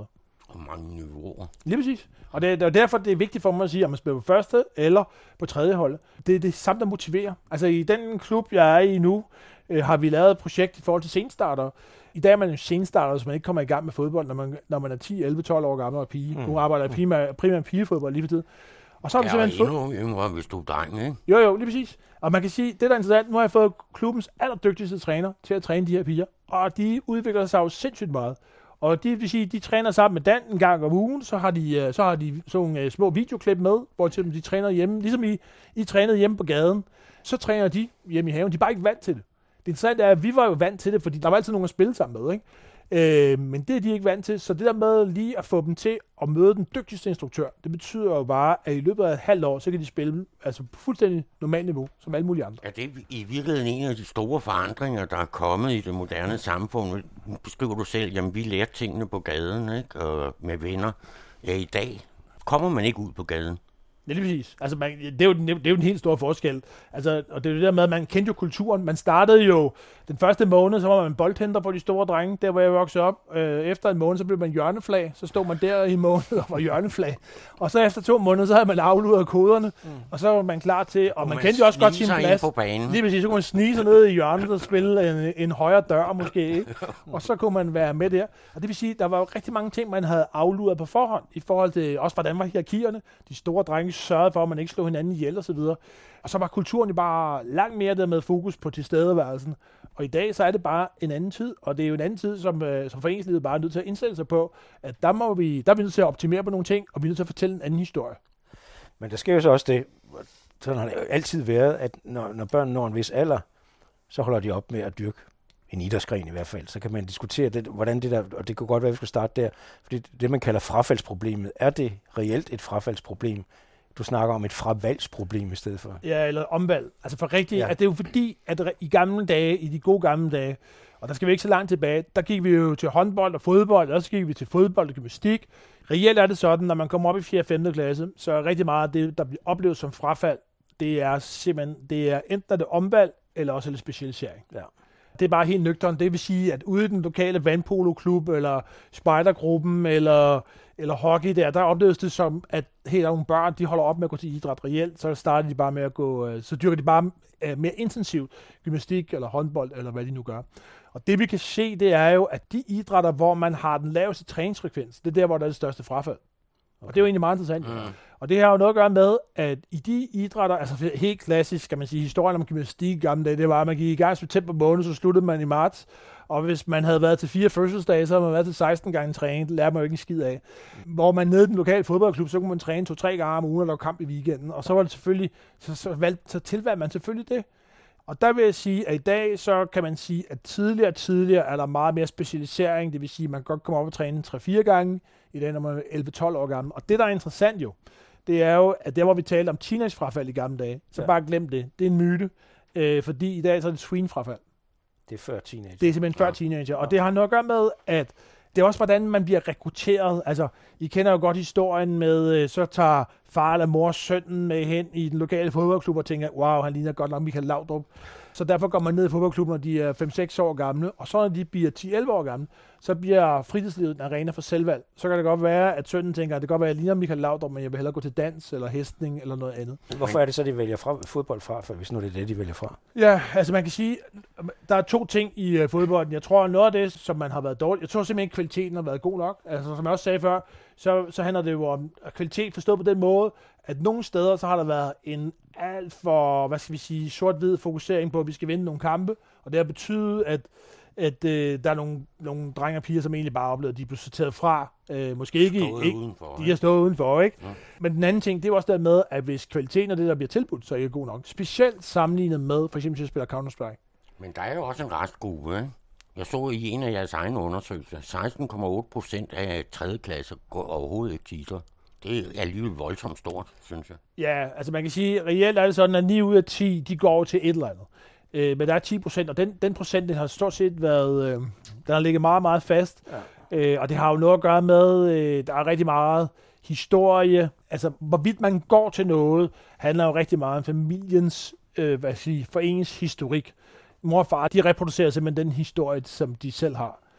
Og mange niveauer. Lige præcis. Og det, det er derfor, det er vigtigt for mig at sige, om man spiller på første eller på tredje hold. Det er det samme, der motiverer. Altså i den klub, jeg er i nu, øh, har vi lavet et projekt i forhold til senstarter. I dag er man jo senstarter, så man ikke kommer i gang med fodbold, når man, når man er ti, elleve, tolv år gammel og pige. Mm. Nu arbejder jeg primært, primært pigefodbold lige for tiden. Og så har vi ja, simpelthen endnu yngre, hvis du er dreng, ikke? Jo, jo, lige præcis. Og man kan sige, det der er interessant, nu har jeg fået klubbens allerdygtigste træner til at træne de her piger, og de udvikler sig jo sindssygt meget. Og det vil sige, de træner sammen med Dan en gang om ugen, så har de, så har de sådan nogle små videoklip med, hvor de træner hjemme, ligesom I, I trænede hjemme på gaden, så træner de hjemme i haven. De er bare ikke vant til det. Det interessante er, at vi var jo vant til det, fordi der var altid nogen at spille sammen med, ikke? Øh, men det er de ikke vant til, så det der med lige at få dem til at møde den dygtigste instruktør, det betyder jo bare, at i løbet af et halvt år, så kan de spille altså på fuldstændig normalt niveau, som alle mulige andre. Er det i virkeligheden en af de store forandringer, der er kommet i det moderne samfund? Nu beskriver du selv, jamen vi lærte tingene på gaden, ikke? Og med venner. Ja, i dag kommer man ikke ud på gaden. Det er lige præcis. Altså, man, det, er jo, det er jo en helt stor forskel. Altså, og det er jo det der med, at man kendte jo kulturen. Man startede jo den første måned, så var man boldhenter for de store drenge, der hvor jeg voksede op. Øh, efter en måned, så blev man hjørneflag. Så stod man der i en måned og var hjørneflag. Og så efter to måneder, så havde man afludret koderne. Mm. Og så var man klar til, og man, man kendte jo også godt sin plads. Lige præcis, så kunne man snige sig ned i hjørnet og spille en, en højere dør måske. Ikke? Og så kunne man være med der. Og det vil sige, der var jo rigtig mange ting, man havde afludret på forhånd. I forhold til også, hvordan var hierarkierne. De store drenge sørgede for, at man ikke slog hinanden ihjel og så videre. Og så var kulturen jo bare langt mere der med fokus på tilstedeværelsen. Og i dag så er det bare en anden tid, og det er jo en anden tid, som, øh, som foreningslivet bare er nødt til at indstille sig på, at der, må vi, der er vi nødt til at optimere på nogle ting, og vi er nødt til at fortælle en anden historie. Men der sker jo så også det, sådan har det jo altid været, at når, når børn når en vis alder, så holder de op med at dyrke en idrætsgren i hvert fald. Så kan man diskutere det, hvordan det der, og det kunne godt være, at vi skulle starte der, fordi det, man kalder frafaldsproblemet, er det reelt et frafaldsproblem? Du snakker om et fravalgsproblem i stedet for. Ja, eller omvalg. Altså for rigtigt, ja. At det er jo fordi, at i gamle dage, i de gode gamle dage, og der skal vi ikke så langt tilbage, der gik vi jo til håndbold og fodbold, og så gik vi til fodbold og gymnastik. Reelt er det sådan, når man kommer op i fjerde og femte klasse, så er rigtig meget af det, der bliver oplevet som frafald, det er simpelthen, det er enten det omvalg, eller også lidt specialisering. Ja. Det er bare helt nøgternt. Det vil sige, at ude i den lokale vandpoloklub, eller spejdergruppen, eller, eller hockey der, der opleves det som, at helt nogle børn, de holder op med at gå til idræt reelt, så starter de bare med at gå, så dyrker de bare mere intensivt gymnastik, eller håndbold, eller hvad de nu gør. Og det vi kan se, det er jo, at de idrætter, hvor man har den laveste træningsfrekvens, det er der, hvor der er det største frafald. Okay. Og det er jo egentlig meget interessant. Mm. Og det har jo noget at gøre med, at i de idrætter, altså helt klassisk, kan man sige, historien om gymnastik i gamle dage, det var, at man gik i gang i september måned, så sluttede man i marts. Og hvis man havde været til fire fødselsdage, så havde man været til seksten gange træning. Det lærer man jo ikke en skid af. Hvor man nede i den lokale fodboldklub, så kunne man træne to-tre gange om ugen, og lave kamp i weekenden. Og så var det selvfølgelig, så, så, valgte, så tilvalgte man selvfølgelig det. Og der vil jeg sige, at i dag, så kan man sige, at tidligere og tidligere er der meget mere specialisering. Det vil sige, at man godt kommer op og træne tre-fire gange, i dag, når man er elleve-tolv år gammel. Og det, der er interessant jo, det er jo, at der, hvor vi talte om teenagefrafald i gamle dage, så ja. Bare glem det. Det er en myte, øh, fordi i dag så er det tween-frafald. Det er før teenager. Det er simpelthen før ja. Teenager. Og ja. Det har noget at gøre med, at det er også, hvordan man bliver rekrutteret. Altså, I kender jo godt historien med, øh, så tager far eller mor sønnen med hen i den lokale fodboldklub og tænker, wow, han ligner godt nok Michael Laudrup. Så derfor går man ned i fodboldklubben, når de er fem-seks år gamle, og så når de bliver ti-elleve år gamle, så bliver fritidslivet en arena for selvvalg. Så kan det godt være, at sønnen tænker, at det kan godt være, at jeg ligner Michael Laudrup, men jeg vil hellere gå til dans eller hestning eller noget andet. Hvorfor er det så, de vælger fra, fodbold fra, for hvis nu det er det, de vælger fra? Ja, altså man kan sige, der er to ting i uh, fodbolden. Jeg tror, noget af det, som man har været dårligt, jeg tror simpelthen ikke, kvaliteten har været god nok. Altså som jeg også sagde før, så, så handler det jo om kvalitet forstået på den måde, at nogle steder, så har der været en alt for, hvad skal vi sige, sort-hvid fokusering på, at vi skal vinde nogle kampe, og det har betydet, at, at øh, der er nogle, nogle drenge og piger, som egentlig bare oplevet, at de blev sorteret fra. Øh, måske ikke, ikke udenfor, de har stået udenfor, ikke? Ja. Men den anden ting, det er også der med, at hvis kvaliteten af det, der bliver tilbudt, så er ikke god nok. Specielt sammenlignet med, for eksempel, hvis jeg spiller Counter-Strike. Men der er jo også en restgruppe, ikke? Jeg så i en af jeres egne undersøgelser, seksten komma otte procent af tredje klasse går overhovedet ikke til idræt. Det er alligevel voldsomt stort, synes jeg. Ja, altså man kan sige, reelt er det sådan, at ni ud af ti, de går til et eller andet. Øh, men der er ti procent, og den, den procent, den har stort set været, øh, den har ligget meget, meget fast. Ja. Øh, og det har jo noget at gøre med, øh, der er rigtig meget historie. Altså, hvorvidt man går til noget, handler jo rigtig meget om familiens, øh, hvad skal jeg sige, foreningshistorik. Mor og far, de reproducerer simpelthen den historie, som de selv har. Det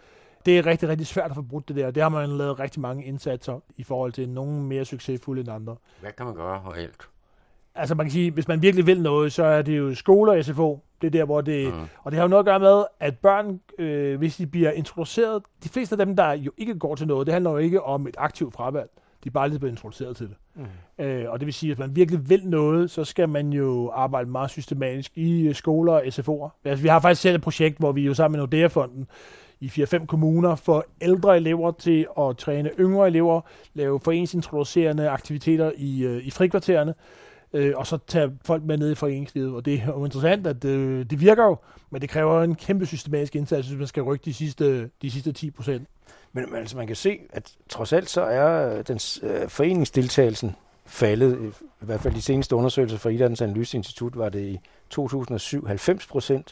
det er rigtig, rigtig svært at få brudt det der. Det har man lavet rigtig mange indsatser i forhold til nogle mere succesfulde end andre. Hvad kan man gøre reelt? Altså man kan sige, hvis man virkelig vil noget, så er det jo skoler og S F O. Det er der, hvor det... Mm. Og det har jo noget at gøre med, at børn, øh, hvis de bliver introduceret... De fleste af dem, der jo ikke går til noget, det handler jo ikke om et aktivt fravalg. De er bare lidt blevet introduceret til det. Mm. Øh, og det vil sige, at hvis man virkelig vil noget, så skal man jo arbejde meget systematisk i skoler og S F O'er. Altså, vi har faktisk selv et projekt, hvor vi jo sammen med Nordea-fonden i fire fem kommuner får ældre elever til at træne yngre elever, lave foreningsintroducerende aktiviteter i, øh, i frikvartererne, øh, og så tage folk med ned i foreningslivet. Og det er jo interessant, at øh, det virker jo, men det kræver en kæmpe systematisk indsats, hvis man skal rykke de sidste, de sidste ti procent. Men altså, man kan se, at trods alt så er den øh, foreningsdeltagelsen faldet. I hvert fald de seneste undersøgelser fra Idrættens Analyseinstitut var det i to tusind og syv halvfems procent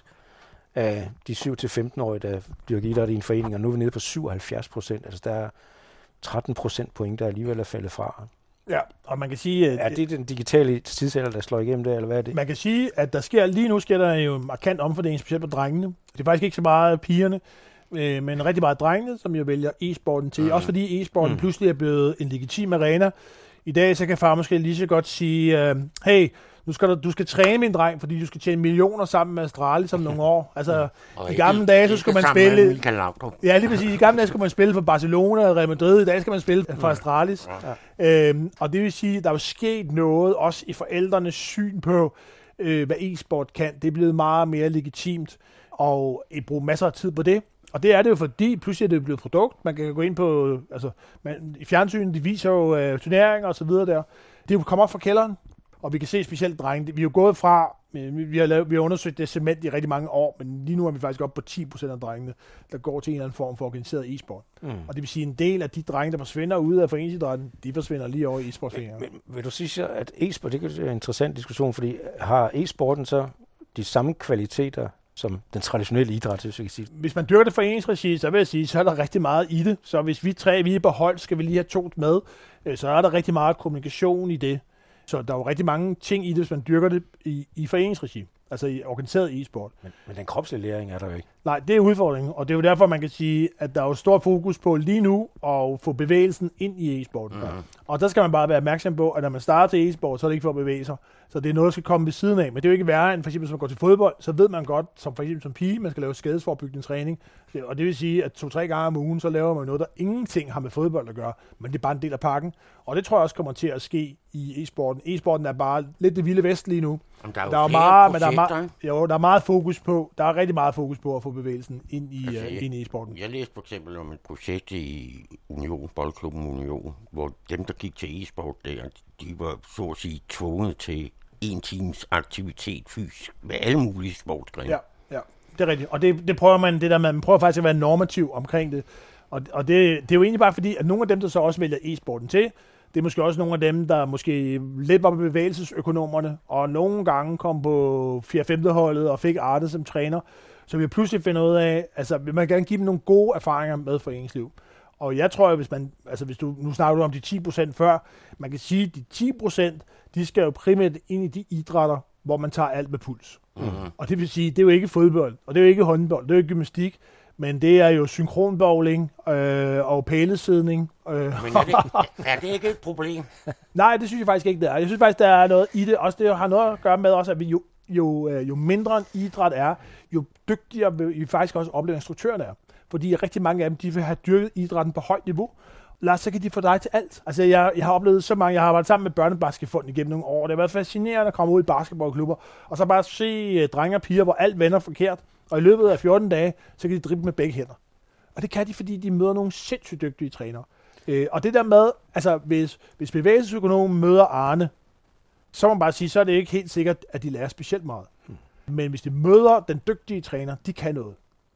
af de syv til femten-årige, der dyrker idræt i en forening, og nu er vi nede på syvoghalvfjerds procent. Altså der er tretten procent point, der alligevel er faldet fra. Ja, og man kan sige... At er det den digitale tidsalder, der slår igennem der, eller hvad er det? Man kan sige, at der sker, lige nu sker der jo en markant omfordeling, specielt på drengene. Det er faktisk ikke så meget pigerne, øh, men rigtig meget drengene, som jo vælger e-sporten til. Mm. Også fordi e-sporten mm. pludselig er blevet en legitim arena. I dag så kan far måske lige så godt sige, øh, hey, nu skal du, du skal træne min dreng, fordi du skal tjene millioner sammen med Astralis om nogle år. Altså, og i gamle dage, så skulle man spille... Ja, lige præcis. I gamle dage skulle man spille for Barcelona og Real Madrid. I dag skal man spille for Astralis. Ja. Øhm, og det vil sige, at der er jo sket noget, også i forældrenes syn på, øh, hvad e-sport kan. Det er blevet meget mere legitimt, og I bruger masser af tid på det. Og det er det jo, fordi pludselig er det blevet et produkt. Man kan gå ind på... Altså, man, i fjernsynet, de viser jo øh, turneringer og så videre der. Det er jo kommet op fra kælderen. Og vi kan se specielt drenge. Vi er jo gået fra, vi har, lavet, vi har undersøgt det cement i rigtig mange år, men lige nu er vi faktisk oppe på ti procent af drengene, der går til en eller anden form for organiseret e-sport. Mm. Og det vil sige, at en del af de drenge, der forsvinder ud af foreningsidrætten, de forsvinder lige over i e-sportforeninger. Men, men vil du sige så, at e-sport, det er en interessant diskussion, fordi har e-sporten så de samme kvaliteter som den traditionelle idræt, hvis jeg kan sige? Hvis man dyrker det foreningsregi, så vil jeg sige, så er der rigtig meget i det. Så hvis vi tre vi er på hold, skal vi lige have to med, så er der rigtig meget kommunikation i det. Så der er jo rigtig mange ting i det, hvis man dyrker det i, i foreningsregi, altså i organiseret e-sport. Men, men den kropslige læring er der jo ikke. Nej, det er udfordringen, og det er jo derfor, man kan sige, at der er jo stor fokus på lige nu at få bevægelsen ind i e-sporten. Mm-hmm. Og der skal man bare være opmærksom på, at når man starter til e-sport, så er det ikke for at bevæge sig. Så det er noget, der skal komme ved siden af. Men det er jo ikke værre end for eksempel, hvis man går til fodbold, så ved man godt, som for eksempel som pige, man skal lave skadesforebyggende træning. Og det vil sige, at to-tre gange om ugen, så laver man noget, der ingenting har med fodbold at gøre, men det er bare en del af pakken. Og det tror jeg også kommer til at ske i e-sporten. E-sporten er bare lidt det vilde vest lige nu. Jamen, der er jo der er meget, men der er meget, jo, der er meget fokus på, der er rigtig meget fokus på at få bevægelsen ind i, altså, uh, ind i e-sporten. Jeg læste for eksempel om et projekt i Union, Boldklubben Union, hvor dem, der gik til e-sport der, de var så at sige tvunget til en times aktivitet fysisk med alle mulige sportsgrene. Ja, ja, det er rigtigt. Og det, det prøver man, det der med, man prøver faktisk at være normativ omkring det. Og, og det, det er jo egentlig bare fordi, at nogle af dem, der så også vælger e-sporten til, det er måske også nogle af dem, der måske lidt var på bevægelsesøkonomerne, og nogle gange kom på fjerde femte holdet og fik Artet som træner. Så vi pludselig finder ud af, altså vil man gerne give dem nogle gode erfaringer med foreningsliv. Og jeg tror, hvis man, altså hvis du, nu snakker du om de ti procent før, man kan sige, at de ti procent, de skal jo primært ind i de idrætter, hvor man tager alt med puls. Mm-hmm. Og det vil sige, det er jo ikke fodbold, og det er jo ikke håndbold, det er jo ikke gymnastik, men det er jo synkronbowling øh, og pælesidning. Øh. Men er det, er det ikke et problem? Nej, det synes jeg faktisk ikke, det er. Jeg synes faktisk, der er noget i det. Også det har noget at gøre med, også, at vi jo, jo, jo mindre en idræt er, jo dygtigere vil vi faktisk også opleve, instruktørerne er. Fordi rigtig mange af dem, de vil have dyrket idrætten på højt niveau. Lars, så kan de få dig til alt. Altså, jeg, jeg har oplevet så mange, jeg har arbejdet sammen med Børnebasketfonden igennem nogle år. Det har været fascinerende at komme ud i basketballklubber, og så bare se uh, drenge og piger, hvor alt vender forkert. Og i løbet af fjorten dage, så kan de drible med begge hænder. Og det kan de, fordi de møder nogle sindssygt dygtige trænere. Uh, og det der med, altså, hvis, hvis bevægelsesøkonomen møder Arne, så må man bare sige, så er det ikke helt sikkert, at de lærer specielt meget. Hmm. Men hvis de møder den dygtige træner, de kan noget.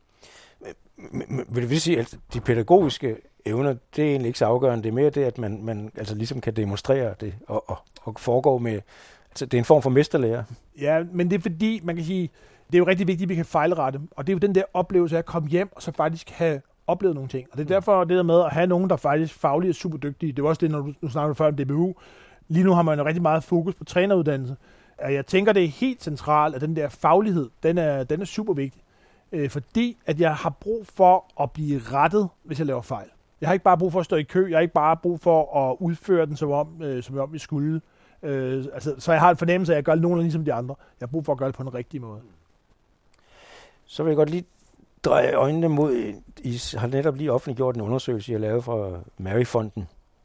Men, vil det sige, at de pædagogiske evner, det er egentlig ikke så afgørende. Det er mere det, at man, man altså ligesom kan demonstrere det og, og, og foregå med... Altså, det er en form for mesterlærer. Ja, men det er fordi, man kan sige, det er jo rigtig vigtigt, at vi kan fejlrette. Og det er jo den der oplevelse af at komme hjem og så faktisk have oplevet nogle ting. Og det er derfor det der med at have nogen, der faktisk fagligt er super dygtige. Det var også det, når du nu snakker før om D B U. Lige nu har man jo rigtig meget fokus på træneruddannelse. Jeg tænker, det er helt centralt, at den der faglighed, den er, den er super vigtig. øh, fordi at jeg har brug for at blive rettet, hvis jeg laver fejl. Jeg har ikke bare brug for at stå i kø, jeg har ikke bare brug for at udføre den, som om, øh, som om vi skulle. Øh, altså, så jeg har en fornemmelse af, at jeg gør det nogenlunde ligesom de andre. Jeg har brug for at gøre det på en rigtig måde. Så vil jeg godt lige dreje øjnene mod, I har netop lige offentliggjort en undersøgelse, jeg har lavet fra Maryfonden,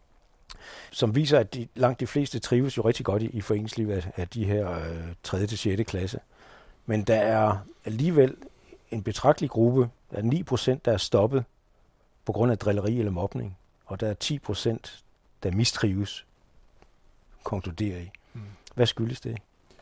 som viser, at de, langt de fleste trives jo rigtig godt i, i foreningslivet af, af de her øh, tredje til sjette klasse. Men der er alligevel en betragtelig gruppe, der er ni procent, der er stoppet på grund af drilleri eller mobning, og der er ti procent, der mistrives, konkluderer I. Mm. Hvad skyldes det?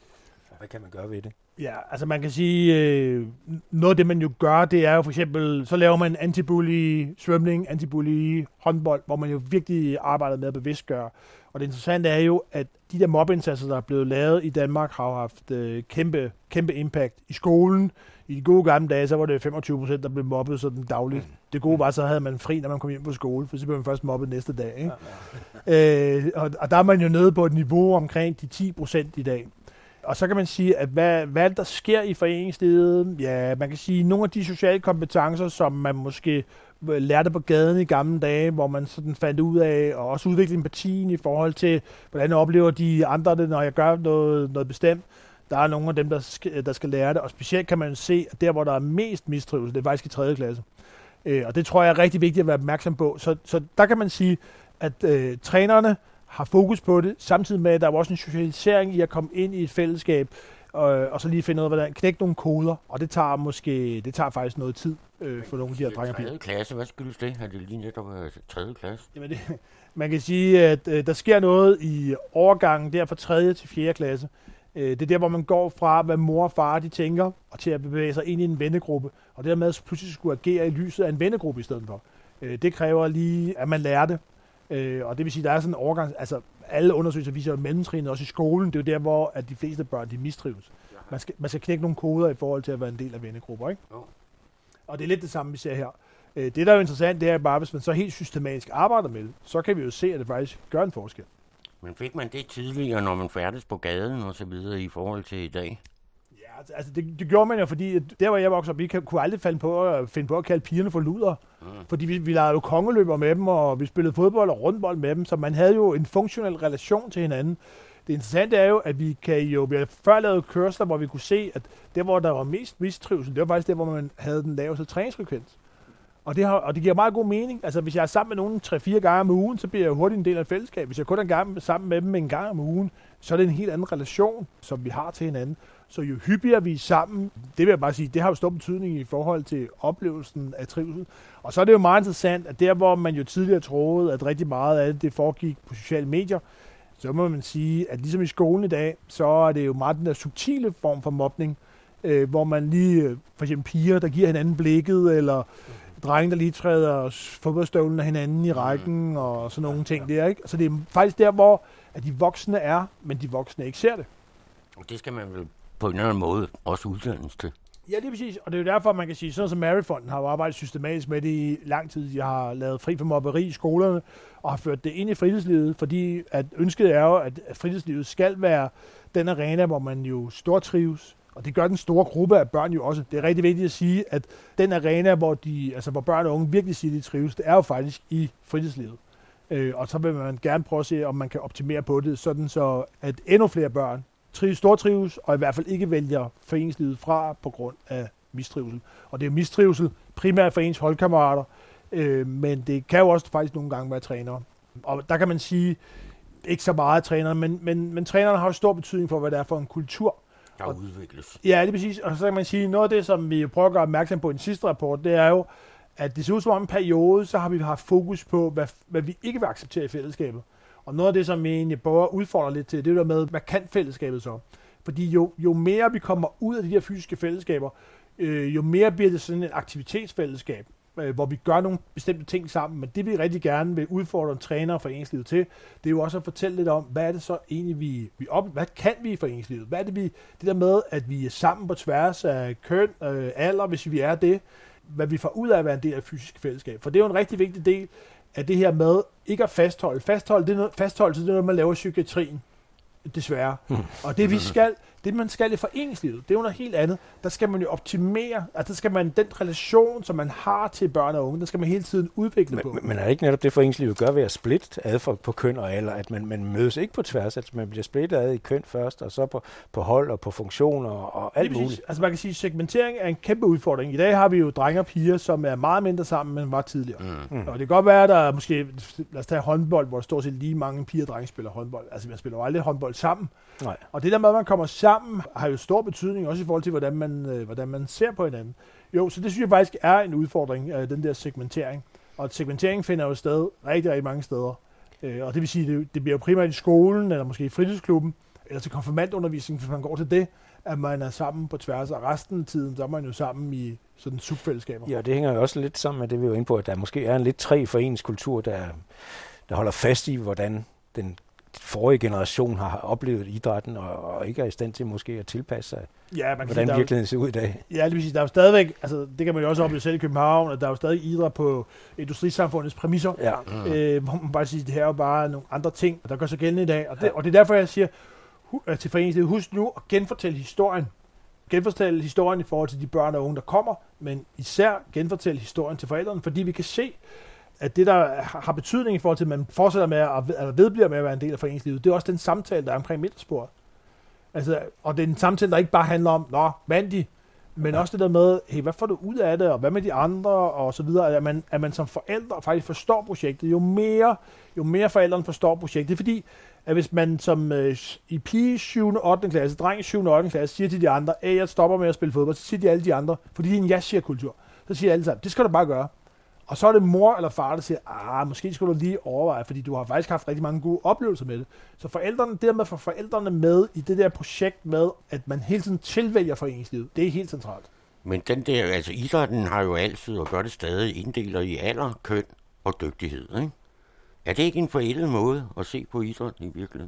Og hvad kan man gøre ved det? Ja, altså man kan sige, øh, noget af det, man jo gør, det er jo for eksempel, så laver man antibully svømning, antibully håndbold, hvor man jo virkelig arbejder med at bevidstgøre. Og det interessante er jo, at de der mobbeindsatser, der er blevet lavet i Danmark, har jo haft øh, kæmpe, kæmpe impact. I skolen, i de gode gamle dage, så var det femogtyve procent, der blev mobbet sådan dagligt. Det gode var, så havde man fri, når man kom hjem på skole, for så blev man først mobbet næste dag. Ikke? Ja, ja. øh, og, og der er man jo nede på et niveau omkring de ti procent i dag. Og så kan man sige, at hvad, hvad der sker i foreningslivet, ja, man kan sige, nogle af de sociale kompetencer, som man måske lærte på gaden i gamle dage, hvor man sådan fandt ud af, og også udvikle empatien i forhold til, hvordan oplever de andre det, når jeg gør noget, noget bestemt. Der er nogle af dem, der skal, der skal lære det, og specielt kan man se, at der, hvor der er mest mistrivsel, det er faktisk i tredje klasse. Øh, og det tror jeg er rigtig vigtigt at være opmærksom på. Så, så der kan man sige, at øh, trænerne har fokus på det, samtidig med, at der er også en socialisering i at komme ind i et fællesskab, og, og så lige finde ud af, hvordan knække nogle koder, og det tager måske, det tager faktisk noget tid øh, for nogle af de her drenge og piger. tredje klasse, hvad skyldes det? Har det lige netop været tredje klasse? Jamen det, man kan sige, at øh, der sker noget i overgangen der fra tredje til fjerde klasse. Øh, det er der, hvor man går fra, hvad mor og far de tænker, og til at bevæge sig ind i en vennegruppe, og dermed så pludselig skulle agere i lyset af en vennegruppe i stedet for. Øh, det kræver lige, at man lærer det. Øh, og det vil sige, at der er sådan en overgang, altså alle undersøgelser viser jo mellemtrinnet, også i skolen, det er jo der, hvor at de fleste børn, de mistrives. Man skal, man skal knække nogle koder i forhold til at være en del af vennegrupper, ikke? Oh. Og det er lidt det samme, vi ser her. Øh, det, der er jo interessant, det er bare, hvis man så helt systematisk arbejder med det, så kan vi jo se, at det faktisk gør en forskel. Men fik man det tidligere, når man færdes på gaden og så videre i forhold til i dag? Ja, altså det, det gjorde man jo, fordi der, hvor jeg voksede op, vi kunne aldrig finde på at, finde på at kalde pigerne for luder. Mm. Fordi vi, vi lavede jo kongeløber med dem, og vi spillede fodbold og rundbold med dem, så man havde jo en funktionel relation til hinanden. Det interessante er jo, at vi kan jo, vi har før lavet kørsler, hvor vi kunne se, at der, hvor der var mest mistrivsel, det var faktisk der, hvor man havde den laveste træningsfrekvens. Og det, har, og det giver meget god mening. Altså, hvis jeg er sammen med nogen tre-fire gange om ugen, så bliver jeg hurtigt en del af et fællesskab. Hvis jeg kun er gang, sammen med dem en gang om ugen, så er det en helt anden relation, som vi har til hinanden. Så jo hyppigere vi er sammen, det vil jeg bare sige, det har jo stor betydning i forhold til oplevelsen af trivsel. Og så er det jo meget interessant, at der, hvor man jo tidligere troede, at rigtig meget af det, det foregik på sociale medier, så må man sige, at ligesom i skolen i dag, så er det jo meget den der subtile form for mobning, øh, hvor man lige, for eksempel piger, der giver hinanden blikket, eller drenge, der lige træder fodboldstøvlen af hinanden i rækken, og sådan nogle ting der, ikke? Så det er faktisk der, hvor at de voksne er, men de voksne ikke ser det. Og det skal man vel på en eller anden måde også uddannes til. Ja, det er præcis. Og det er jo derfor, man kan sige, sådan som Maryfonden har jo arbejdet systematisk med det i lang tid. Jeg har lavet fri for mobberi i skolerne, og har ført det ind i fritidslivet, fordi at ønsket er jo, at fritidslivet skal være den arena, hvor man jo stortrives. Og det gør den store gruppe af børn jo også. Det er rigtig vigtigt at sige, at den arena, hvor, de, altså hvor børn og unge virkelig siger, at de trives, det er jo faktisk i fritidslivet. Øh, og så vil man gerne prøve at se, om man kan optimere på det, sådan så at endnu flere børn trives, stortrives, og i hvert fald ikke vælger foreningslivet fra på grund af mistrivsel. Og det er mistrivsel primært for ens holdkammerater, øh, men det kan jo også faktisk nogle gange være trænere. Og der kan man sige, ikke så meget trænere, men, men, men trænerne har jo stor betydning for, hvad det er for en kultur, der udvikles. Ja, det er præcis. Og så kan man sige, noget af det, som vi prøver at gøre opmærksom på i den sidste rapport, det er jo, at det ser ud som om en periode, så har vi haft fokus på, hvad, hvad vi ikke vil acceptere i fællesskabet. Og noget af det, som vi egentlig prøver udfordrer lidt til, det er der med, hvad kan fællesskabet så? Fordi jo, jo mere vi kommer ud af de her fysiske fællesskaber, øh, jo mere bliver det sådan et aktivitetsfællesskab, øh, hvor vi gør nogle bestemte ting sammen. Men det vi rigtig gerne vil udfordre en træner for foreningslivet til, det er jo også at fortælle lidt om, hvad er det så egentlig, vi, vi op, hvad kan vi i foreningslivet? Hvad er det, vi, det der med, at vi er sammen på tværs af køn, øh, alder, hvis vi er det, hvad vi får ud af at være en del af fysisk fællesskab. For det er jo en rigtig vigtig del af det her med ikke at fastholde. Fastholde, det er noget, fastholdelse, det er noget, man laver i psykiatrien, desværre. Og det vi skal, Det, man skal i foreningslivet, det er jo noget helt andet. Der skal man jo optimere, altså der skal man, den relation, som man har til børn og unge, der skal man hele tiden udvikle men, på. Men er det ikke netop det, foreningslivet gør ved at splitte ad på køn og alder, at man, man mødes ikke på tværs, at man bliver splittet ad i køn først, og så på, på hold og på funktioner og alt muligt? Præcis. Altså man kan sige, at segmentering er en kæmpe udfordring. I dag har vi jo drenge og piger, som er meget mindre sammen, end var tidligere. Mm. Og det kan godt være, at der er måske, lad os tage håndbold, hvor der stort set lige mange piger og drenge spiller håndbold. Altså man spiller jo aldrig håndbold sammen. Nej. Og det der med, at man kommer sammen, har jo stor betydning, også i forhold til, hvordan man, øh, hvordan man ser på hinanden. Jo, så det synes jeg faktisk er en udfordring, øh, den der segmentering. Og segmentering finder jo sted rigtig, rigtig mange steder. Øh, og det vil sige, det, det bliver jo primært i skolen, eller måske i fritidsklubben, eller til konfirmandundervisning, hvis man går til det, at man er sammen på tværs af resten af tiden, så er man jo sammen i sådan subfællesskaber. Ja, det hænger jo også lidt sammen med det, vi var inde på, at der måske er en lidt træ foreningskultur, der, der holder fast i, hvordan den forrige generation har oplevet idrætten, og, og ikke er i stand til måske at tilpasse sig, ja, man kan hvordan sige, virkeligheden ser ud i dag. Ja, det vil sige, der er jo stadigvæk, altså det kan man jo også opleve selv i København, at der er jo stadig idræt på industrisamfundets præmisser, ja. mm. øh, hvor man bare siger, at det her er jo bare nogle andre ting, der gør sig gældende i dag. Og det, ja. og det er derfor, jeg siger hu- til foreningslivet, husk nu at genfortælle historien. Genfortælle historien i forhold til de børn og unge, der kommer, men især genfortælle historien til forældrene, fordi vi kan se, at det, der har betydning i forhold til, at man fortsætter med at vedbliver med at være en del af foreningslivet, det er også den samtale, der er omkring midtersporet. Altså, og det er en samtale, der ikke bare handler om, nå, vandt de, men ja. også det der med, hey, hvad får du ud af det, og hvad med de andre, og så videre, at man, at man som forældre faktisk forstår projektet, jo mere, jo mere forældrene forstår projektet, fordi at hvis man som øh, i pige syvende og ottende klasse, dreng i syvende og ottende klasse, siger til de andre, at jeg stopper med at spille fodbold, så siger de alle de andre, fordi det er en ja-siger-kultur, så siger alle sammen, det skal du bare gøre. Og så er det mor eller far, der siger, ah, måske skal du lige overveje, fordi du har faktisk haft rigtig mange gode oplevelser med det. Så forældrene, dermed for forældrene med i det der projekt med, at man hele tiden tilvælger foreningslivet, det er helt centralt. Men den der, altså idrætten har jo altid, og gør det stadig, inddeler i alder, køn og dygtighed, ikke? Er det ikke en forældet måde at se på idrætten i virkeligheden?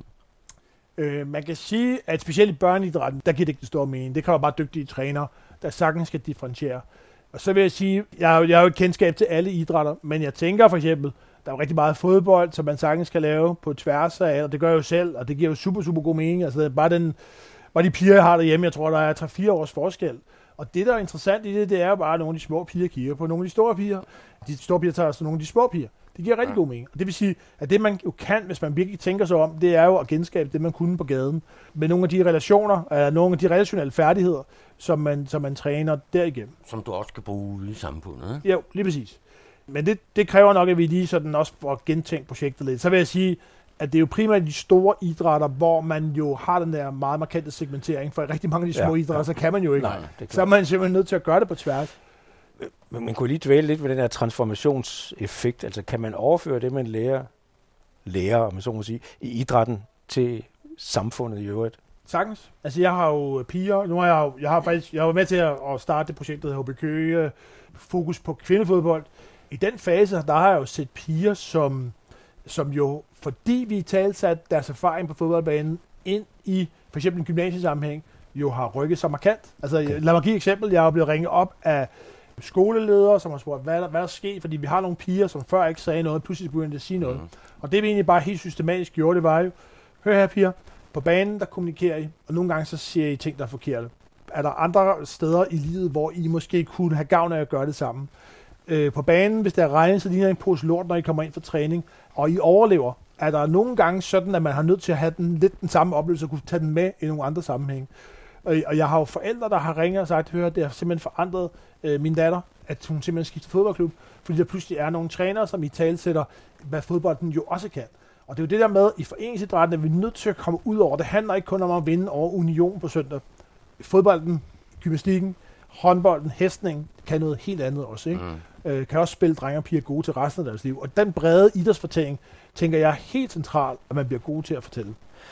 Øh, man kan sige, at specielt i børneidrætten, der giver det ikke det store mening. Det kan jo bare dygtige trænere, der sagtens skal differentiere. Og så vil jeg sige, jeg har, jeg har jo et kendskab til alle idrætter, men jeg tænker for eksempel, der er jo rigtig meget fodbold, som man sagtens skal lave på tværs af, og det gør jeg jo selv, og det giver jo super, super god mening. Altså bare, den, bare de piger, jeg har derhjemme, jeg tror, der er tre fire års forskel. Og det, der er interessant i det, det er jo bare, at nogle af de små piger kigger på nogle af de store piger. De store piger tager altså nogle af de små piger. Det giver rigtig god mening. Og det vil sige, at det man jo kan, hvis man virkelig tænker sig om, det er jo at genskabe det, man kunne på gaden. Med nogle af de relationer, eller nogle af de relationelle færdigheder, som man, som man træner derigennem. Som du også skal bruge ude i samfundet, ikke? Jo, lige præcis. Men det, det kræver nok, at vi lige sådan også får gentænkt projektet lidt. Så vil jeg sige, at det er jo primært de store idrætter, hvor man jo har den der meget markante segmentering. For rigtig mange af de små ja, idrætter, ja. så kan man jo ikke. Nej, så er man simpelthen nødt til at gøre det på tværs. Men man kunne lige dvæle lidt ved den her transformationseffekt. Altså kan man overføre det, man lærer, lærer om man så må sige, i idrætten til samfundet i øvrigt? Sagtens. Altså jeg har jo piger. Nu har jeg, jeg har faktisk jeg har været med til at starte det projekt, der hedder H B Køge, fokus på kvindefodbold. I den fase, der har jeg jo set piger, som, som jo, fordi vi talsat deres erfaring på fodboldbanen ind i for eksempel en gymnasiesammenhæng, jo har rykket sig markant. Altså okay. Lad mig give et eksempel. Jeg er blevet ringet op af skoleledere, som har spurgt, hvad der, hvad der sker, fordi vi har nogle piger, som før ikke sagde noget, pludselig begyndte at sige noget. Mm. Og det vi egentlig bare helt systematisk gjorde, det var jo, hør her piger, på banen, der kommunikerer I, og nogle gange så siger I ting, der er forkerte. Er der andre steder i livet, hvor I måske kunne have gavn af at gøre det samme? Øh, på banen, hvis der er regnet, så ligner I en pose lort, når I kommer ind for træning, og I overlever. Er der nogle gange sådan, at man har nødt til at have den, lidt den samme oplevelse, og kunne tage den med i nogle andre sammenhænge? Og jeg har jo forældre, der har ringet og sagt, hør, det har simpelthen forandret øh, min datter, at hun simpelthen skifter fodboldklub, fordi der pludselig er nogle trænere, som i talsætter, hvad fodbolden jo også kan. Og det er jo det der med, i foreningsidrætten, at vi er nødt til at komme ud over. Det handler ikke kun om at vinde over Union på søndag. Fodbolden, gymnastikken, håndbolden, hestning, kan noget helt andet også. Ikke? Mm. Øh, kan også spille drenge og piger gode til resten af deres liv. Og den brede idrætsfortælling, tænker jeg er helt central, at man bliver god til at fortælle.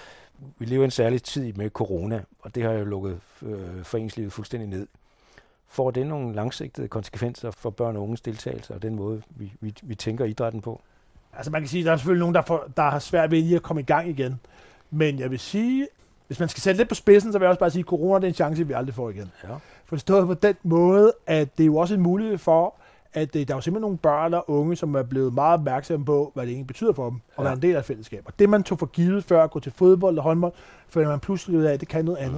Vi lever en særlig tid med corona, og det har jo lukket øh, foreningslivet fuldstændig ned. Får det nogle langsigtede konsekvenser for børn og unges deltagelse og den måde, vi, vi, vi tænker idrætten på? Altså man kan sige, at der er selvfølgelig nogen, der, får, der har svært ved lige at komme i gang igen. Men jeg vil sige, hvis man skal sætte lidt på spidsen, så vil jeg også bare sige, at corona det er en chance, vi aldrig får igen. Ja. For det står på den måde, at det er jo også en mulighed for, at der er jo simpelthen nogle børn og unge, som er blevet meget opmærksomme på, hvad det egentlig betyder for dem, og ja. være en del af et fællesskab. Og det, man tog for givet før at gå til fodbold og håndbold, føler man pludselig ud af, at det kan noget andet. Mm.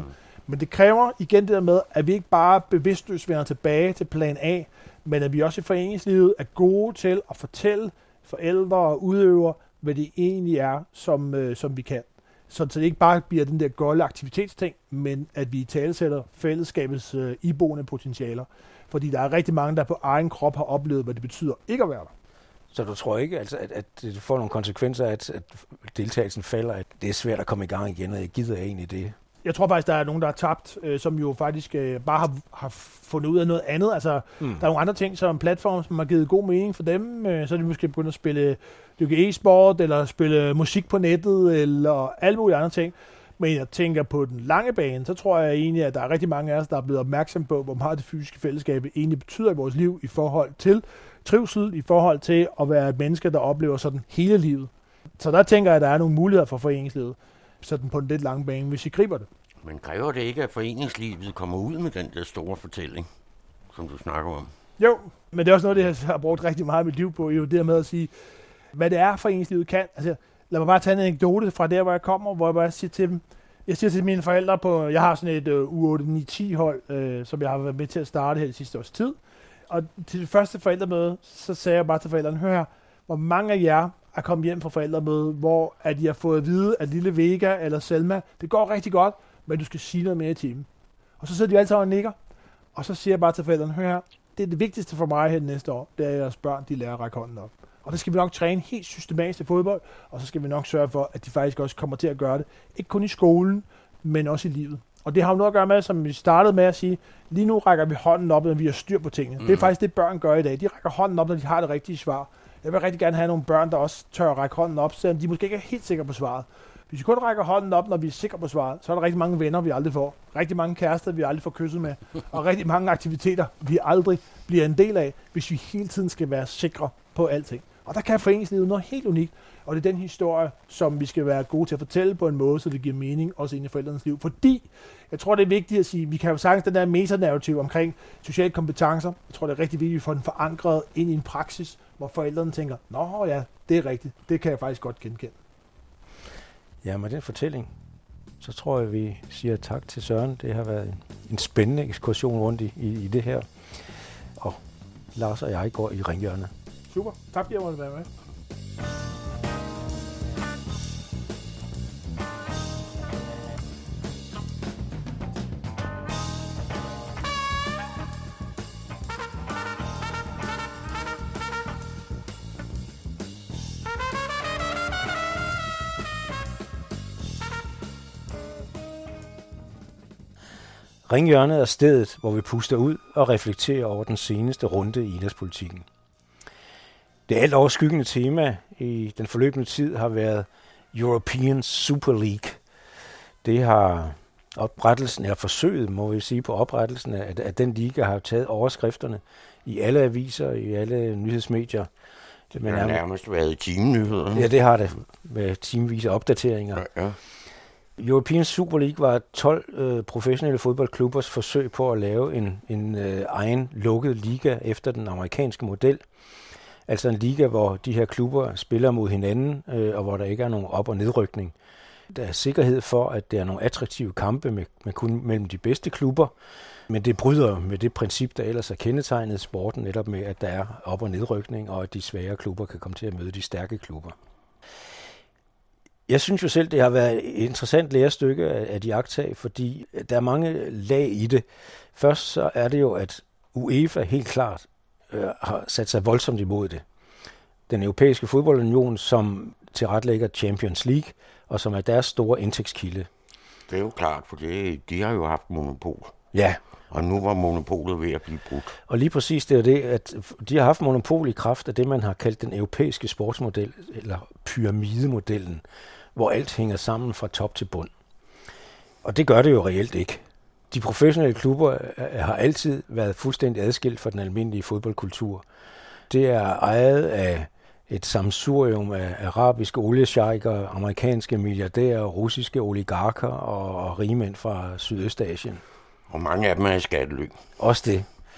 Men det kræver igen det der med, at vi ikke bare bevidstløst vender tilbage til plan A, men at vi også i foreningslivet er gode til at fortælle forældre og udøvere, hvad det egentlig er, som, øh, som vi kan. Så det ikke bare bliver den der golde aktivitetsting, men at vi talesætter fællesskabets øh, iboende potentialer. Fordi der er rigtig mange, der på egen krop har oplevet, hvad det betyder ikke at være der. Så du tror ikke, altså, at, at det får nogle konsekvenser, at, at deltagelsen falder, at det er svært at komme i gang igen, og jeg gider egentlig det? Jeg tror faktisk, der er nogen, der er tabt, øh, som jo faktisk øh, bare har, har fundet ud af noget andet. Altså, mm. der er nogle andre ting, som platform, som har givet god mening for dem. Øh, så er de måske begyndt at spille dyrke e-sport, eller spille musik på nettet, eller alle mulige andre ting. Men jeg tænker på den lange bane, så tror jeg egentlig, at der er rigtig mange af os, der er blevet opmærksom på, hvor meget det fysiske fællesskab egentlig betyder i vores liv i forhold til trivsel, i forhold til at være et menneske, der oplever sådan hele livet. Så der tænker jeg, at der er nogle muligheder for foreningslivet, sådan på den lidt lange bane, hvis I griber det. Men kræver det ikke, at foreningslivet kommer ud med den der store fortælling, som du snakker om? Jo, men det er også noget, det jeg har brugt rigtig meget af mit liv på, jo det med at sige, hvad det er, foreningslivet kan. Altså, lad mig bare tage en anekdote fra der, hvor jeg kommer, hvor jeg bare siger til dem, jeg siger til mine forældre på, jeg har sådan et uh, U otte ni ti hold, øh, som jeg har været med til at starte her i sidste års tid. Og til det første forældremøde, så sagde jeg bare til forældrene, hør her, hvor mange af jer er kommet hjem fra forældremøde, hvor at I har fået at vide, at lille Vega eller Selma, det går rigtig godt, men du skal sige noget mere i timen. Og så sidder de alle sammen og nikker, og så siger jeg bare til forældrene, hør her, det er det vigtigste for mig her næste år, det er, at jeres børn, de lærer at række hånden op. Og der skal vi nok træne helt systematisk til fodbold, og så skal vi nok sørge for, at de faktisk også kommer til at gøre det. Ikke kun i skolen, men også i livet. Og det har jo noget at gøre med, som vi startede med at sige, lige nu rækker vi hånden op, når vi har styr på tingene. Mm. Det er faktisk det, børn gør i dag. De rækker hånden op, når de har det rigtige svar. Jeg vil rigtig gerne have nogle børn, der også tør at række hånden op, selvom de måske ikke er helt sikre på svaret. Hvis vi kun rækker hånden op, når vi er sikre på svaret, så er der rigtig mange venner, vi aldrig får. Rigtig mange kærester, vi aldrig får kysset med. Og rigtig mange aktiviteter, vi aldrig bliver en del af, hvis vi hele tiden skal være sikre på alting. Og der kan foreningslivet noget helt unikt, og det er den historie, som vi skal være gode til at fortælle på en måde, så det giver mening også ind i forældrenes liv. Fordi, jeg tror, det er vigtigt at sige, vi kan jo sagtens den der metanarrativ omkring sociale kompetencer. Jeg tror, det er rigtig vigtigt, at vi får den forankret ind i en praksis, hvor forældrene tænker, nå ja, det er rigtigt, det kan jeg faktisk godt genkende. Ja, med den fortælling, så tror jeg, vi siger tak til Søren. Det har været en spændende ekskursion rundt i, i, i det her. Og Lars og jeg går i ringhjørnet. Super. Tak fordi jeg måtte være med. Ringhjørnet er stedet, hvor vi puster ud og reflekterer over den seneste runde i idrætspolitikken. Det alt overskyggende tema i den forløbende tid har været European Super League. Det har oprettelsen, eller forsøget, må vi sige, på oprettelsen af, af den liga har taget overskrifterne i alle aviser, i alle nyhedsmedier. Det har nærmest, nærmest været i timenyhederne. Ja, det har det, med timevise opdateringer. Ja, ja. European Super League var tolv øh, professionelle fodboldklubbers forsøg på at lave en, en øh, egen lukket liga efter den amerikanske model. Altså en liga, hvor de her klubber spiller mod hinanden, øh, og hvor der ikke er nogen op- og nedrykning. Der er sikkerhed for, at der er nogle attraktive kampe med, med kun mellem de bedste klubber, men det bryder med det princip, der ellers er kendetegnet sporten, netop med, at der er op- og nedrykning, og at de svage klubber kan komme til at møde de stærke klubber. Jeg synes jo selv, det har været et interessant lærestykke af de iagttag, fordi der er mange lag i det. Først så er det jo, at UEFA helt klart øh, har sat sig voldsomt imod det. Den europæiske fodboldunion, som tilretlægger Champions League, og som er deres store indtægtskilde. Det er jo klart, for det, de har jo haft monopol. Ja. Og nu var monopolet ved at blive brudt. Og lige præcis det er det, at de har haft monopol i kraft af det, man har kaldt den europæiske sportsmodel, eller pyramidemodellen, hvor alt hænger sammen fra top til bund. Og det gør det jo reelt ikke. De professionelle klubber har altid været fuldstændig adskilt fra den almindelige fodboldkultur. Det er ejet af et sammensurium af arabiske oliesjejker, amerikanske milliardærer, russiske oligarker og, og rigmænd fra Sydøstasien. Og mange af dem er i skattely. Også det.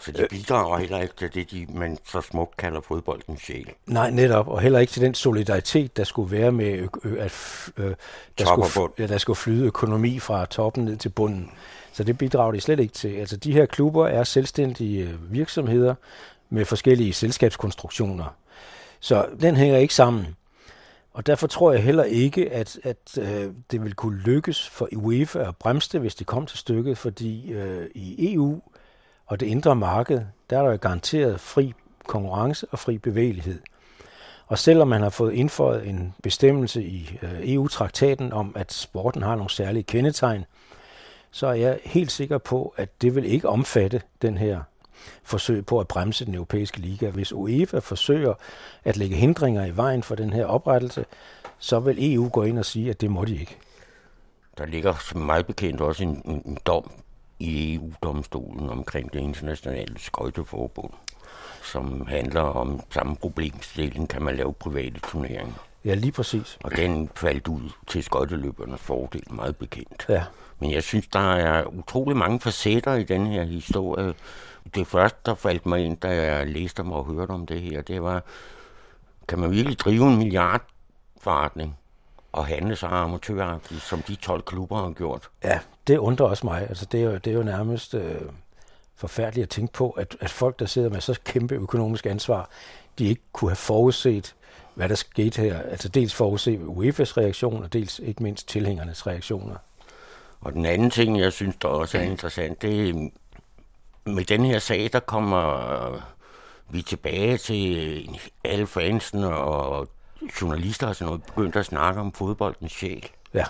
Så de bidrager heller ikke til det, de, man så smukt kalder fodboldens sjæl. Nej, netop, og heller ikke til den solidaritet, der skulle være med, ø- ø- at øh, der, skulle, ja, der skulle flyde økonomi fra toppen ned til bunden. Så det bidrager de slet ikke til. Altså, de her klubber er selvstændige virksomheder med forskellige selskabskonstruktioner. Så den hænger ikke sammen. Og derfor tror jeg heller ikke, at, at øh, det vil kunne lykkes for UEFA at bremse det, hvis det kom til stykket, fordi øh, i E U og det indre marked, der er der garanteret fri konkurrence og fri bevægelighed. Og selvom man har fået indføjet en bestemmelse i øh, E U-traktaten om, at sporten har nogle særlige kendetegn, så er jeg helt sikker på, at det vil ikke omfatte den her forsøg på at bremse den europæiske liga. Hvis UEFA forsøger at lægge hindringer i vejen for den her oprettelse, så vil E U gå ind og sige, at det må de ikke. Der ligger som meget bekendt også en, en, en dom i E U-domstolen omkring det internationale skøjteforbund, som handler om samme problemstilling, kan man lave private turneringer. Ja, lige præcis. Og den faldt ud til skøjteløbernes fordel, meget bekendt. Ja. Men jeg synes, der er utrolig mange facetter i den her historie. Det første, der faldt mig ind, da jeg læste om og hørte om det her, det var, kan man virkelig drive en milliardforretning og handle så amatøragtigt, som de tolv klubber har gjort? Ja, det undrer også mig. Altså, det, er jo, det er jo nærmest øh, forfærdeligt at tænke på, at, at folk, der sidder med så kæmpe økonomisk ansvar, de ikke kunne have forudset, hvad der skete her. Altså dels forudse U E F A's reaktion, og dels ikke mindst tilhængernes reaktioner. Og den anden ting, jeg synes, der også er interessant, det er, med den her sag, der kommer vi tilbage til alle fansene og journalister og sådan noget, begyndt at snakke om fodboldens sjæl. Ja.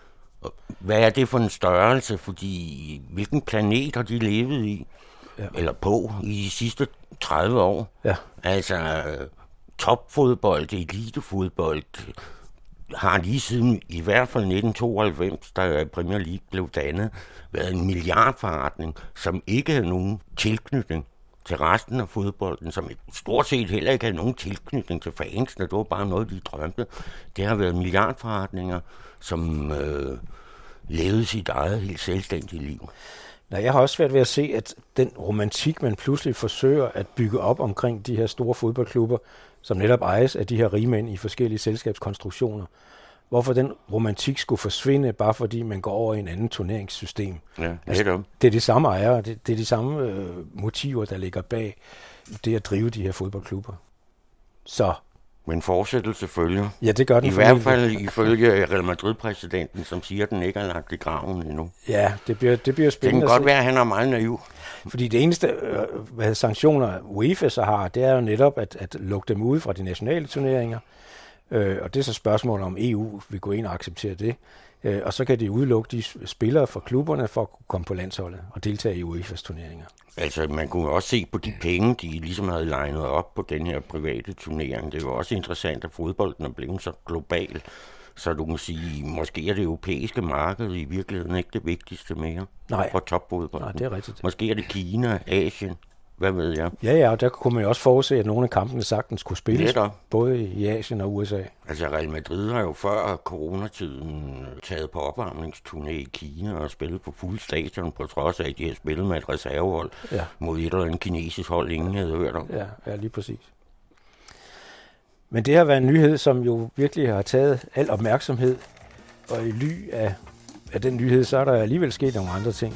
Hvad er det for en størrelse? Fordi hvilken planet har de levet i? Ja. Eller på i de sidste tredive år? Ja. Altså topfodbold, elitefodbold har lige siden i hvert fald nitten tooghalvfems, da Premier League blev dannet, været en milliardforretning, som ikke havde nogen tilknytning til resten af fodbolden, som stort set heller ikke havde nogen tilknytning til fansene. Det var bare noget, de drømte. Det har været milliardforretninger, som øh, levede sit eget helt selvstændige liv. Nej, jeg har også svært ved at se, at den romantik, man pludselig forsøger at bygge op omkring de her store fodboldklubber, som netop ejes af de her rigmænd i forskellige selskabskonstruktioner, hvorfor den romantik skulle forsvinde, bare fordi man går over i en anden turneringssystem. Ja, altså, det er de samme ejere, det, det er de samme øh, motiver, der ligger bag det at drive de her fodboldklubber. Så. Men fortsættelse følger. Ja, det gør den. I hvert fald ifølge Real Madrid-præsidenten, som siger, at den ikke er lagt i graven endnu. Ja, det bliver, det bliver spændende. Det kan godt være, at han er meget naiv. Fordi det eneste øh, hvad sanktioner UEFA så har, det er jo netop at, at lukke dem ud fra de nationale turneringer. Øh, og det er så spørgsmålet om E U vil gå ind og acceptere det. Øh, og så kan de udelukke de spillere fra klubberne for at kunne komme på landsholdet og deltage i U E F A's turneringer. Altså, man kunne også se på de penge, de ligesom havde legnet op på den her private turnering. Det var også interessant, at fodbolden er blevet så global, så du kan sige, måske er det europæiske marked i virkeligheden ikke det vigtigste mere. Nej. For topfodbolden. Nej, det er rigtigt. Måske er det Kina, Asien, hvad ved jeg. Ja, ja, og der kunne man jo også forudse, at nogle af kampene sagtens kunne spilles, Netop. både i Asien og U S A. Altså Real Madrid har jo før coronatiden taget på opvarmningsturné i Kina og spillet på fuld stadion, på trods af, at de har spillet med et reservehold ja. mod et eller andet kinesisk hold, ingen havde hørt om. Ja, ja, lige præcis. Men det har været en nyhed, som jo virkelig har taget al opmærksomhed, og i ly af, af den nyhed, så er der alligevel sket nogle andre ting.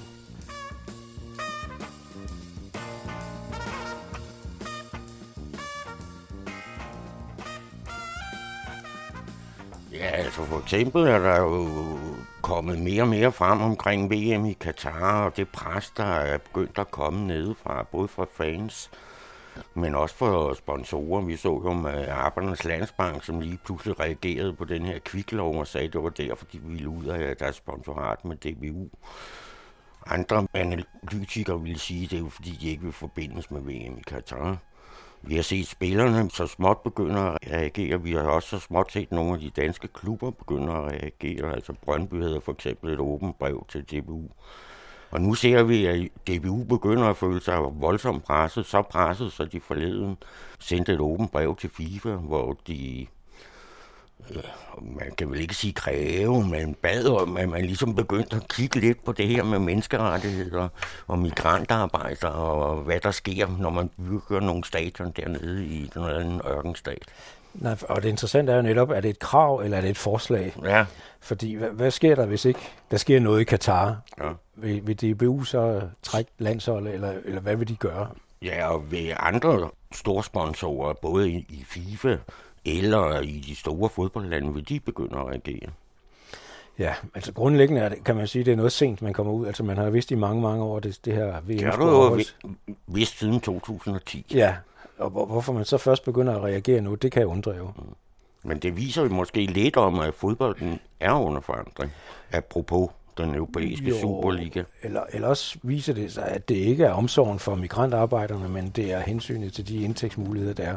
Ja, altså for eksempel er der jo kommet mere og mere frem omkring V M i Katar, og det pres, der er begyndt at komme nedefra, både fra fans, men også for sponsorer. Vi så jo med Arbejdernes Landsbank, som lige pludselig reagerede på den her kviklov og sagde, at det var derfor, de ville ud af deres sponsorat med D B U. Andre analytikere ville sige, at det er jo fordi, de ikke vil forbindes med V M i Katar. Vi har set spillerne så småt begynde at reagere. Vi har også så småt set nogle af de danske klubber begynde at reagere. Altså Brøndby havde for eksempel et åbent brev til D B U. Og nu ser vi, at D B U begynder at føle sig voldsomt presset. Så presset, så de forleden sendte et åbent brev til FIFA, hvor de man kan vel ikke sige kræve, men bad om, at man ligesom begyndte at kigge lidt på det her med menneskerettigheder og migrantarbejder og hvad der sker, når man bygger nogle stadion dernede i den anden ørkenstat. Nej, og det interessante er jo netop, er det et krav eller er det et forslag? Ja. Fordi hvad, hvad sker der, hvis ikke der sker noget i Katar? Ja. Vil, vil D B U så trække landshold, eller, eller hvad vil de gøre? Ja, og ved andre storsponsorer, både i, i FIFA eller i de store fodboldlande, vil de begynde at reagere. Ja, altså grundlæggende er det, kan man sige, at det er noget sent, man kommer ud. Altså man har vidst i mange, mange år, det, det her V M. Det har du jo vidst siden to tusind og ti. Ja, og hvor, hvorfor man så først begynder at reagere nu, det kan jeg undre jo. Men det viser jo måske lidt om, at fodbolden er under forandring. Apropos den europæiske jo, Superliga. Eller, eller også viser det sig, at det ikke er omsorgen for migrantarbejderne, men det er hensynet til de indtægtsmuligheder, der er.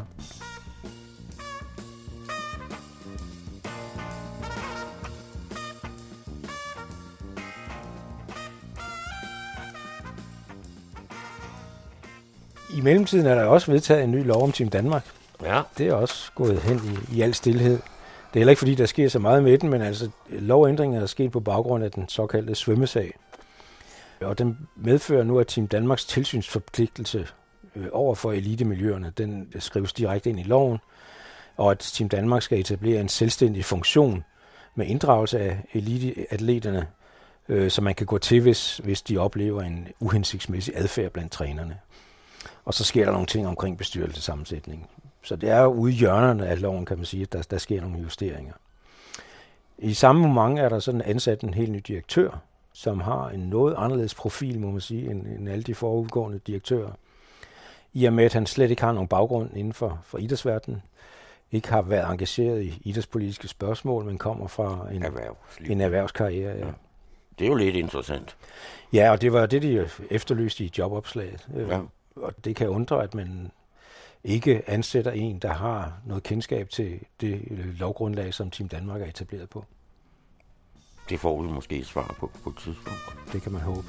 I mellemtiden er der også vedtaget en ny lov om Team Danmark. Ja. Det er også gået hen i, i al stilhed. Det er heller ikke, fordi der sker så meget med den, men altså lovændringen er sket på baggrund af den såkaldte svømmesag. Og den medfører nu, at Team Danmarks tilsynsforpligtelse øh, over for elitemiljøerne, den skrives direkte ind i loven, og at Team Danmark skal etablere en selvstændig funktion med inddragelse af eliteatleterne, øh, så man kan gå til, hvis, hvis de oplever en uhensigtsmæssig adfærd blandt trænerne. Og så sker der nogle ting omkring bestyrelsesammensætning. Så det er jo ude i hjørnerne af loven, kan man sige, at der, der sker nogle justeringer. I samme moment er der sådan ansat en helt ny direktør, som har en noget anderledes profil, må man sige, end, end alle de forudgående direktører. I og med, at han slet ikke har nogen baggrund inden for, for idrætsverdenen, ikke har været engageret i idrætspolitiske spørgsmål, men kommer fra en, en erhvervskarriere. Ja. Ja. Det er jo lidt interessant. Ja, og det var det, de efterlyste i jobopslaget. Ja. Og det kan undre, at man ikke ansætter en, der har noget kendskab til det lovgrundlag, som Team Danmark er etableret på. Det får vi måske et svar på på et tidspunkt. Det kan man håbe.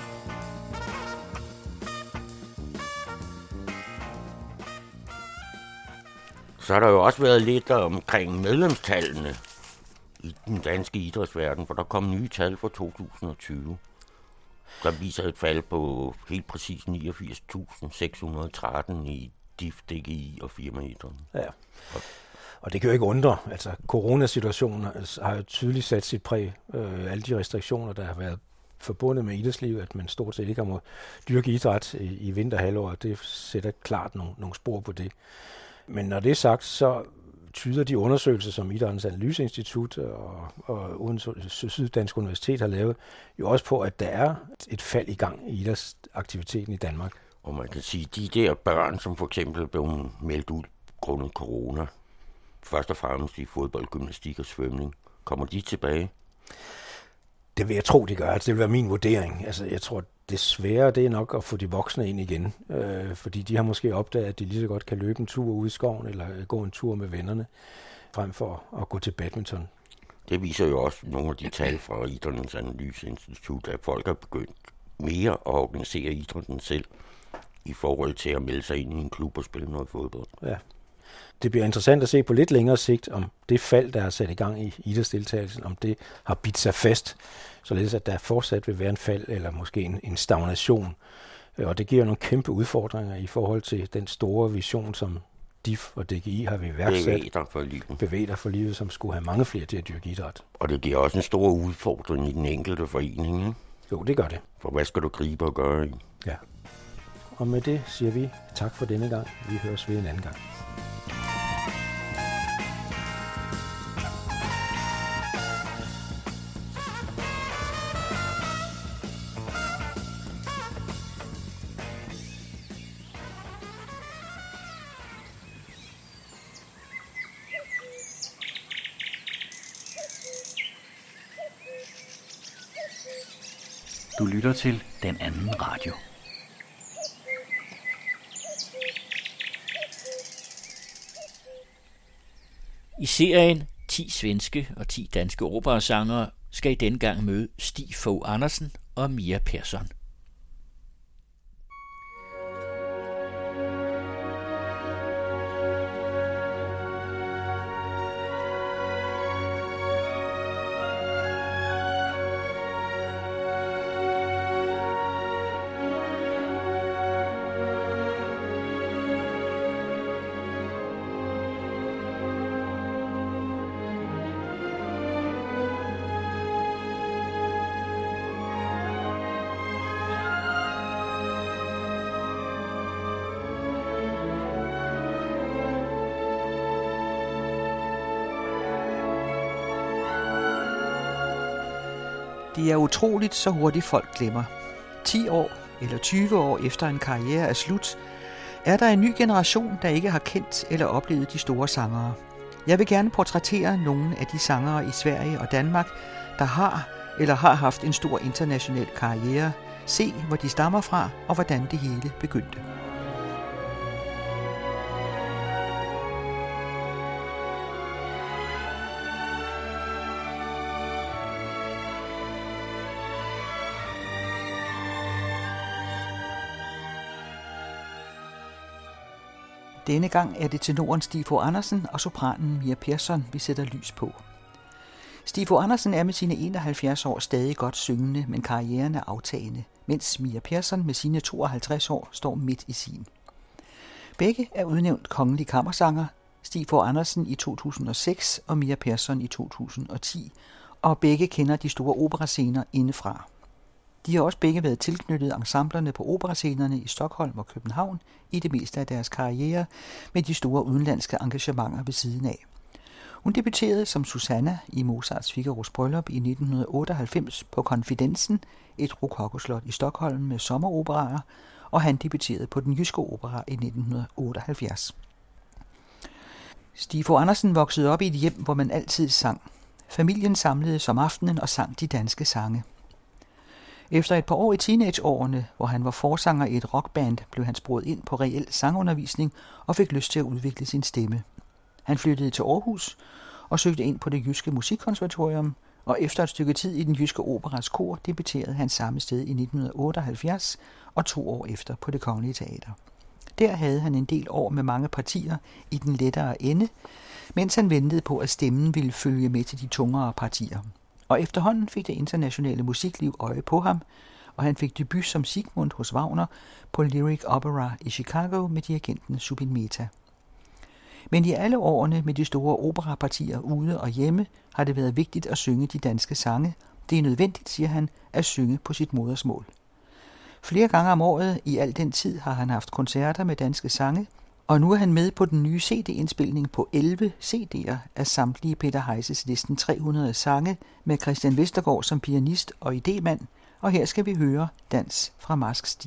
Så har der jo også været lidt omkring medlemstallene i den danske idrætsverden, for der kom nye tal for to tusind og tyve. Der viser et fald på helt præcis niogfirs tusind seks hundrede og tretten i D I F, D G I og firmaidrætten. Ja, og det kan jo ikke undre. Altså, coronasituationen har jo tydeligt sat sit præg. Øh, alle de restriktioner, der har været forbundet med idrætslivet, at man stort set ikke har måttet dyrke idræt i, i vinterhalvåret, det sætter klart nogle, nogle spor på det. Men når det er sagt, så tyder de undersøgelser, som Idrættens Analyseinstitut og, og Odense Syddansk Universitet har lavet, jo også på, at der er et fald i gang i idrætsaktiviteten i Danmark. Og man kan sige, de der børn, som for eksempel blev meldt ud grundet corona, først og fremmest i fodbold, gymnastik og svømning, kommer de tilbage? Det vil jeg tro, de gør. Altså, det vil være min vurdering. Altså, jeg tror, det svære det er nok at få de voksne ind igen. Øh, fordi de har måske opdaget, at de lige så godt kan løbe en tur ude i skoven, eller gå en tur med vennerne, frem for at gå til badminton. Det viser jo også nogle af de tal fra Idrættens Analyseinstitut, at folk er begyndt mere at organisere idrætten selv, i forhold til at melde sig ind i en klub og spille noget fodbold. Ja. Det bliver interessant at se på lidt længere sigt, om det fald, der er sat i gang i idrætsdeltagelsen, om det har bidt sig fast, således at der fortsat vil være en fald, eller måske en, en stagnation. Og det giver nogle kæmpe udfordringer i forhold til den store vision, som D I F og D G I har iværksat. Bevæg dig for livet. Bevæg dig for livet, som skulle have mange flere til at dyrke idræt. Og det giver også en stor udfordring i den enkelte forening, ikke? Jo, det gør det. For hvad skal du gribe og gøre i? Ja. Og med det siger vi tak for denne gang. Vi høres ved en anden gang. Du lytter til Den Anden Radio. I serien ti svenske og ti danske operasangere skal I denne gang møde Stig Fogh Andersen og Mia Persson. Det er utroligt, så hurtigt folk glemmer. ti år eller tyve år efter en karriere er slut, er der en ny generation, der ikke har kendt eller oplevet de store sangere. Jeg vil gerne portrættere nogle af de sangere i Sverige og Danmark, der har eller har haft en stor international karriere, se hvor de stammer fra og hvordan det hele begyndte. Denne gang er det tenoren Stig Fogh Andersen og sopranen Mia Persson, vi sætter lys på. Stig Fogh Andersen er med sine enoghalvfjerds år stadig godt syngende, men karrieren er aftagende, mens Mia Persson med sine tooghalvtreds år står midt i sin. Begge er udnævnt kongelige kammersanger, Stig Fogh Andersen i to tusind og seks og Mia Persson i to tusind og ti, og begge kender de store operascener indefra. De har også begge været tilknyttet ensemblerne på operascenerne i Stockholm og København i det meste af deres karriere med de store udenlandske engagementer ved siden af. Hun debuterede som Susanna i Mozarts Figaros bryllup i nitten otteoghalvfems på Konfidensen, et rokokoslot i Stockholm med sommeroperaer, og han debuterede på Den Jyske Opera i nitten otteoghalvfjerds. Stig Fogh Andersen voksede op i et hjem, hvor man altid sang. Familien samledes om aftenen og sang de danske sange. Efter et par år i teenageårene, hvor han var forsanger i et rockband, blev han sporet ind på reel sangundervisning og fik lyst til at udvikle sin stemme. Han flyttede til Aarhus og søgte ind på Det Jyske Musikkonservatorium, og efter et stykke tid i Den Jyske Operas kor debuterede han samme sted i nitten otteoghalvfjerds og to år efter på Det Kongelige Teater. Der havde han en del år med mange partier i den lettere ende, mens han ventede på, at stemmen ville følge med til de tungere partier. Og efterhånden fik det internationale musikliv øje på ham, og han fik debut som Sigmund hos Wagner på Lyric Opera i Chicago med dirigenten Zubin Mehta. Men i alle årene med de store operapartier ude og hjemme har det været vigtigt at synge de danske sange. Det er nødvendigt, siger han, at synge på sit modersmål. Flere gange om året i al den tid har han haft koncerter med danske sange, og nu er han med på den nye C D-indspilning på elleve C D'er af samtlige Peter Heises næsten tre hundrede sange med Christian Vestergaard som pianist og idémand, og her skal vi høre Dans fra Marsk Sti.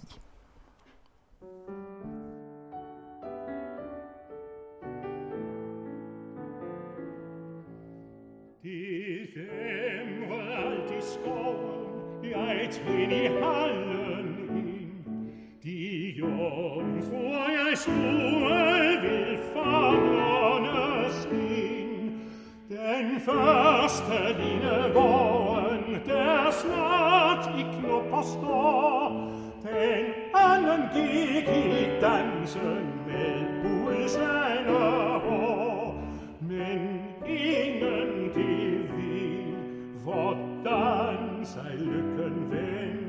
Det dæmrede alt i skoven, jeg trin i hallen ind. De jomfruer jeg stod ved fangernes skin. Den første lignede våren, der snart i knopper står. Den anden gik i dansen med buesande hår. Men ingen det vil, hvordan sig lykken vender.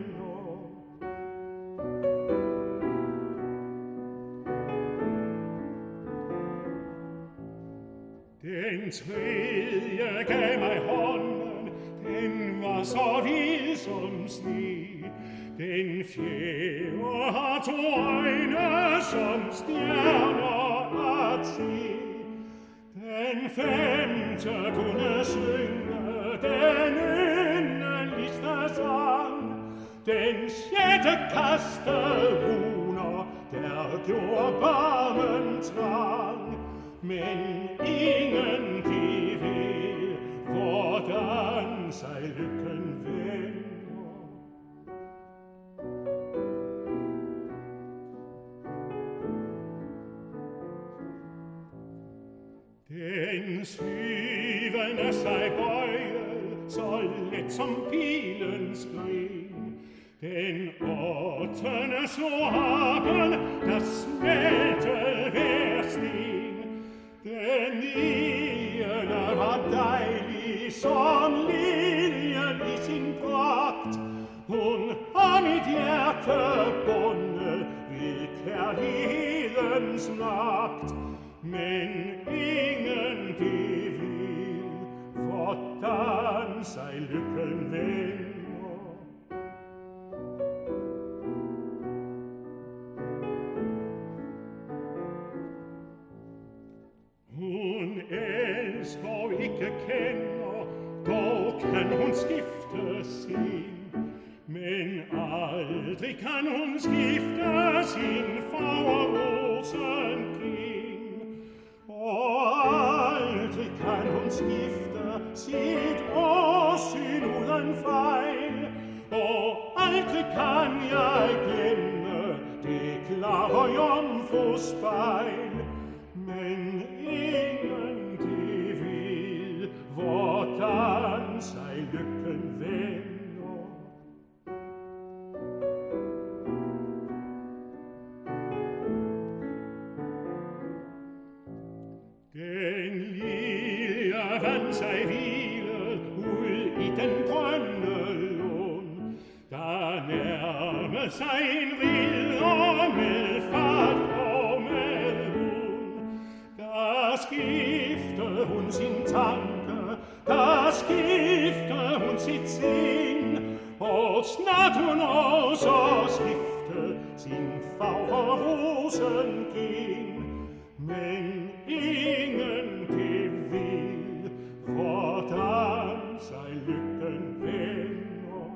Den tredje gav mig hånden, den var så hvid som sne. Den fjerde har to øjne som stjerner at se. Den femte kunne synge den yndeligste sang. Den sjette kastede runer, der gjorde barmen trang. Men ingen de ved, hvordan sig lykken vender. Den syvende sig bøjede, så let som pilens grin. Den ottende så hagen, der smeltede hver sten. Den niende var dejlig som liljen i sin pragt. Hun har mit hjerte bundet ved kærlighedens magt. Men ingen det vil, hvordan sig lykken vender. Hun elsker ikke kender, dog kan hun skifte sind. Men aldrig kan hun skifte sin farve rosenking. Og aldrig kan hun skifte sit åsyn uden fejl. Og aldrig kan jeg glemme det klare jomfruspejl. Men ingen det ved, hvordan sig lykken vender. Den lille vand sig hvile ud i den grønne lund. Der nærmer sig en ridder med fart og med hund. Der skifter hun sin tanke, der skifter hun sit sind. Og snart hun også skifter sin farve rosenking. Men ingen det ved, hvordan sig lykken vender.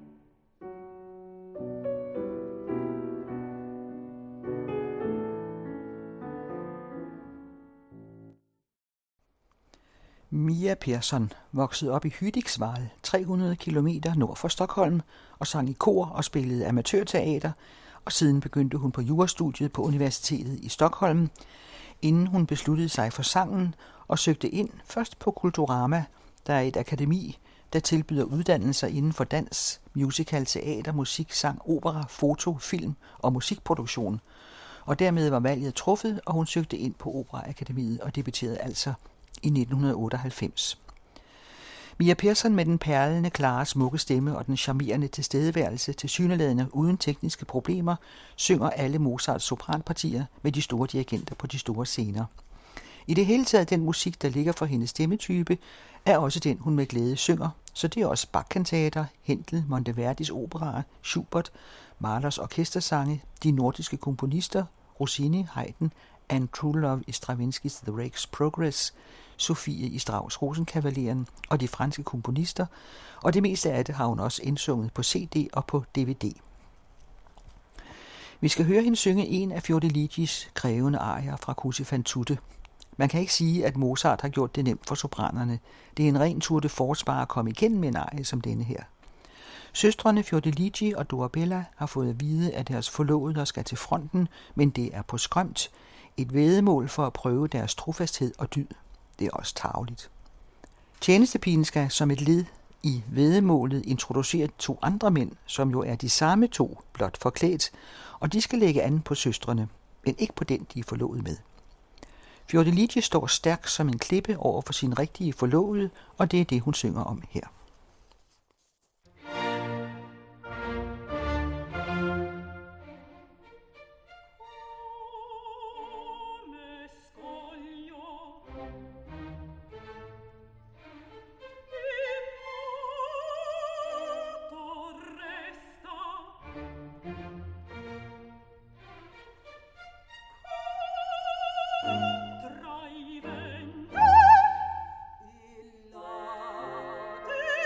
Mia Persson voksede op i Hudiksvall, tre hundrede kilometer nord for Stockholm, og sang i kor og spillede amatørteater, og siden begyndte hun på jurastudiet på Universitetet i Stockholm, inden hun besluttede sig for sangen og søgte ind først på Kulturama, der er et akademi, der tilbyder uddannelser inden for dans, musical, teater, musik, sang, opera, foto, film og musikproduktion. Og dermed var valget truffet, og hun søgte ind på Operaakademiet og debuterede altså i nitten otteoghalvfems. Mia Persson med den perlende, klare, smukke stemme og den charmerende tilstedeværelse tilsyneladende uden tekniske problemer, synger alle Mozarts sopranpartier med de store dirigenter på de store scener. I det hele taget den musik, der ligger for hendes stemmetype, er også den, hun med glæde synger, så det er også Bach-kantater, Händel, Monteverdis operaer, Schubert, Mahlers orkestersange, de nordiske komponister, Rossini, Haydn, and True Love i Stravinskys The Rake's Progress, Sofie i Strauss Rosenkavaleren og de franske komponister, og det meste af det har hun også indsunget på C D og på D V D. Vi skal høre hende synge en af Fiordeligis krævende arier fra Cosi fan tutte. Man kan ikke sige, at Mozart har gjort det nemt for sopranerne. Det er en ren tour de force bare at komme igennem med en arie som denne her. Søstrene Fiordeligi og Dorabella har fået at vide, at deres forlovede skal til fronten, men det er på skrømt. Et væddemål for at prøve deres trofasthed og dyd. Det er også tarveligt. Tjenestepigen skal som et led i væddemålet introducere to andre mænd, som jo er de samme to, blot forklædt, og de skal lægge an på søstrene, men ikke på den, de er forlovet med. Fiordeligi står stærk som en klippe over for sin rigtige forlovede, og det er det, hun synger om her. Drivende, il latte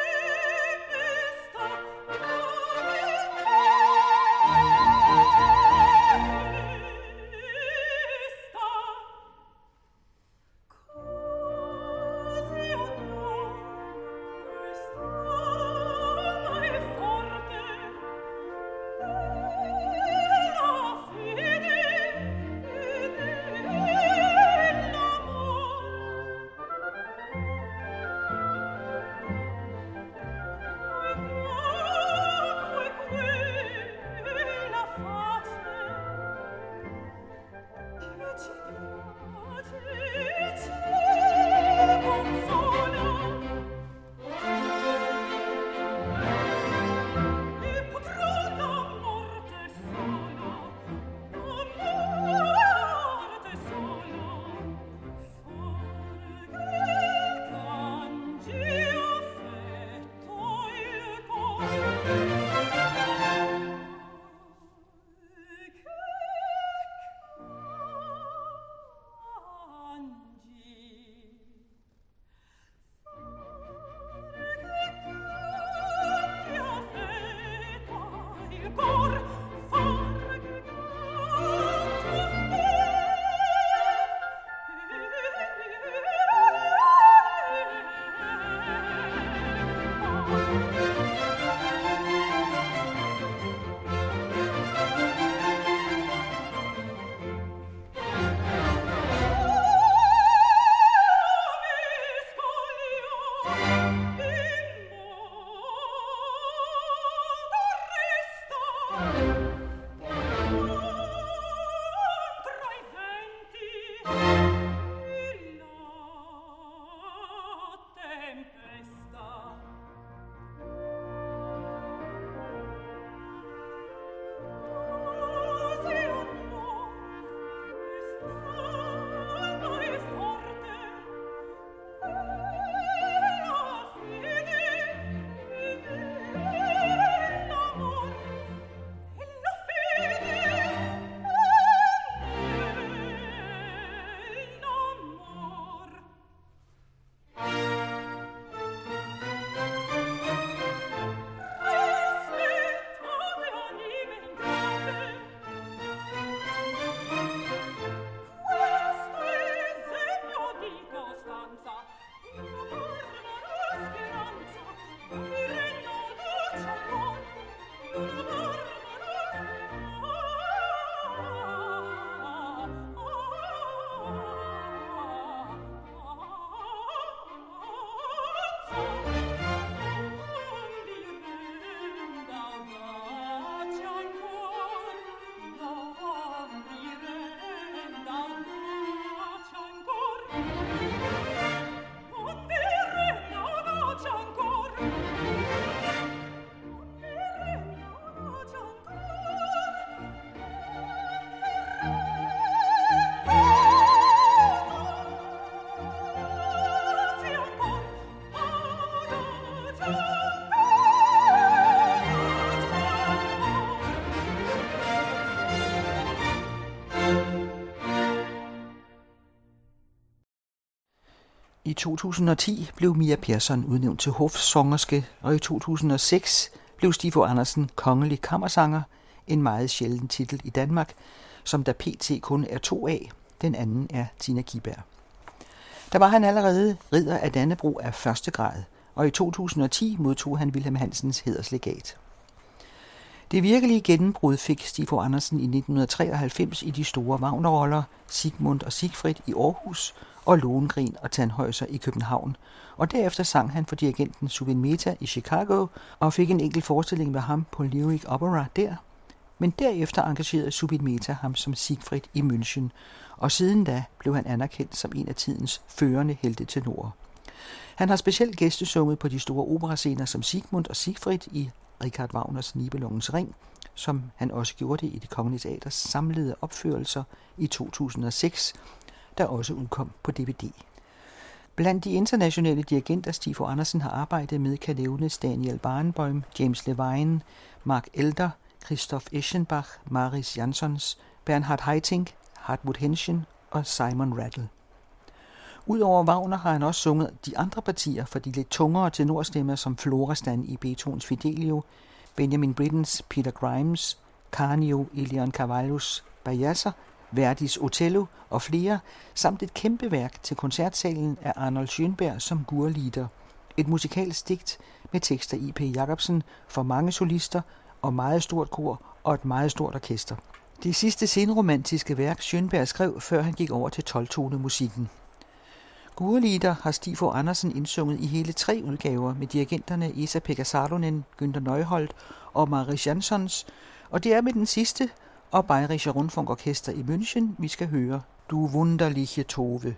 I to tusind og ti blev Mia Persson udnævnt til hofsongerske, og i to tusind og seks blev Stig Fogh Andersen kongelig kammersanger, en meget sjælden titel i Danmark, som der pt. Kun er to af. Den anden er Tina Kiberg. Der var han allerede ridder af Dannebrog af første grad, og i to tusind og ti modtog han Wilhelm Hansens hæderslegat. Det virkelige gennembrud fik Stig Fogh Andersen i nitten treoghalvfems i de store Wagner-roller Sigmund og Siegfried i Aarhus og Lohengrin og Tannhäuser i København, og derefter sang han for dirigenten Zubin Mehta i Chicago og fik en enkelt forestilling med ham på Lyric Opera der. Men derefter engagerede Zubin Mehta ham som Siegfried i München, og siden da blev han anerkendt som en af tidens førende heltetenorer. Han har specielt gæstesunget på de store operascener som Sigmund og Siegfried i Richard Wagners Nibelungens Ring, som han også gjorde det i Det Kongelige Teaters samlede opførelser i to tusind og seks, der også udkom på D V D. Blandt de internationale dirigenter, Stig Fogh Andersen har arbejdet med, kan nævnes Daniel Barenboim, James Levine, Mark Elder, Christoph Eschenbach, Maris Jansons, Bernhard Haitink, Hartmut Henschen og Simon Rattle. Udover Wagner har han også sunget de andre partier for de lidt tungere tenorstemmer som Florestan i Beethovens Fidelio, Benjamin Brittens Peter Grimes, Canio i Leon Cavallos Bajazzer, Verdis Otello og flere, samt et kæmpe værk til koncertsalen af Arnold Schönberg som Gurlieder, et musikalsk digt med tekster I P Jacobsen for mange solister og meget stort kor og et meget stort orkester. Det sidste senromantiske værk Schönberg skrev, før han gik over til tolv-tone-musikken. Gurlieder har Stig Fogh Andersen indsunget i hele tre udgaver med dirigenterne Esa-Pekka Salonen, Günther Neuhold og Maris Jansons, og det er med den sidste og Bayerischer Rundfunkorkester i München, vi skal høre Du wunderliche Tove.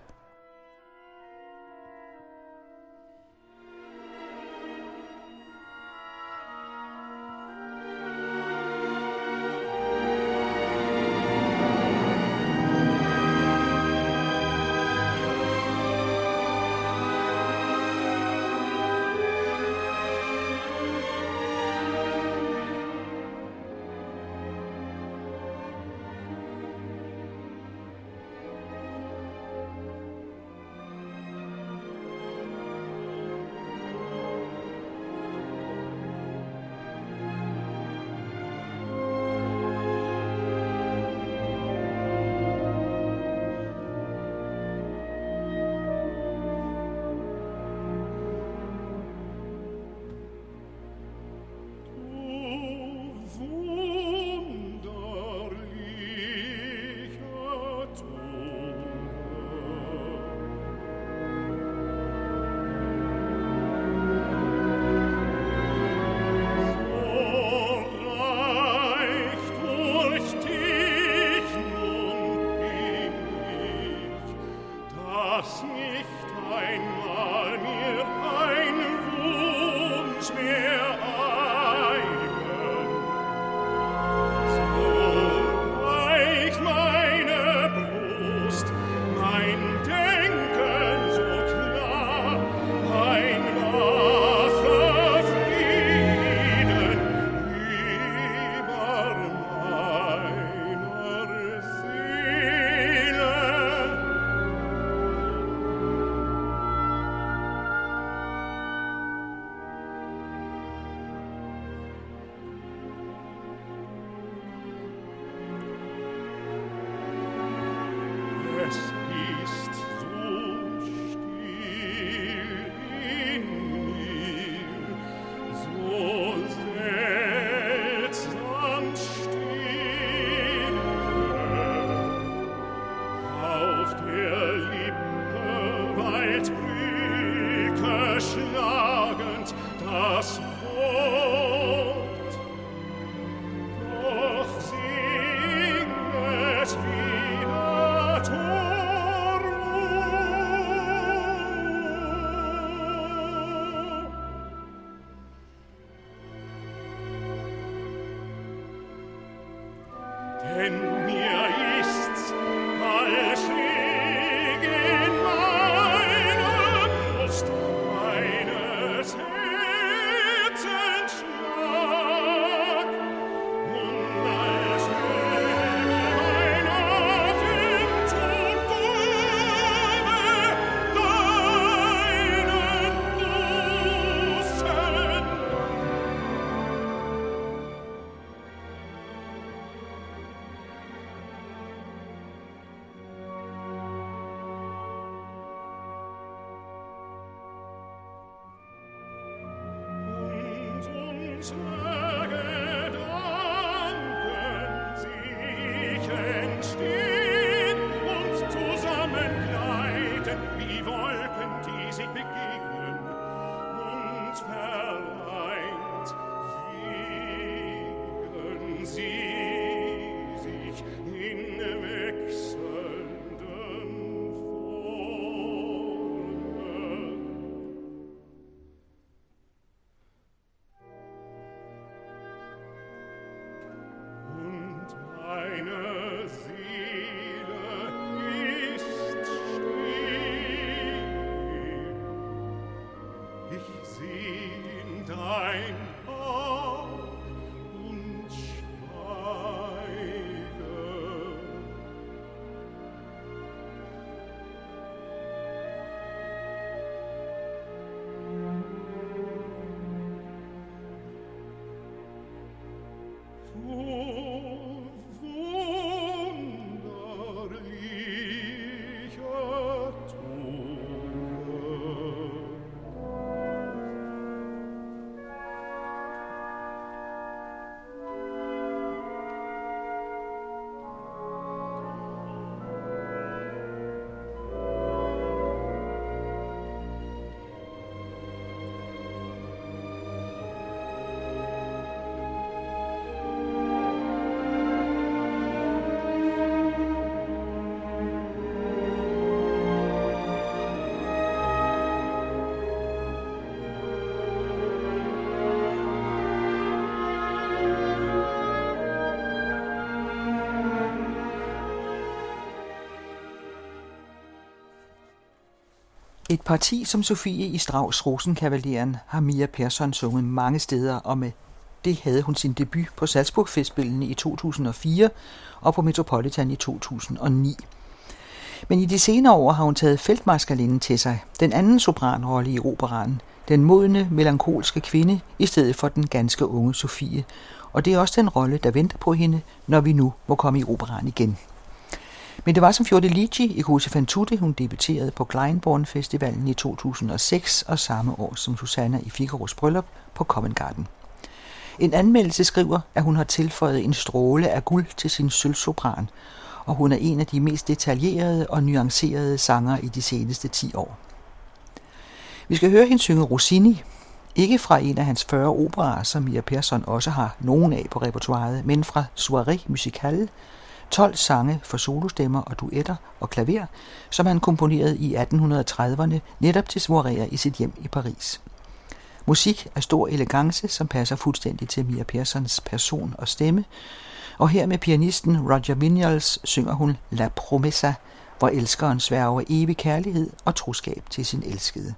Et parti som Sofie i Strauss' Rosenkavaleren har Mia Persson sunget mange steder, og med det havde hun sin debut på Salzburg-festspillene i to tusind og fire og på Metropolitan i to tusind og ni. Men i de senere år har hun taget feltmarskalinden til sig, den anden sopranrolle i operaen, den modne, melankolske kvinde, i stedet for den ganske unge Sofie. Og det er også den rolle, der venter på hende, når vi nu må komme i operaen igen. Men det var som Fiordalici i Cose fan tutte, hun debuterede på Glyndebourne-festivalen i to tusind og seks og samme år som Susanna i Figaros bryllup på Covent Garden. En anmeldelse skriver, at hun har tilføjet en stråle af guld til sin sølvsopran, og hun er en af de mest detaljerede og nuancerede sangere i de seneste ti år. Vi skal høre hende synge Rossini, ikke fra en af hans fyrre operaer, som Mia Persson også har nogen af på repertoiret, men fra Soirée Musicale, tolv sange for solostemmer og duetter og klaver, som han komponerede i atten trediverne netop til soiréer i sit hjem i Paris. Musik af stor elegance, som passer fuldstændig til Mia Perssons person og stemme, og her med pianisten Roger Vinyals synger hun La Promessa, hvor elskeren sværger evig kærlighed og troskab til sin elskede.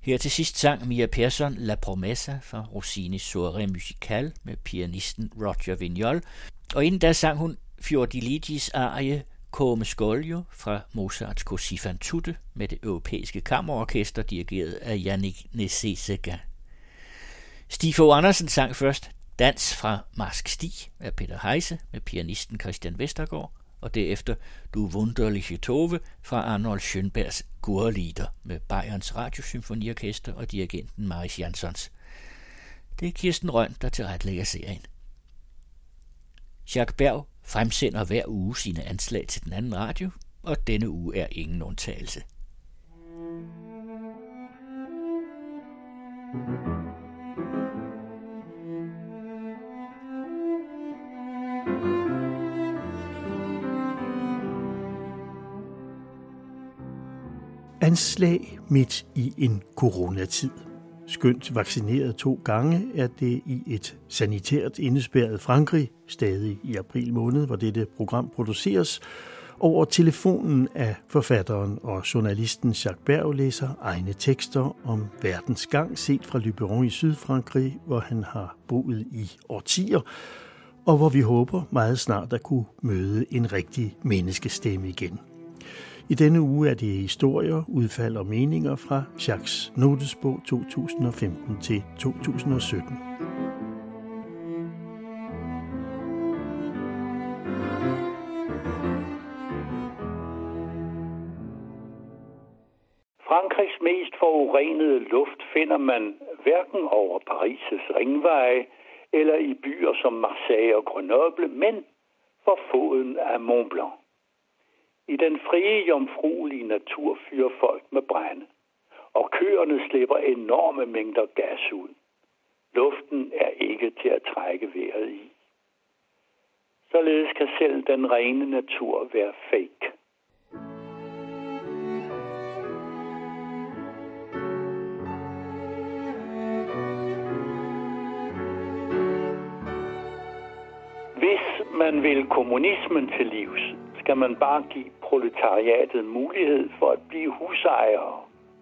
Her til sidst sang Mia Persson La Promessa fra Rossinis Soirée Musicale med pianisten Roger Vignol, og inden da sang hun Fiordiligis arie Come Scoglio fra Mozarts Così fan tutte med det europæiske kammerorkester dirigeret af Yannick Nézet-Séguin. Stig Fogh Andersen sang først Dans fra Marsk Stig af Peter Heise med pianisten Christian Vestergaard, og derefter Du wunderliche Tove fra Arnold Schönbergs Gurlieder med Bayerns Radiosymfoniorkester og dirigenten Maris Jansons. Det er Kirsten Røn, der tilrettelægger serien. Jacques Berg fremsender hver uge sine anslag til den anden radio, og denne uge er ingen undtagelse. Anslag midt i en coronatid. Skønt vaccineret to gange er det i et sanitært indespærret Frankrig, stadig i april måned, hvor dette program produceres, over telefonen af forfatteren og journalisten Jacques Berg læser egne tekster om verdens gang set fra Luberon i Sydfrankrig, hvor han har boet i årtier, og hvor vi håber meget snart at kunne møde en rigtig menneskestemme igen. I denne uge er det historier, udfald og meninger fra Jacques Notesbog to tusind og femten til to tusind og sytten. Frankrigs mest forurenede luft finder man hverken over Paris' ringveje eller i byer som Marseille og Grenoble, men for foden af Mont Blanc. I den frie, jomfruelige natur fyrer folk med brænde, og køerne slipper enorme mængder gas ud. Luften er ikke til at trække vejret i. Således kan selv den rene natur være fake. Hvis man vil kommunismen til livs, skal man bare give proletariatet mulighed for at blive husejere.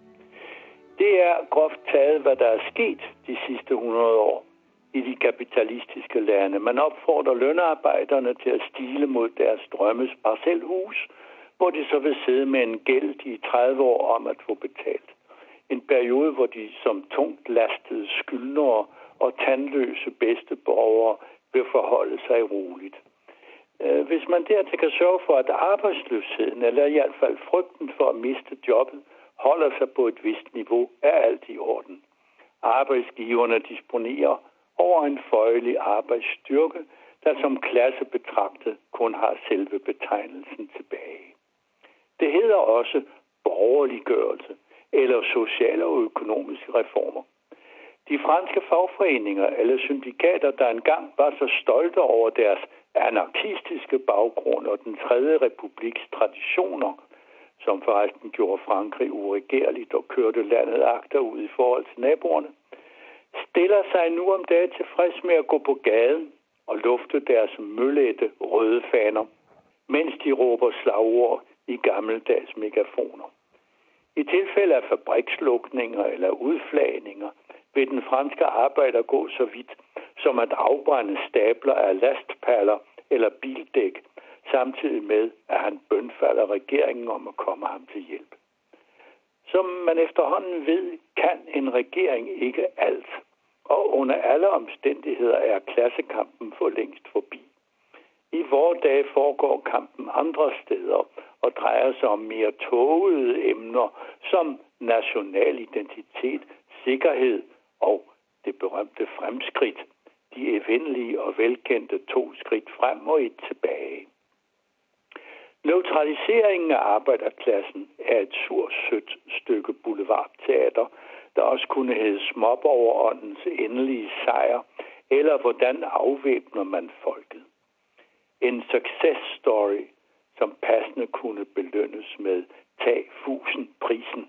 Det er groft taget, hvad der er sket de sidste hundrede år i de kapitalistiske lande. Man opfordrer lønarbejderne til at stile mod deres drømmes parcelhus, hvor de så vil sidde med en gæld i tredive år om at få betalt. En periode, hvor de som tungt lastede skyldnere og tandløse bedsteborgere vil forholde sig roligt. Hvis man dertil kan sørge for, at arbejdsløsheden, eller i hvert fald frygten for at miste jobbet, holder sig på et vist niveau, er alt i orden. Arbejdsgiverne disponerer over en føjelig arbejdsstyrke, der som klasse betragtet kun har selve betegnelsen tilbage. Det hedder også borgerliggørelse eller sociale og økonomiske reformer. De franske fagforeninger eller syndikater, der engang var så stolte over deres anarkistiske baggrund og den tredje republiks traditioner, som forresten gjorde Frankrig uregerligt og kørte landet agterud i forhold til naboerne, stiller sig nu om dagen tilfreds med at gå på gaden og lufte deres møllette røde faner, mens de råber slagord i gammeldags megafoner. I tilfælde af fabrikslukninger eller udflagninger vil den franske arbejder gå så vidt, som at afbrænde stabler af lastpaller eller bildæk, samtidig med, at han bønfalder regeringen om at komme ham til hjælp. Som man efterhånden ved, kan en regering ikke alt, og under alle omstændigheder er klassekampen for længst forbi. I vore dage foregår kampen andre steder og drejer sig om mere tågede emner som national identitet, sikkerhed og det berømte fremskridt, de evindelige og velkendte to skridt frem og et tilbage. Neutraliseringen af arbejderklassen er et surt sødt stykke boulevardteater, der også kunne hedde småborgeråndens endelige sejr, eller hvordan afvæbner man folket. En success story, som passende kunne belønnes med tag fusen prisen.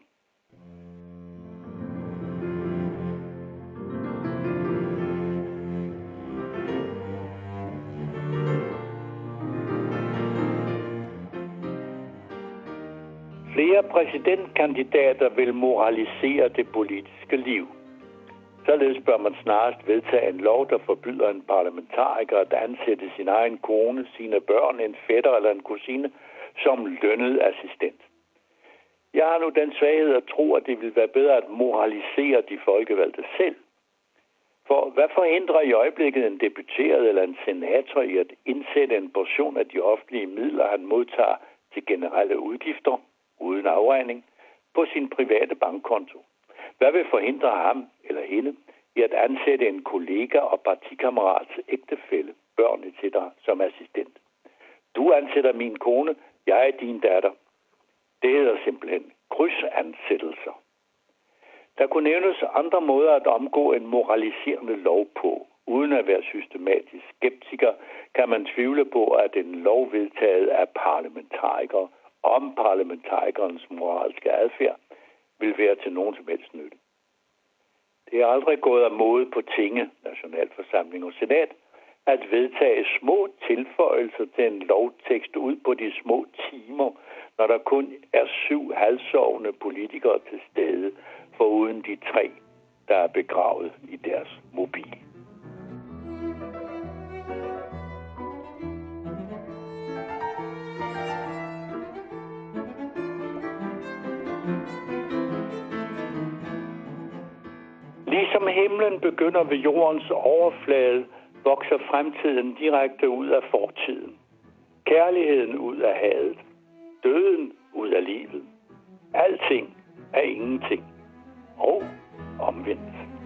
Flere præsidentkandidater vil moralisere det politiske liv. Således bør man snarest vedtage en lov, der forbyder en parlamentariker at ansætte sin egen kone, sine børn, en fætter eller en kusine som lønnet assistent. Jeg har nu den svaghed at tro, at det vil være bedre at moralisere de folkevalgte selv. For hvad forhindrer i øjeblikket en deputeret eller en senator i at indsætte en portion af de offentlige midler, han modtager til generelle udgifter, uden afregning, på sin private bankkonto? Hvad vil forhindre ham eller hende i at ansætte en kollega og partikammerats ægtefælle, børn et cetera som assistent? Du ansætter min kone, jeg er din datter. Det hedder simpelthen krydsansættelser. Der kunne nævnes andre måder at omgå en moraliserende lov på. Uden at være systematisk skeptiker, kan man tvivle på, at en lov vedtaget af parlamentarikere om parlamentarikernes moralske adfærd vil være til nogen som helst nytte. Det er aldrig gået af mode på tinge, nationalforsamling og senat, at vedtage små tilføjelser til en lovtekst ud på de små timer, når der kun er syv halvsovende politikere til stede, foruden de tre, der er begravet i deres mobil. Ligesom himlen begynder ved jordens overflade, vokser fremtiden direkte ud af fortiden. Kærligheden ud af hadet. Døden ud af livet. Alting er ingenting. Og omvendt.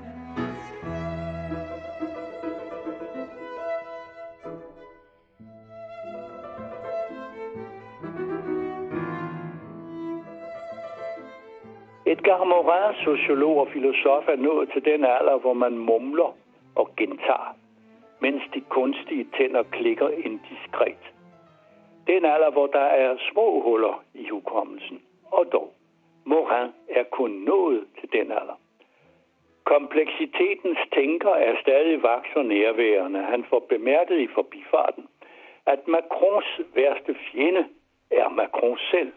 Edgar Morin, sociolog og filosof, er nået til den alder, hvor man mumler og gentager, mens de kunstige tænder klikker indiskret. Den alder, hvor der er små huller i hukommelsen. Og dog, Morin er kun nået til den alder. Kompleksitetens tænker er stadig vaks og nærværende. Han får bemærket i forbifarten, at Macrons værste fjende er Macron selv.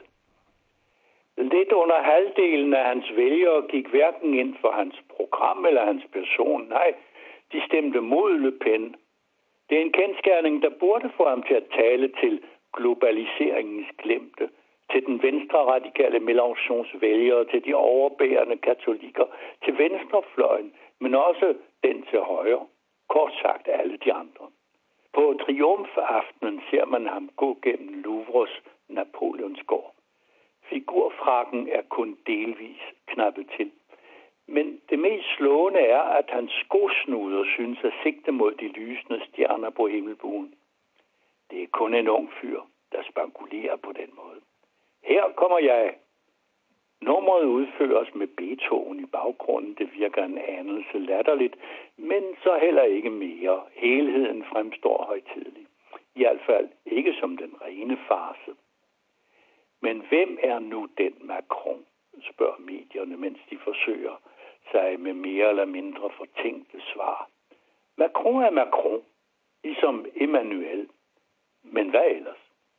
Lidt under halvdelen af hans vælgere gik hverken ind for hans program eller hans person. Nej, de stemte mod Le Pen. Det er en kendsgerning, der burde få ham til at tale til globaliseringens glemte, til den venstre radikale Mélenchons vælgere, til de overbærende katolikker, til venstrefløjen, men også den til højre. Kort sagt alle de andre. På triumfaftenen ser man ham gå gennem Louvres Napoleonsgård. Figurfrakken er kun delvis knappet til. Men det mest slående er, at hans skosnuder synes at sigte mod de lysende stjerner på himmelbuen. Det er kun en ung fyr, der spankulerer på den måde. Her kommer jeg. Nummeret udføres med Beethoven i baggrunden. Det virker en anelse latterligt, men så heller ikke mere. Helheden fremstår højtidelig. I hvert fald ikke som den rene farce. Men hvem er nu den Macron, spørger medierne, mens de forsøger sig med mere eller mindre fortænkte svar. Macron er Macron, ligesom Emmanuel. Men hvad ellers?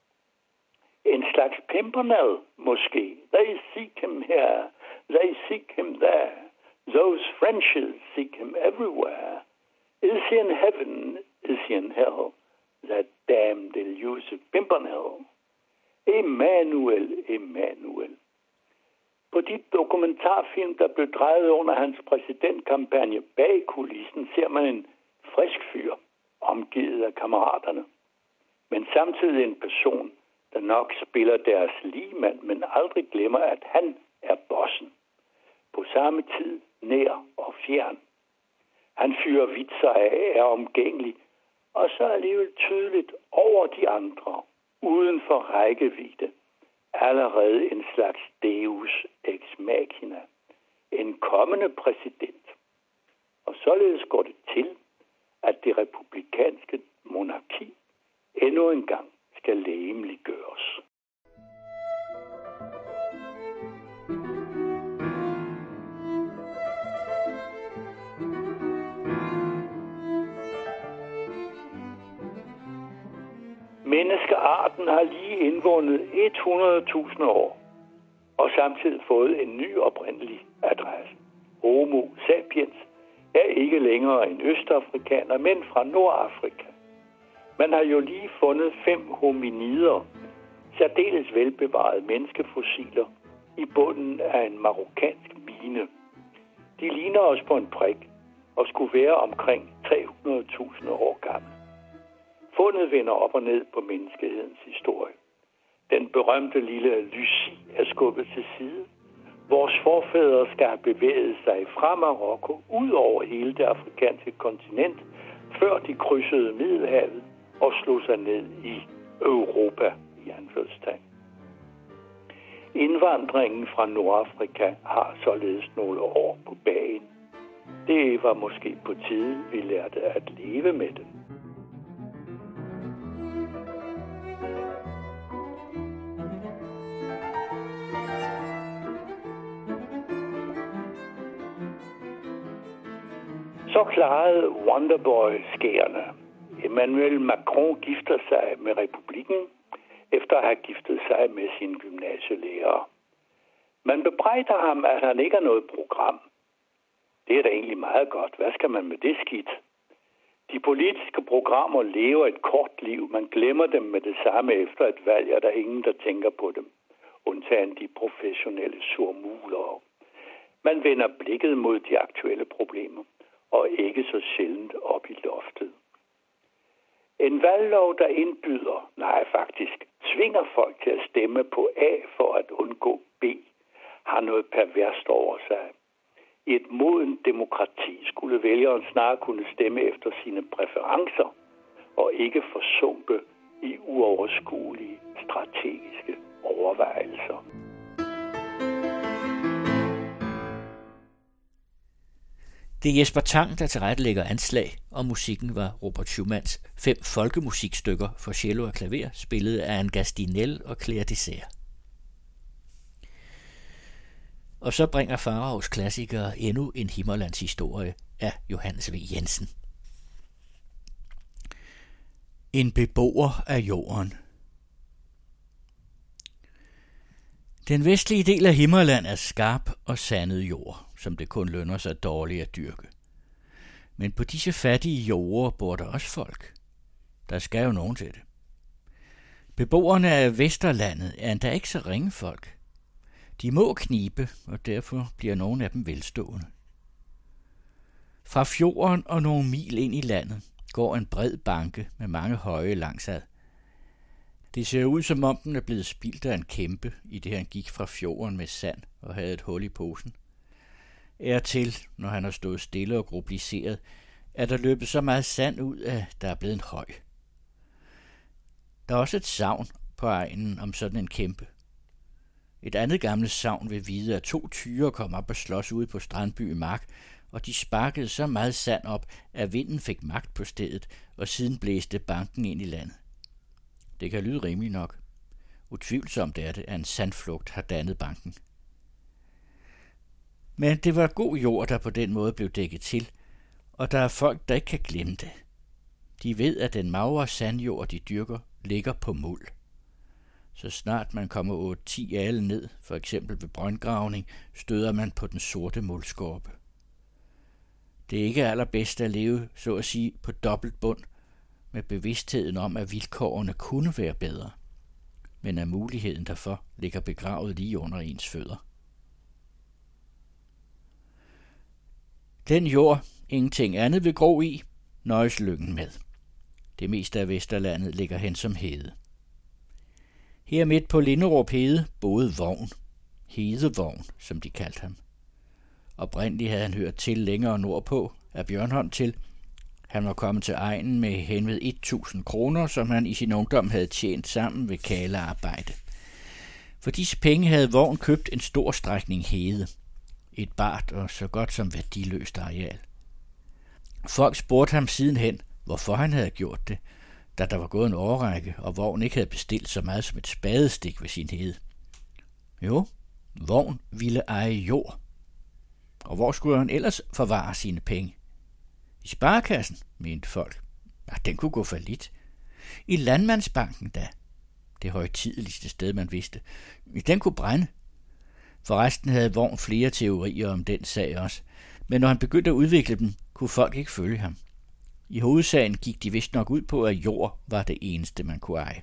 En slags pimpernel, måske. They seek him here, they seek him there. Those Frenches seek him everywhere. Is he in heaven, is he in hell? That damned elusive pimpernel. Emmanuel, Emmanuel. På de dokumentarfilm, der blev drejet under hans præsidentkampagne bag kulissen, ser man en frisk fyr, omgivet af kammeraterne. Men samtidig en person, der nok spiller deres ligemand, men aldrig glemmer, at han er bossen. På samme tid nær og fjern. Han fyrer vitser af, er omgængelig, og så alligevel tydeligt over de andre, uden for rækkevidde, allerede en slags deus ex machina, en kommende præsident. Og således går det til, at det republikanske monarki endnu engang skal legemliggøres. Menneskearten har lige indvundet hundrede tusind år. og samtidig fået en ny oprindelig adresse. Homo sapiens er ikke længere en østafrikaner, men fra Nordafrika. Man har jo lige fundet fem hominider, særdeles velbevarede menneskefossiler, i bunden af en marokkansk mine. De ligner os på en prik og skulle være omkring tre hundrede tusind år gamle. Fundet vender op og ned på menneskehedens historie. Den berømte lille Lucy er skubbet til side. Vores forfædre skal have bevæget sig fra Marokko ud over hele det afrikanske kontinent, før de krydsede Middelhavet og slog sig ned i Europa i anførselstegn. Indvandringen fra Nordafrika har således nogle år på bagen. Det var måske på tide, vi lærte at leve med den. Så klarede Wonderboy skærene. Emmanuel Macron gifter sig med republikken, efter at have giftet sig med sine gymnasielærer. Man bebrejder ham, at han ikke har noget program. Det er da egentlig meget godt. Hvad skal man med det skidt? De politiske programmer lever et kort liv. Man glemmer dem med det samme efter et valg, og der er ingen, der tænker på dem. Undtagen de professionelle surmulere. Man vender blikket mod de aktuelle problemer, og ikke så sjældent op i loftet. En valglov, der indbyder, nej faktisk, tvinger folk til at stemme på A for at undgå B, har noget perverst over sig. I et moden demokrati skulle vælgeren snart kunne stemme efter sine præferencer, og ikke forsumpe i uoverskuelige strategiske overvejelser. Det er Jesper Tang, der tilrettelægger Anslag, og musikken var Robert Schumanns fem folkemusikstykker for cello og klaver, spillet af Anne Gastinel og Claire Dessert. Og så bringer Faraos klassikere endnu en Himmerlands historie af Johannes V. Jensen. En beboer af jorden. Den vestlige del af Himmerland er skarp og sandet jord, som det kun lønner sig dårligt at dyrke. Men på disse fattige jorder bor der også folk. Der skal jo nogen til det. Beboerne af Vesterlandet er endda ikke så ringe folk. De må knibe, og derfor bliver nogle af dem velstående. Fra fjorden og nogle mil ind i landet går en bred banke med mange høje langsad. Det ser ud, som om den er blevet spildt af en kæmpe, i det han gik fra fjorden med sand og havde et hul i posen. Er til, når han har stået stille og gruppliceret, er der løbet så meget sand ud, at der er blevet en høj. Der er også et savn på egnen om sådan en kæmpe. Et andet gammelt savn vil vide, at to tyre kom op og slås ude på Strandby i Mark, og de sparkede så meget sand op, at vinden fik magt på stedet, og siden blæste banken ind i landet. Det kan lyde rimeligt nok. Utvivlsomt er det, at en sandflugt har dannet banken. Men det var god jord, der på den måde blev dækket til, og der er folk, der ikke kan glemme det. De ved, at den magre sandjord, de dyrker, ligger på muld. Så snart man kommer otte ti ale ned, for eksempel ved brøndgravning, støder man på den sorte muldskorpe. Det er ikke allerbedst at leve, så at sige, på dobbelt bund, med bevidstheden om, at vilkårene kunne være bedre, men at muligheden derfor ligger begravet lige under ens fødder. Den jord, ingenting andet vil gro i, nøjes lykken med. Det meste af Vesterlandet ligger hen som hede. Her midt på Linderup Hede boede Vogn, Hedevogn, som de kaldte ham. Oprindeligt havde han hørt til længere nordpå, af Bjørnholm til. Han var kommet til egnen med henved tusind kroner, som han i sin ungdom havde tjent sammen ved kalearbejde. For disse penge havde Vogn købt en stor strækning hede. Et bart og så godt som værdiløst areal. Folk spurgte ham sidenhen, hvorfor han havde gjort det, da der var gået en årrække, og Vogn ikke havde bestilt så meget som et spadestik ved sin hede. Jo, Vogn ville eje jord. Og hvor skulle han ellers forvare sine penge? I sparekassen, mente folk. Ja, den kunne gå fallit. I Landmandsbanken da. Det højtideligste sted, man vidste. Den kunne brænde. Forresten havde Vogn flere teorier om den sag også, men når han begyndte at udvikle dem, kunne folk ikke følge ham. I hovedsagen gik de vist nok ud på, at jord var det eneste, man kunne eje.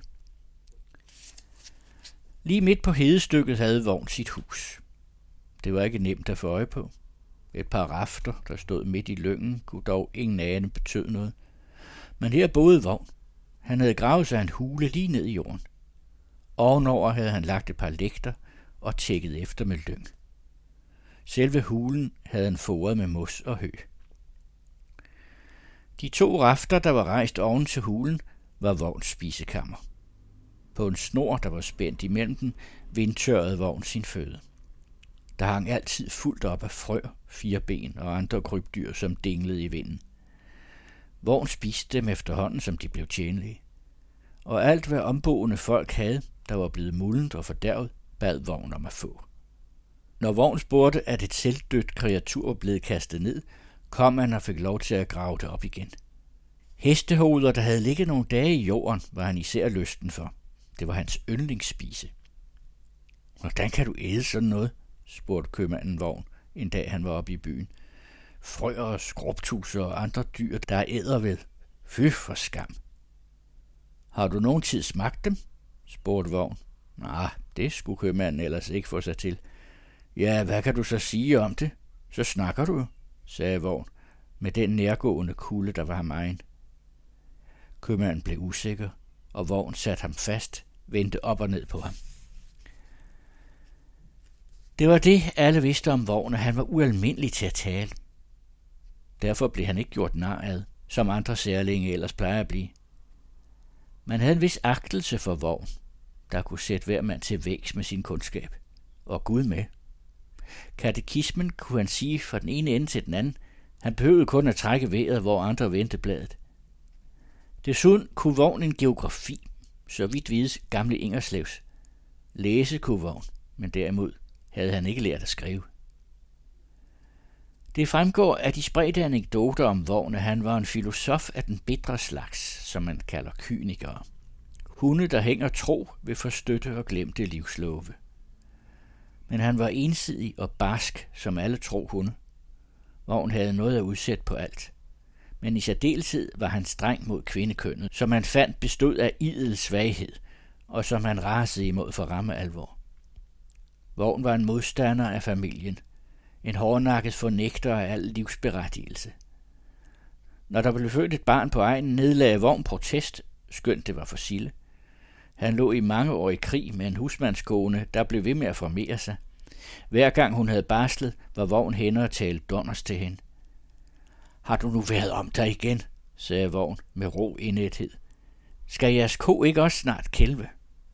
Lige midt på hedestykket havde Vogn sit hus. Det var ikke nemt at få øje på. Et par rafter, der stod midt i lyngen, kunne dog ingen ane betød noget. Men her boede Vogn. Han havde gravet sig en hule lige ned i jorden. Ovenover havde han lagt et par lægter og tjekket efter med lyng. Selve hulen havde han foret med mos og hø. De to rafter, der var rejst oven til hulen, var Vogns spisekammer. På en snor, der var spændt imellem dem, vindtørrede Vogn sin føde. Der hang altid fuldt op af frø, fireben og andre krybdyr, som dinglede i vinden. Vogn spiste dem efterhånden, som de blev tjenlige. Og alt, hvad omboende folk havde, der var blevet muldent og fordærvet, bad Vogn om at få. Når Vogn spurgte, at et selvdødt kreatur var blevet kastet ned, kom han og fik lov til at grave det op igen. Hestehoveder, der havde ligget nogle dage i jorden, var han især lysten for. Det var hans yndlingsspise. Hvordan kan du æde sådan noget? Spurgte købmanden Vogn, en dag han var oppe i byen. Frøer, skrubtuser og andre dyr, der æder ved. Fy for skam. Har du nogen tid smagt dem? Spurgte Vogn. Nej, det skulle købmanden ellers ikke få sig til. Ja, hvad kan du så sige om det? Så snakker du, sagde Vogn, med den nærgående kulde, der var ham egen. Købmanden blev usikker, og Vogn satte ham fast, vendte op og ned på ham. Det var det, alle vidste om Vogn, at han var ualmindelig til at tale. Derfor blev han ikke gjort nar ad, som andre særlinge ellers plejer at blive. Man havde en vis agtelse for Vogn, der kunne sætte hver mand til vægs med sin kundskab. Og Gud med. Katekismen kunne han sige fra den ene ende til den anden. Han behøvede kun at trække vejret, hvor andre vendte bladet. Desuden kunne Vogn en geografi, så vidt vides gamle Ingerslevs. Læse kunne Vogn, men derimod havde han ikke lært at skrive. Det fremgår af de spredte anekdoter om Vogn, at han var en filosof af den bitre slags, som man kalder kynikere. Hunde, der hænger tro ved forstøtte og glemte livslove. Men han var ensidig og barsk, som alle tro hunde. Vogn havde noget at udsætte på alt. Men i særdeleshed var han streng mod kvindekønnet, som han fandt bestod af idel svaghed, og som han rasede imod for ramme alvor. Vogn var en modstander af familien, en hårdnakket fornægter af al livsberettigelse. Når der blev født et barn på egnen, nedlagde Vogn protest, skønt det var for Sille. Han lå i mange år i krig med en husmandskone, der blev ved med at formere sig. Hver gang hun havde barslet, var Vogn henne og talte donners til hende. Har du nu været om dig igen, sagde Vogn med ro indæthed. Skal jeres ko ikke også snart kælve?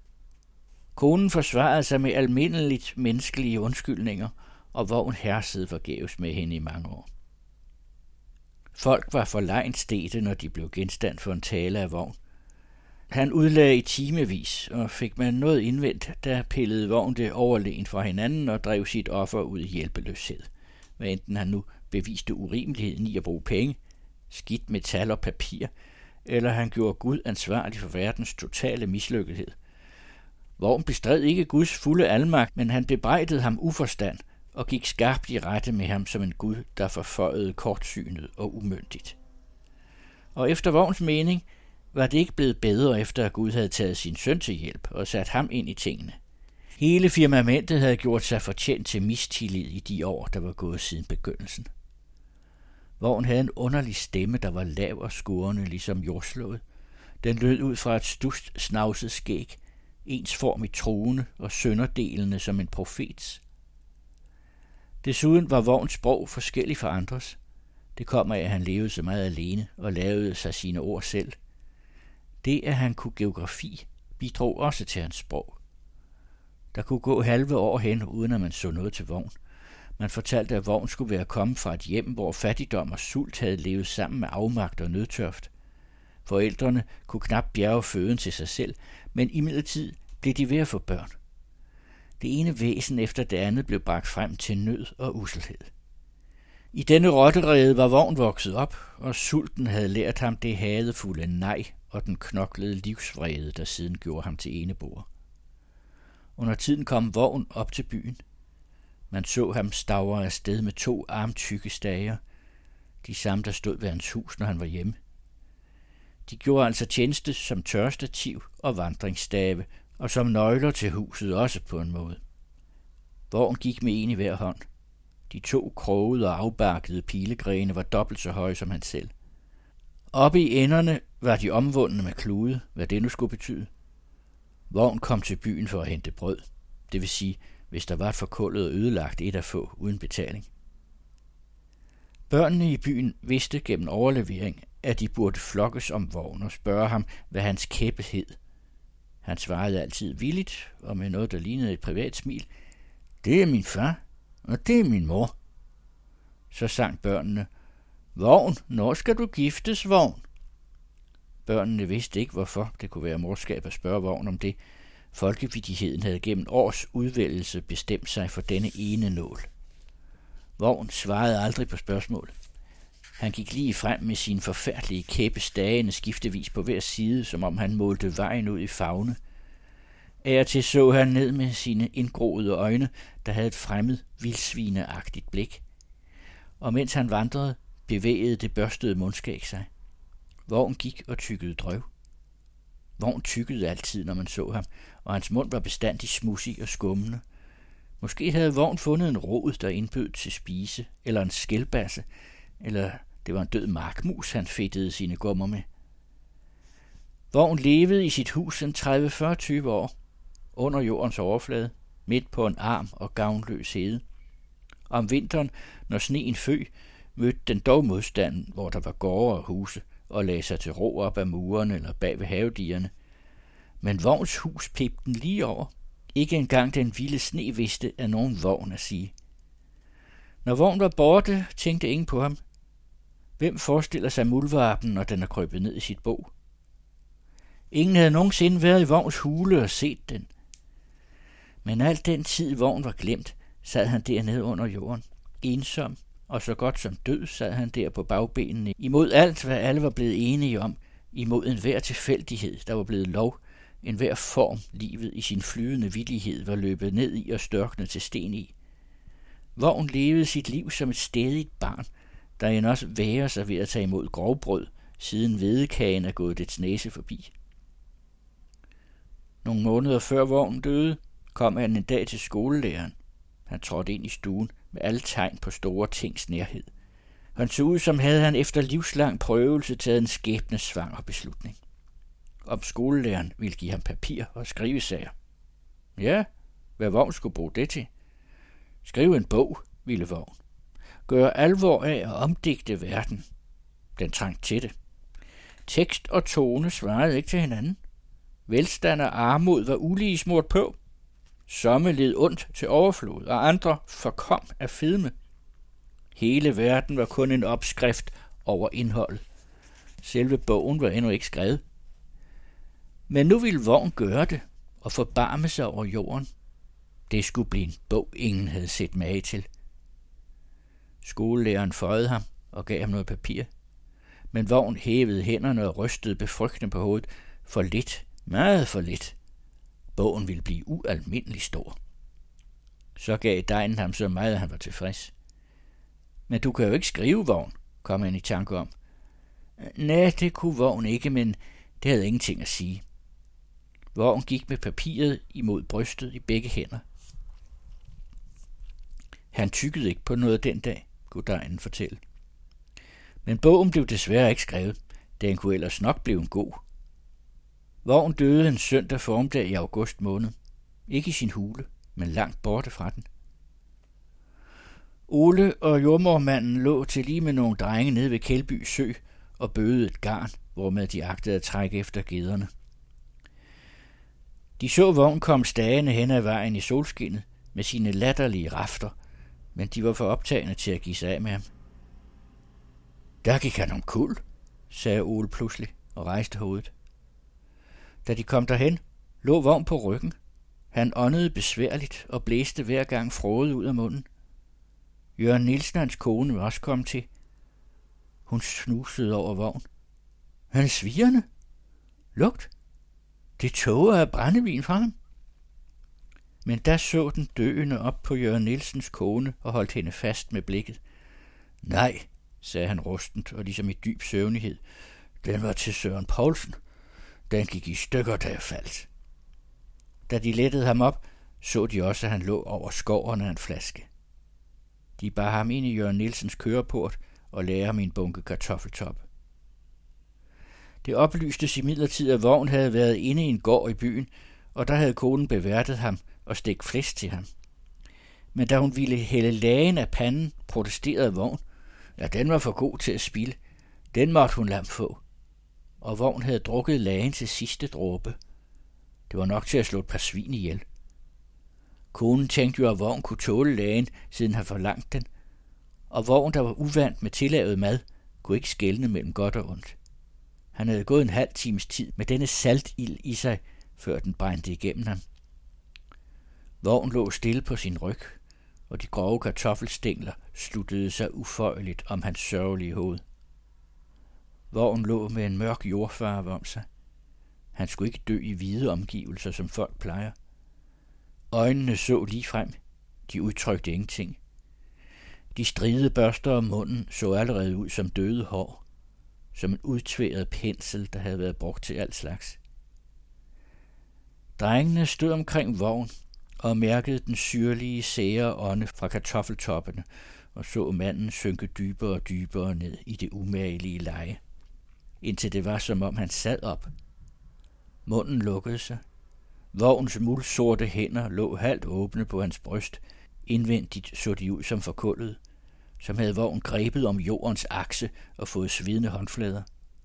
Konen forsvarede sig med almindeligt menneskelige undskyldninger, og Vogn hersede forgæves med hende i mange år. Folk var forlegent stedte, når de blev genstand for en tale af Vogn. Han udlagde i timevis, og fik man noget indvendt, der pillede Vogn det overlegen fra hinanden og drev sit offer ud i hjælpeløshed. Hvad enten han nu beviste urimeligheden i at bruge penge, skidt metal og papir, eller han gjorde Gud ansvarlig for verdens totale mislykkethed. Vogn bestred ikke Guds fulde almagt, men han bebrejdede ham uforstand og gik skarpt i rette med ham som en Gud, der forføjede kortsynet og umyndigt. Og efter Vogns mening var det ikke blevet bedre, efter at Gud havde taget sin søn til hjælp og sat ham ind i tingene. Hele firmamentet havde gjort sig fortjent til mistillid i de år, der var gået siden begyndelsen. Vogn havde en underlig stemme, der var lav og skurrende, ligesom jordslået. Den lød ud fra et stust snavset skæg, ensformigt truende og sønderdelende som en profets. Desuden var Vogns sprog forskellig fra andres. Det kom af, at han levede så meget alene og lavede sig sine ord selv. Det, at han kunne geografi, bidrog også til hans sprog. Der kunne gå halve år hen, uden at man så noget til Vogn. Man fortalte, at Vogn skulle være kommet fra et hjem, hvor fattigdom og sult havde levet sammen med afmagt og nødtørft. Forældrene kunne knap bjerge føden til sig selv, men imidlertid blev de ved at få børn. Det ene væsen efter det andet blev bragt frem til nød og usselhed. I denne rotterede var Vogn vokset op, og sulten havde lært ham det hadefulde nej og den knoklede livsvrede, der siden gjorde ham til eneboer. Under tiden kom Vogn op til byen. Man så ham stavre afsted med to armtykke stager, de samme, der stod ved hans hus, når han var hjemme. De gjorde altså tjeneste som tørstativ og vandringsstave, og som nøgler til huset også på en måde. Vogn gik med en i hver hånd. De to krogede og afbarkede pilegrene var dobbelt så høje som han selv. Oppe i enderne var de omvundne med klude, hvad det nu skulle betyde. Vogn kom til byen for at hente brød, det vil sige, hvis der var et forkullet og ødelagt et at få uden betaling. Børnene i byen vidste gennem overlevering, at de burde flokkes om Vogn og spørge ham, hvad hans kæppe hed. Han svarede altid villigt, og med noget, der lignede et privat smil. Det er min far, og det er min mor. Så sang børnene, Vogn, når skal du giftes, Vogn? Børnene vidste ikke, hvorfor det kunne være morskab at spørge Vogn om det. Folkevittigheden havde gennem års udvælgelse bestemt sig for denne ene nål. Vogn svarede aldrig på spørgsmål. Han gik lige frem med sine forfærdelige kæppe stagende skiftevis på hver side, som om han målte vejen ud i favne. Af og til så han ned med sine indgroede øjne, der havde et fremmed, vildsvineagtigt blik. Og mens han vandrede, bevægede det børstede mundskæg sig. Vogn gik og tykkede drøv. Vogn tykkede altid, når man så ham, og hans mund var bestandig smudsig og skummende. Måske havde Vogn fundet en rod, der indbød til spise, eller en skildbasse, eller det var en død markmus, han fedtede sine gummer med. Vogn levede i sit hus en tredive fyrre tyve år, under jordens overflade, midt på en arm og gavnløs hede. Om vinteren, når sneen føg, mødte den dog modstanden, hvor der var gårde og huse, og lagde sig til ro op ad murerne eller bag ved havedierne. Men Vogns hus pep den lige over. Ikke engang den vilde sne vidste af nogen Vogn at sige. Når Vogn var borte, tænkte ingen på ham. Hvem forestiller sig muldvarpen, når den er krøbet ned i sit bo? Ingen havde nogensinde været i Vogns hule og set den. Men alt den tid Vogn var glemt, sad han dernede under jorden, ensom, og så godt som død sad han der på bagbenene, imod alt, hvad alle var blevet enige om, imod enhver tilfældighed, der var blevet lov, enhver form livet i sin flydende villighed var løbet ned i og størknet til sten i. Vogn levede sit liv som et stædigt barn, der end også væger sig ved at tage imod grovbrød, siden hvedekagen er gået dets næse forbi. Nogle måneder før Vogn døde, kom han en dag til skolelæreren. Han trådte ind i stuen med alle tegn på store tings nærhed. Han så ud, som havde han efter livslang prøvelse taget en skæbnesvanger beslutning. Om skolelæreren ville give ham papir og skrivesager. Ja, hvad Vogn skulle bruge det til? Skrive en bog, ville Vogn. Gøre alvor af at omdigte verden. Den trængte til det. Tekst og tone svarede ikke til hinanden. Velstand og armod var ulige smurt på. Somme led ondt til overflod, og andre forkom af fedme. Hele verden var kun en opskrift over indholdet. Selve bogen var endnu ikke skrevet. Men nu ville Vogn gøre det og forbarme sig over jorden. Det skulle blive en bog, ingen havde set mage til. Skolelæreren føjede ham og gav ham noget papir. Men Vogn hævede hænderne og rystede befrygtende på hovedet. For lidt, meget for lidt. Bogen ville blive ualmindelig stor. Så gav degnen ham så meget, at han var tilfreds. Men du kan jo ikke skrive, Vogn, kom han i tanke om. Nej, det kunne Vogn ikke, men det havde ingenting at sige. Vogn gik med papiret imod brystet i begge hænder. Han tykkede ikke på noget den dag, kunne degnen fortælle. Men bogen blev desværre ikke skrevet, da han kunne ellers nok blive en god. Vogn døde en søndag formiddag i august måned. Ikke i sin hule, men langt borte fra den. Ole og jordmormanden lå til lige med nogle drenge nede ved Kældby Sø og bødede et garn, hvormed de agtede at trække efter gederne. De så Vogn komme stagende hen ad vejen i solskinnet med sine latterlige rafter, men de var for optagende til at give sig af med ham. Der gik han omkuld, sagde Ole pludselig og rejste hovedet. Da de kom derhen, lå Vogn på ryggen. Han åndede besværligt og blæste hver gang frode ud af munden. Jørgen Nielsen, hans kone, var også kommet til. Hun snusede over Vogn. Han er svirrende. Lugt. Det tåger af brændevin fra ham. Men der så den døende op på Jørgen Nielsens kone og holdt hende fast med blikket. Nej, sagde han rustent og ligesom i dyb søvnighed. Den var til Søren Poulsen. Den gik i stykker, da jeg faldt. Da de lettede ham op, så de også, at han lå over skoveren af en flaske. De bar ham ind i Jørgen Nielsens køreport og lagde ham i en bunke kartoffeltop. Det oplystes imidlertid, at Vogn havde været inde i en gård i byen, og der havde konen beværtet ham og stegt flæsk til ham. Men da hun ville hælde lagen af panden, protesterede Vogn. Ja, den var for god til at spilde. Den måtte hun lade få. Og Vogn havde drukket lagen til sidste dråbe. Det var nok til at slå et par svin ihjel. Konen tænkte jo, at Vogn kunne tåle lagen, siden han forlangte den. Og Vogn, der var uvant med tillavet mad, kunne ikke skelne mellem godt og ondt. Han havde gået en halv times tid med denne saltild i sig, før den brændte igennem ham. Vogn lå stille på sin ryg, og de grove kartoffelstængler sluttede sig uføjeligt om hans sørgelige hoved. Vogn lå med en mørk jordfarve om sig. Han skulle ikke dø i hvide omgivelser, som folk plejer. Øjnene så lige frem. De udtrykte ingenting. De stridede børster om munden så allerede ud som døde hår, som en udtværet pensel, der havde været brugt til alt slags. Drengene stod omkring Vogn og mærkede den syrlige, sære ånde fra kartoffeltoppene og så manden synke dybere og dybere ned i det umagelige leje, indtil det var, som om han sad op. Munden lukkede sig. Vogns mulsorte hænder lå halvt åbne på hans bryst. Indvendigt så de ud som forkullede, som havde Vogn grebet om jordens akse og fået svidende håndflader.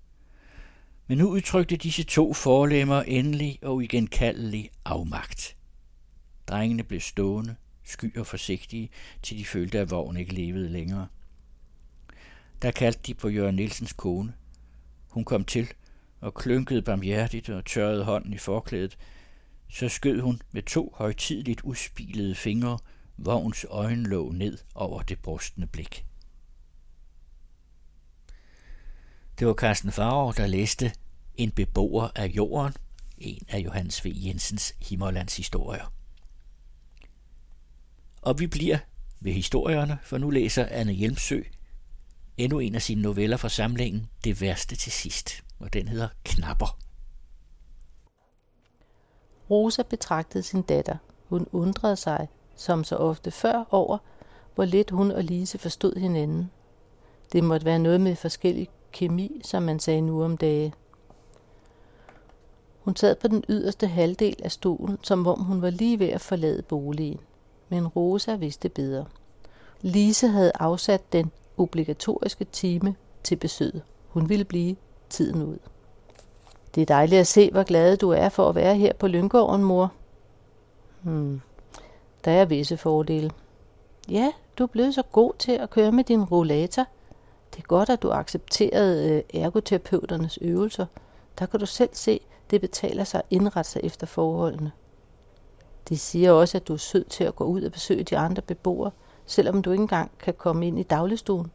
Men nu udtrykte disse to forlemmer endelig og uigenkaldelig afmagt. Drengene blev stående, sky og forsigtige, til de følte, at Vogn ikke levede længere. Der kaldte de på Jørgen Nielsens kone. Hun kom til og klynkede barmhjertigt og tørrede hånden i forklædet. Så skød hun med to højtideligt udspilede fingre Vogns øjenlåg ned over det brustne blik. Det var Carsten Faurer, der læste En beboer af jorden, en af Johannes V. Jensens Himmerlands historier. Og vi bliver ved historierne, for nu læser Anne Hjelmsø endnu en af sine noveller fra samlingen Det værste til sidst, og den hedder Knapper. Rosa betragtede sin datter. Hun undrede sig, som så ofte før, over, hvor lidt hun og Lise forstod hinanden. Det måtte være noget med forskellig kemi, som man sagde nu om dage. Hun sad på den yderste halvdel af stolen, som om hun var lige ved at forlade boligen. Men Rosa vidste bedre. Lise havde afsat den obligatoriske time til besøget. Hun ville blive tiden ud. Det er dejligt at se, hvor glad du er for at være her på Lyngården, mor. Hmm. Der er visse fordele. Ja, du er blevet så god til at køre med din rollator. Det er godt, at du accepterede ergoterapeuternes øvelser. Der kan du selv se, det betaler sig at indrette sig efter forholdene. De siger også, at du er sød til at gå ud og besøge de andre beboere, selvom du ikke engang kan komme ind i dagligstuen.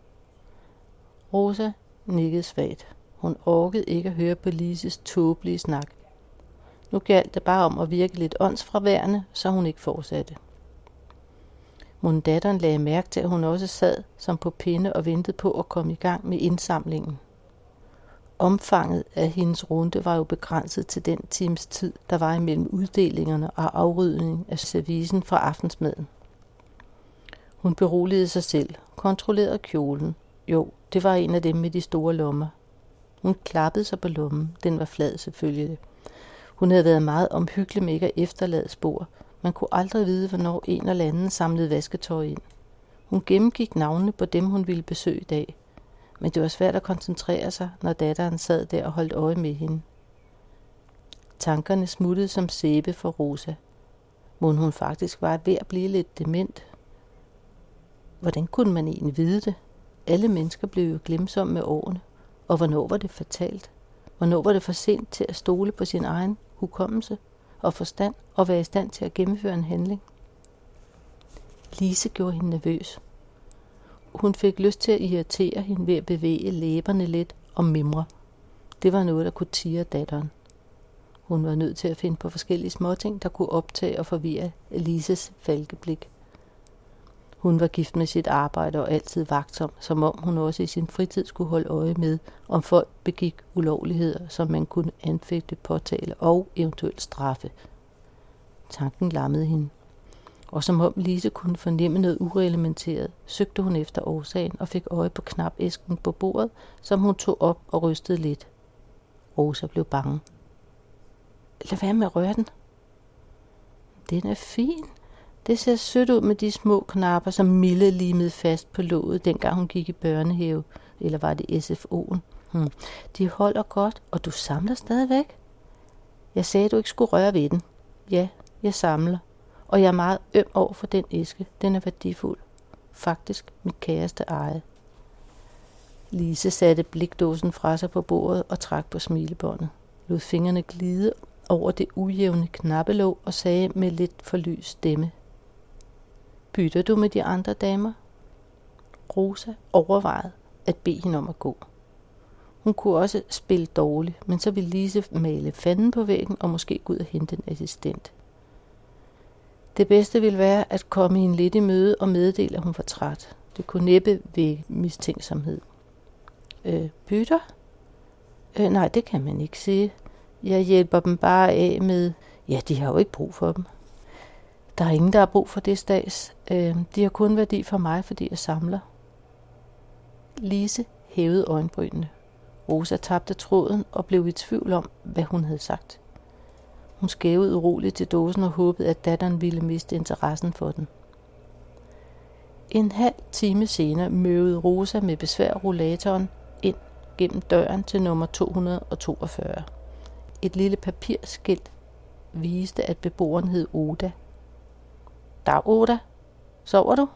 Rosa nikkede svagt. Hun orkede ikke at høre på Lises tåbelige snak. Nu gjaldt det bare om at virke lidt åndsfraværende, så hun ikke fortsatte. Mon datteren lagde mærke til, at hun også sad som på pinde og ventede på at komme i gang med indsamlingen. Omfanget af hendes runde var jo begrænset til den times tid, der var imellem uddelingerne og afrydning af servicen fra aftensmaden. Hun beroligede sig selv, kontrollerede kjolen. Jo, det var en af dem med de store lommer. Hun klappede sig på lommen. Den var flad selvfølgelig. Hun havde været meget omhyggelig med ikke at efterlade spor. Man kunne aldrig vide, hvornår en eller anden samlede vasketøj ind. Hun gennemgik navnene på dem, hun ville besøge i dag. Men det var svært at koncentrere sig, når datteren sad der og holdt øje med hende. Tankerne smuttede som sæbe for Rosa. Mon hun faktisk var ved at blive lidt dement. Hvordan kunne man egentlig vide det? Alle mennesker blev jo glemsomme med årene. Og hvornår var det fatalt? Hvornår var det for sent til at stole på sin egen hukommelse og forstand og være i stand til at gennemføre en handling? Lise gjorde hende nervøs. Hun fik lyst til at irritere hende ved at bevæge læberne lidt og mimre. Det var noget, der kunne tirre datteren. Hun var nødt til at finde på forskellige småting, der kunne optage og forvirre Lises falkeblik. Hun var gift med sit arbejde og altid vagtsom, som om hun også i sin fritid skulle holde øje med, om folk begik ulovligheder, som man kunne anfægte, påtale og eventuelt straffe. Tanken lammede hende. Og som om Lise kunne fornemme noget ureglementeret, søgte hun efter årsagen og fik øje på knapæsken på bordet, som hun tog op og rystede lidt. Rosa blev bange. Lad være med at røre den. Den er fin. Det ser sødt ud med de små knapper, som Mille limede fast på låget, dengang hun gik i børnehave. Eller var det S F O'en? Hmm. De holder godt, og du samler stadigvæk. Jeg sagde, at du ikke skulle røre ved den. Ja, jeg samler. Og jeg er meget øm over for den æske. Den er værdifuld. Faktisk mit kæreste eje. Lise satte blikdåsen fra sig på bordet og trak på smilebåndet. Lod fingrene glide over det ujævne knappelåg og sagde med lidt forlys stemme: Bytter du med de andre damer? Rosa overvejede at bede hende om at gå. Hun kunne også spille dårligt, men så ville Lise male fanden på væggen og måske gå ud og hente en assistent. Det bedste ville være at komme hende lidt i møde og meddele, at hun var træt. Det kunne næppe vække mistænksomhed. Øh, bytter? Øh, nej, det kan man ikke sige. Jeg hjælper dem bare af med... Ja, de har jo ikke brug for dem. Der er ingen, der har brug for det stads. Øh, de har kun værdi for mig, fordi jeg samler. Lise hævede øjenbrynene. Rosa tabte tråden og blev i tvivl om, hvad hun havde sagt. Hun skævede uroligt til dåsen og håbede, at datteren ville miste interessen for den. En halv time senere møvede Rosa med besvær rollatoren ind gennem døren til nummer to hundrede toogfyrre. Et lille papirskilt viste, at beboeren hed Oda. Dag, Oda. Sover du?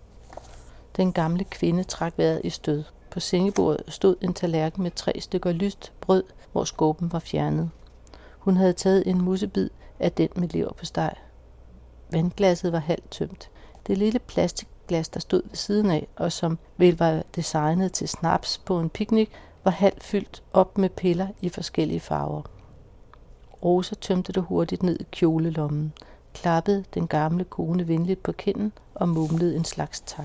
Den gamle kvinde trak vejret i stød. På sengebordet stod en tallerken med tre stykker lyst brød, hvor skåben var fjernet. Hun havde taget en musebid af den med leverpostej. Vandglasset var halvt tømt. Det lille plastikglas, der stod ved siden af, og som vel var designet til snaps på en picnic, var halvt fyldt op med piller i forskellige farver. Rosa tømte det hurtigt ned i kjolelommen, klappede den gamle kone venligt på kinden og mumlede en slags tak.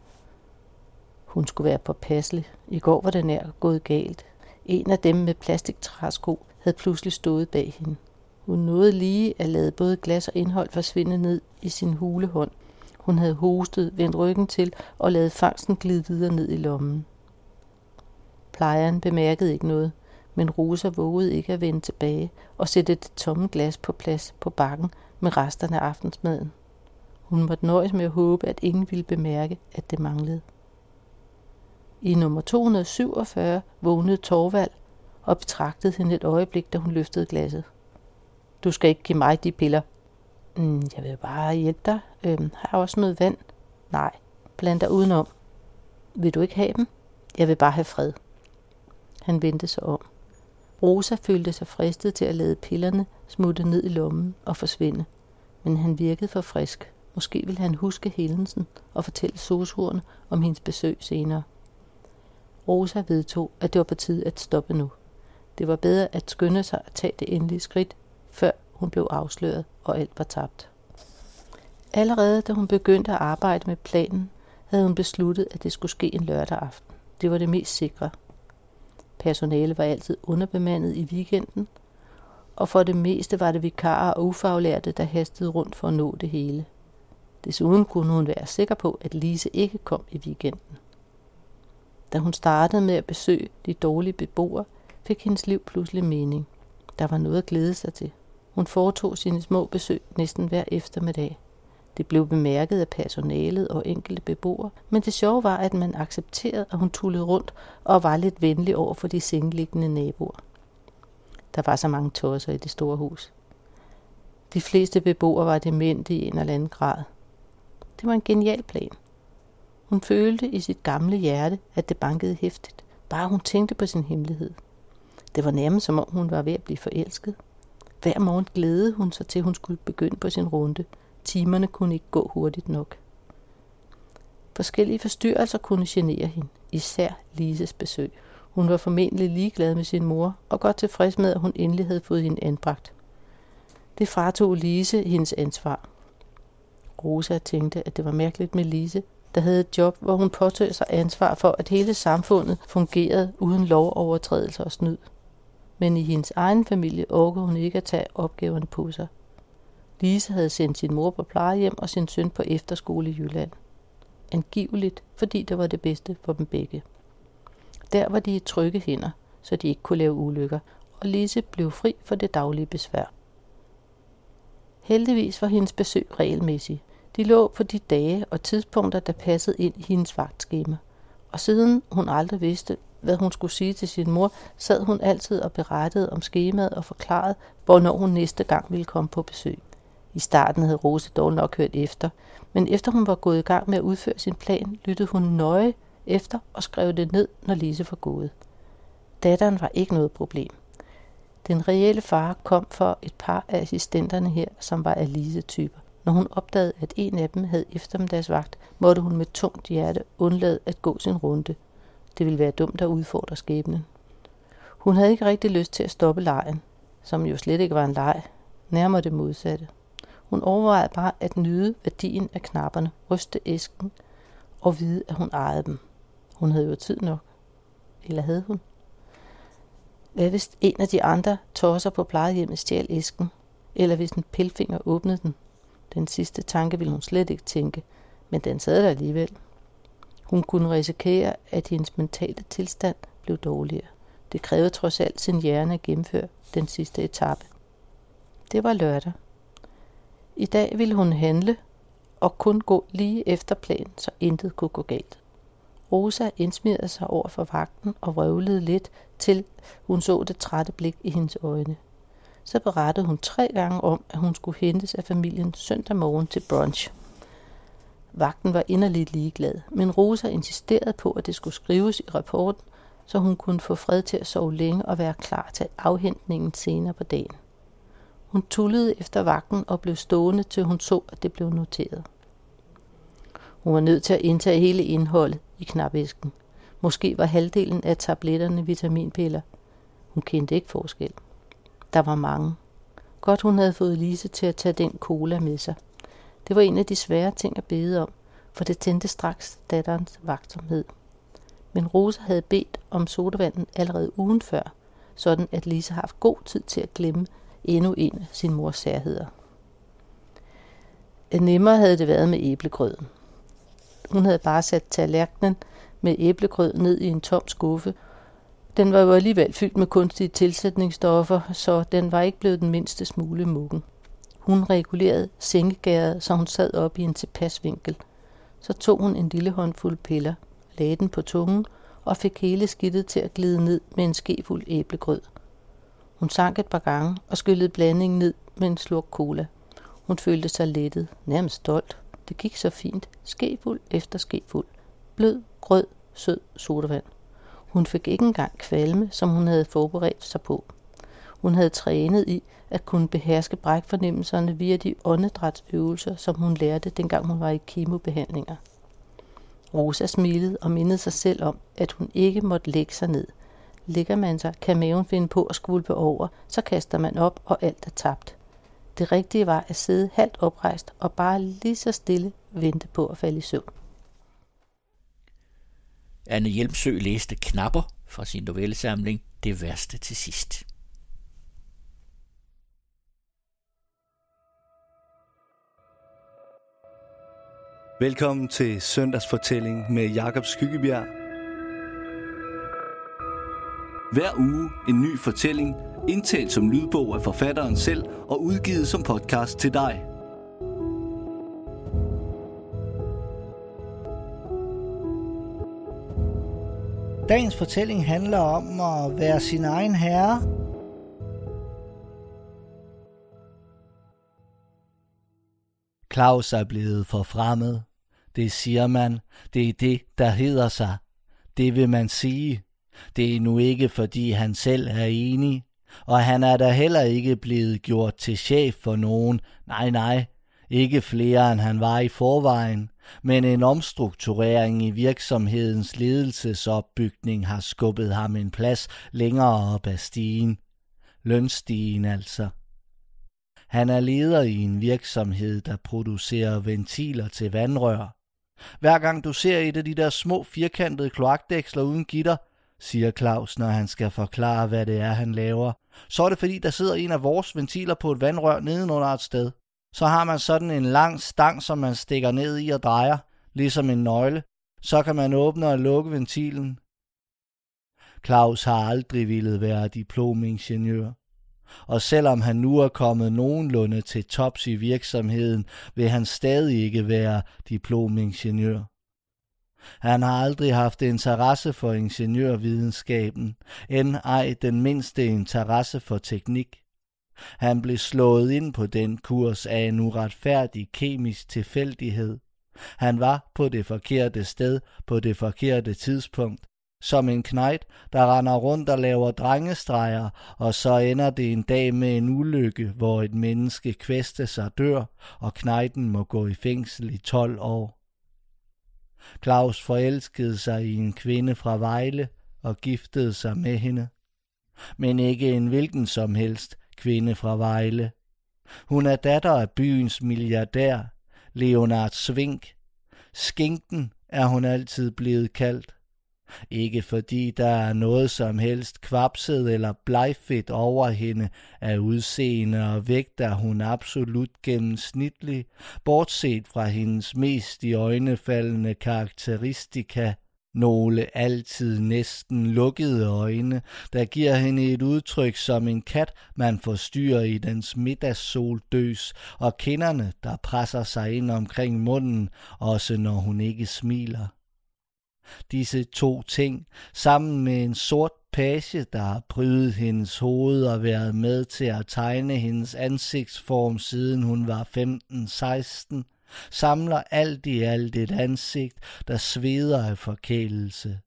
Hun skulle være påpasselig. I går var det nær gået galt. En af dem med plastiktræsko havde pludselig stået bag hende. Hun nåede lige at lade både glas og indhold forsvinde ned i sin hulehånd. Hun havde hostet, vendt ryggen til og ladet fangsten glide videre ned i lommen. Plejeren bemærkede ikke noget, men Rosa vågede ikke at vende tilbage og sætte det tomme glas på plads på bakken med resterne af aftensmaden. Hun måtte nøjes med at håbe, at ingen ville bemærke, at det manglede. I nummer to hundrede syvogfyrre vågnede Torvald og betragtede hende et øjeblik, da hun løftede glasset. Du skal ikke give mig de piller. Mm, jeg vil bare hjælpe dig. Øhm, har jeg også noget vand? Nej, bland dig udenom. Vil du ikke have dem? Jeg vil bare have fred. Han vendte sig om. Rosa følte sig fristet til at lade pillerne smutte ned i lommen og forsvinde. Men han virkede for frisk. Måske ville han huske hændelsen og fortælle sosuerne om hendes besøg senere. Rosa vedtog, at det var på tide at stoppe nu. Det var bedre at skynde sig at tage det endelige skridt, før hun blev afsløret, og alt var tabt. Allerede da hun begyndte at arbejde med planen, havde hun besluttet, at det skulle ske en lørdag aften. Det var det mest sikre. Personalet var altid underbemandet i weekenden, og for det meste var det vikarer og ufaglærte, der hastede rundt for at nå det hele. Desuden kunne hun være sikker på, at Lise ikke kom i weekenden. Da hun startede med at besøge de dårlige beboere, fik hendes liv pludselig mening. Der var noget at glæde sig til. Hun foretog sine små besøg næsten hver eftermiddag. Det blev bemærket af personalet og enkelte beboere, men det sjove var, at man accepterede, at hun tullede rundt og var lidt venlig over for de sengeliggende naboer. Der var så mange tosser i det store hus. De fleste beboere var demente i en eller anden grad. Det var en genial plan. Hun følte i sit gamle hjerte, at det bankede hæftigt, bare hun tænkte på sin hemmelighed. Det var nærmest som om hun var ved at blive forelsket. Hver morgen glædede hun sig til, hun skulle begynde på sin runde. Timerne kunne ikke gå hurtigt nok. Forskellige forstyrrelser kunne genere hende, især Lises besøg. Hun var formentlig ligeglad med sin mor, og godt tilfreds med, at hun endelig havde fået hende anbragt. Det fratog Lise hendes ansvar. Rosa tænkte, at det var mærkeligt med Lise, der havde et job, hvor hun påtog sig ansvar for, at hele samfundet fungerede uden lovovertrædelser og snyd. Men i hendes egen familie orkede hun ikke at tage opgaverne på sig. Lise havde sendt sin mor på plejehjem og sin søn på efterskole i Jylland. Angiveligt, fordi det var det bedste for dem begge. Der var de i trygge hænder, så de ikke kunne lave ulykker, og Lise blev fri for det daglige besvær. Heldigvis var hendes besøg regelmæssige. De lå på de dage og tidspunkter, der passede ind i hendes vagtskema. Og siden hun aldrig vidste, hvad hun skulle sige til sin mor, sad hun altid og berettede om skemaet og forklarede, hvornår hun næste gang ville komme på besøg. I starten havde Rose dog nok hørt efter, men efter hun var gået i gang med at udføre sin plan, lyttede hun nøje efter og skrev det ned, når Lise var gået. Datteren var ikke noget problem. Den reelle far kom for et par af assistenterne her, som var af Lise-typer. Når hun opdagede, at en af dem havde eftermiddagsvagt, måtte hun med tungt hjerte undlade at gå sin runde. Det ville være dumt at udfordre skæbnen. Hun havde ikke rigtig lyst til at stoppe legen, som jo slet ikke var en leg, nærmere det modsatte. Hun overvejede bare at nyde værdien af knapperne, ryste æsken og vide, at hun ejede dem. Hun havde jo tid nok. Eller havde hun? Hvad hvis en af de andre tosser på plejehjemmet stjal æsken? Eller hvis en pilfinger åbnede den? Den sidste tanke ville hun slet ikke tænke, men den sad der alligevel. Hun kunne risikere, at hendes mentale tilstand blev dårligere. Det krævede trods alt sin hjerne at gennemføre den sidste etape. Det var lørdag. I dag ville hun handle og kun gå lige efter planen, så intet kunne gå galt. Rosa indsmirrede sig over for vagten og vrøvlede lidt, til hun så det trætte blik i hendes øjne. Så berettede hun tre gange om, at hun skulle hentes af familien søndag morgen til brunch. Vagten var inderligt ligeglad, men Rosa insisterede på, at det skulle skrives i rapporten, så hun kunne få fred til at sove længe og være klar til afhentningen senere på dagen. Hun tullede efter vagten og blev stående, til hun så, at det blev noteret. Hun var nødt til at indtage hele indholdet i knapæsken. Måske var halvdelen af tabletterne vitaminpiller. Hun kendte ikke forskel. Der var mange. Godt hun havde fået Lise til at tage den cola med sig. Det var en af de svære ting at bede om, for det tændte straks datterens vagtsomhed. Men Rosa havde bedt om sodavanden allerede ugen før, sådan at Lise har haft god tid til at glemme endnu en af sin mors særheder. Nemmere havde det været med æblegrøden. Hun havde bare sat tallerkenen med æblegrød ned i en tom skuffe. Den var jo alligevel fyldt med kunstige tilsætningsstoffer, så den var ikke blevet den mindste smule muggen. Hun regulerede sengegæret, så hun sad op i en tilpas vinkel. Så tog hun en lille håndfuld piller, lagde den på tungen og fik hele skidtet til at glide ned med en skefuld æblegrød. Hun sank et par gange og skyllede blandingen ned med en slurk cola. Hun følte sig lettet, nærmest stolt. Det gik så fint, skefuld efter skefuld. Blød, grød, sød sodavand. Hun fik ikke engang kvalme, som hun havde forberedt sig på. Hun havde trænet i at kunne beherske brækfornemmelserne via de åndedrætsøvelser, som hun lærte, dengang hun var i kemobehandlinger. Rosa smilede og mindede sig selv om, at hun ikke måtte lægge sig ned. Ligger man sig, kan maven finde på at skvulpe over, så kaster man op, og alt er tabt. Det rigtige var at sidde halvt oprejst og bare lige så stille vente på at falde i søvn. Anne Hjelmsø læste Knapper fra sin novellesamling Det værste til sidst. Velkommen til Søndagsfortælling med Jakob Skyggebjerg. Hver uge en ny fortælling, indtalt som lydbog af forfatteren selv og udgivet som podcast til dig. Dagens fortælling handler om at være sin egen herre. Claus er blevet forfremmet. Det siger man. Det er det, der hedder sig. Det vil man sige. Det er nu ikke, fordi han selv er enig. Og han er da heller ikke blevet gjort til chef for nogen. Nej, nej. Ikke flere end han var i forvejen, men en omstrukturering i virksomhedens ledelsesopbygning har skubbet ham en plads længere op ad stigen. Lønstigen altså. Han er leder i en virksomhed, der producerer ventiler til vandrør. Hver gang du ser et af de der små firkantede kloakdæksler uden gitter, siger Claus, når han skal forklare, hvad det er, han laver, så er det fordi, der sidder en af vores ventiler på et vandrør nedenunder et sted. Så har man sådan en lang stang, som man stikker ned i og drejer, ligesom en nøgle. Så kan man åbne og lukke ventilen. Claus har aldrig ville være diplomingeniør. Og selvom han nu er kommet nogenlunde til tops i virksomheden, vil han stadig ikke være diplomingeniør. Han har aldrig haft interesse for ingeniørvidenskaben, end ej den mindste interesse for teknik. Han blev slået ind på den kurs af en uretfærdig kemisk tilfældighed. Han var på det forkerte sted på det forkerte tidspunkt. Som en knejt, der render rundt og laver drengestreger, og så ender det en dag med en ulykke, hvor et menneske kvæstes og dør, og knejten må gå i fængsel i tolv år. Claus forelskede sig i en kvinde fra Vejle og giftede sig med hende. Men ikke en hvilken som helst kvinde fra Vejle. Hun er datter af byens milliardær, Leonard Svink. Skinken er hun altid blevet kaldt. Ikke fordi der er noget som helst kvapset eller blegfedt over hende af udseende og vægt, er hun absolut gennemsnitlig, bortset fra hendes mest iøjnefaldende karakteristika, nogle altid næsten lukkede øjne, der giver hende et udtryk som en kat, man forstyrrer i dens middagssoldøs, og kinderne, der presser sig ind omkring munden, også når hun ikke smiler. Disse to ting, sammen med en sort page, der har prydet hendes hoved og været med til at tegne hendes ansigtsform siden hun var femten seksten, samler alt i alt et ansigt, der sveder af forkælelse.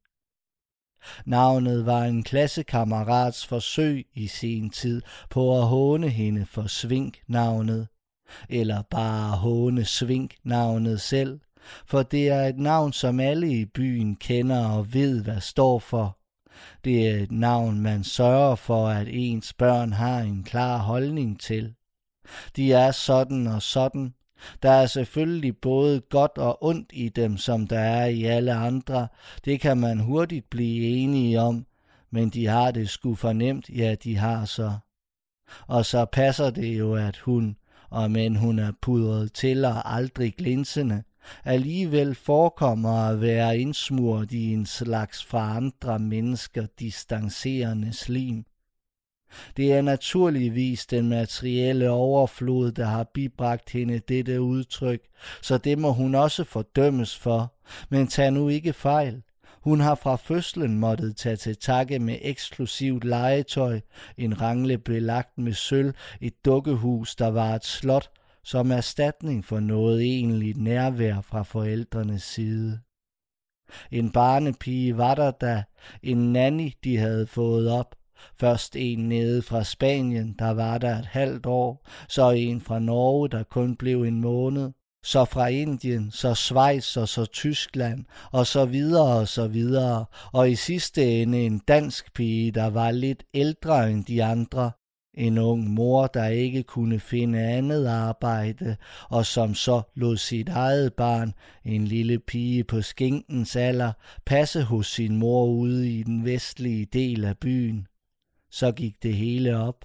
Navnet var en klassekammerats forsøg i sin tid på at håne hende for Svink-navnet, eller bare håne Svink-navnet selv, for det er et navn, som alle i byen kender og ved, hvad står for. Det er et navn, man sørger for, at ens børn har en klar holdning til. De er sådan og sådan. Der er selvfølgelig både godt og ondt i dem, som der er i alle andre. Det kan man hurtigt blive enige om, men de har det sgu fornemt, ja, de har så. Og så passer det jo, at hun, og men hun er pudret til og aldrig glinsende, alligevel forekommer at være indsmurt i en slags fra andre mennesker distancerende slim. Det er naturligvis den materielle overflod, der har bibragt hende dette udtryk, så det må hun også fordømmes for. Men tag nu ikke fejl. Hun har fra fødslen måttet tage til takke med eksklusivt legetøj, en rangle belagt med sølv, et dukkehus, der var et slot, som erstatning for noget egentligt nærvær fra forældrenes side. En barnepige var der da, en nanny, de havde fået op. Først en nede fra Spanien, der var der et halvt år, så en fra Norge, der kun blev en måned, så fra Indien, så Schweiz og så Tyskland, og så videre og så videre, og i sidste ende en dansk pige, der var lidt ældre end de andre, en ung mor, der ikke kunne finde andet arbejde, og som så lod sit eget barn, en lille pige på skinkens alder, passe hos sin mor ude i den vestlige del af byen. Så gik det hele op.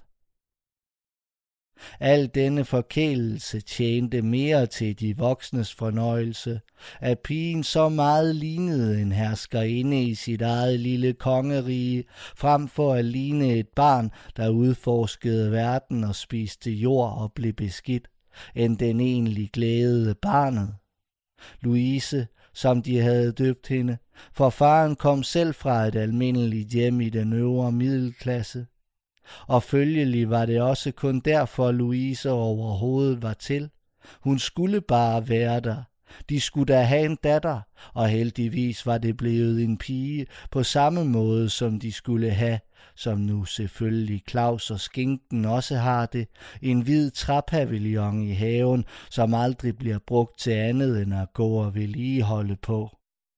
Al denne forkælelse tjente mere til de voksnes fornøjelse, at pigen så meget lignede en herskerinde i sit eget lille kongerige, frem for at ligne et barn, der udforskede verden og spiste jord og blev beskidt, end den egentlig glædede barnet. Louise, som de havde døbt hende, for faren kom selv fra et almindeligt hjem i den øvre middelklasse. Og følgelig var det også kun derfor, Louise overhovedet var til. Hun skulle bare være der, De skulle da have en datter, og heldigvis var det blevet en pige, på samme måde som de skulle have, som nu selvfølgelig Claus og skinken også har det, en hvid træpavillon i haven, som aldrig bliver brugt til andet end at gå og vedligeholde på.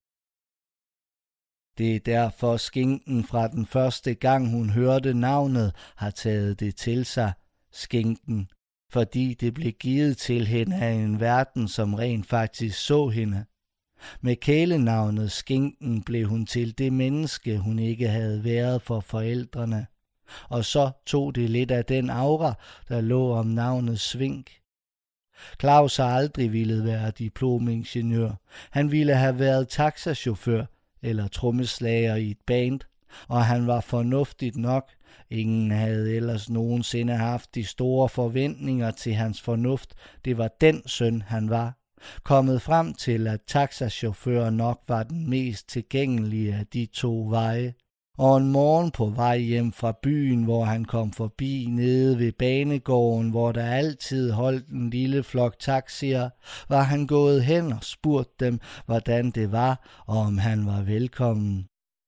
Det er derfor skinken fra den første gang hun hørte navnet har taget det til sig, skinken, fordi det blev givet til hende af en verden, som rent faktisk så hende. Med kælenavnet Skinken blev hun til det menneske, hun ikke havde været for forældrene. Og så tog det lidt af den aura, der lå om navnet Svink. Claus har aldrig ville være diplomingeniør. Han ville have været taxachauffør eller trommeslager i et band, og han var fornuftigt nok. Ingen havde ellers nogensinde haft de store forventninger til hans fornuft. Det var den søn, han var. Kommet frem til, at taxachauffør nok var den mest tilgængelige af de to veje. Og en morgen på vej hjem fra byen, hvor han kom forbi nede ved banegården, hvor der altid holdt en lille flok taxier, var han gået hen og spurgt dem, hvordan det var, og om han var velkommen.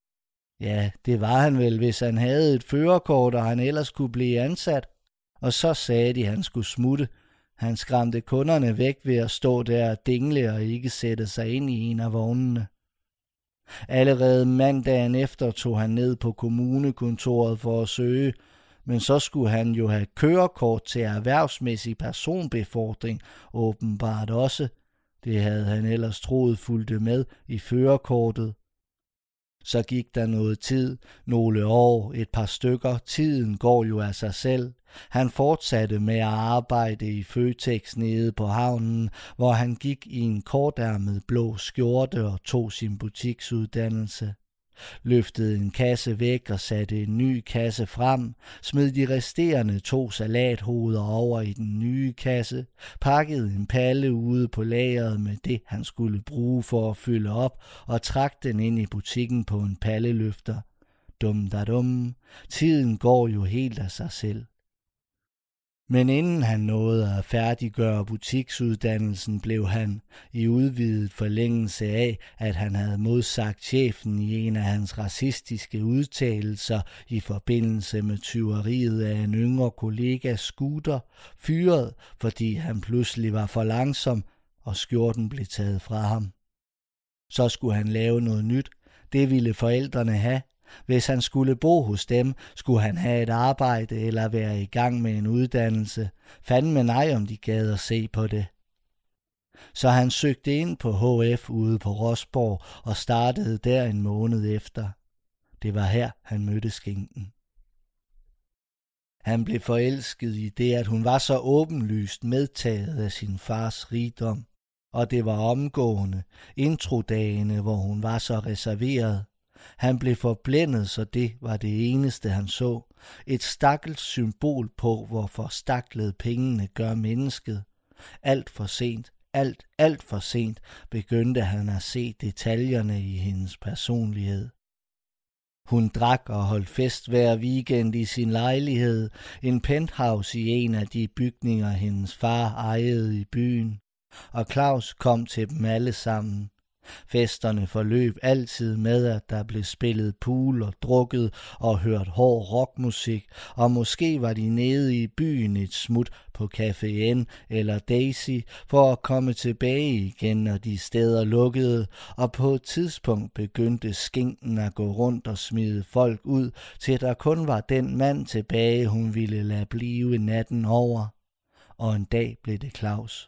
Ja, det var han vel, hvis han havde et førerkort, og han ellers kunne blive ansat. Og så sagde de, at han skulle smutte. Han skræmte kunderne væk ved at stå der og dingle og ikke sætte sig ind i en af vognene. Allerede mandagen efter tog han ned på kommunekontoret for at søge, men så skulle han jo have kørekort til erhvervsmæssig personbefordring, åbenbart også. Det havde han ellers troet fulgte med i førerkortet. Så gik der noget tid, nogle år, et par stykker. Tiden går jo af sig selv. Han fortsatte med at arbejde i Føtex nede på havnen, hvor han gik i en kortærmet blå skjorte og tog sin butiksuddannelse. Løftede en kasse væk og satte en ny kasse frem, smed de resterende to salathoveder over i den nye kasse, pakkede en palle ude på lageret med det, han skulle bruge for at fylde op, og trak den ind i butikken på en palleløfter. Dum da dum, tiden går jo helt af sig selv. Men inden han nåede at færdiggøre butiksuddannelsen, blev han, i udvidet forlængelse af, at han havde modsagt chefen i en af hans racistiske udtalelser i forbindelse med tyveriet af en yngre kollegas scooter, fyret, fordi han pludselig var for langsom, og skjorten blev taget fra ham. Så skulle han lave noget nyt. Det ville forældrene have. Hvis han skulle bo hos dem, skulle han have et arbejde eller være i gang med en uddannelse. Fandme nej, om de gad at se på det. Så han søgte ind på H F ude på Rosborg og startede der en måned efter. Det var her, han mødte skinken. Han blev forelsket i det, at hun var så åbenlyst medtaget af sin fars rigdom, og det var omgående, introdagene, hvor hun var så reserveret. Han blev forblændet, så det var det eneste, han så. Et stakkels symbol på, hvor forstaklet pengene gør mennesket. Alt for sent, alt, alt for sent begyndte han at se detaljerne i hendes personlighed. Hun drak og holdt fest hver weekend i sin lejlighed, en penthouse i en af de bygninger, hendes far ejede i byen. Og Claus kom til dem alle sammen. Festerne forløb altid med, at der blev spillet pool og drukket og hørt hård rockmusik, og måske var de nede i byen et smut på Café N eller Daisy for at komme tilbage igen, når de steder lukkede, og på et tidspunkt begyndte skinken at gå rundt og smide folk ud, til der kun var den mand tilbage, hun ville lade blive natten over. Og en dag blev det Claus.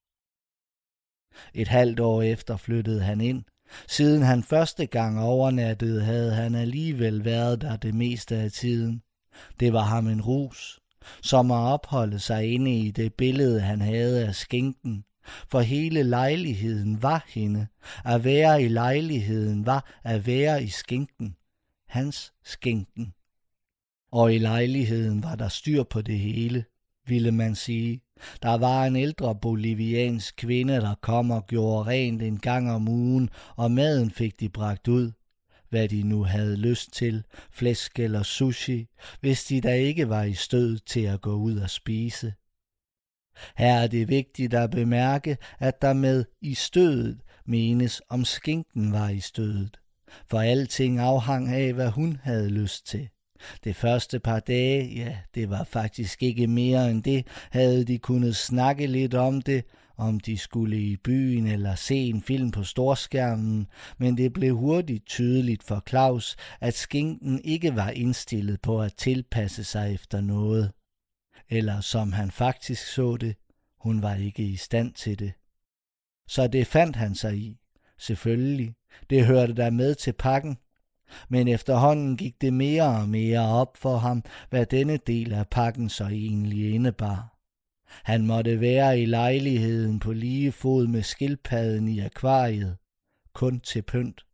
Et halvt år efter flyttede han ind. Siden han første gang overnattede, havde han alligevel været der det meste af tiden. Det var ham en rus, som at opholde sig inde i det billede, han havde af skinken. For hele lejligheden var hende. At være i lejligheden var at være i skinken. Hans skinken. Og i lejligheden var der styr på det hele, ville man sige. Der var en ældre boliviansk kvinde, der kom og gjorde rent en gang om ugen, og maden fik de bragt ud. Hvad de nu havde lyst til, flæsk eller sushi, hvis de da ikke var i stød til at gå ud og spise. Her er det vigtigt at bemærke, at der med i stødet menes, om skinken var i stødet. For alting afhang af, hvad hun havde lyst til. Det første par dage, ja, det var faktisk ikke mere end det, havde de kunnet snakke lidt om det, om de skulle i byen eller se en film på storskærmen, men det blev hurtigt tydeligt for Claus, at skinken ikke var indstillet på at tilpasse sig efter noget. Eller som han faktisk så det, hun var ikke i stand til det. Så det fandt han sig i. Selvfølgelig, det hørte der med til pakken. Men efterhånden gik det mere og mere op for ham, hvad denne del af pakken så egentlig indebar. Han måtte være i lejligheden på lige fod med skildpadden i akvariet, kun til pynt.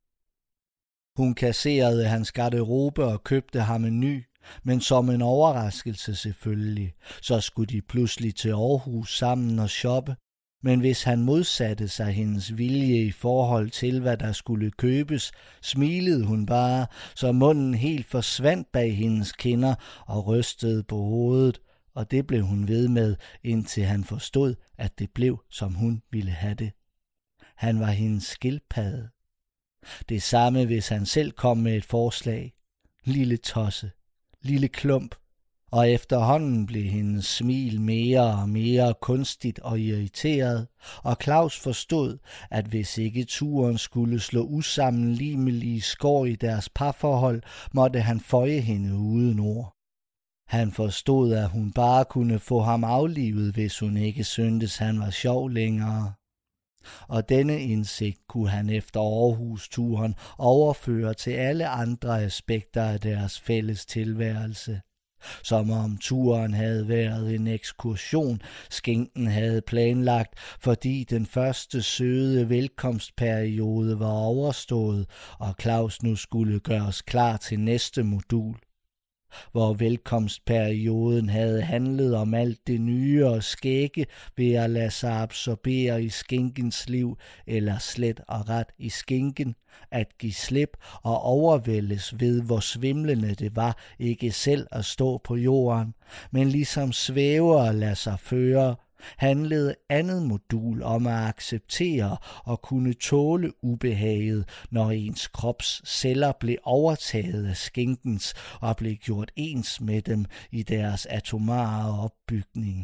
Hun kasserede hans garderobe og købte ham en ny, men som en overraskelse selvfølgelig, så skulle de pludselig til Aarhus sammen og shoppe. Men hvis han modsatte sig hendes vilje i forhold til, hvad der skulle købes, smilede hun bare, så munden helt forsvandt bag hendes kinder og rystede på hovedet, og det blev hun ved med, indtil han forstod, at det blev, som hun ville have det. Han var hendes skildpadde. Det samme, hvis han selv kom med et forslag. Lille tosse, lille klump. Og efterhånden blev hendes smil mere og mere kunstigt og irriteret, og Claus forstod, at hvis ikke turen skulle slå usammenlignelige skår i deres parforhold, måtte han føje hende uden ord. Han forstod, at hun bare kunne få ham aflivet, hvis hun ikke syntes, han var sjov længere. Og denne indsigt kunne han efter Aarhus-turen overføre til alle andre aspekter af deres fælles tilværelse. Som om turen havde været en ekskursion, skinken havde planlagt, fordi den første søde velkomstperiode var overstået, og Claus nu skulle gøres klar til næste modul. Hvor velkomstperioden havde handlet om alt det nye og skægge ved at lade sig absorbere i skinkens liv, eller slet og ret i skinken, at give slip og overvældes ved, hvor svimlende det var ikke selv at stå på jorden, men ligesom svæve og lade sig føre, handlede andet modul om at acceptere og kunne tåle ubehaget, når ens krops celler blev overtaget af skinkens og blev gjort ens med dem i deres atomare opbygning.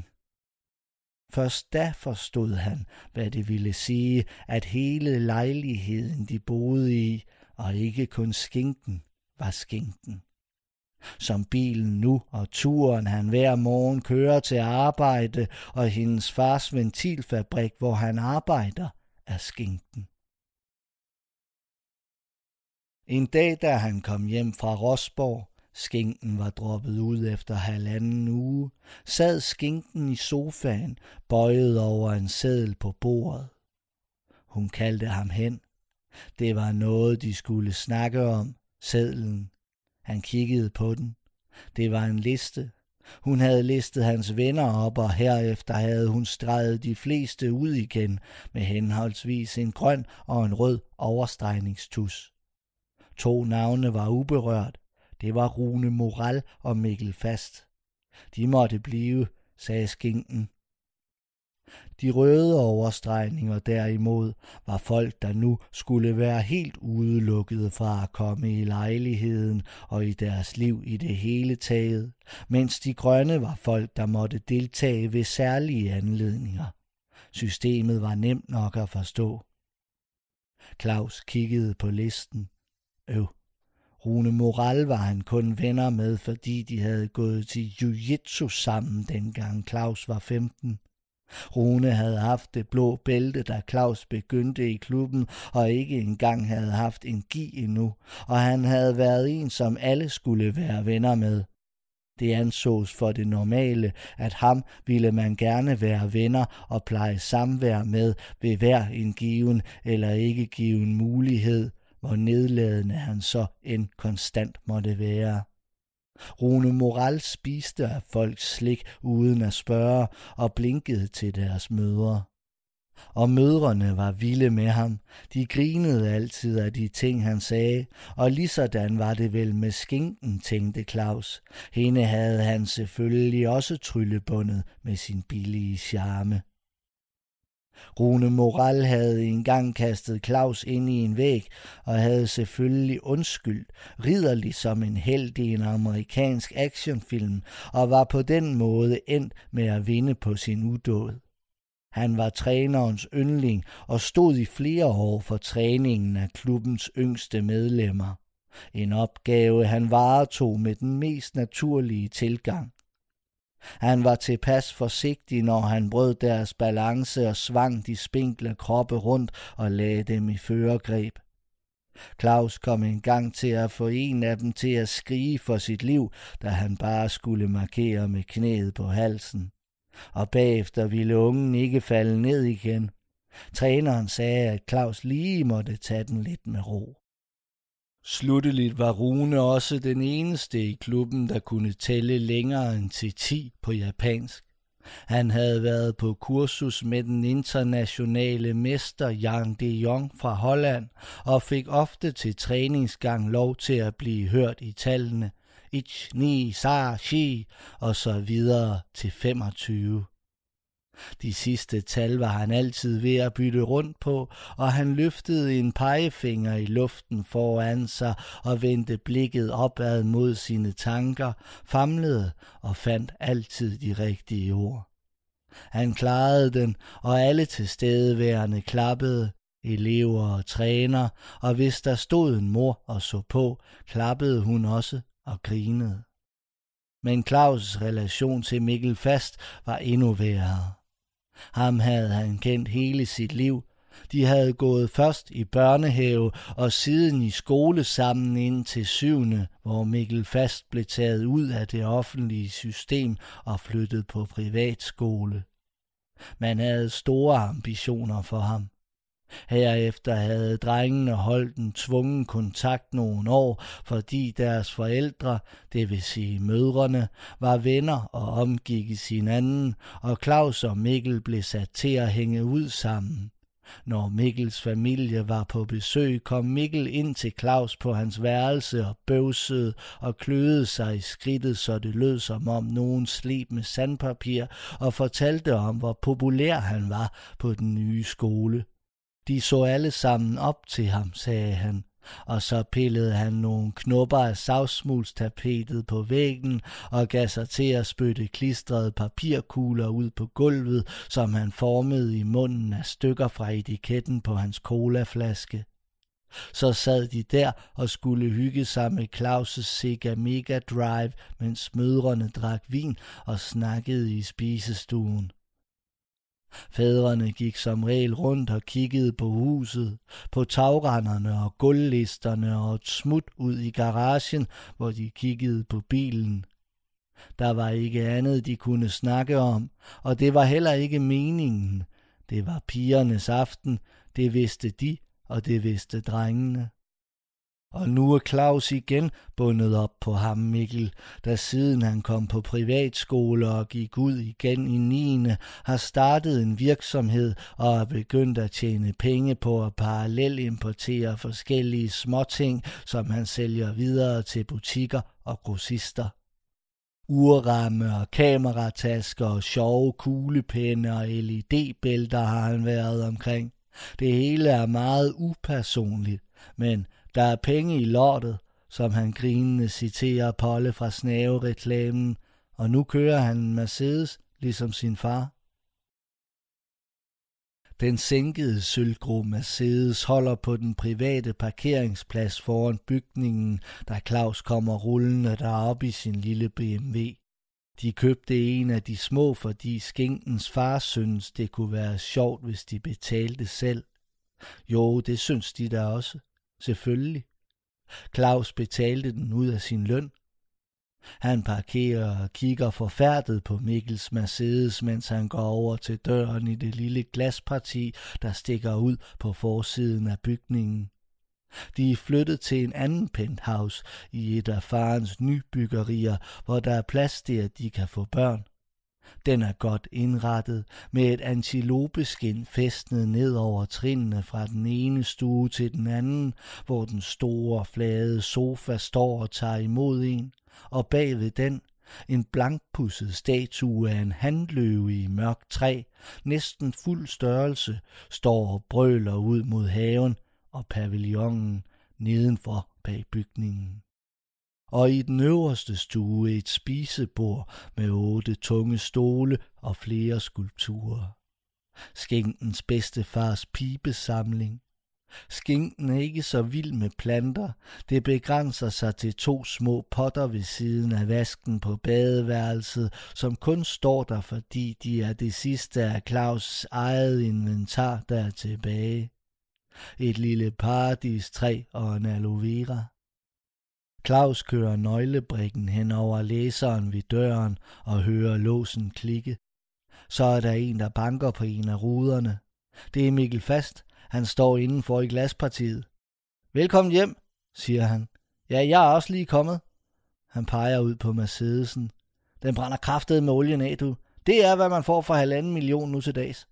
Først da forstod han, hvad det ville sige, at hele lejligheden, de boede i, og ikke kun skinken, var skinken. Som bilen nu og turen han hver morgen kører til arbejde, og hendes fars ventilfabrik, hvor han arbejder, er skinken. En dag, da han kom hjem fra Rosborg, skinken var droppet ud efter halvanden uge, sad skinken i sofaen, bøjet over en seddel på bordet. Hun kaldte ham hen. Det var noget, de skulle snakke om, sedlen. Han kiggede på den. Det var en liste. Hun havde listet hans venner op, og herefter havde hun streget de fleste ud igen med henholdsvis en grøn og en rød overstregningstus. To navne var uberørt. Det var Rune Moral og Mikkel Fast. De måtte blive, sagde skinken. De røde overstregninger derimod var folk, der nu skulle være helt udelukkede fra at komme i lejligheden og i deres liv i det hele taget, mens de grønne var folk, der måtte deltage ved særlige anledninger. Systemet var nemt nok at forstå. Claus kiggede på listen. Øv. Rune Moral var han kun venner med, fordi de havde gået til jiu-jitsu sammen, dengang Claus var femten. Rune havde haft det blå bælte, da Claus begyndte i klubben, og ikke engang havde haft en gi endnu, og han havde været en, som alle skulle være venner med. Det ansås for det normale, at ham ville man gerne være venner og pleje samvær med ved hver en given eller ikke given mulighed, hvor nedladende han så end konstant måtte være. Rune Moral spiste af folks slik uden at spørge og blinkede til deres mødre. Og mødrene var vilde med ham. De grinede altid af de ting, han sagde, og ligesådan var det vel med skinken, tænkte Claus. Hende havde han selvfølgelig også tryllebundet med sin billige charme. Rune Moral havde engang kastet Claus ind i en væg og havde selvfølgelig undskyldt, ridderlig som en helt i en amerikansk actionfilm, og var på den måde endt med at vinde på sin udåd. Han var trænerens yndling og stod i flere år for træningen af klubbens yngste medlemmer. En opgave, han varetog med den mest naturlige tilgang. Han var tilpas forsigtig, når han brød deres balance og svang de spinkle kroppe rundt og lagde dem i førergreb. Claus kom engang til at få en af dem til at skrige for sit liv, da han bare skulle markere med knæet på halsen. Og bagefter ville ungen ikke falde ned igen. Træneren sagde, at Claus lige måtte tage den lidt med ro. Slutteligt var Rune også den eneste i klubben, der kunne tælle længere end til ti på japansk. Han havde været på kursus med den internationale mester Jan de Jong fra Holland og fik ofte til træningsgang lov til at blive hørt i tallene ich, ni, sa, shi og så videre til femogtyve. De sidste tal var han altid ved at bytte rundt på, og han løftede en pegefinger i luften foran sig og vendte blikket opad mod sine tanker, famlede og fandt altid de rigtige ord. Han klarede den, og alle tilstedeværende klappede, elever og træner, og hvis der stod en mor og så på, klappede hun også og grinede. Men Claus' relation til Mikkel Fast var endnu værre. Ham havde han kendt hele sit liv. De havde gået først i børnehave og siden i skole sammen indtil syvende, hvor Mikkel Fast blev taget ud af det offentlige system og flyttet på privatskole. Man havde store ambitioner for ham. Herefter havde drengene holdt en tvungen kontakt nogle år, fordi deres forældre, det vil sige mødrene, var venner og omgikkes hinanden, og Claus og Mikkel blev sat til at hænge ud sammen. Når Mikkels familie var på besøg, kom Mikkel ind til Claus på hans værelse og bøvsede og kløede sig i skridtet, så det lød som om nogen sleb med sandpapir og fortalte om, hvor populær han var på den nye skole. De så alle sammen op til ham, sagde han, og så pillede han nogle knopper af savsmulstapetet på væggen og gav sig til at spytte klistrede papirkugler ud på gulvet, som han formede i munden af stykker fra etiketten på hans colaflaske. Så sad de der og skulle hygge sig med Claus' Sega Mega Drive, mens mødrene drak vin og snakkede i spisestuen. Fædrene gik som regel rundt og kiggede på huset, på tagrenderne og gulvlisterne og et smut ud i garagen, hvor de kiggede på bilen. Der var ikke andet, de kunne snakke om, og det var heller ikke meningen. Det var pigernes aften, det vidste de, og det vidste drengene. Og nu er Claus igen bundet op på ham, Mikkel, der siden han kom på privatskole og gik ud igen i niende har startet en virksomhed og er begyndt at tjene penge på at parallelimportere forskellige småting, som han sælger videre til butikker og grossister. Urramme og kameratasker og sjove kuglepenne og L E D-bælter har han været omkring. Det hele er meget upersonligt, men der er penge i lortet, som han grinende citerer Polle fra Snave-reklamen, og nu kører han en Mercedes, ligesom sin far. Den sænkede sølvgrå Mercedes holder på den private parkeringsplads foran bygningen, da Claus kommer rullende derop i sin lille B M W. De købte en af de små, fordi skænkens far synes, det kunne være sjovt, hvis de betalte selv. Jo, det synes de da også. Selvfølgelig. Claus betalte den ud af sin løn. Han parkerer og kigger forfærdet på Mikkels Mercedes, mens han går over til døren i det lille glasparti, der stikker ud på forsiden af bygningen. De er flyttet til en anden penthouse i et af farens nybyggerier, hvor der er plads til, at de kan få børn. Den er godt indrettet, med et antilopeskin fæstnet ned over trinene fra den ene stue til den anden, hvor den store, flade sofa står og tager imod en, og bagved den en blankpudset statue af en hanløve i mørkt træ, næsten fuld størrelse, står og brøler ud mod haven og pavillonen nedenfor bag bygningen. Og i den øverste stue et spisebord med otte tunge stole og flere skulpturer. Skænkens bedstefars pibesamling. Skinken er ikke så vild med planter. Det begrænser sig til to små potter ved siden af vasken på badeværelset, som kun står der, fordi de er det sidste af Claus' eget inventar, der er tilbage. Et lille paradistræ og en aloe vera. Claus kører nøglebrikken hen over læseren ved døren og hører låsen klikke. Så er der en, der banker på en af ruderne. Det er Mikkel Fast. Han står indenfor i glaspartiet. Velkommen hjem, siger han. Ja, jeg er også lige kommet. Han peger ud på Mercedesen. Den brænder kraftedet med olien af, du. Det er, hvad man får for halvanden million nu til dags.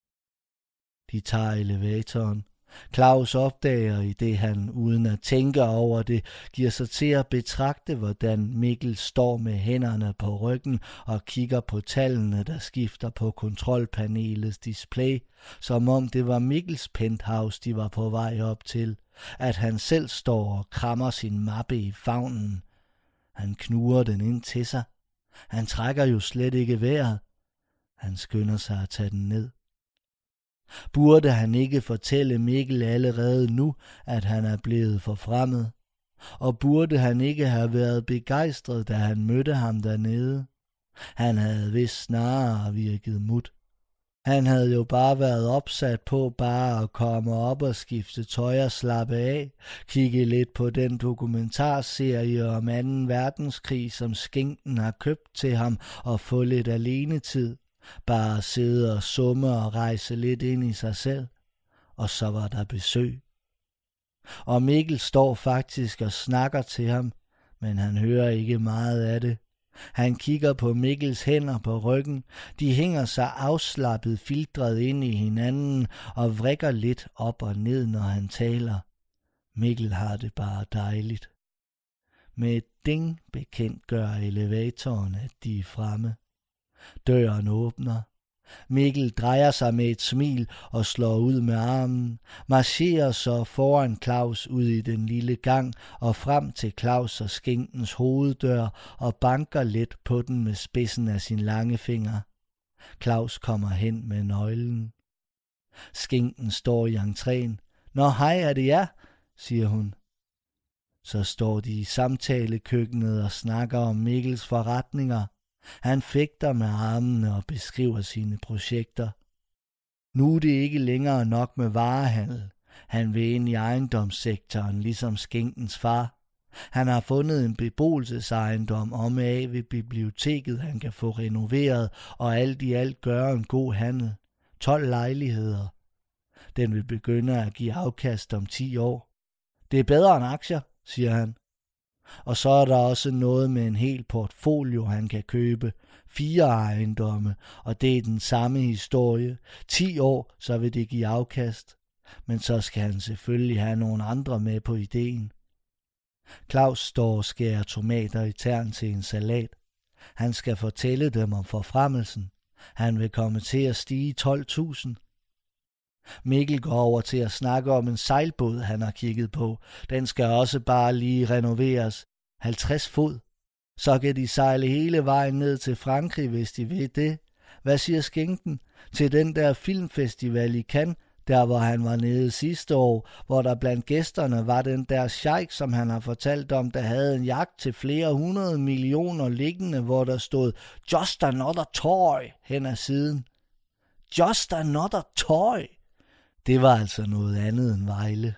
De tager elevatoren. Claus opdager i det, han uden at tænke over det, giver sig til at betragte, hvordan Mikkel står med hænderne på ryggen og kigger på tallene, der skifter på kontrolpanelets display, som om det var Mikkels penthouse, de var på vej op til, at han selv står og krammer sin mappe i favnen. Han knurrer den ind til sig. Han trækker jo slet ikke vejret. Han skynder sig at tage den ned. Burde han ikke fortælle Mikkel allerede nu, at han er blevet forfremmet? Og burde han ikke have været begejstret, da han mødte ham dernede? Han havde vist snarere virket mut. Han havde jo bare været opsat på bare at komme op og skifte tøj og slappe af, kigge lidt på den dokumentarserie om anden verdenskrig, som Skinken har købt til ham, og få lidt alenetid. Bare sidde og summe og rejse lidt ind i sig selv. Og så var der besøg. Og Mikkel står faktisk og snakker til ham, men han hører ikke meget af det. Han kigger på Mikkels hænder på ryggen. De hænger sig afslappet filtret ind i hinanden og vrikker lidt op og ned, når han taler. Mikkel har det bare dejligt. Med et ding bekendtgør elevatoren, at de er fremme. Døren åbner. Mikkel drejer sig med et smil og slår ud med armen, marcherer så foran Claus ud i den lille gang og frem til Claus og Skinkens hoveddør og banker let på den med spidsen af sin lange finger. Claus kommer hen med nøglen. Skinken står i entréen. Nå, hej, er det jer? Siger hun. Så står de i samtalekøkkenet og snakker om Mikkels forretninger. Han fægter med armene og beskriver sine projekter. Nu er det ikke længere nok med varehandel. Han vil ind i ejendomssektoren, ligesom Skinkens far. Han har fundet en beboelsesejendom omme af ved biblioteket, han kan få renoveret, og alt i alt gøre en god handel. tolv lejligheder. Den vil begynde at give afkast om ti år. Det er bedre end aktier, siger han. Og så er der også noget med en hel portfolio, han kan købe. Fire ejendomme, og det er den samme historie. Ti år, så vil det give afkast. Men så skal han selvfølgelig have nogle andre med på ideen. Claus står og skærer tomater i tern til en salat. Han skal fortælle dem om forfremmelsen. Han vil komme til at stige tolv tusind. Mikkel går over til at snakke om en sejlbåd, han har kigget på. Den skal også bare lige renoveres. halvtreds fod. Så kan de sejle hele vejen ned til Frankrig, hvis de vil det. Hvad siger Skinken? Til den der filmfestival i Cannes, der hvor han var nede sidste år, hvor der blandt gæsterne var den der sheik, som han har fortalt om, der havde en jagt til flere hundrede millioner liggende, hvor der stod Just another toy hen ad siden. Just another toy. Det var altså noget andet end Vejle.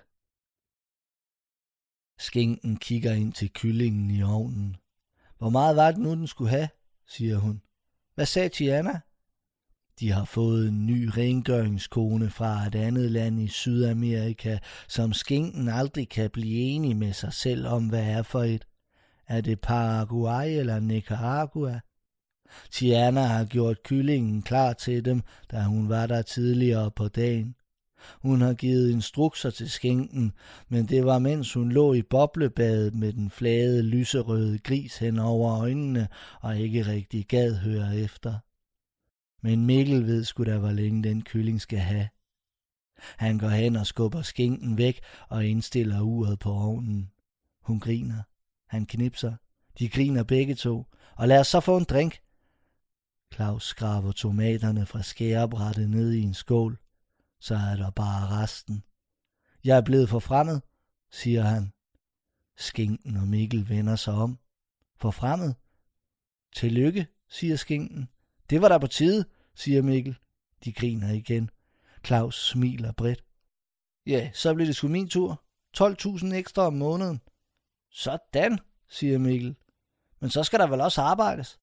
Skinken kigger ind til kyllingen i ovnen. Hvor meget var det nu, den skulle have, siger hun. Hvad sagde Tiana? De har fået en ny rengøringskone fra et andet land i Sydamerika, som Skinken aldrig kan blive enig med sig selv om, hvad er for et. Er det Paraguay eller Nicaragua? Tiana har gjort kyllingen klar til dem, da hun var der tidligere på dagen. Hun har givet instrukser til skinken, men det var mens hun lå i boblebadet med den flade, lyserøde gris hen over øjnene og ikke rigtig gad høre efter. Men Mikkel ved sgu da, hvor længe den kylling skal have. Han går hen og skubber skinken væk og indstiller uret på ovnen. Hun griner. Han knipser. De griner begge to. Og lad os så få en drink. Claus skraber tomaterne fra skærebrættet ned i en skål. Så er der bare resten. Jeg er blevet forfremmet, siger han. Skinken og Mikkel vender sig om. Forfremmet? Tillykke, siger skinken. Det var der på tide, siger Mikkel. De griner igen. Claus smiler bredt. Ja, så bliver det sgu min tur. tolv tusind ekstra om måneden. Sådan, siger Mikkel. Men så skal der vel også arbejdes?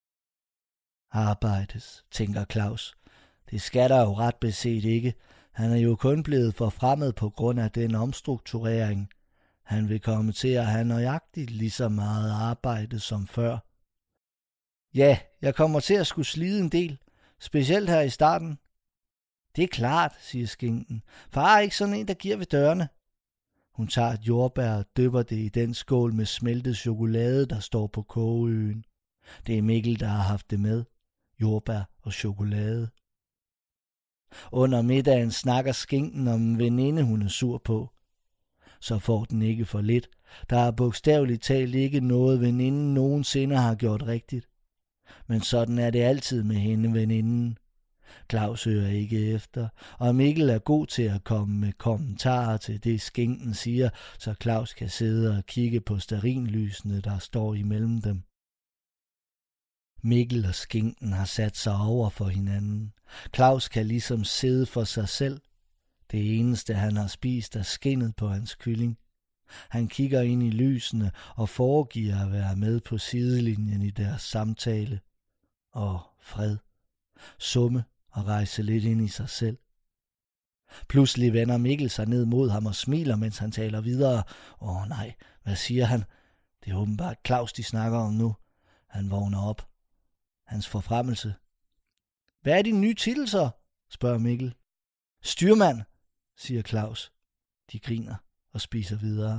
Arbejdes, tænker Claus. Det skal der jo ret beset ikke. Han er jo kun blevet forfremmet på grund af den omstrukturering. Han vil komme til at have nøjagtigt lige så meget arbejde som før. Ja, jeg kommer til at skulle slide en del, specielt her i starten. Det er klart, siger skinken. Far er ikke sådan en, der giver ved dørene. Hun tager et jordbær og dypper det i den skål med smeltet chokolade, der står på kogeøen. Det er Mikkel, der har haft det med. Jordbær og chokolade. Under middagen snakker skinken om en veninde, hun er sur på. Så får den ikke for lidt. Der er bogstaveligt talt ikke noget, veninden nogensinde har gjort rigtigt. Men sådan er det altid med hende, veninden. Claus hører ikke efter, og Mikkel er god til at komme med kommentarer til det, skinken siger, så Claus kan sidde og kigge på stearinlysene, der står imellem dem. Mikkel og skinken har sat sig over for hinanden. Claus kan ligesom sidde for sig selv. Det eneste, han har spist, er skindet på hans kylling. Han kigger ind i lysene og foregiver at være med på sidelinjen i deres samtale. Og fred. Summe og rejse lidt ind i sig selv. Pludselig vender Mikkel sig ned mod ham og smiler, mens han taler videre. Åh nej, hvad siger han? Det er åbenbart Claus, de snakker om nu. Han vågner op. Hans forfremmelse. Hvad er din nye titel så? Spørger Mikkel. Styrmand, siger Claus. De griner og spiser videre.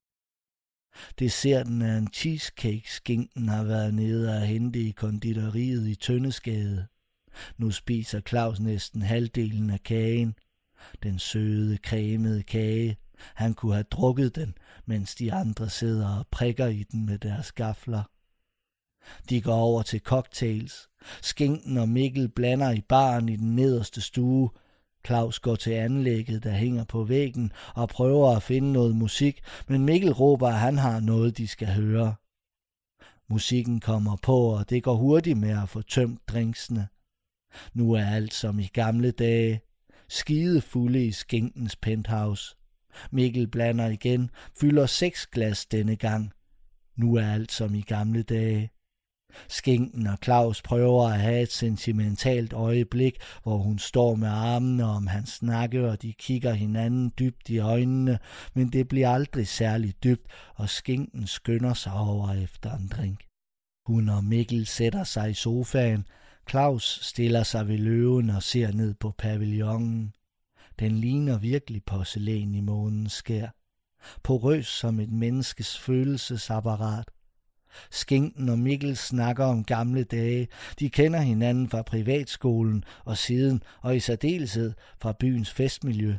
Desserten er en cheesecake, skinken har været nede og hente i konditoriet i Tøndeskade. Nu spiser Claus næsten halvdelen af kagen. Den søde, cremede kage. Han kunne have drukket den, mens de andre sidder og prikker i den med deres gafler. De går over til cocktails. Skinken og Mikkel blander i baren i den nederste stue. Claus går til anlægget, der hænger på væggen, og prøver at finde noget musik, men Mikkel råber, at han har noget, de skal høre. Musikken kommer på, og det går hurtigt med at få tømt drinksene. Nu er alt som i gamle dage. Skide fulde i skinkens penthouse. Mikkel blander igen, fylder seks glas denne gang. Nu er alt som i gamle dage. Skinken og Claus prøver at have et sentimentalt øjeblik, hvor hun står med armene om hans nakke, og de kigger hinanden dybt i øjnene, men det bliver aldrig særligt dybt, og skinken skynder sig over efter en drink. Hun og Mikkel sætter sig i sofaen. Claus stiller sig ved løven og ser ned på pavillonen. Den ligner virkelig porcelæn i månens skær. Porøs som et menneskes følelsesapparat. Skinken og Mikkel snakker om gamle dage. De kender hinanden fra privatskolen og siden, og i særdeleshed fra byens festmiljø.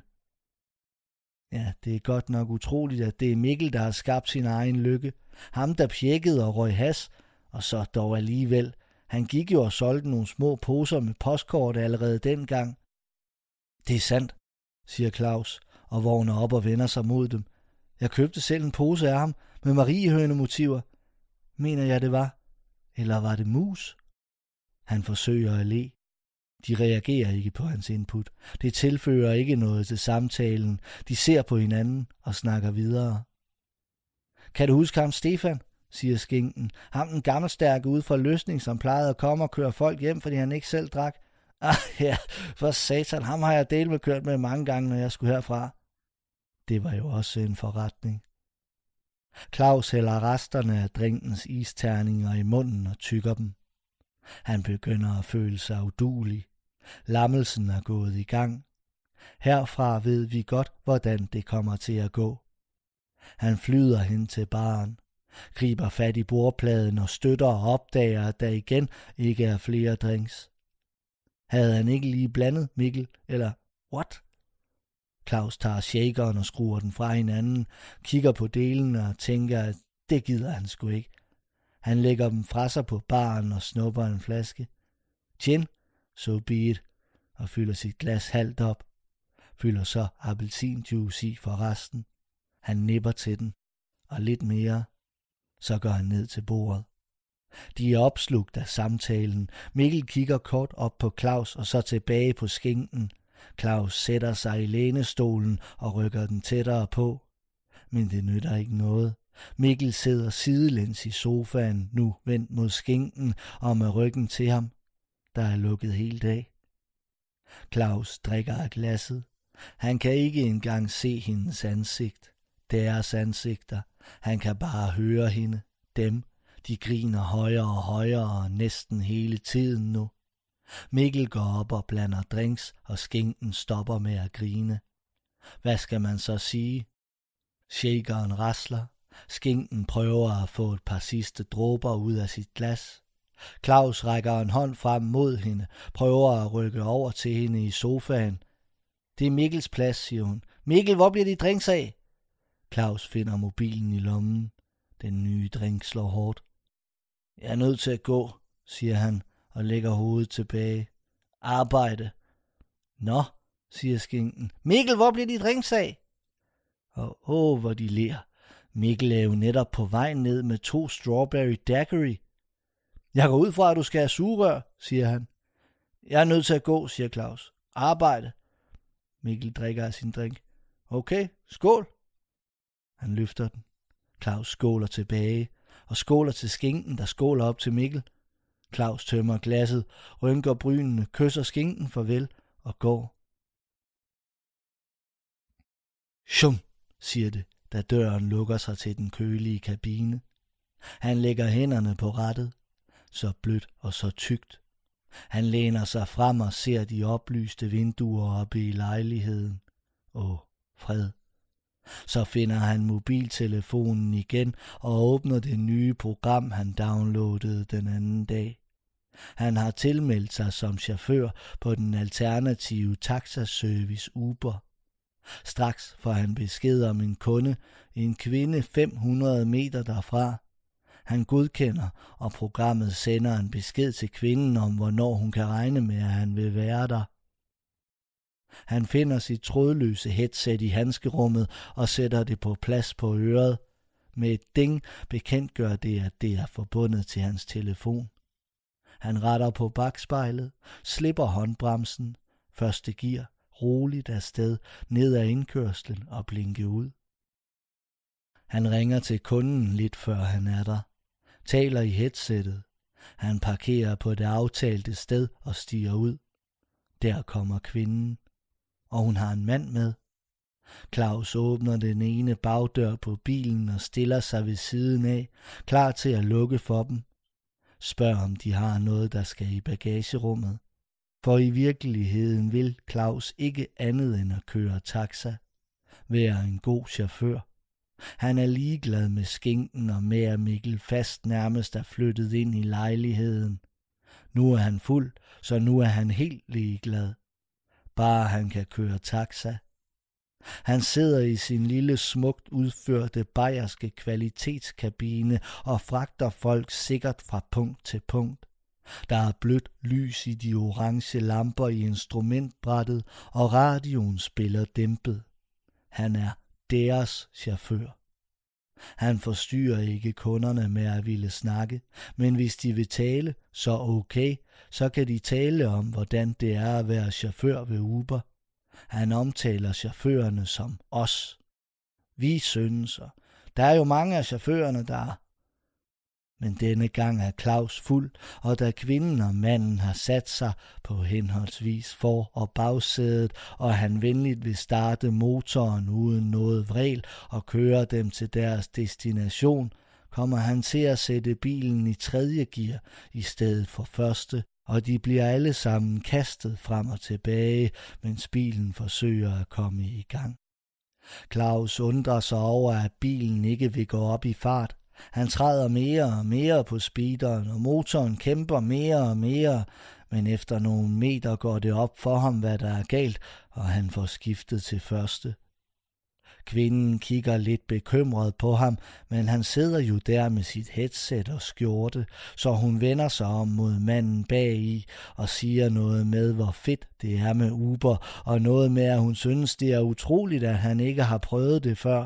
Ja, det er godt nok utroligt, at det er Mikkel, der har skabt sin egen lykke. Ham, der pjekkede og røg has, og så dog alligevel. Han gik jo og solgte nogle små poser med postkort allerede dengang. Det er sandt, siger Claus, og vågner op og vender sig mod dem. Jeg købte selv en pose af ham med mariehønemotiver. Mener jeg, det var? Eller var det mus? Han forsøger at le. De reagerer ikke på hans input. Det tilfører ikke noget til samtalen. De ser på hinanden og snakker videre. Kan du huske ham, Stefan? Siger skinken. Ham den gammelstærke ude fra Løsning, som plejede at komme og køre folk hjem, fordi han ikke selv drak. Ah ja, for satan, ham har jeg delt med kørt med mange gange, når jeg skulle herfra. Det var jo også en forretning. Claus hælder resterne af drinkens isterninger i munden og tykker dem. Han begynder at føle sig uduelig. Lammelsen er gået i gang. Herfra ved vi godt, hvordan det kommer til at gå. Han flyder hen til baren, griber fat i bordpladen og støtter og opdager, at der igen ikke er flere drinks. Havde han ikke lige blandet, Mikkel, eller what? Claus tager shakeren og skruer den fra hinanden, kigger på delene og tænker, at det gider han sgu ikke. Han lægger dem fra sig på baren og snupper en flaske. Gin, so be it, og fylder sit glas halvt op. Fylder så appelsinjuice i for resten. Han nipper til den, og lidt mere. Så går han ned til bordet. De er opslugt af samtalen. Mikkel kigger kort op på Claus og så tilbage på skinken. Claus sætter sig i lænestolen og rykker den tættere på. Men det nytter ikke noget. Mikkel sidder sidelæns i sofaen, nu vendt mod skinken og med ryggen til ham. Der er lukket helt af. Claus drikker af glasset. Han kan ikke engang se hendes ansigt. Deres ansigter. Han kan bare høre hende. Dem. De griner højere og højere næsten hele tiden nu. Mikkel går op og blander drinks, og skinken stopper med at grine. Hvad skal man så sige? Shakeren rasler. Skinken prøver at få et par sidste dråber ud af sit glas. Claus rækker en hånd frem mod hende, prøver at rykke over til hende i sofaen. Det er Mikkels plads, siger hun. Mikkel, hvor bliver de drinks af? Claus finder mobilen i lommen. Den nye drink slår hårdt. Jeg er nødt til at gå, siger han og lægger hovedet tilbage. Arbejde. Nå, siger skinken. Mikkel, hvor bliver de drinks af? Og åh, hvor de ler. Mikkel er jo netop på vej ned med to strawberry daiquiri. Jeg går ud fra, at du skal have sugerør, siger han. Jeg er nødt til at gå, siger Claus. Arbejde. Mikkel drikker af sin drink. Okay, skål. Han løfter den. Claus skåler tilbage, og skåler til skinken, der skåler op til Mikkel. Claus tømmer glasset, rynker brynene, kysser skinken farvel og går. Shum, siger det, da døren lukker sig til den kølige kabine. Han lægger hænderne på rattet, så blødt og så tykt. Han læner sig frem og ser de oplyste vinduer oppe i lejligheden. Åh, fred. Så finder han mobiltelefonen igen og åbner det nye program, han downloadede den anden dag. Han har tilmeldt sig som chauffør på den alternative taxaservice Uber. Straks får han besked om en kunde, en kvinde fem hundrede meter derfra. Han godkender, og programmet sender en besked til kvinden om, hvornår hun kan regne med, at han vil være der. Han finder sit trådløse headset i handskerummet og sætter det på plads på øret. Med et ding bekendtgør det, at det er forbundet til hans telefon. Han retter på bakspejlet, slipper håndbremsen, første gear, roligt afsted, ned ad indkørslen og blinke ud. Han ringer til kunden lidt før han er der, taler i headsettet. Han parkerer på det aftalte sted og stiger ud. Der kommer kvinden, og hun har en mand med. Claus åbner den ene bagdør på bilen og stiller sig ved siden af, klar til at lukke for dem. Spørg om de har noget, der skal i bagagerummet. For i virkeligheden vil Claus ikke andet end at køre taxa. Være en god chauffør. Han er ligeglad med skinken og med at Mikkel fast nærmest er flyttet ind i lejligheden. Nu er han fuld, så nu er han helt ligeglad. Bare han kan køre taxa. Han sidder i sin lille smukt udførte bayerske kvalitetskabine og fragter folk sikkert fra punkt til punkt. Der er blødt lys i de orange lamper i instrumentbrættet, og radioen spiller dæmpet. Han er deres chauffør. Han forstyrrer ikke kunderne med at ville snakke, men hvis de vil tale, så okay, så kan de tale om, hvordan det er at være chauffør ved Uber. Han omtaler chaufførerne som os. Vi synes, og der er jo mange af chaufførerne, der er. Men denne gang er Claus fuld, og da kvinden og manden har sat sig på henholdsvis for- og bagsædet, og han venligt vil starte motoren uden noget vrel og køre dem til deres destination, kommer han til at sætte bilen i tredje gear i stedet for første, og de bliver alle sammen kastet frem og tilbage, mens bilen forsøger at komme i gang. Claus undrer sig over, at bilen ikke vil gå op i fart. Han træder mere og mere på speederen, og motoren kæmper mere og mere, men efter nogle meter går det op for ham, hvad der er galt, og han får skiftet til første. Kvinden kigger lidt bekymret på ham, men han sidder jo der med sit headset og skjorte, så hun vender sig om mod manden bagi og siger noget med, hvor fedt det er med Uber, og noget med, at hun synes, det er utroligt, at han ikke har prøvet det før.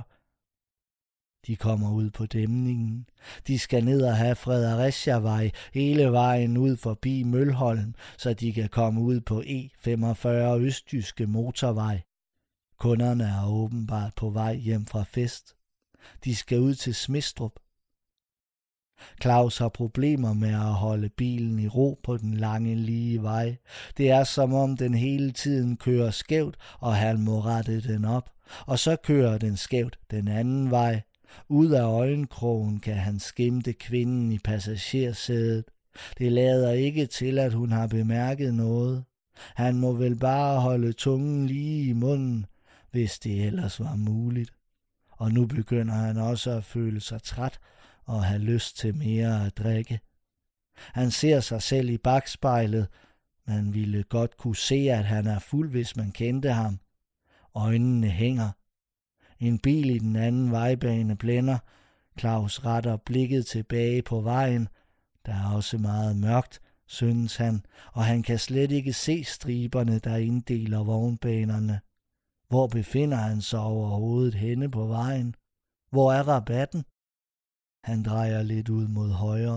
De kommer ud på dæmningen. De skal ned og have Fredericia-vej hele vejen ud forbi Mølholm, så de kan komme ud på E femogfyrre Østjyske Motorvej. Kunderne er åbenbart på vej hjem fra fest. De skal ud til Smidstrup. Claus har problemer med at holde bilen i ro på den lange lige vej. Det er som om den hele tiden kører skævt, og han må rette den op. Og så kører den skævt den anden vej. Ud af øjenkrogen kan han skimte kvinden i passagersædet. Det lader ikke til, at hun har bemærket noget. Han må vel bare holde tungen lige i munden, hvis det ellers var muligt. Og nu begynder han også at føle sig træt og have lyst til mere at drikke. Han ser sig selv i bakspejlet. Man ville godt kunne se, at han er fuld, hvis man kendte ham. Øjnene hænger. En bil i den anden vejbane blænder. Claus retter blikket tilbage på vejen. Der er også meget mørkt, synes han, og han kan slet ikke se striberne, der inddeler vognbanerne. Hvor befinder han sig overhovedet henne på vejen? Hvor er rabatten? Han drejer lidt ud mod højre.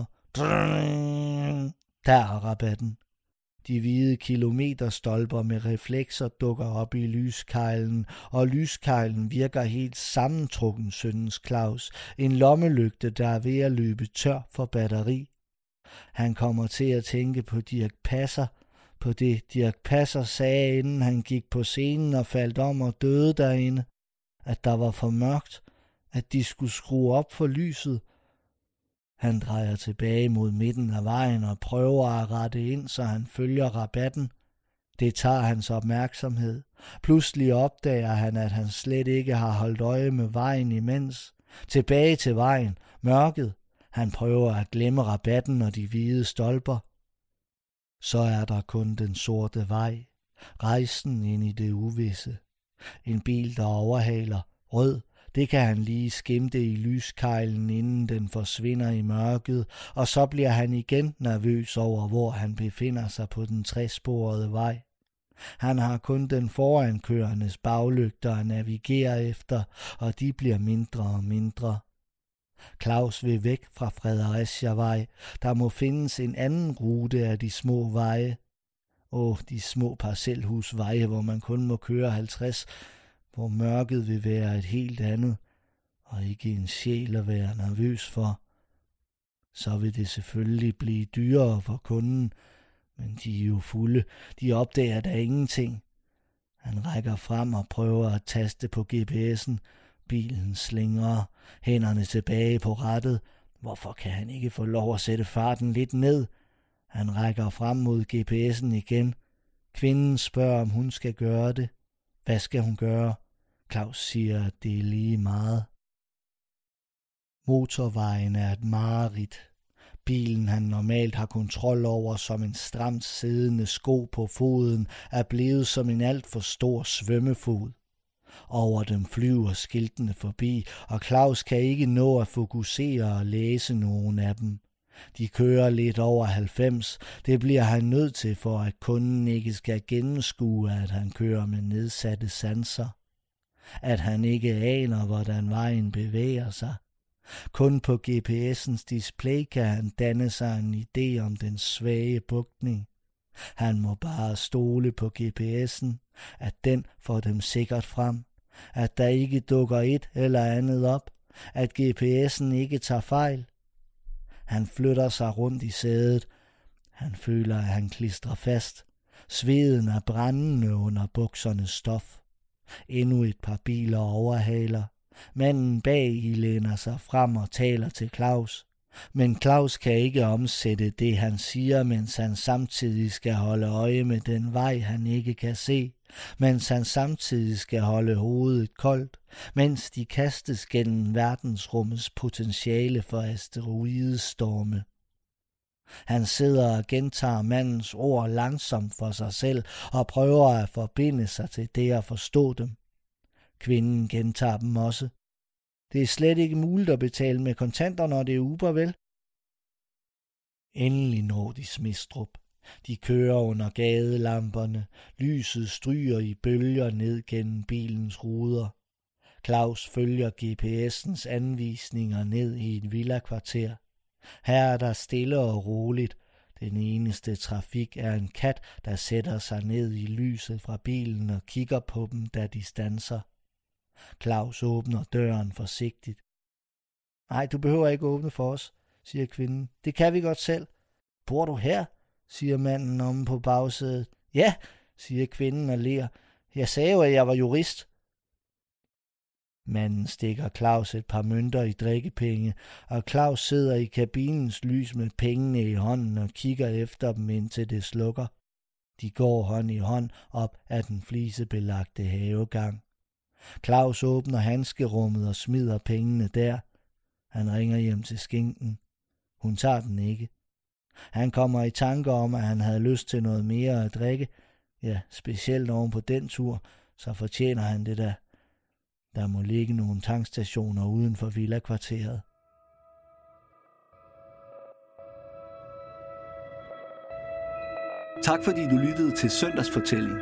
Der er rabatten. De hvide kilometerstolper med reflekser dukker op i lyskejlen, og lyskejlen virker helt sammentrukken, synes Claus. En lommelygte, der er ved at løbe tør for batteri. Han kommer til at tænke på Dirch Passer, på det Dirch Passer sagde, inden han gik på scenen og faldt om og døde derinde. At der var for mørkt, at de skulle skrue op for lyset. Han drejer tilbage mod midten af vejen og prøver at rette ind, så han følger rabatten. Det tager hans opmærksomhed. Pludselig opdager han, at han slet ikke har holdt øje med vejen imens. Tilbage til vejen, mørket. Han prøver at glemme rabatten og de hvide stolper. Så er der kun den sorte vej. Rejsen ind i det uvisse. En bil, der overhaler. Rød. Det kan han lige skimte i lyskejlen, inden den forsvinder i mørket, og så bliver han igen nervøs over, hvor han befinder sig på den tresporede vej. Han har kun den forankørendes baglygter at navigere efter, og de bliver mindre og mindre. Claus vil væk fra Fredericia-vej. Der må findes en anden rute af de små veje. Åh, de små parcelhusveje, hvor man kun må køre halvtreds, hvor mørket vil være et helt andet, og ikke en sjæl at være nervøs for. Så vil det selvfølgelig blive dyrere for kunden, men de er jo fulde. De opdager da ingenting. Han rækker frem og prøver at taste på G P S'en. Bilen slingrer, hænderne tilbage på rattet. Hvorfor kan han ikke få lov at sætte farten lidt ned? Han rækker frem mod G P S'en igen. Kvinden spørger, om hun skal gøre det. Hvad skal hun gøre? Claus siger, at det er lige meget. Motorvejen er et mareridt. Bilen, han normalt har kontrol over som en stramt siddende sko på foden, er blevet som en alt for stor svømmefod. Over dem flyver skiltene forbi, og Claus kan ikke nå at fokusere og læse nogen af dem. De kører lidt over halvfems. Det bliver han nødt til, for at kunden ikke skal gennemskue, at han kører med nedsatte sanser. At han ikke aner, hvordan vejen bevæger sig. Kun på G P S'ens display kan han danne sig en idé om den svage bugtning. Han må bare stole på G P S'en, at den får dem sikkert frem. At der ikke dukker et eller andet op. At G P S'en ikke tager fejl. Han flytter sig rundt i sædet. Han føler, at han klistrer fast. Sveden er brændende under buksernes stof. Endnu et par biler overhaler. Manden bag i læner sig frem og taler til Claus. Men Claus kan ikke omsætte det, han siger, mens han samtidig skal holde øje med den vej, han ikke kan se. Mens han samtidig skal holde hovedet koldt, mens de kastes gennem verdensrummets potentiale for asteroidestorme. Han sidder og gentager mandens ord langsomt for sig selv og prøver at forbinde sig til det at forstå dem. Kvinden gentager dem også. Det er slet ikke muligt at betale med kontanter, når det er Uber, vel? Endelig når de Smidstrup. De kører under gadelamperne. Lyset stryger i bølger ned gennem bilens ruder. Claus følger G P S'ens anvisninger ned i et villakvarter. Her er der stille og roligt. Den eneste trafik er en kat, der sætter sig ned i lyset fra bilen og kigger på dem, da de standser. Claus åbner døren forsigtigt. Nej, du behøver ikke åbne for os, siger kvinden. Det kan vi godt selv. Bor du her? Siger manden omme på bagsædet. Ja, siger kvinden og ler. Jeg sagde jo, at jeg var jurist. Manden stikker Claus et par mønter i drikkepenge, og Claus sidder i kabinens lys med pengene i hånden og kigger efter dem, indtil det slukker. De går hånd i hånd op ad den flisebelagte havegang. Claus åbner handskerummet og smider pengene der. Han ringer hjem til skinken. Hun tager den ikke. Han kommer i tanker om, at han havde lyst til noget mere at drikke. Ja, specielt oven på den tur, så fortjener han det da. Der må ligge nogle tankstationer uden for villakvarteret. Tak fordi du lyttede til Søndagsfortælling.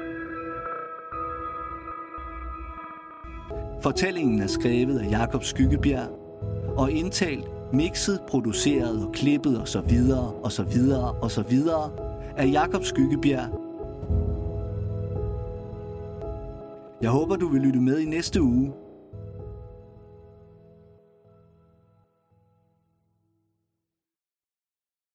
Fortællingen er skrevet af Jakob Skyggebjerg og indtalt, mixet, produceret og klippet og så videre og så videre og så videre af Jakob Skyggebjerg. Jeg håber, du vil lytte med i næste uge,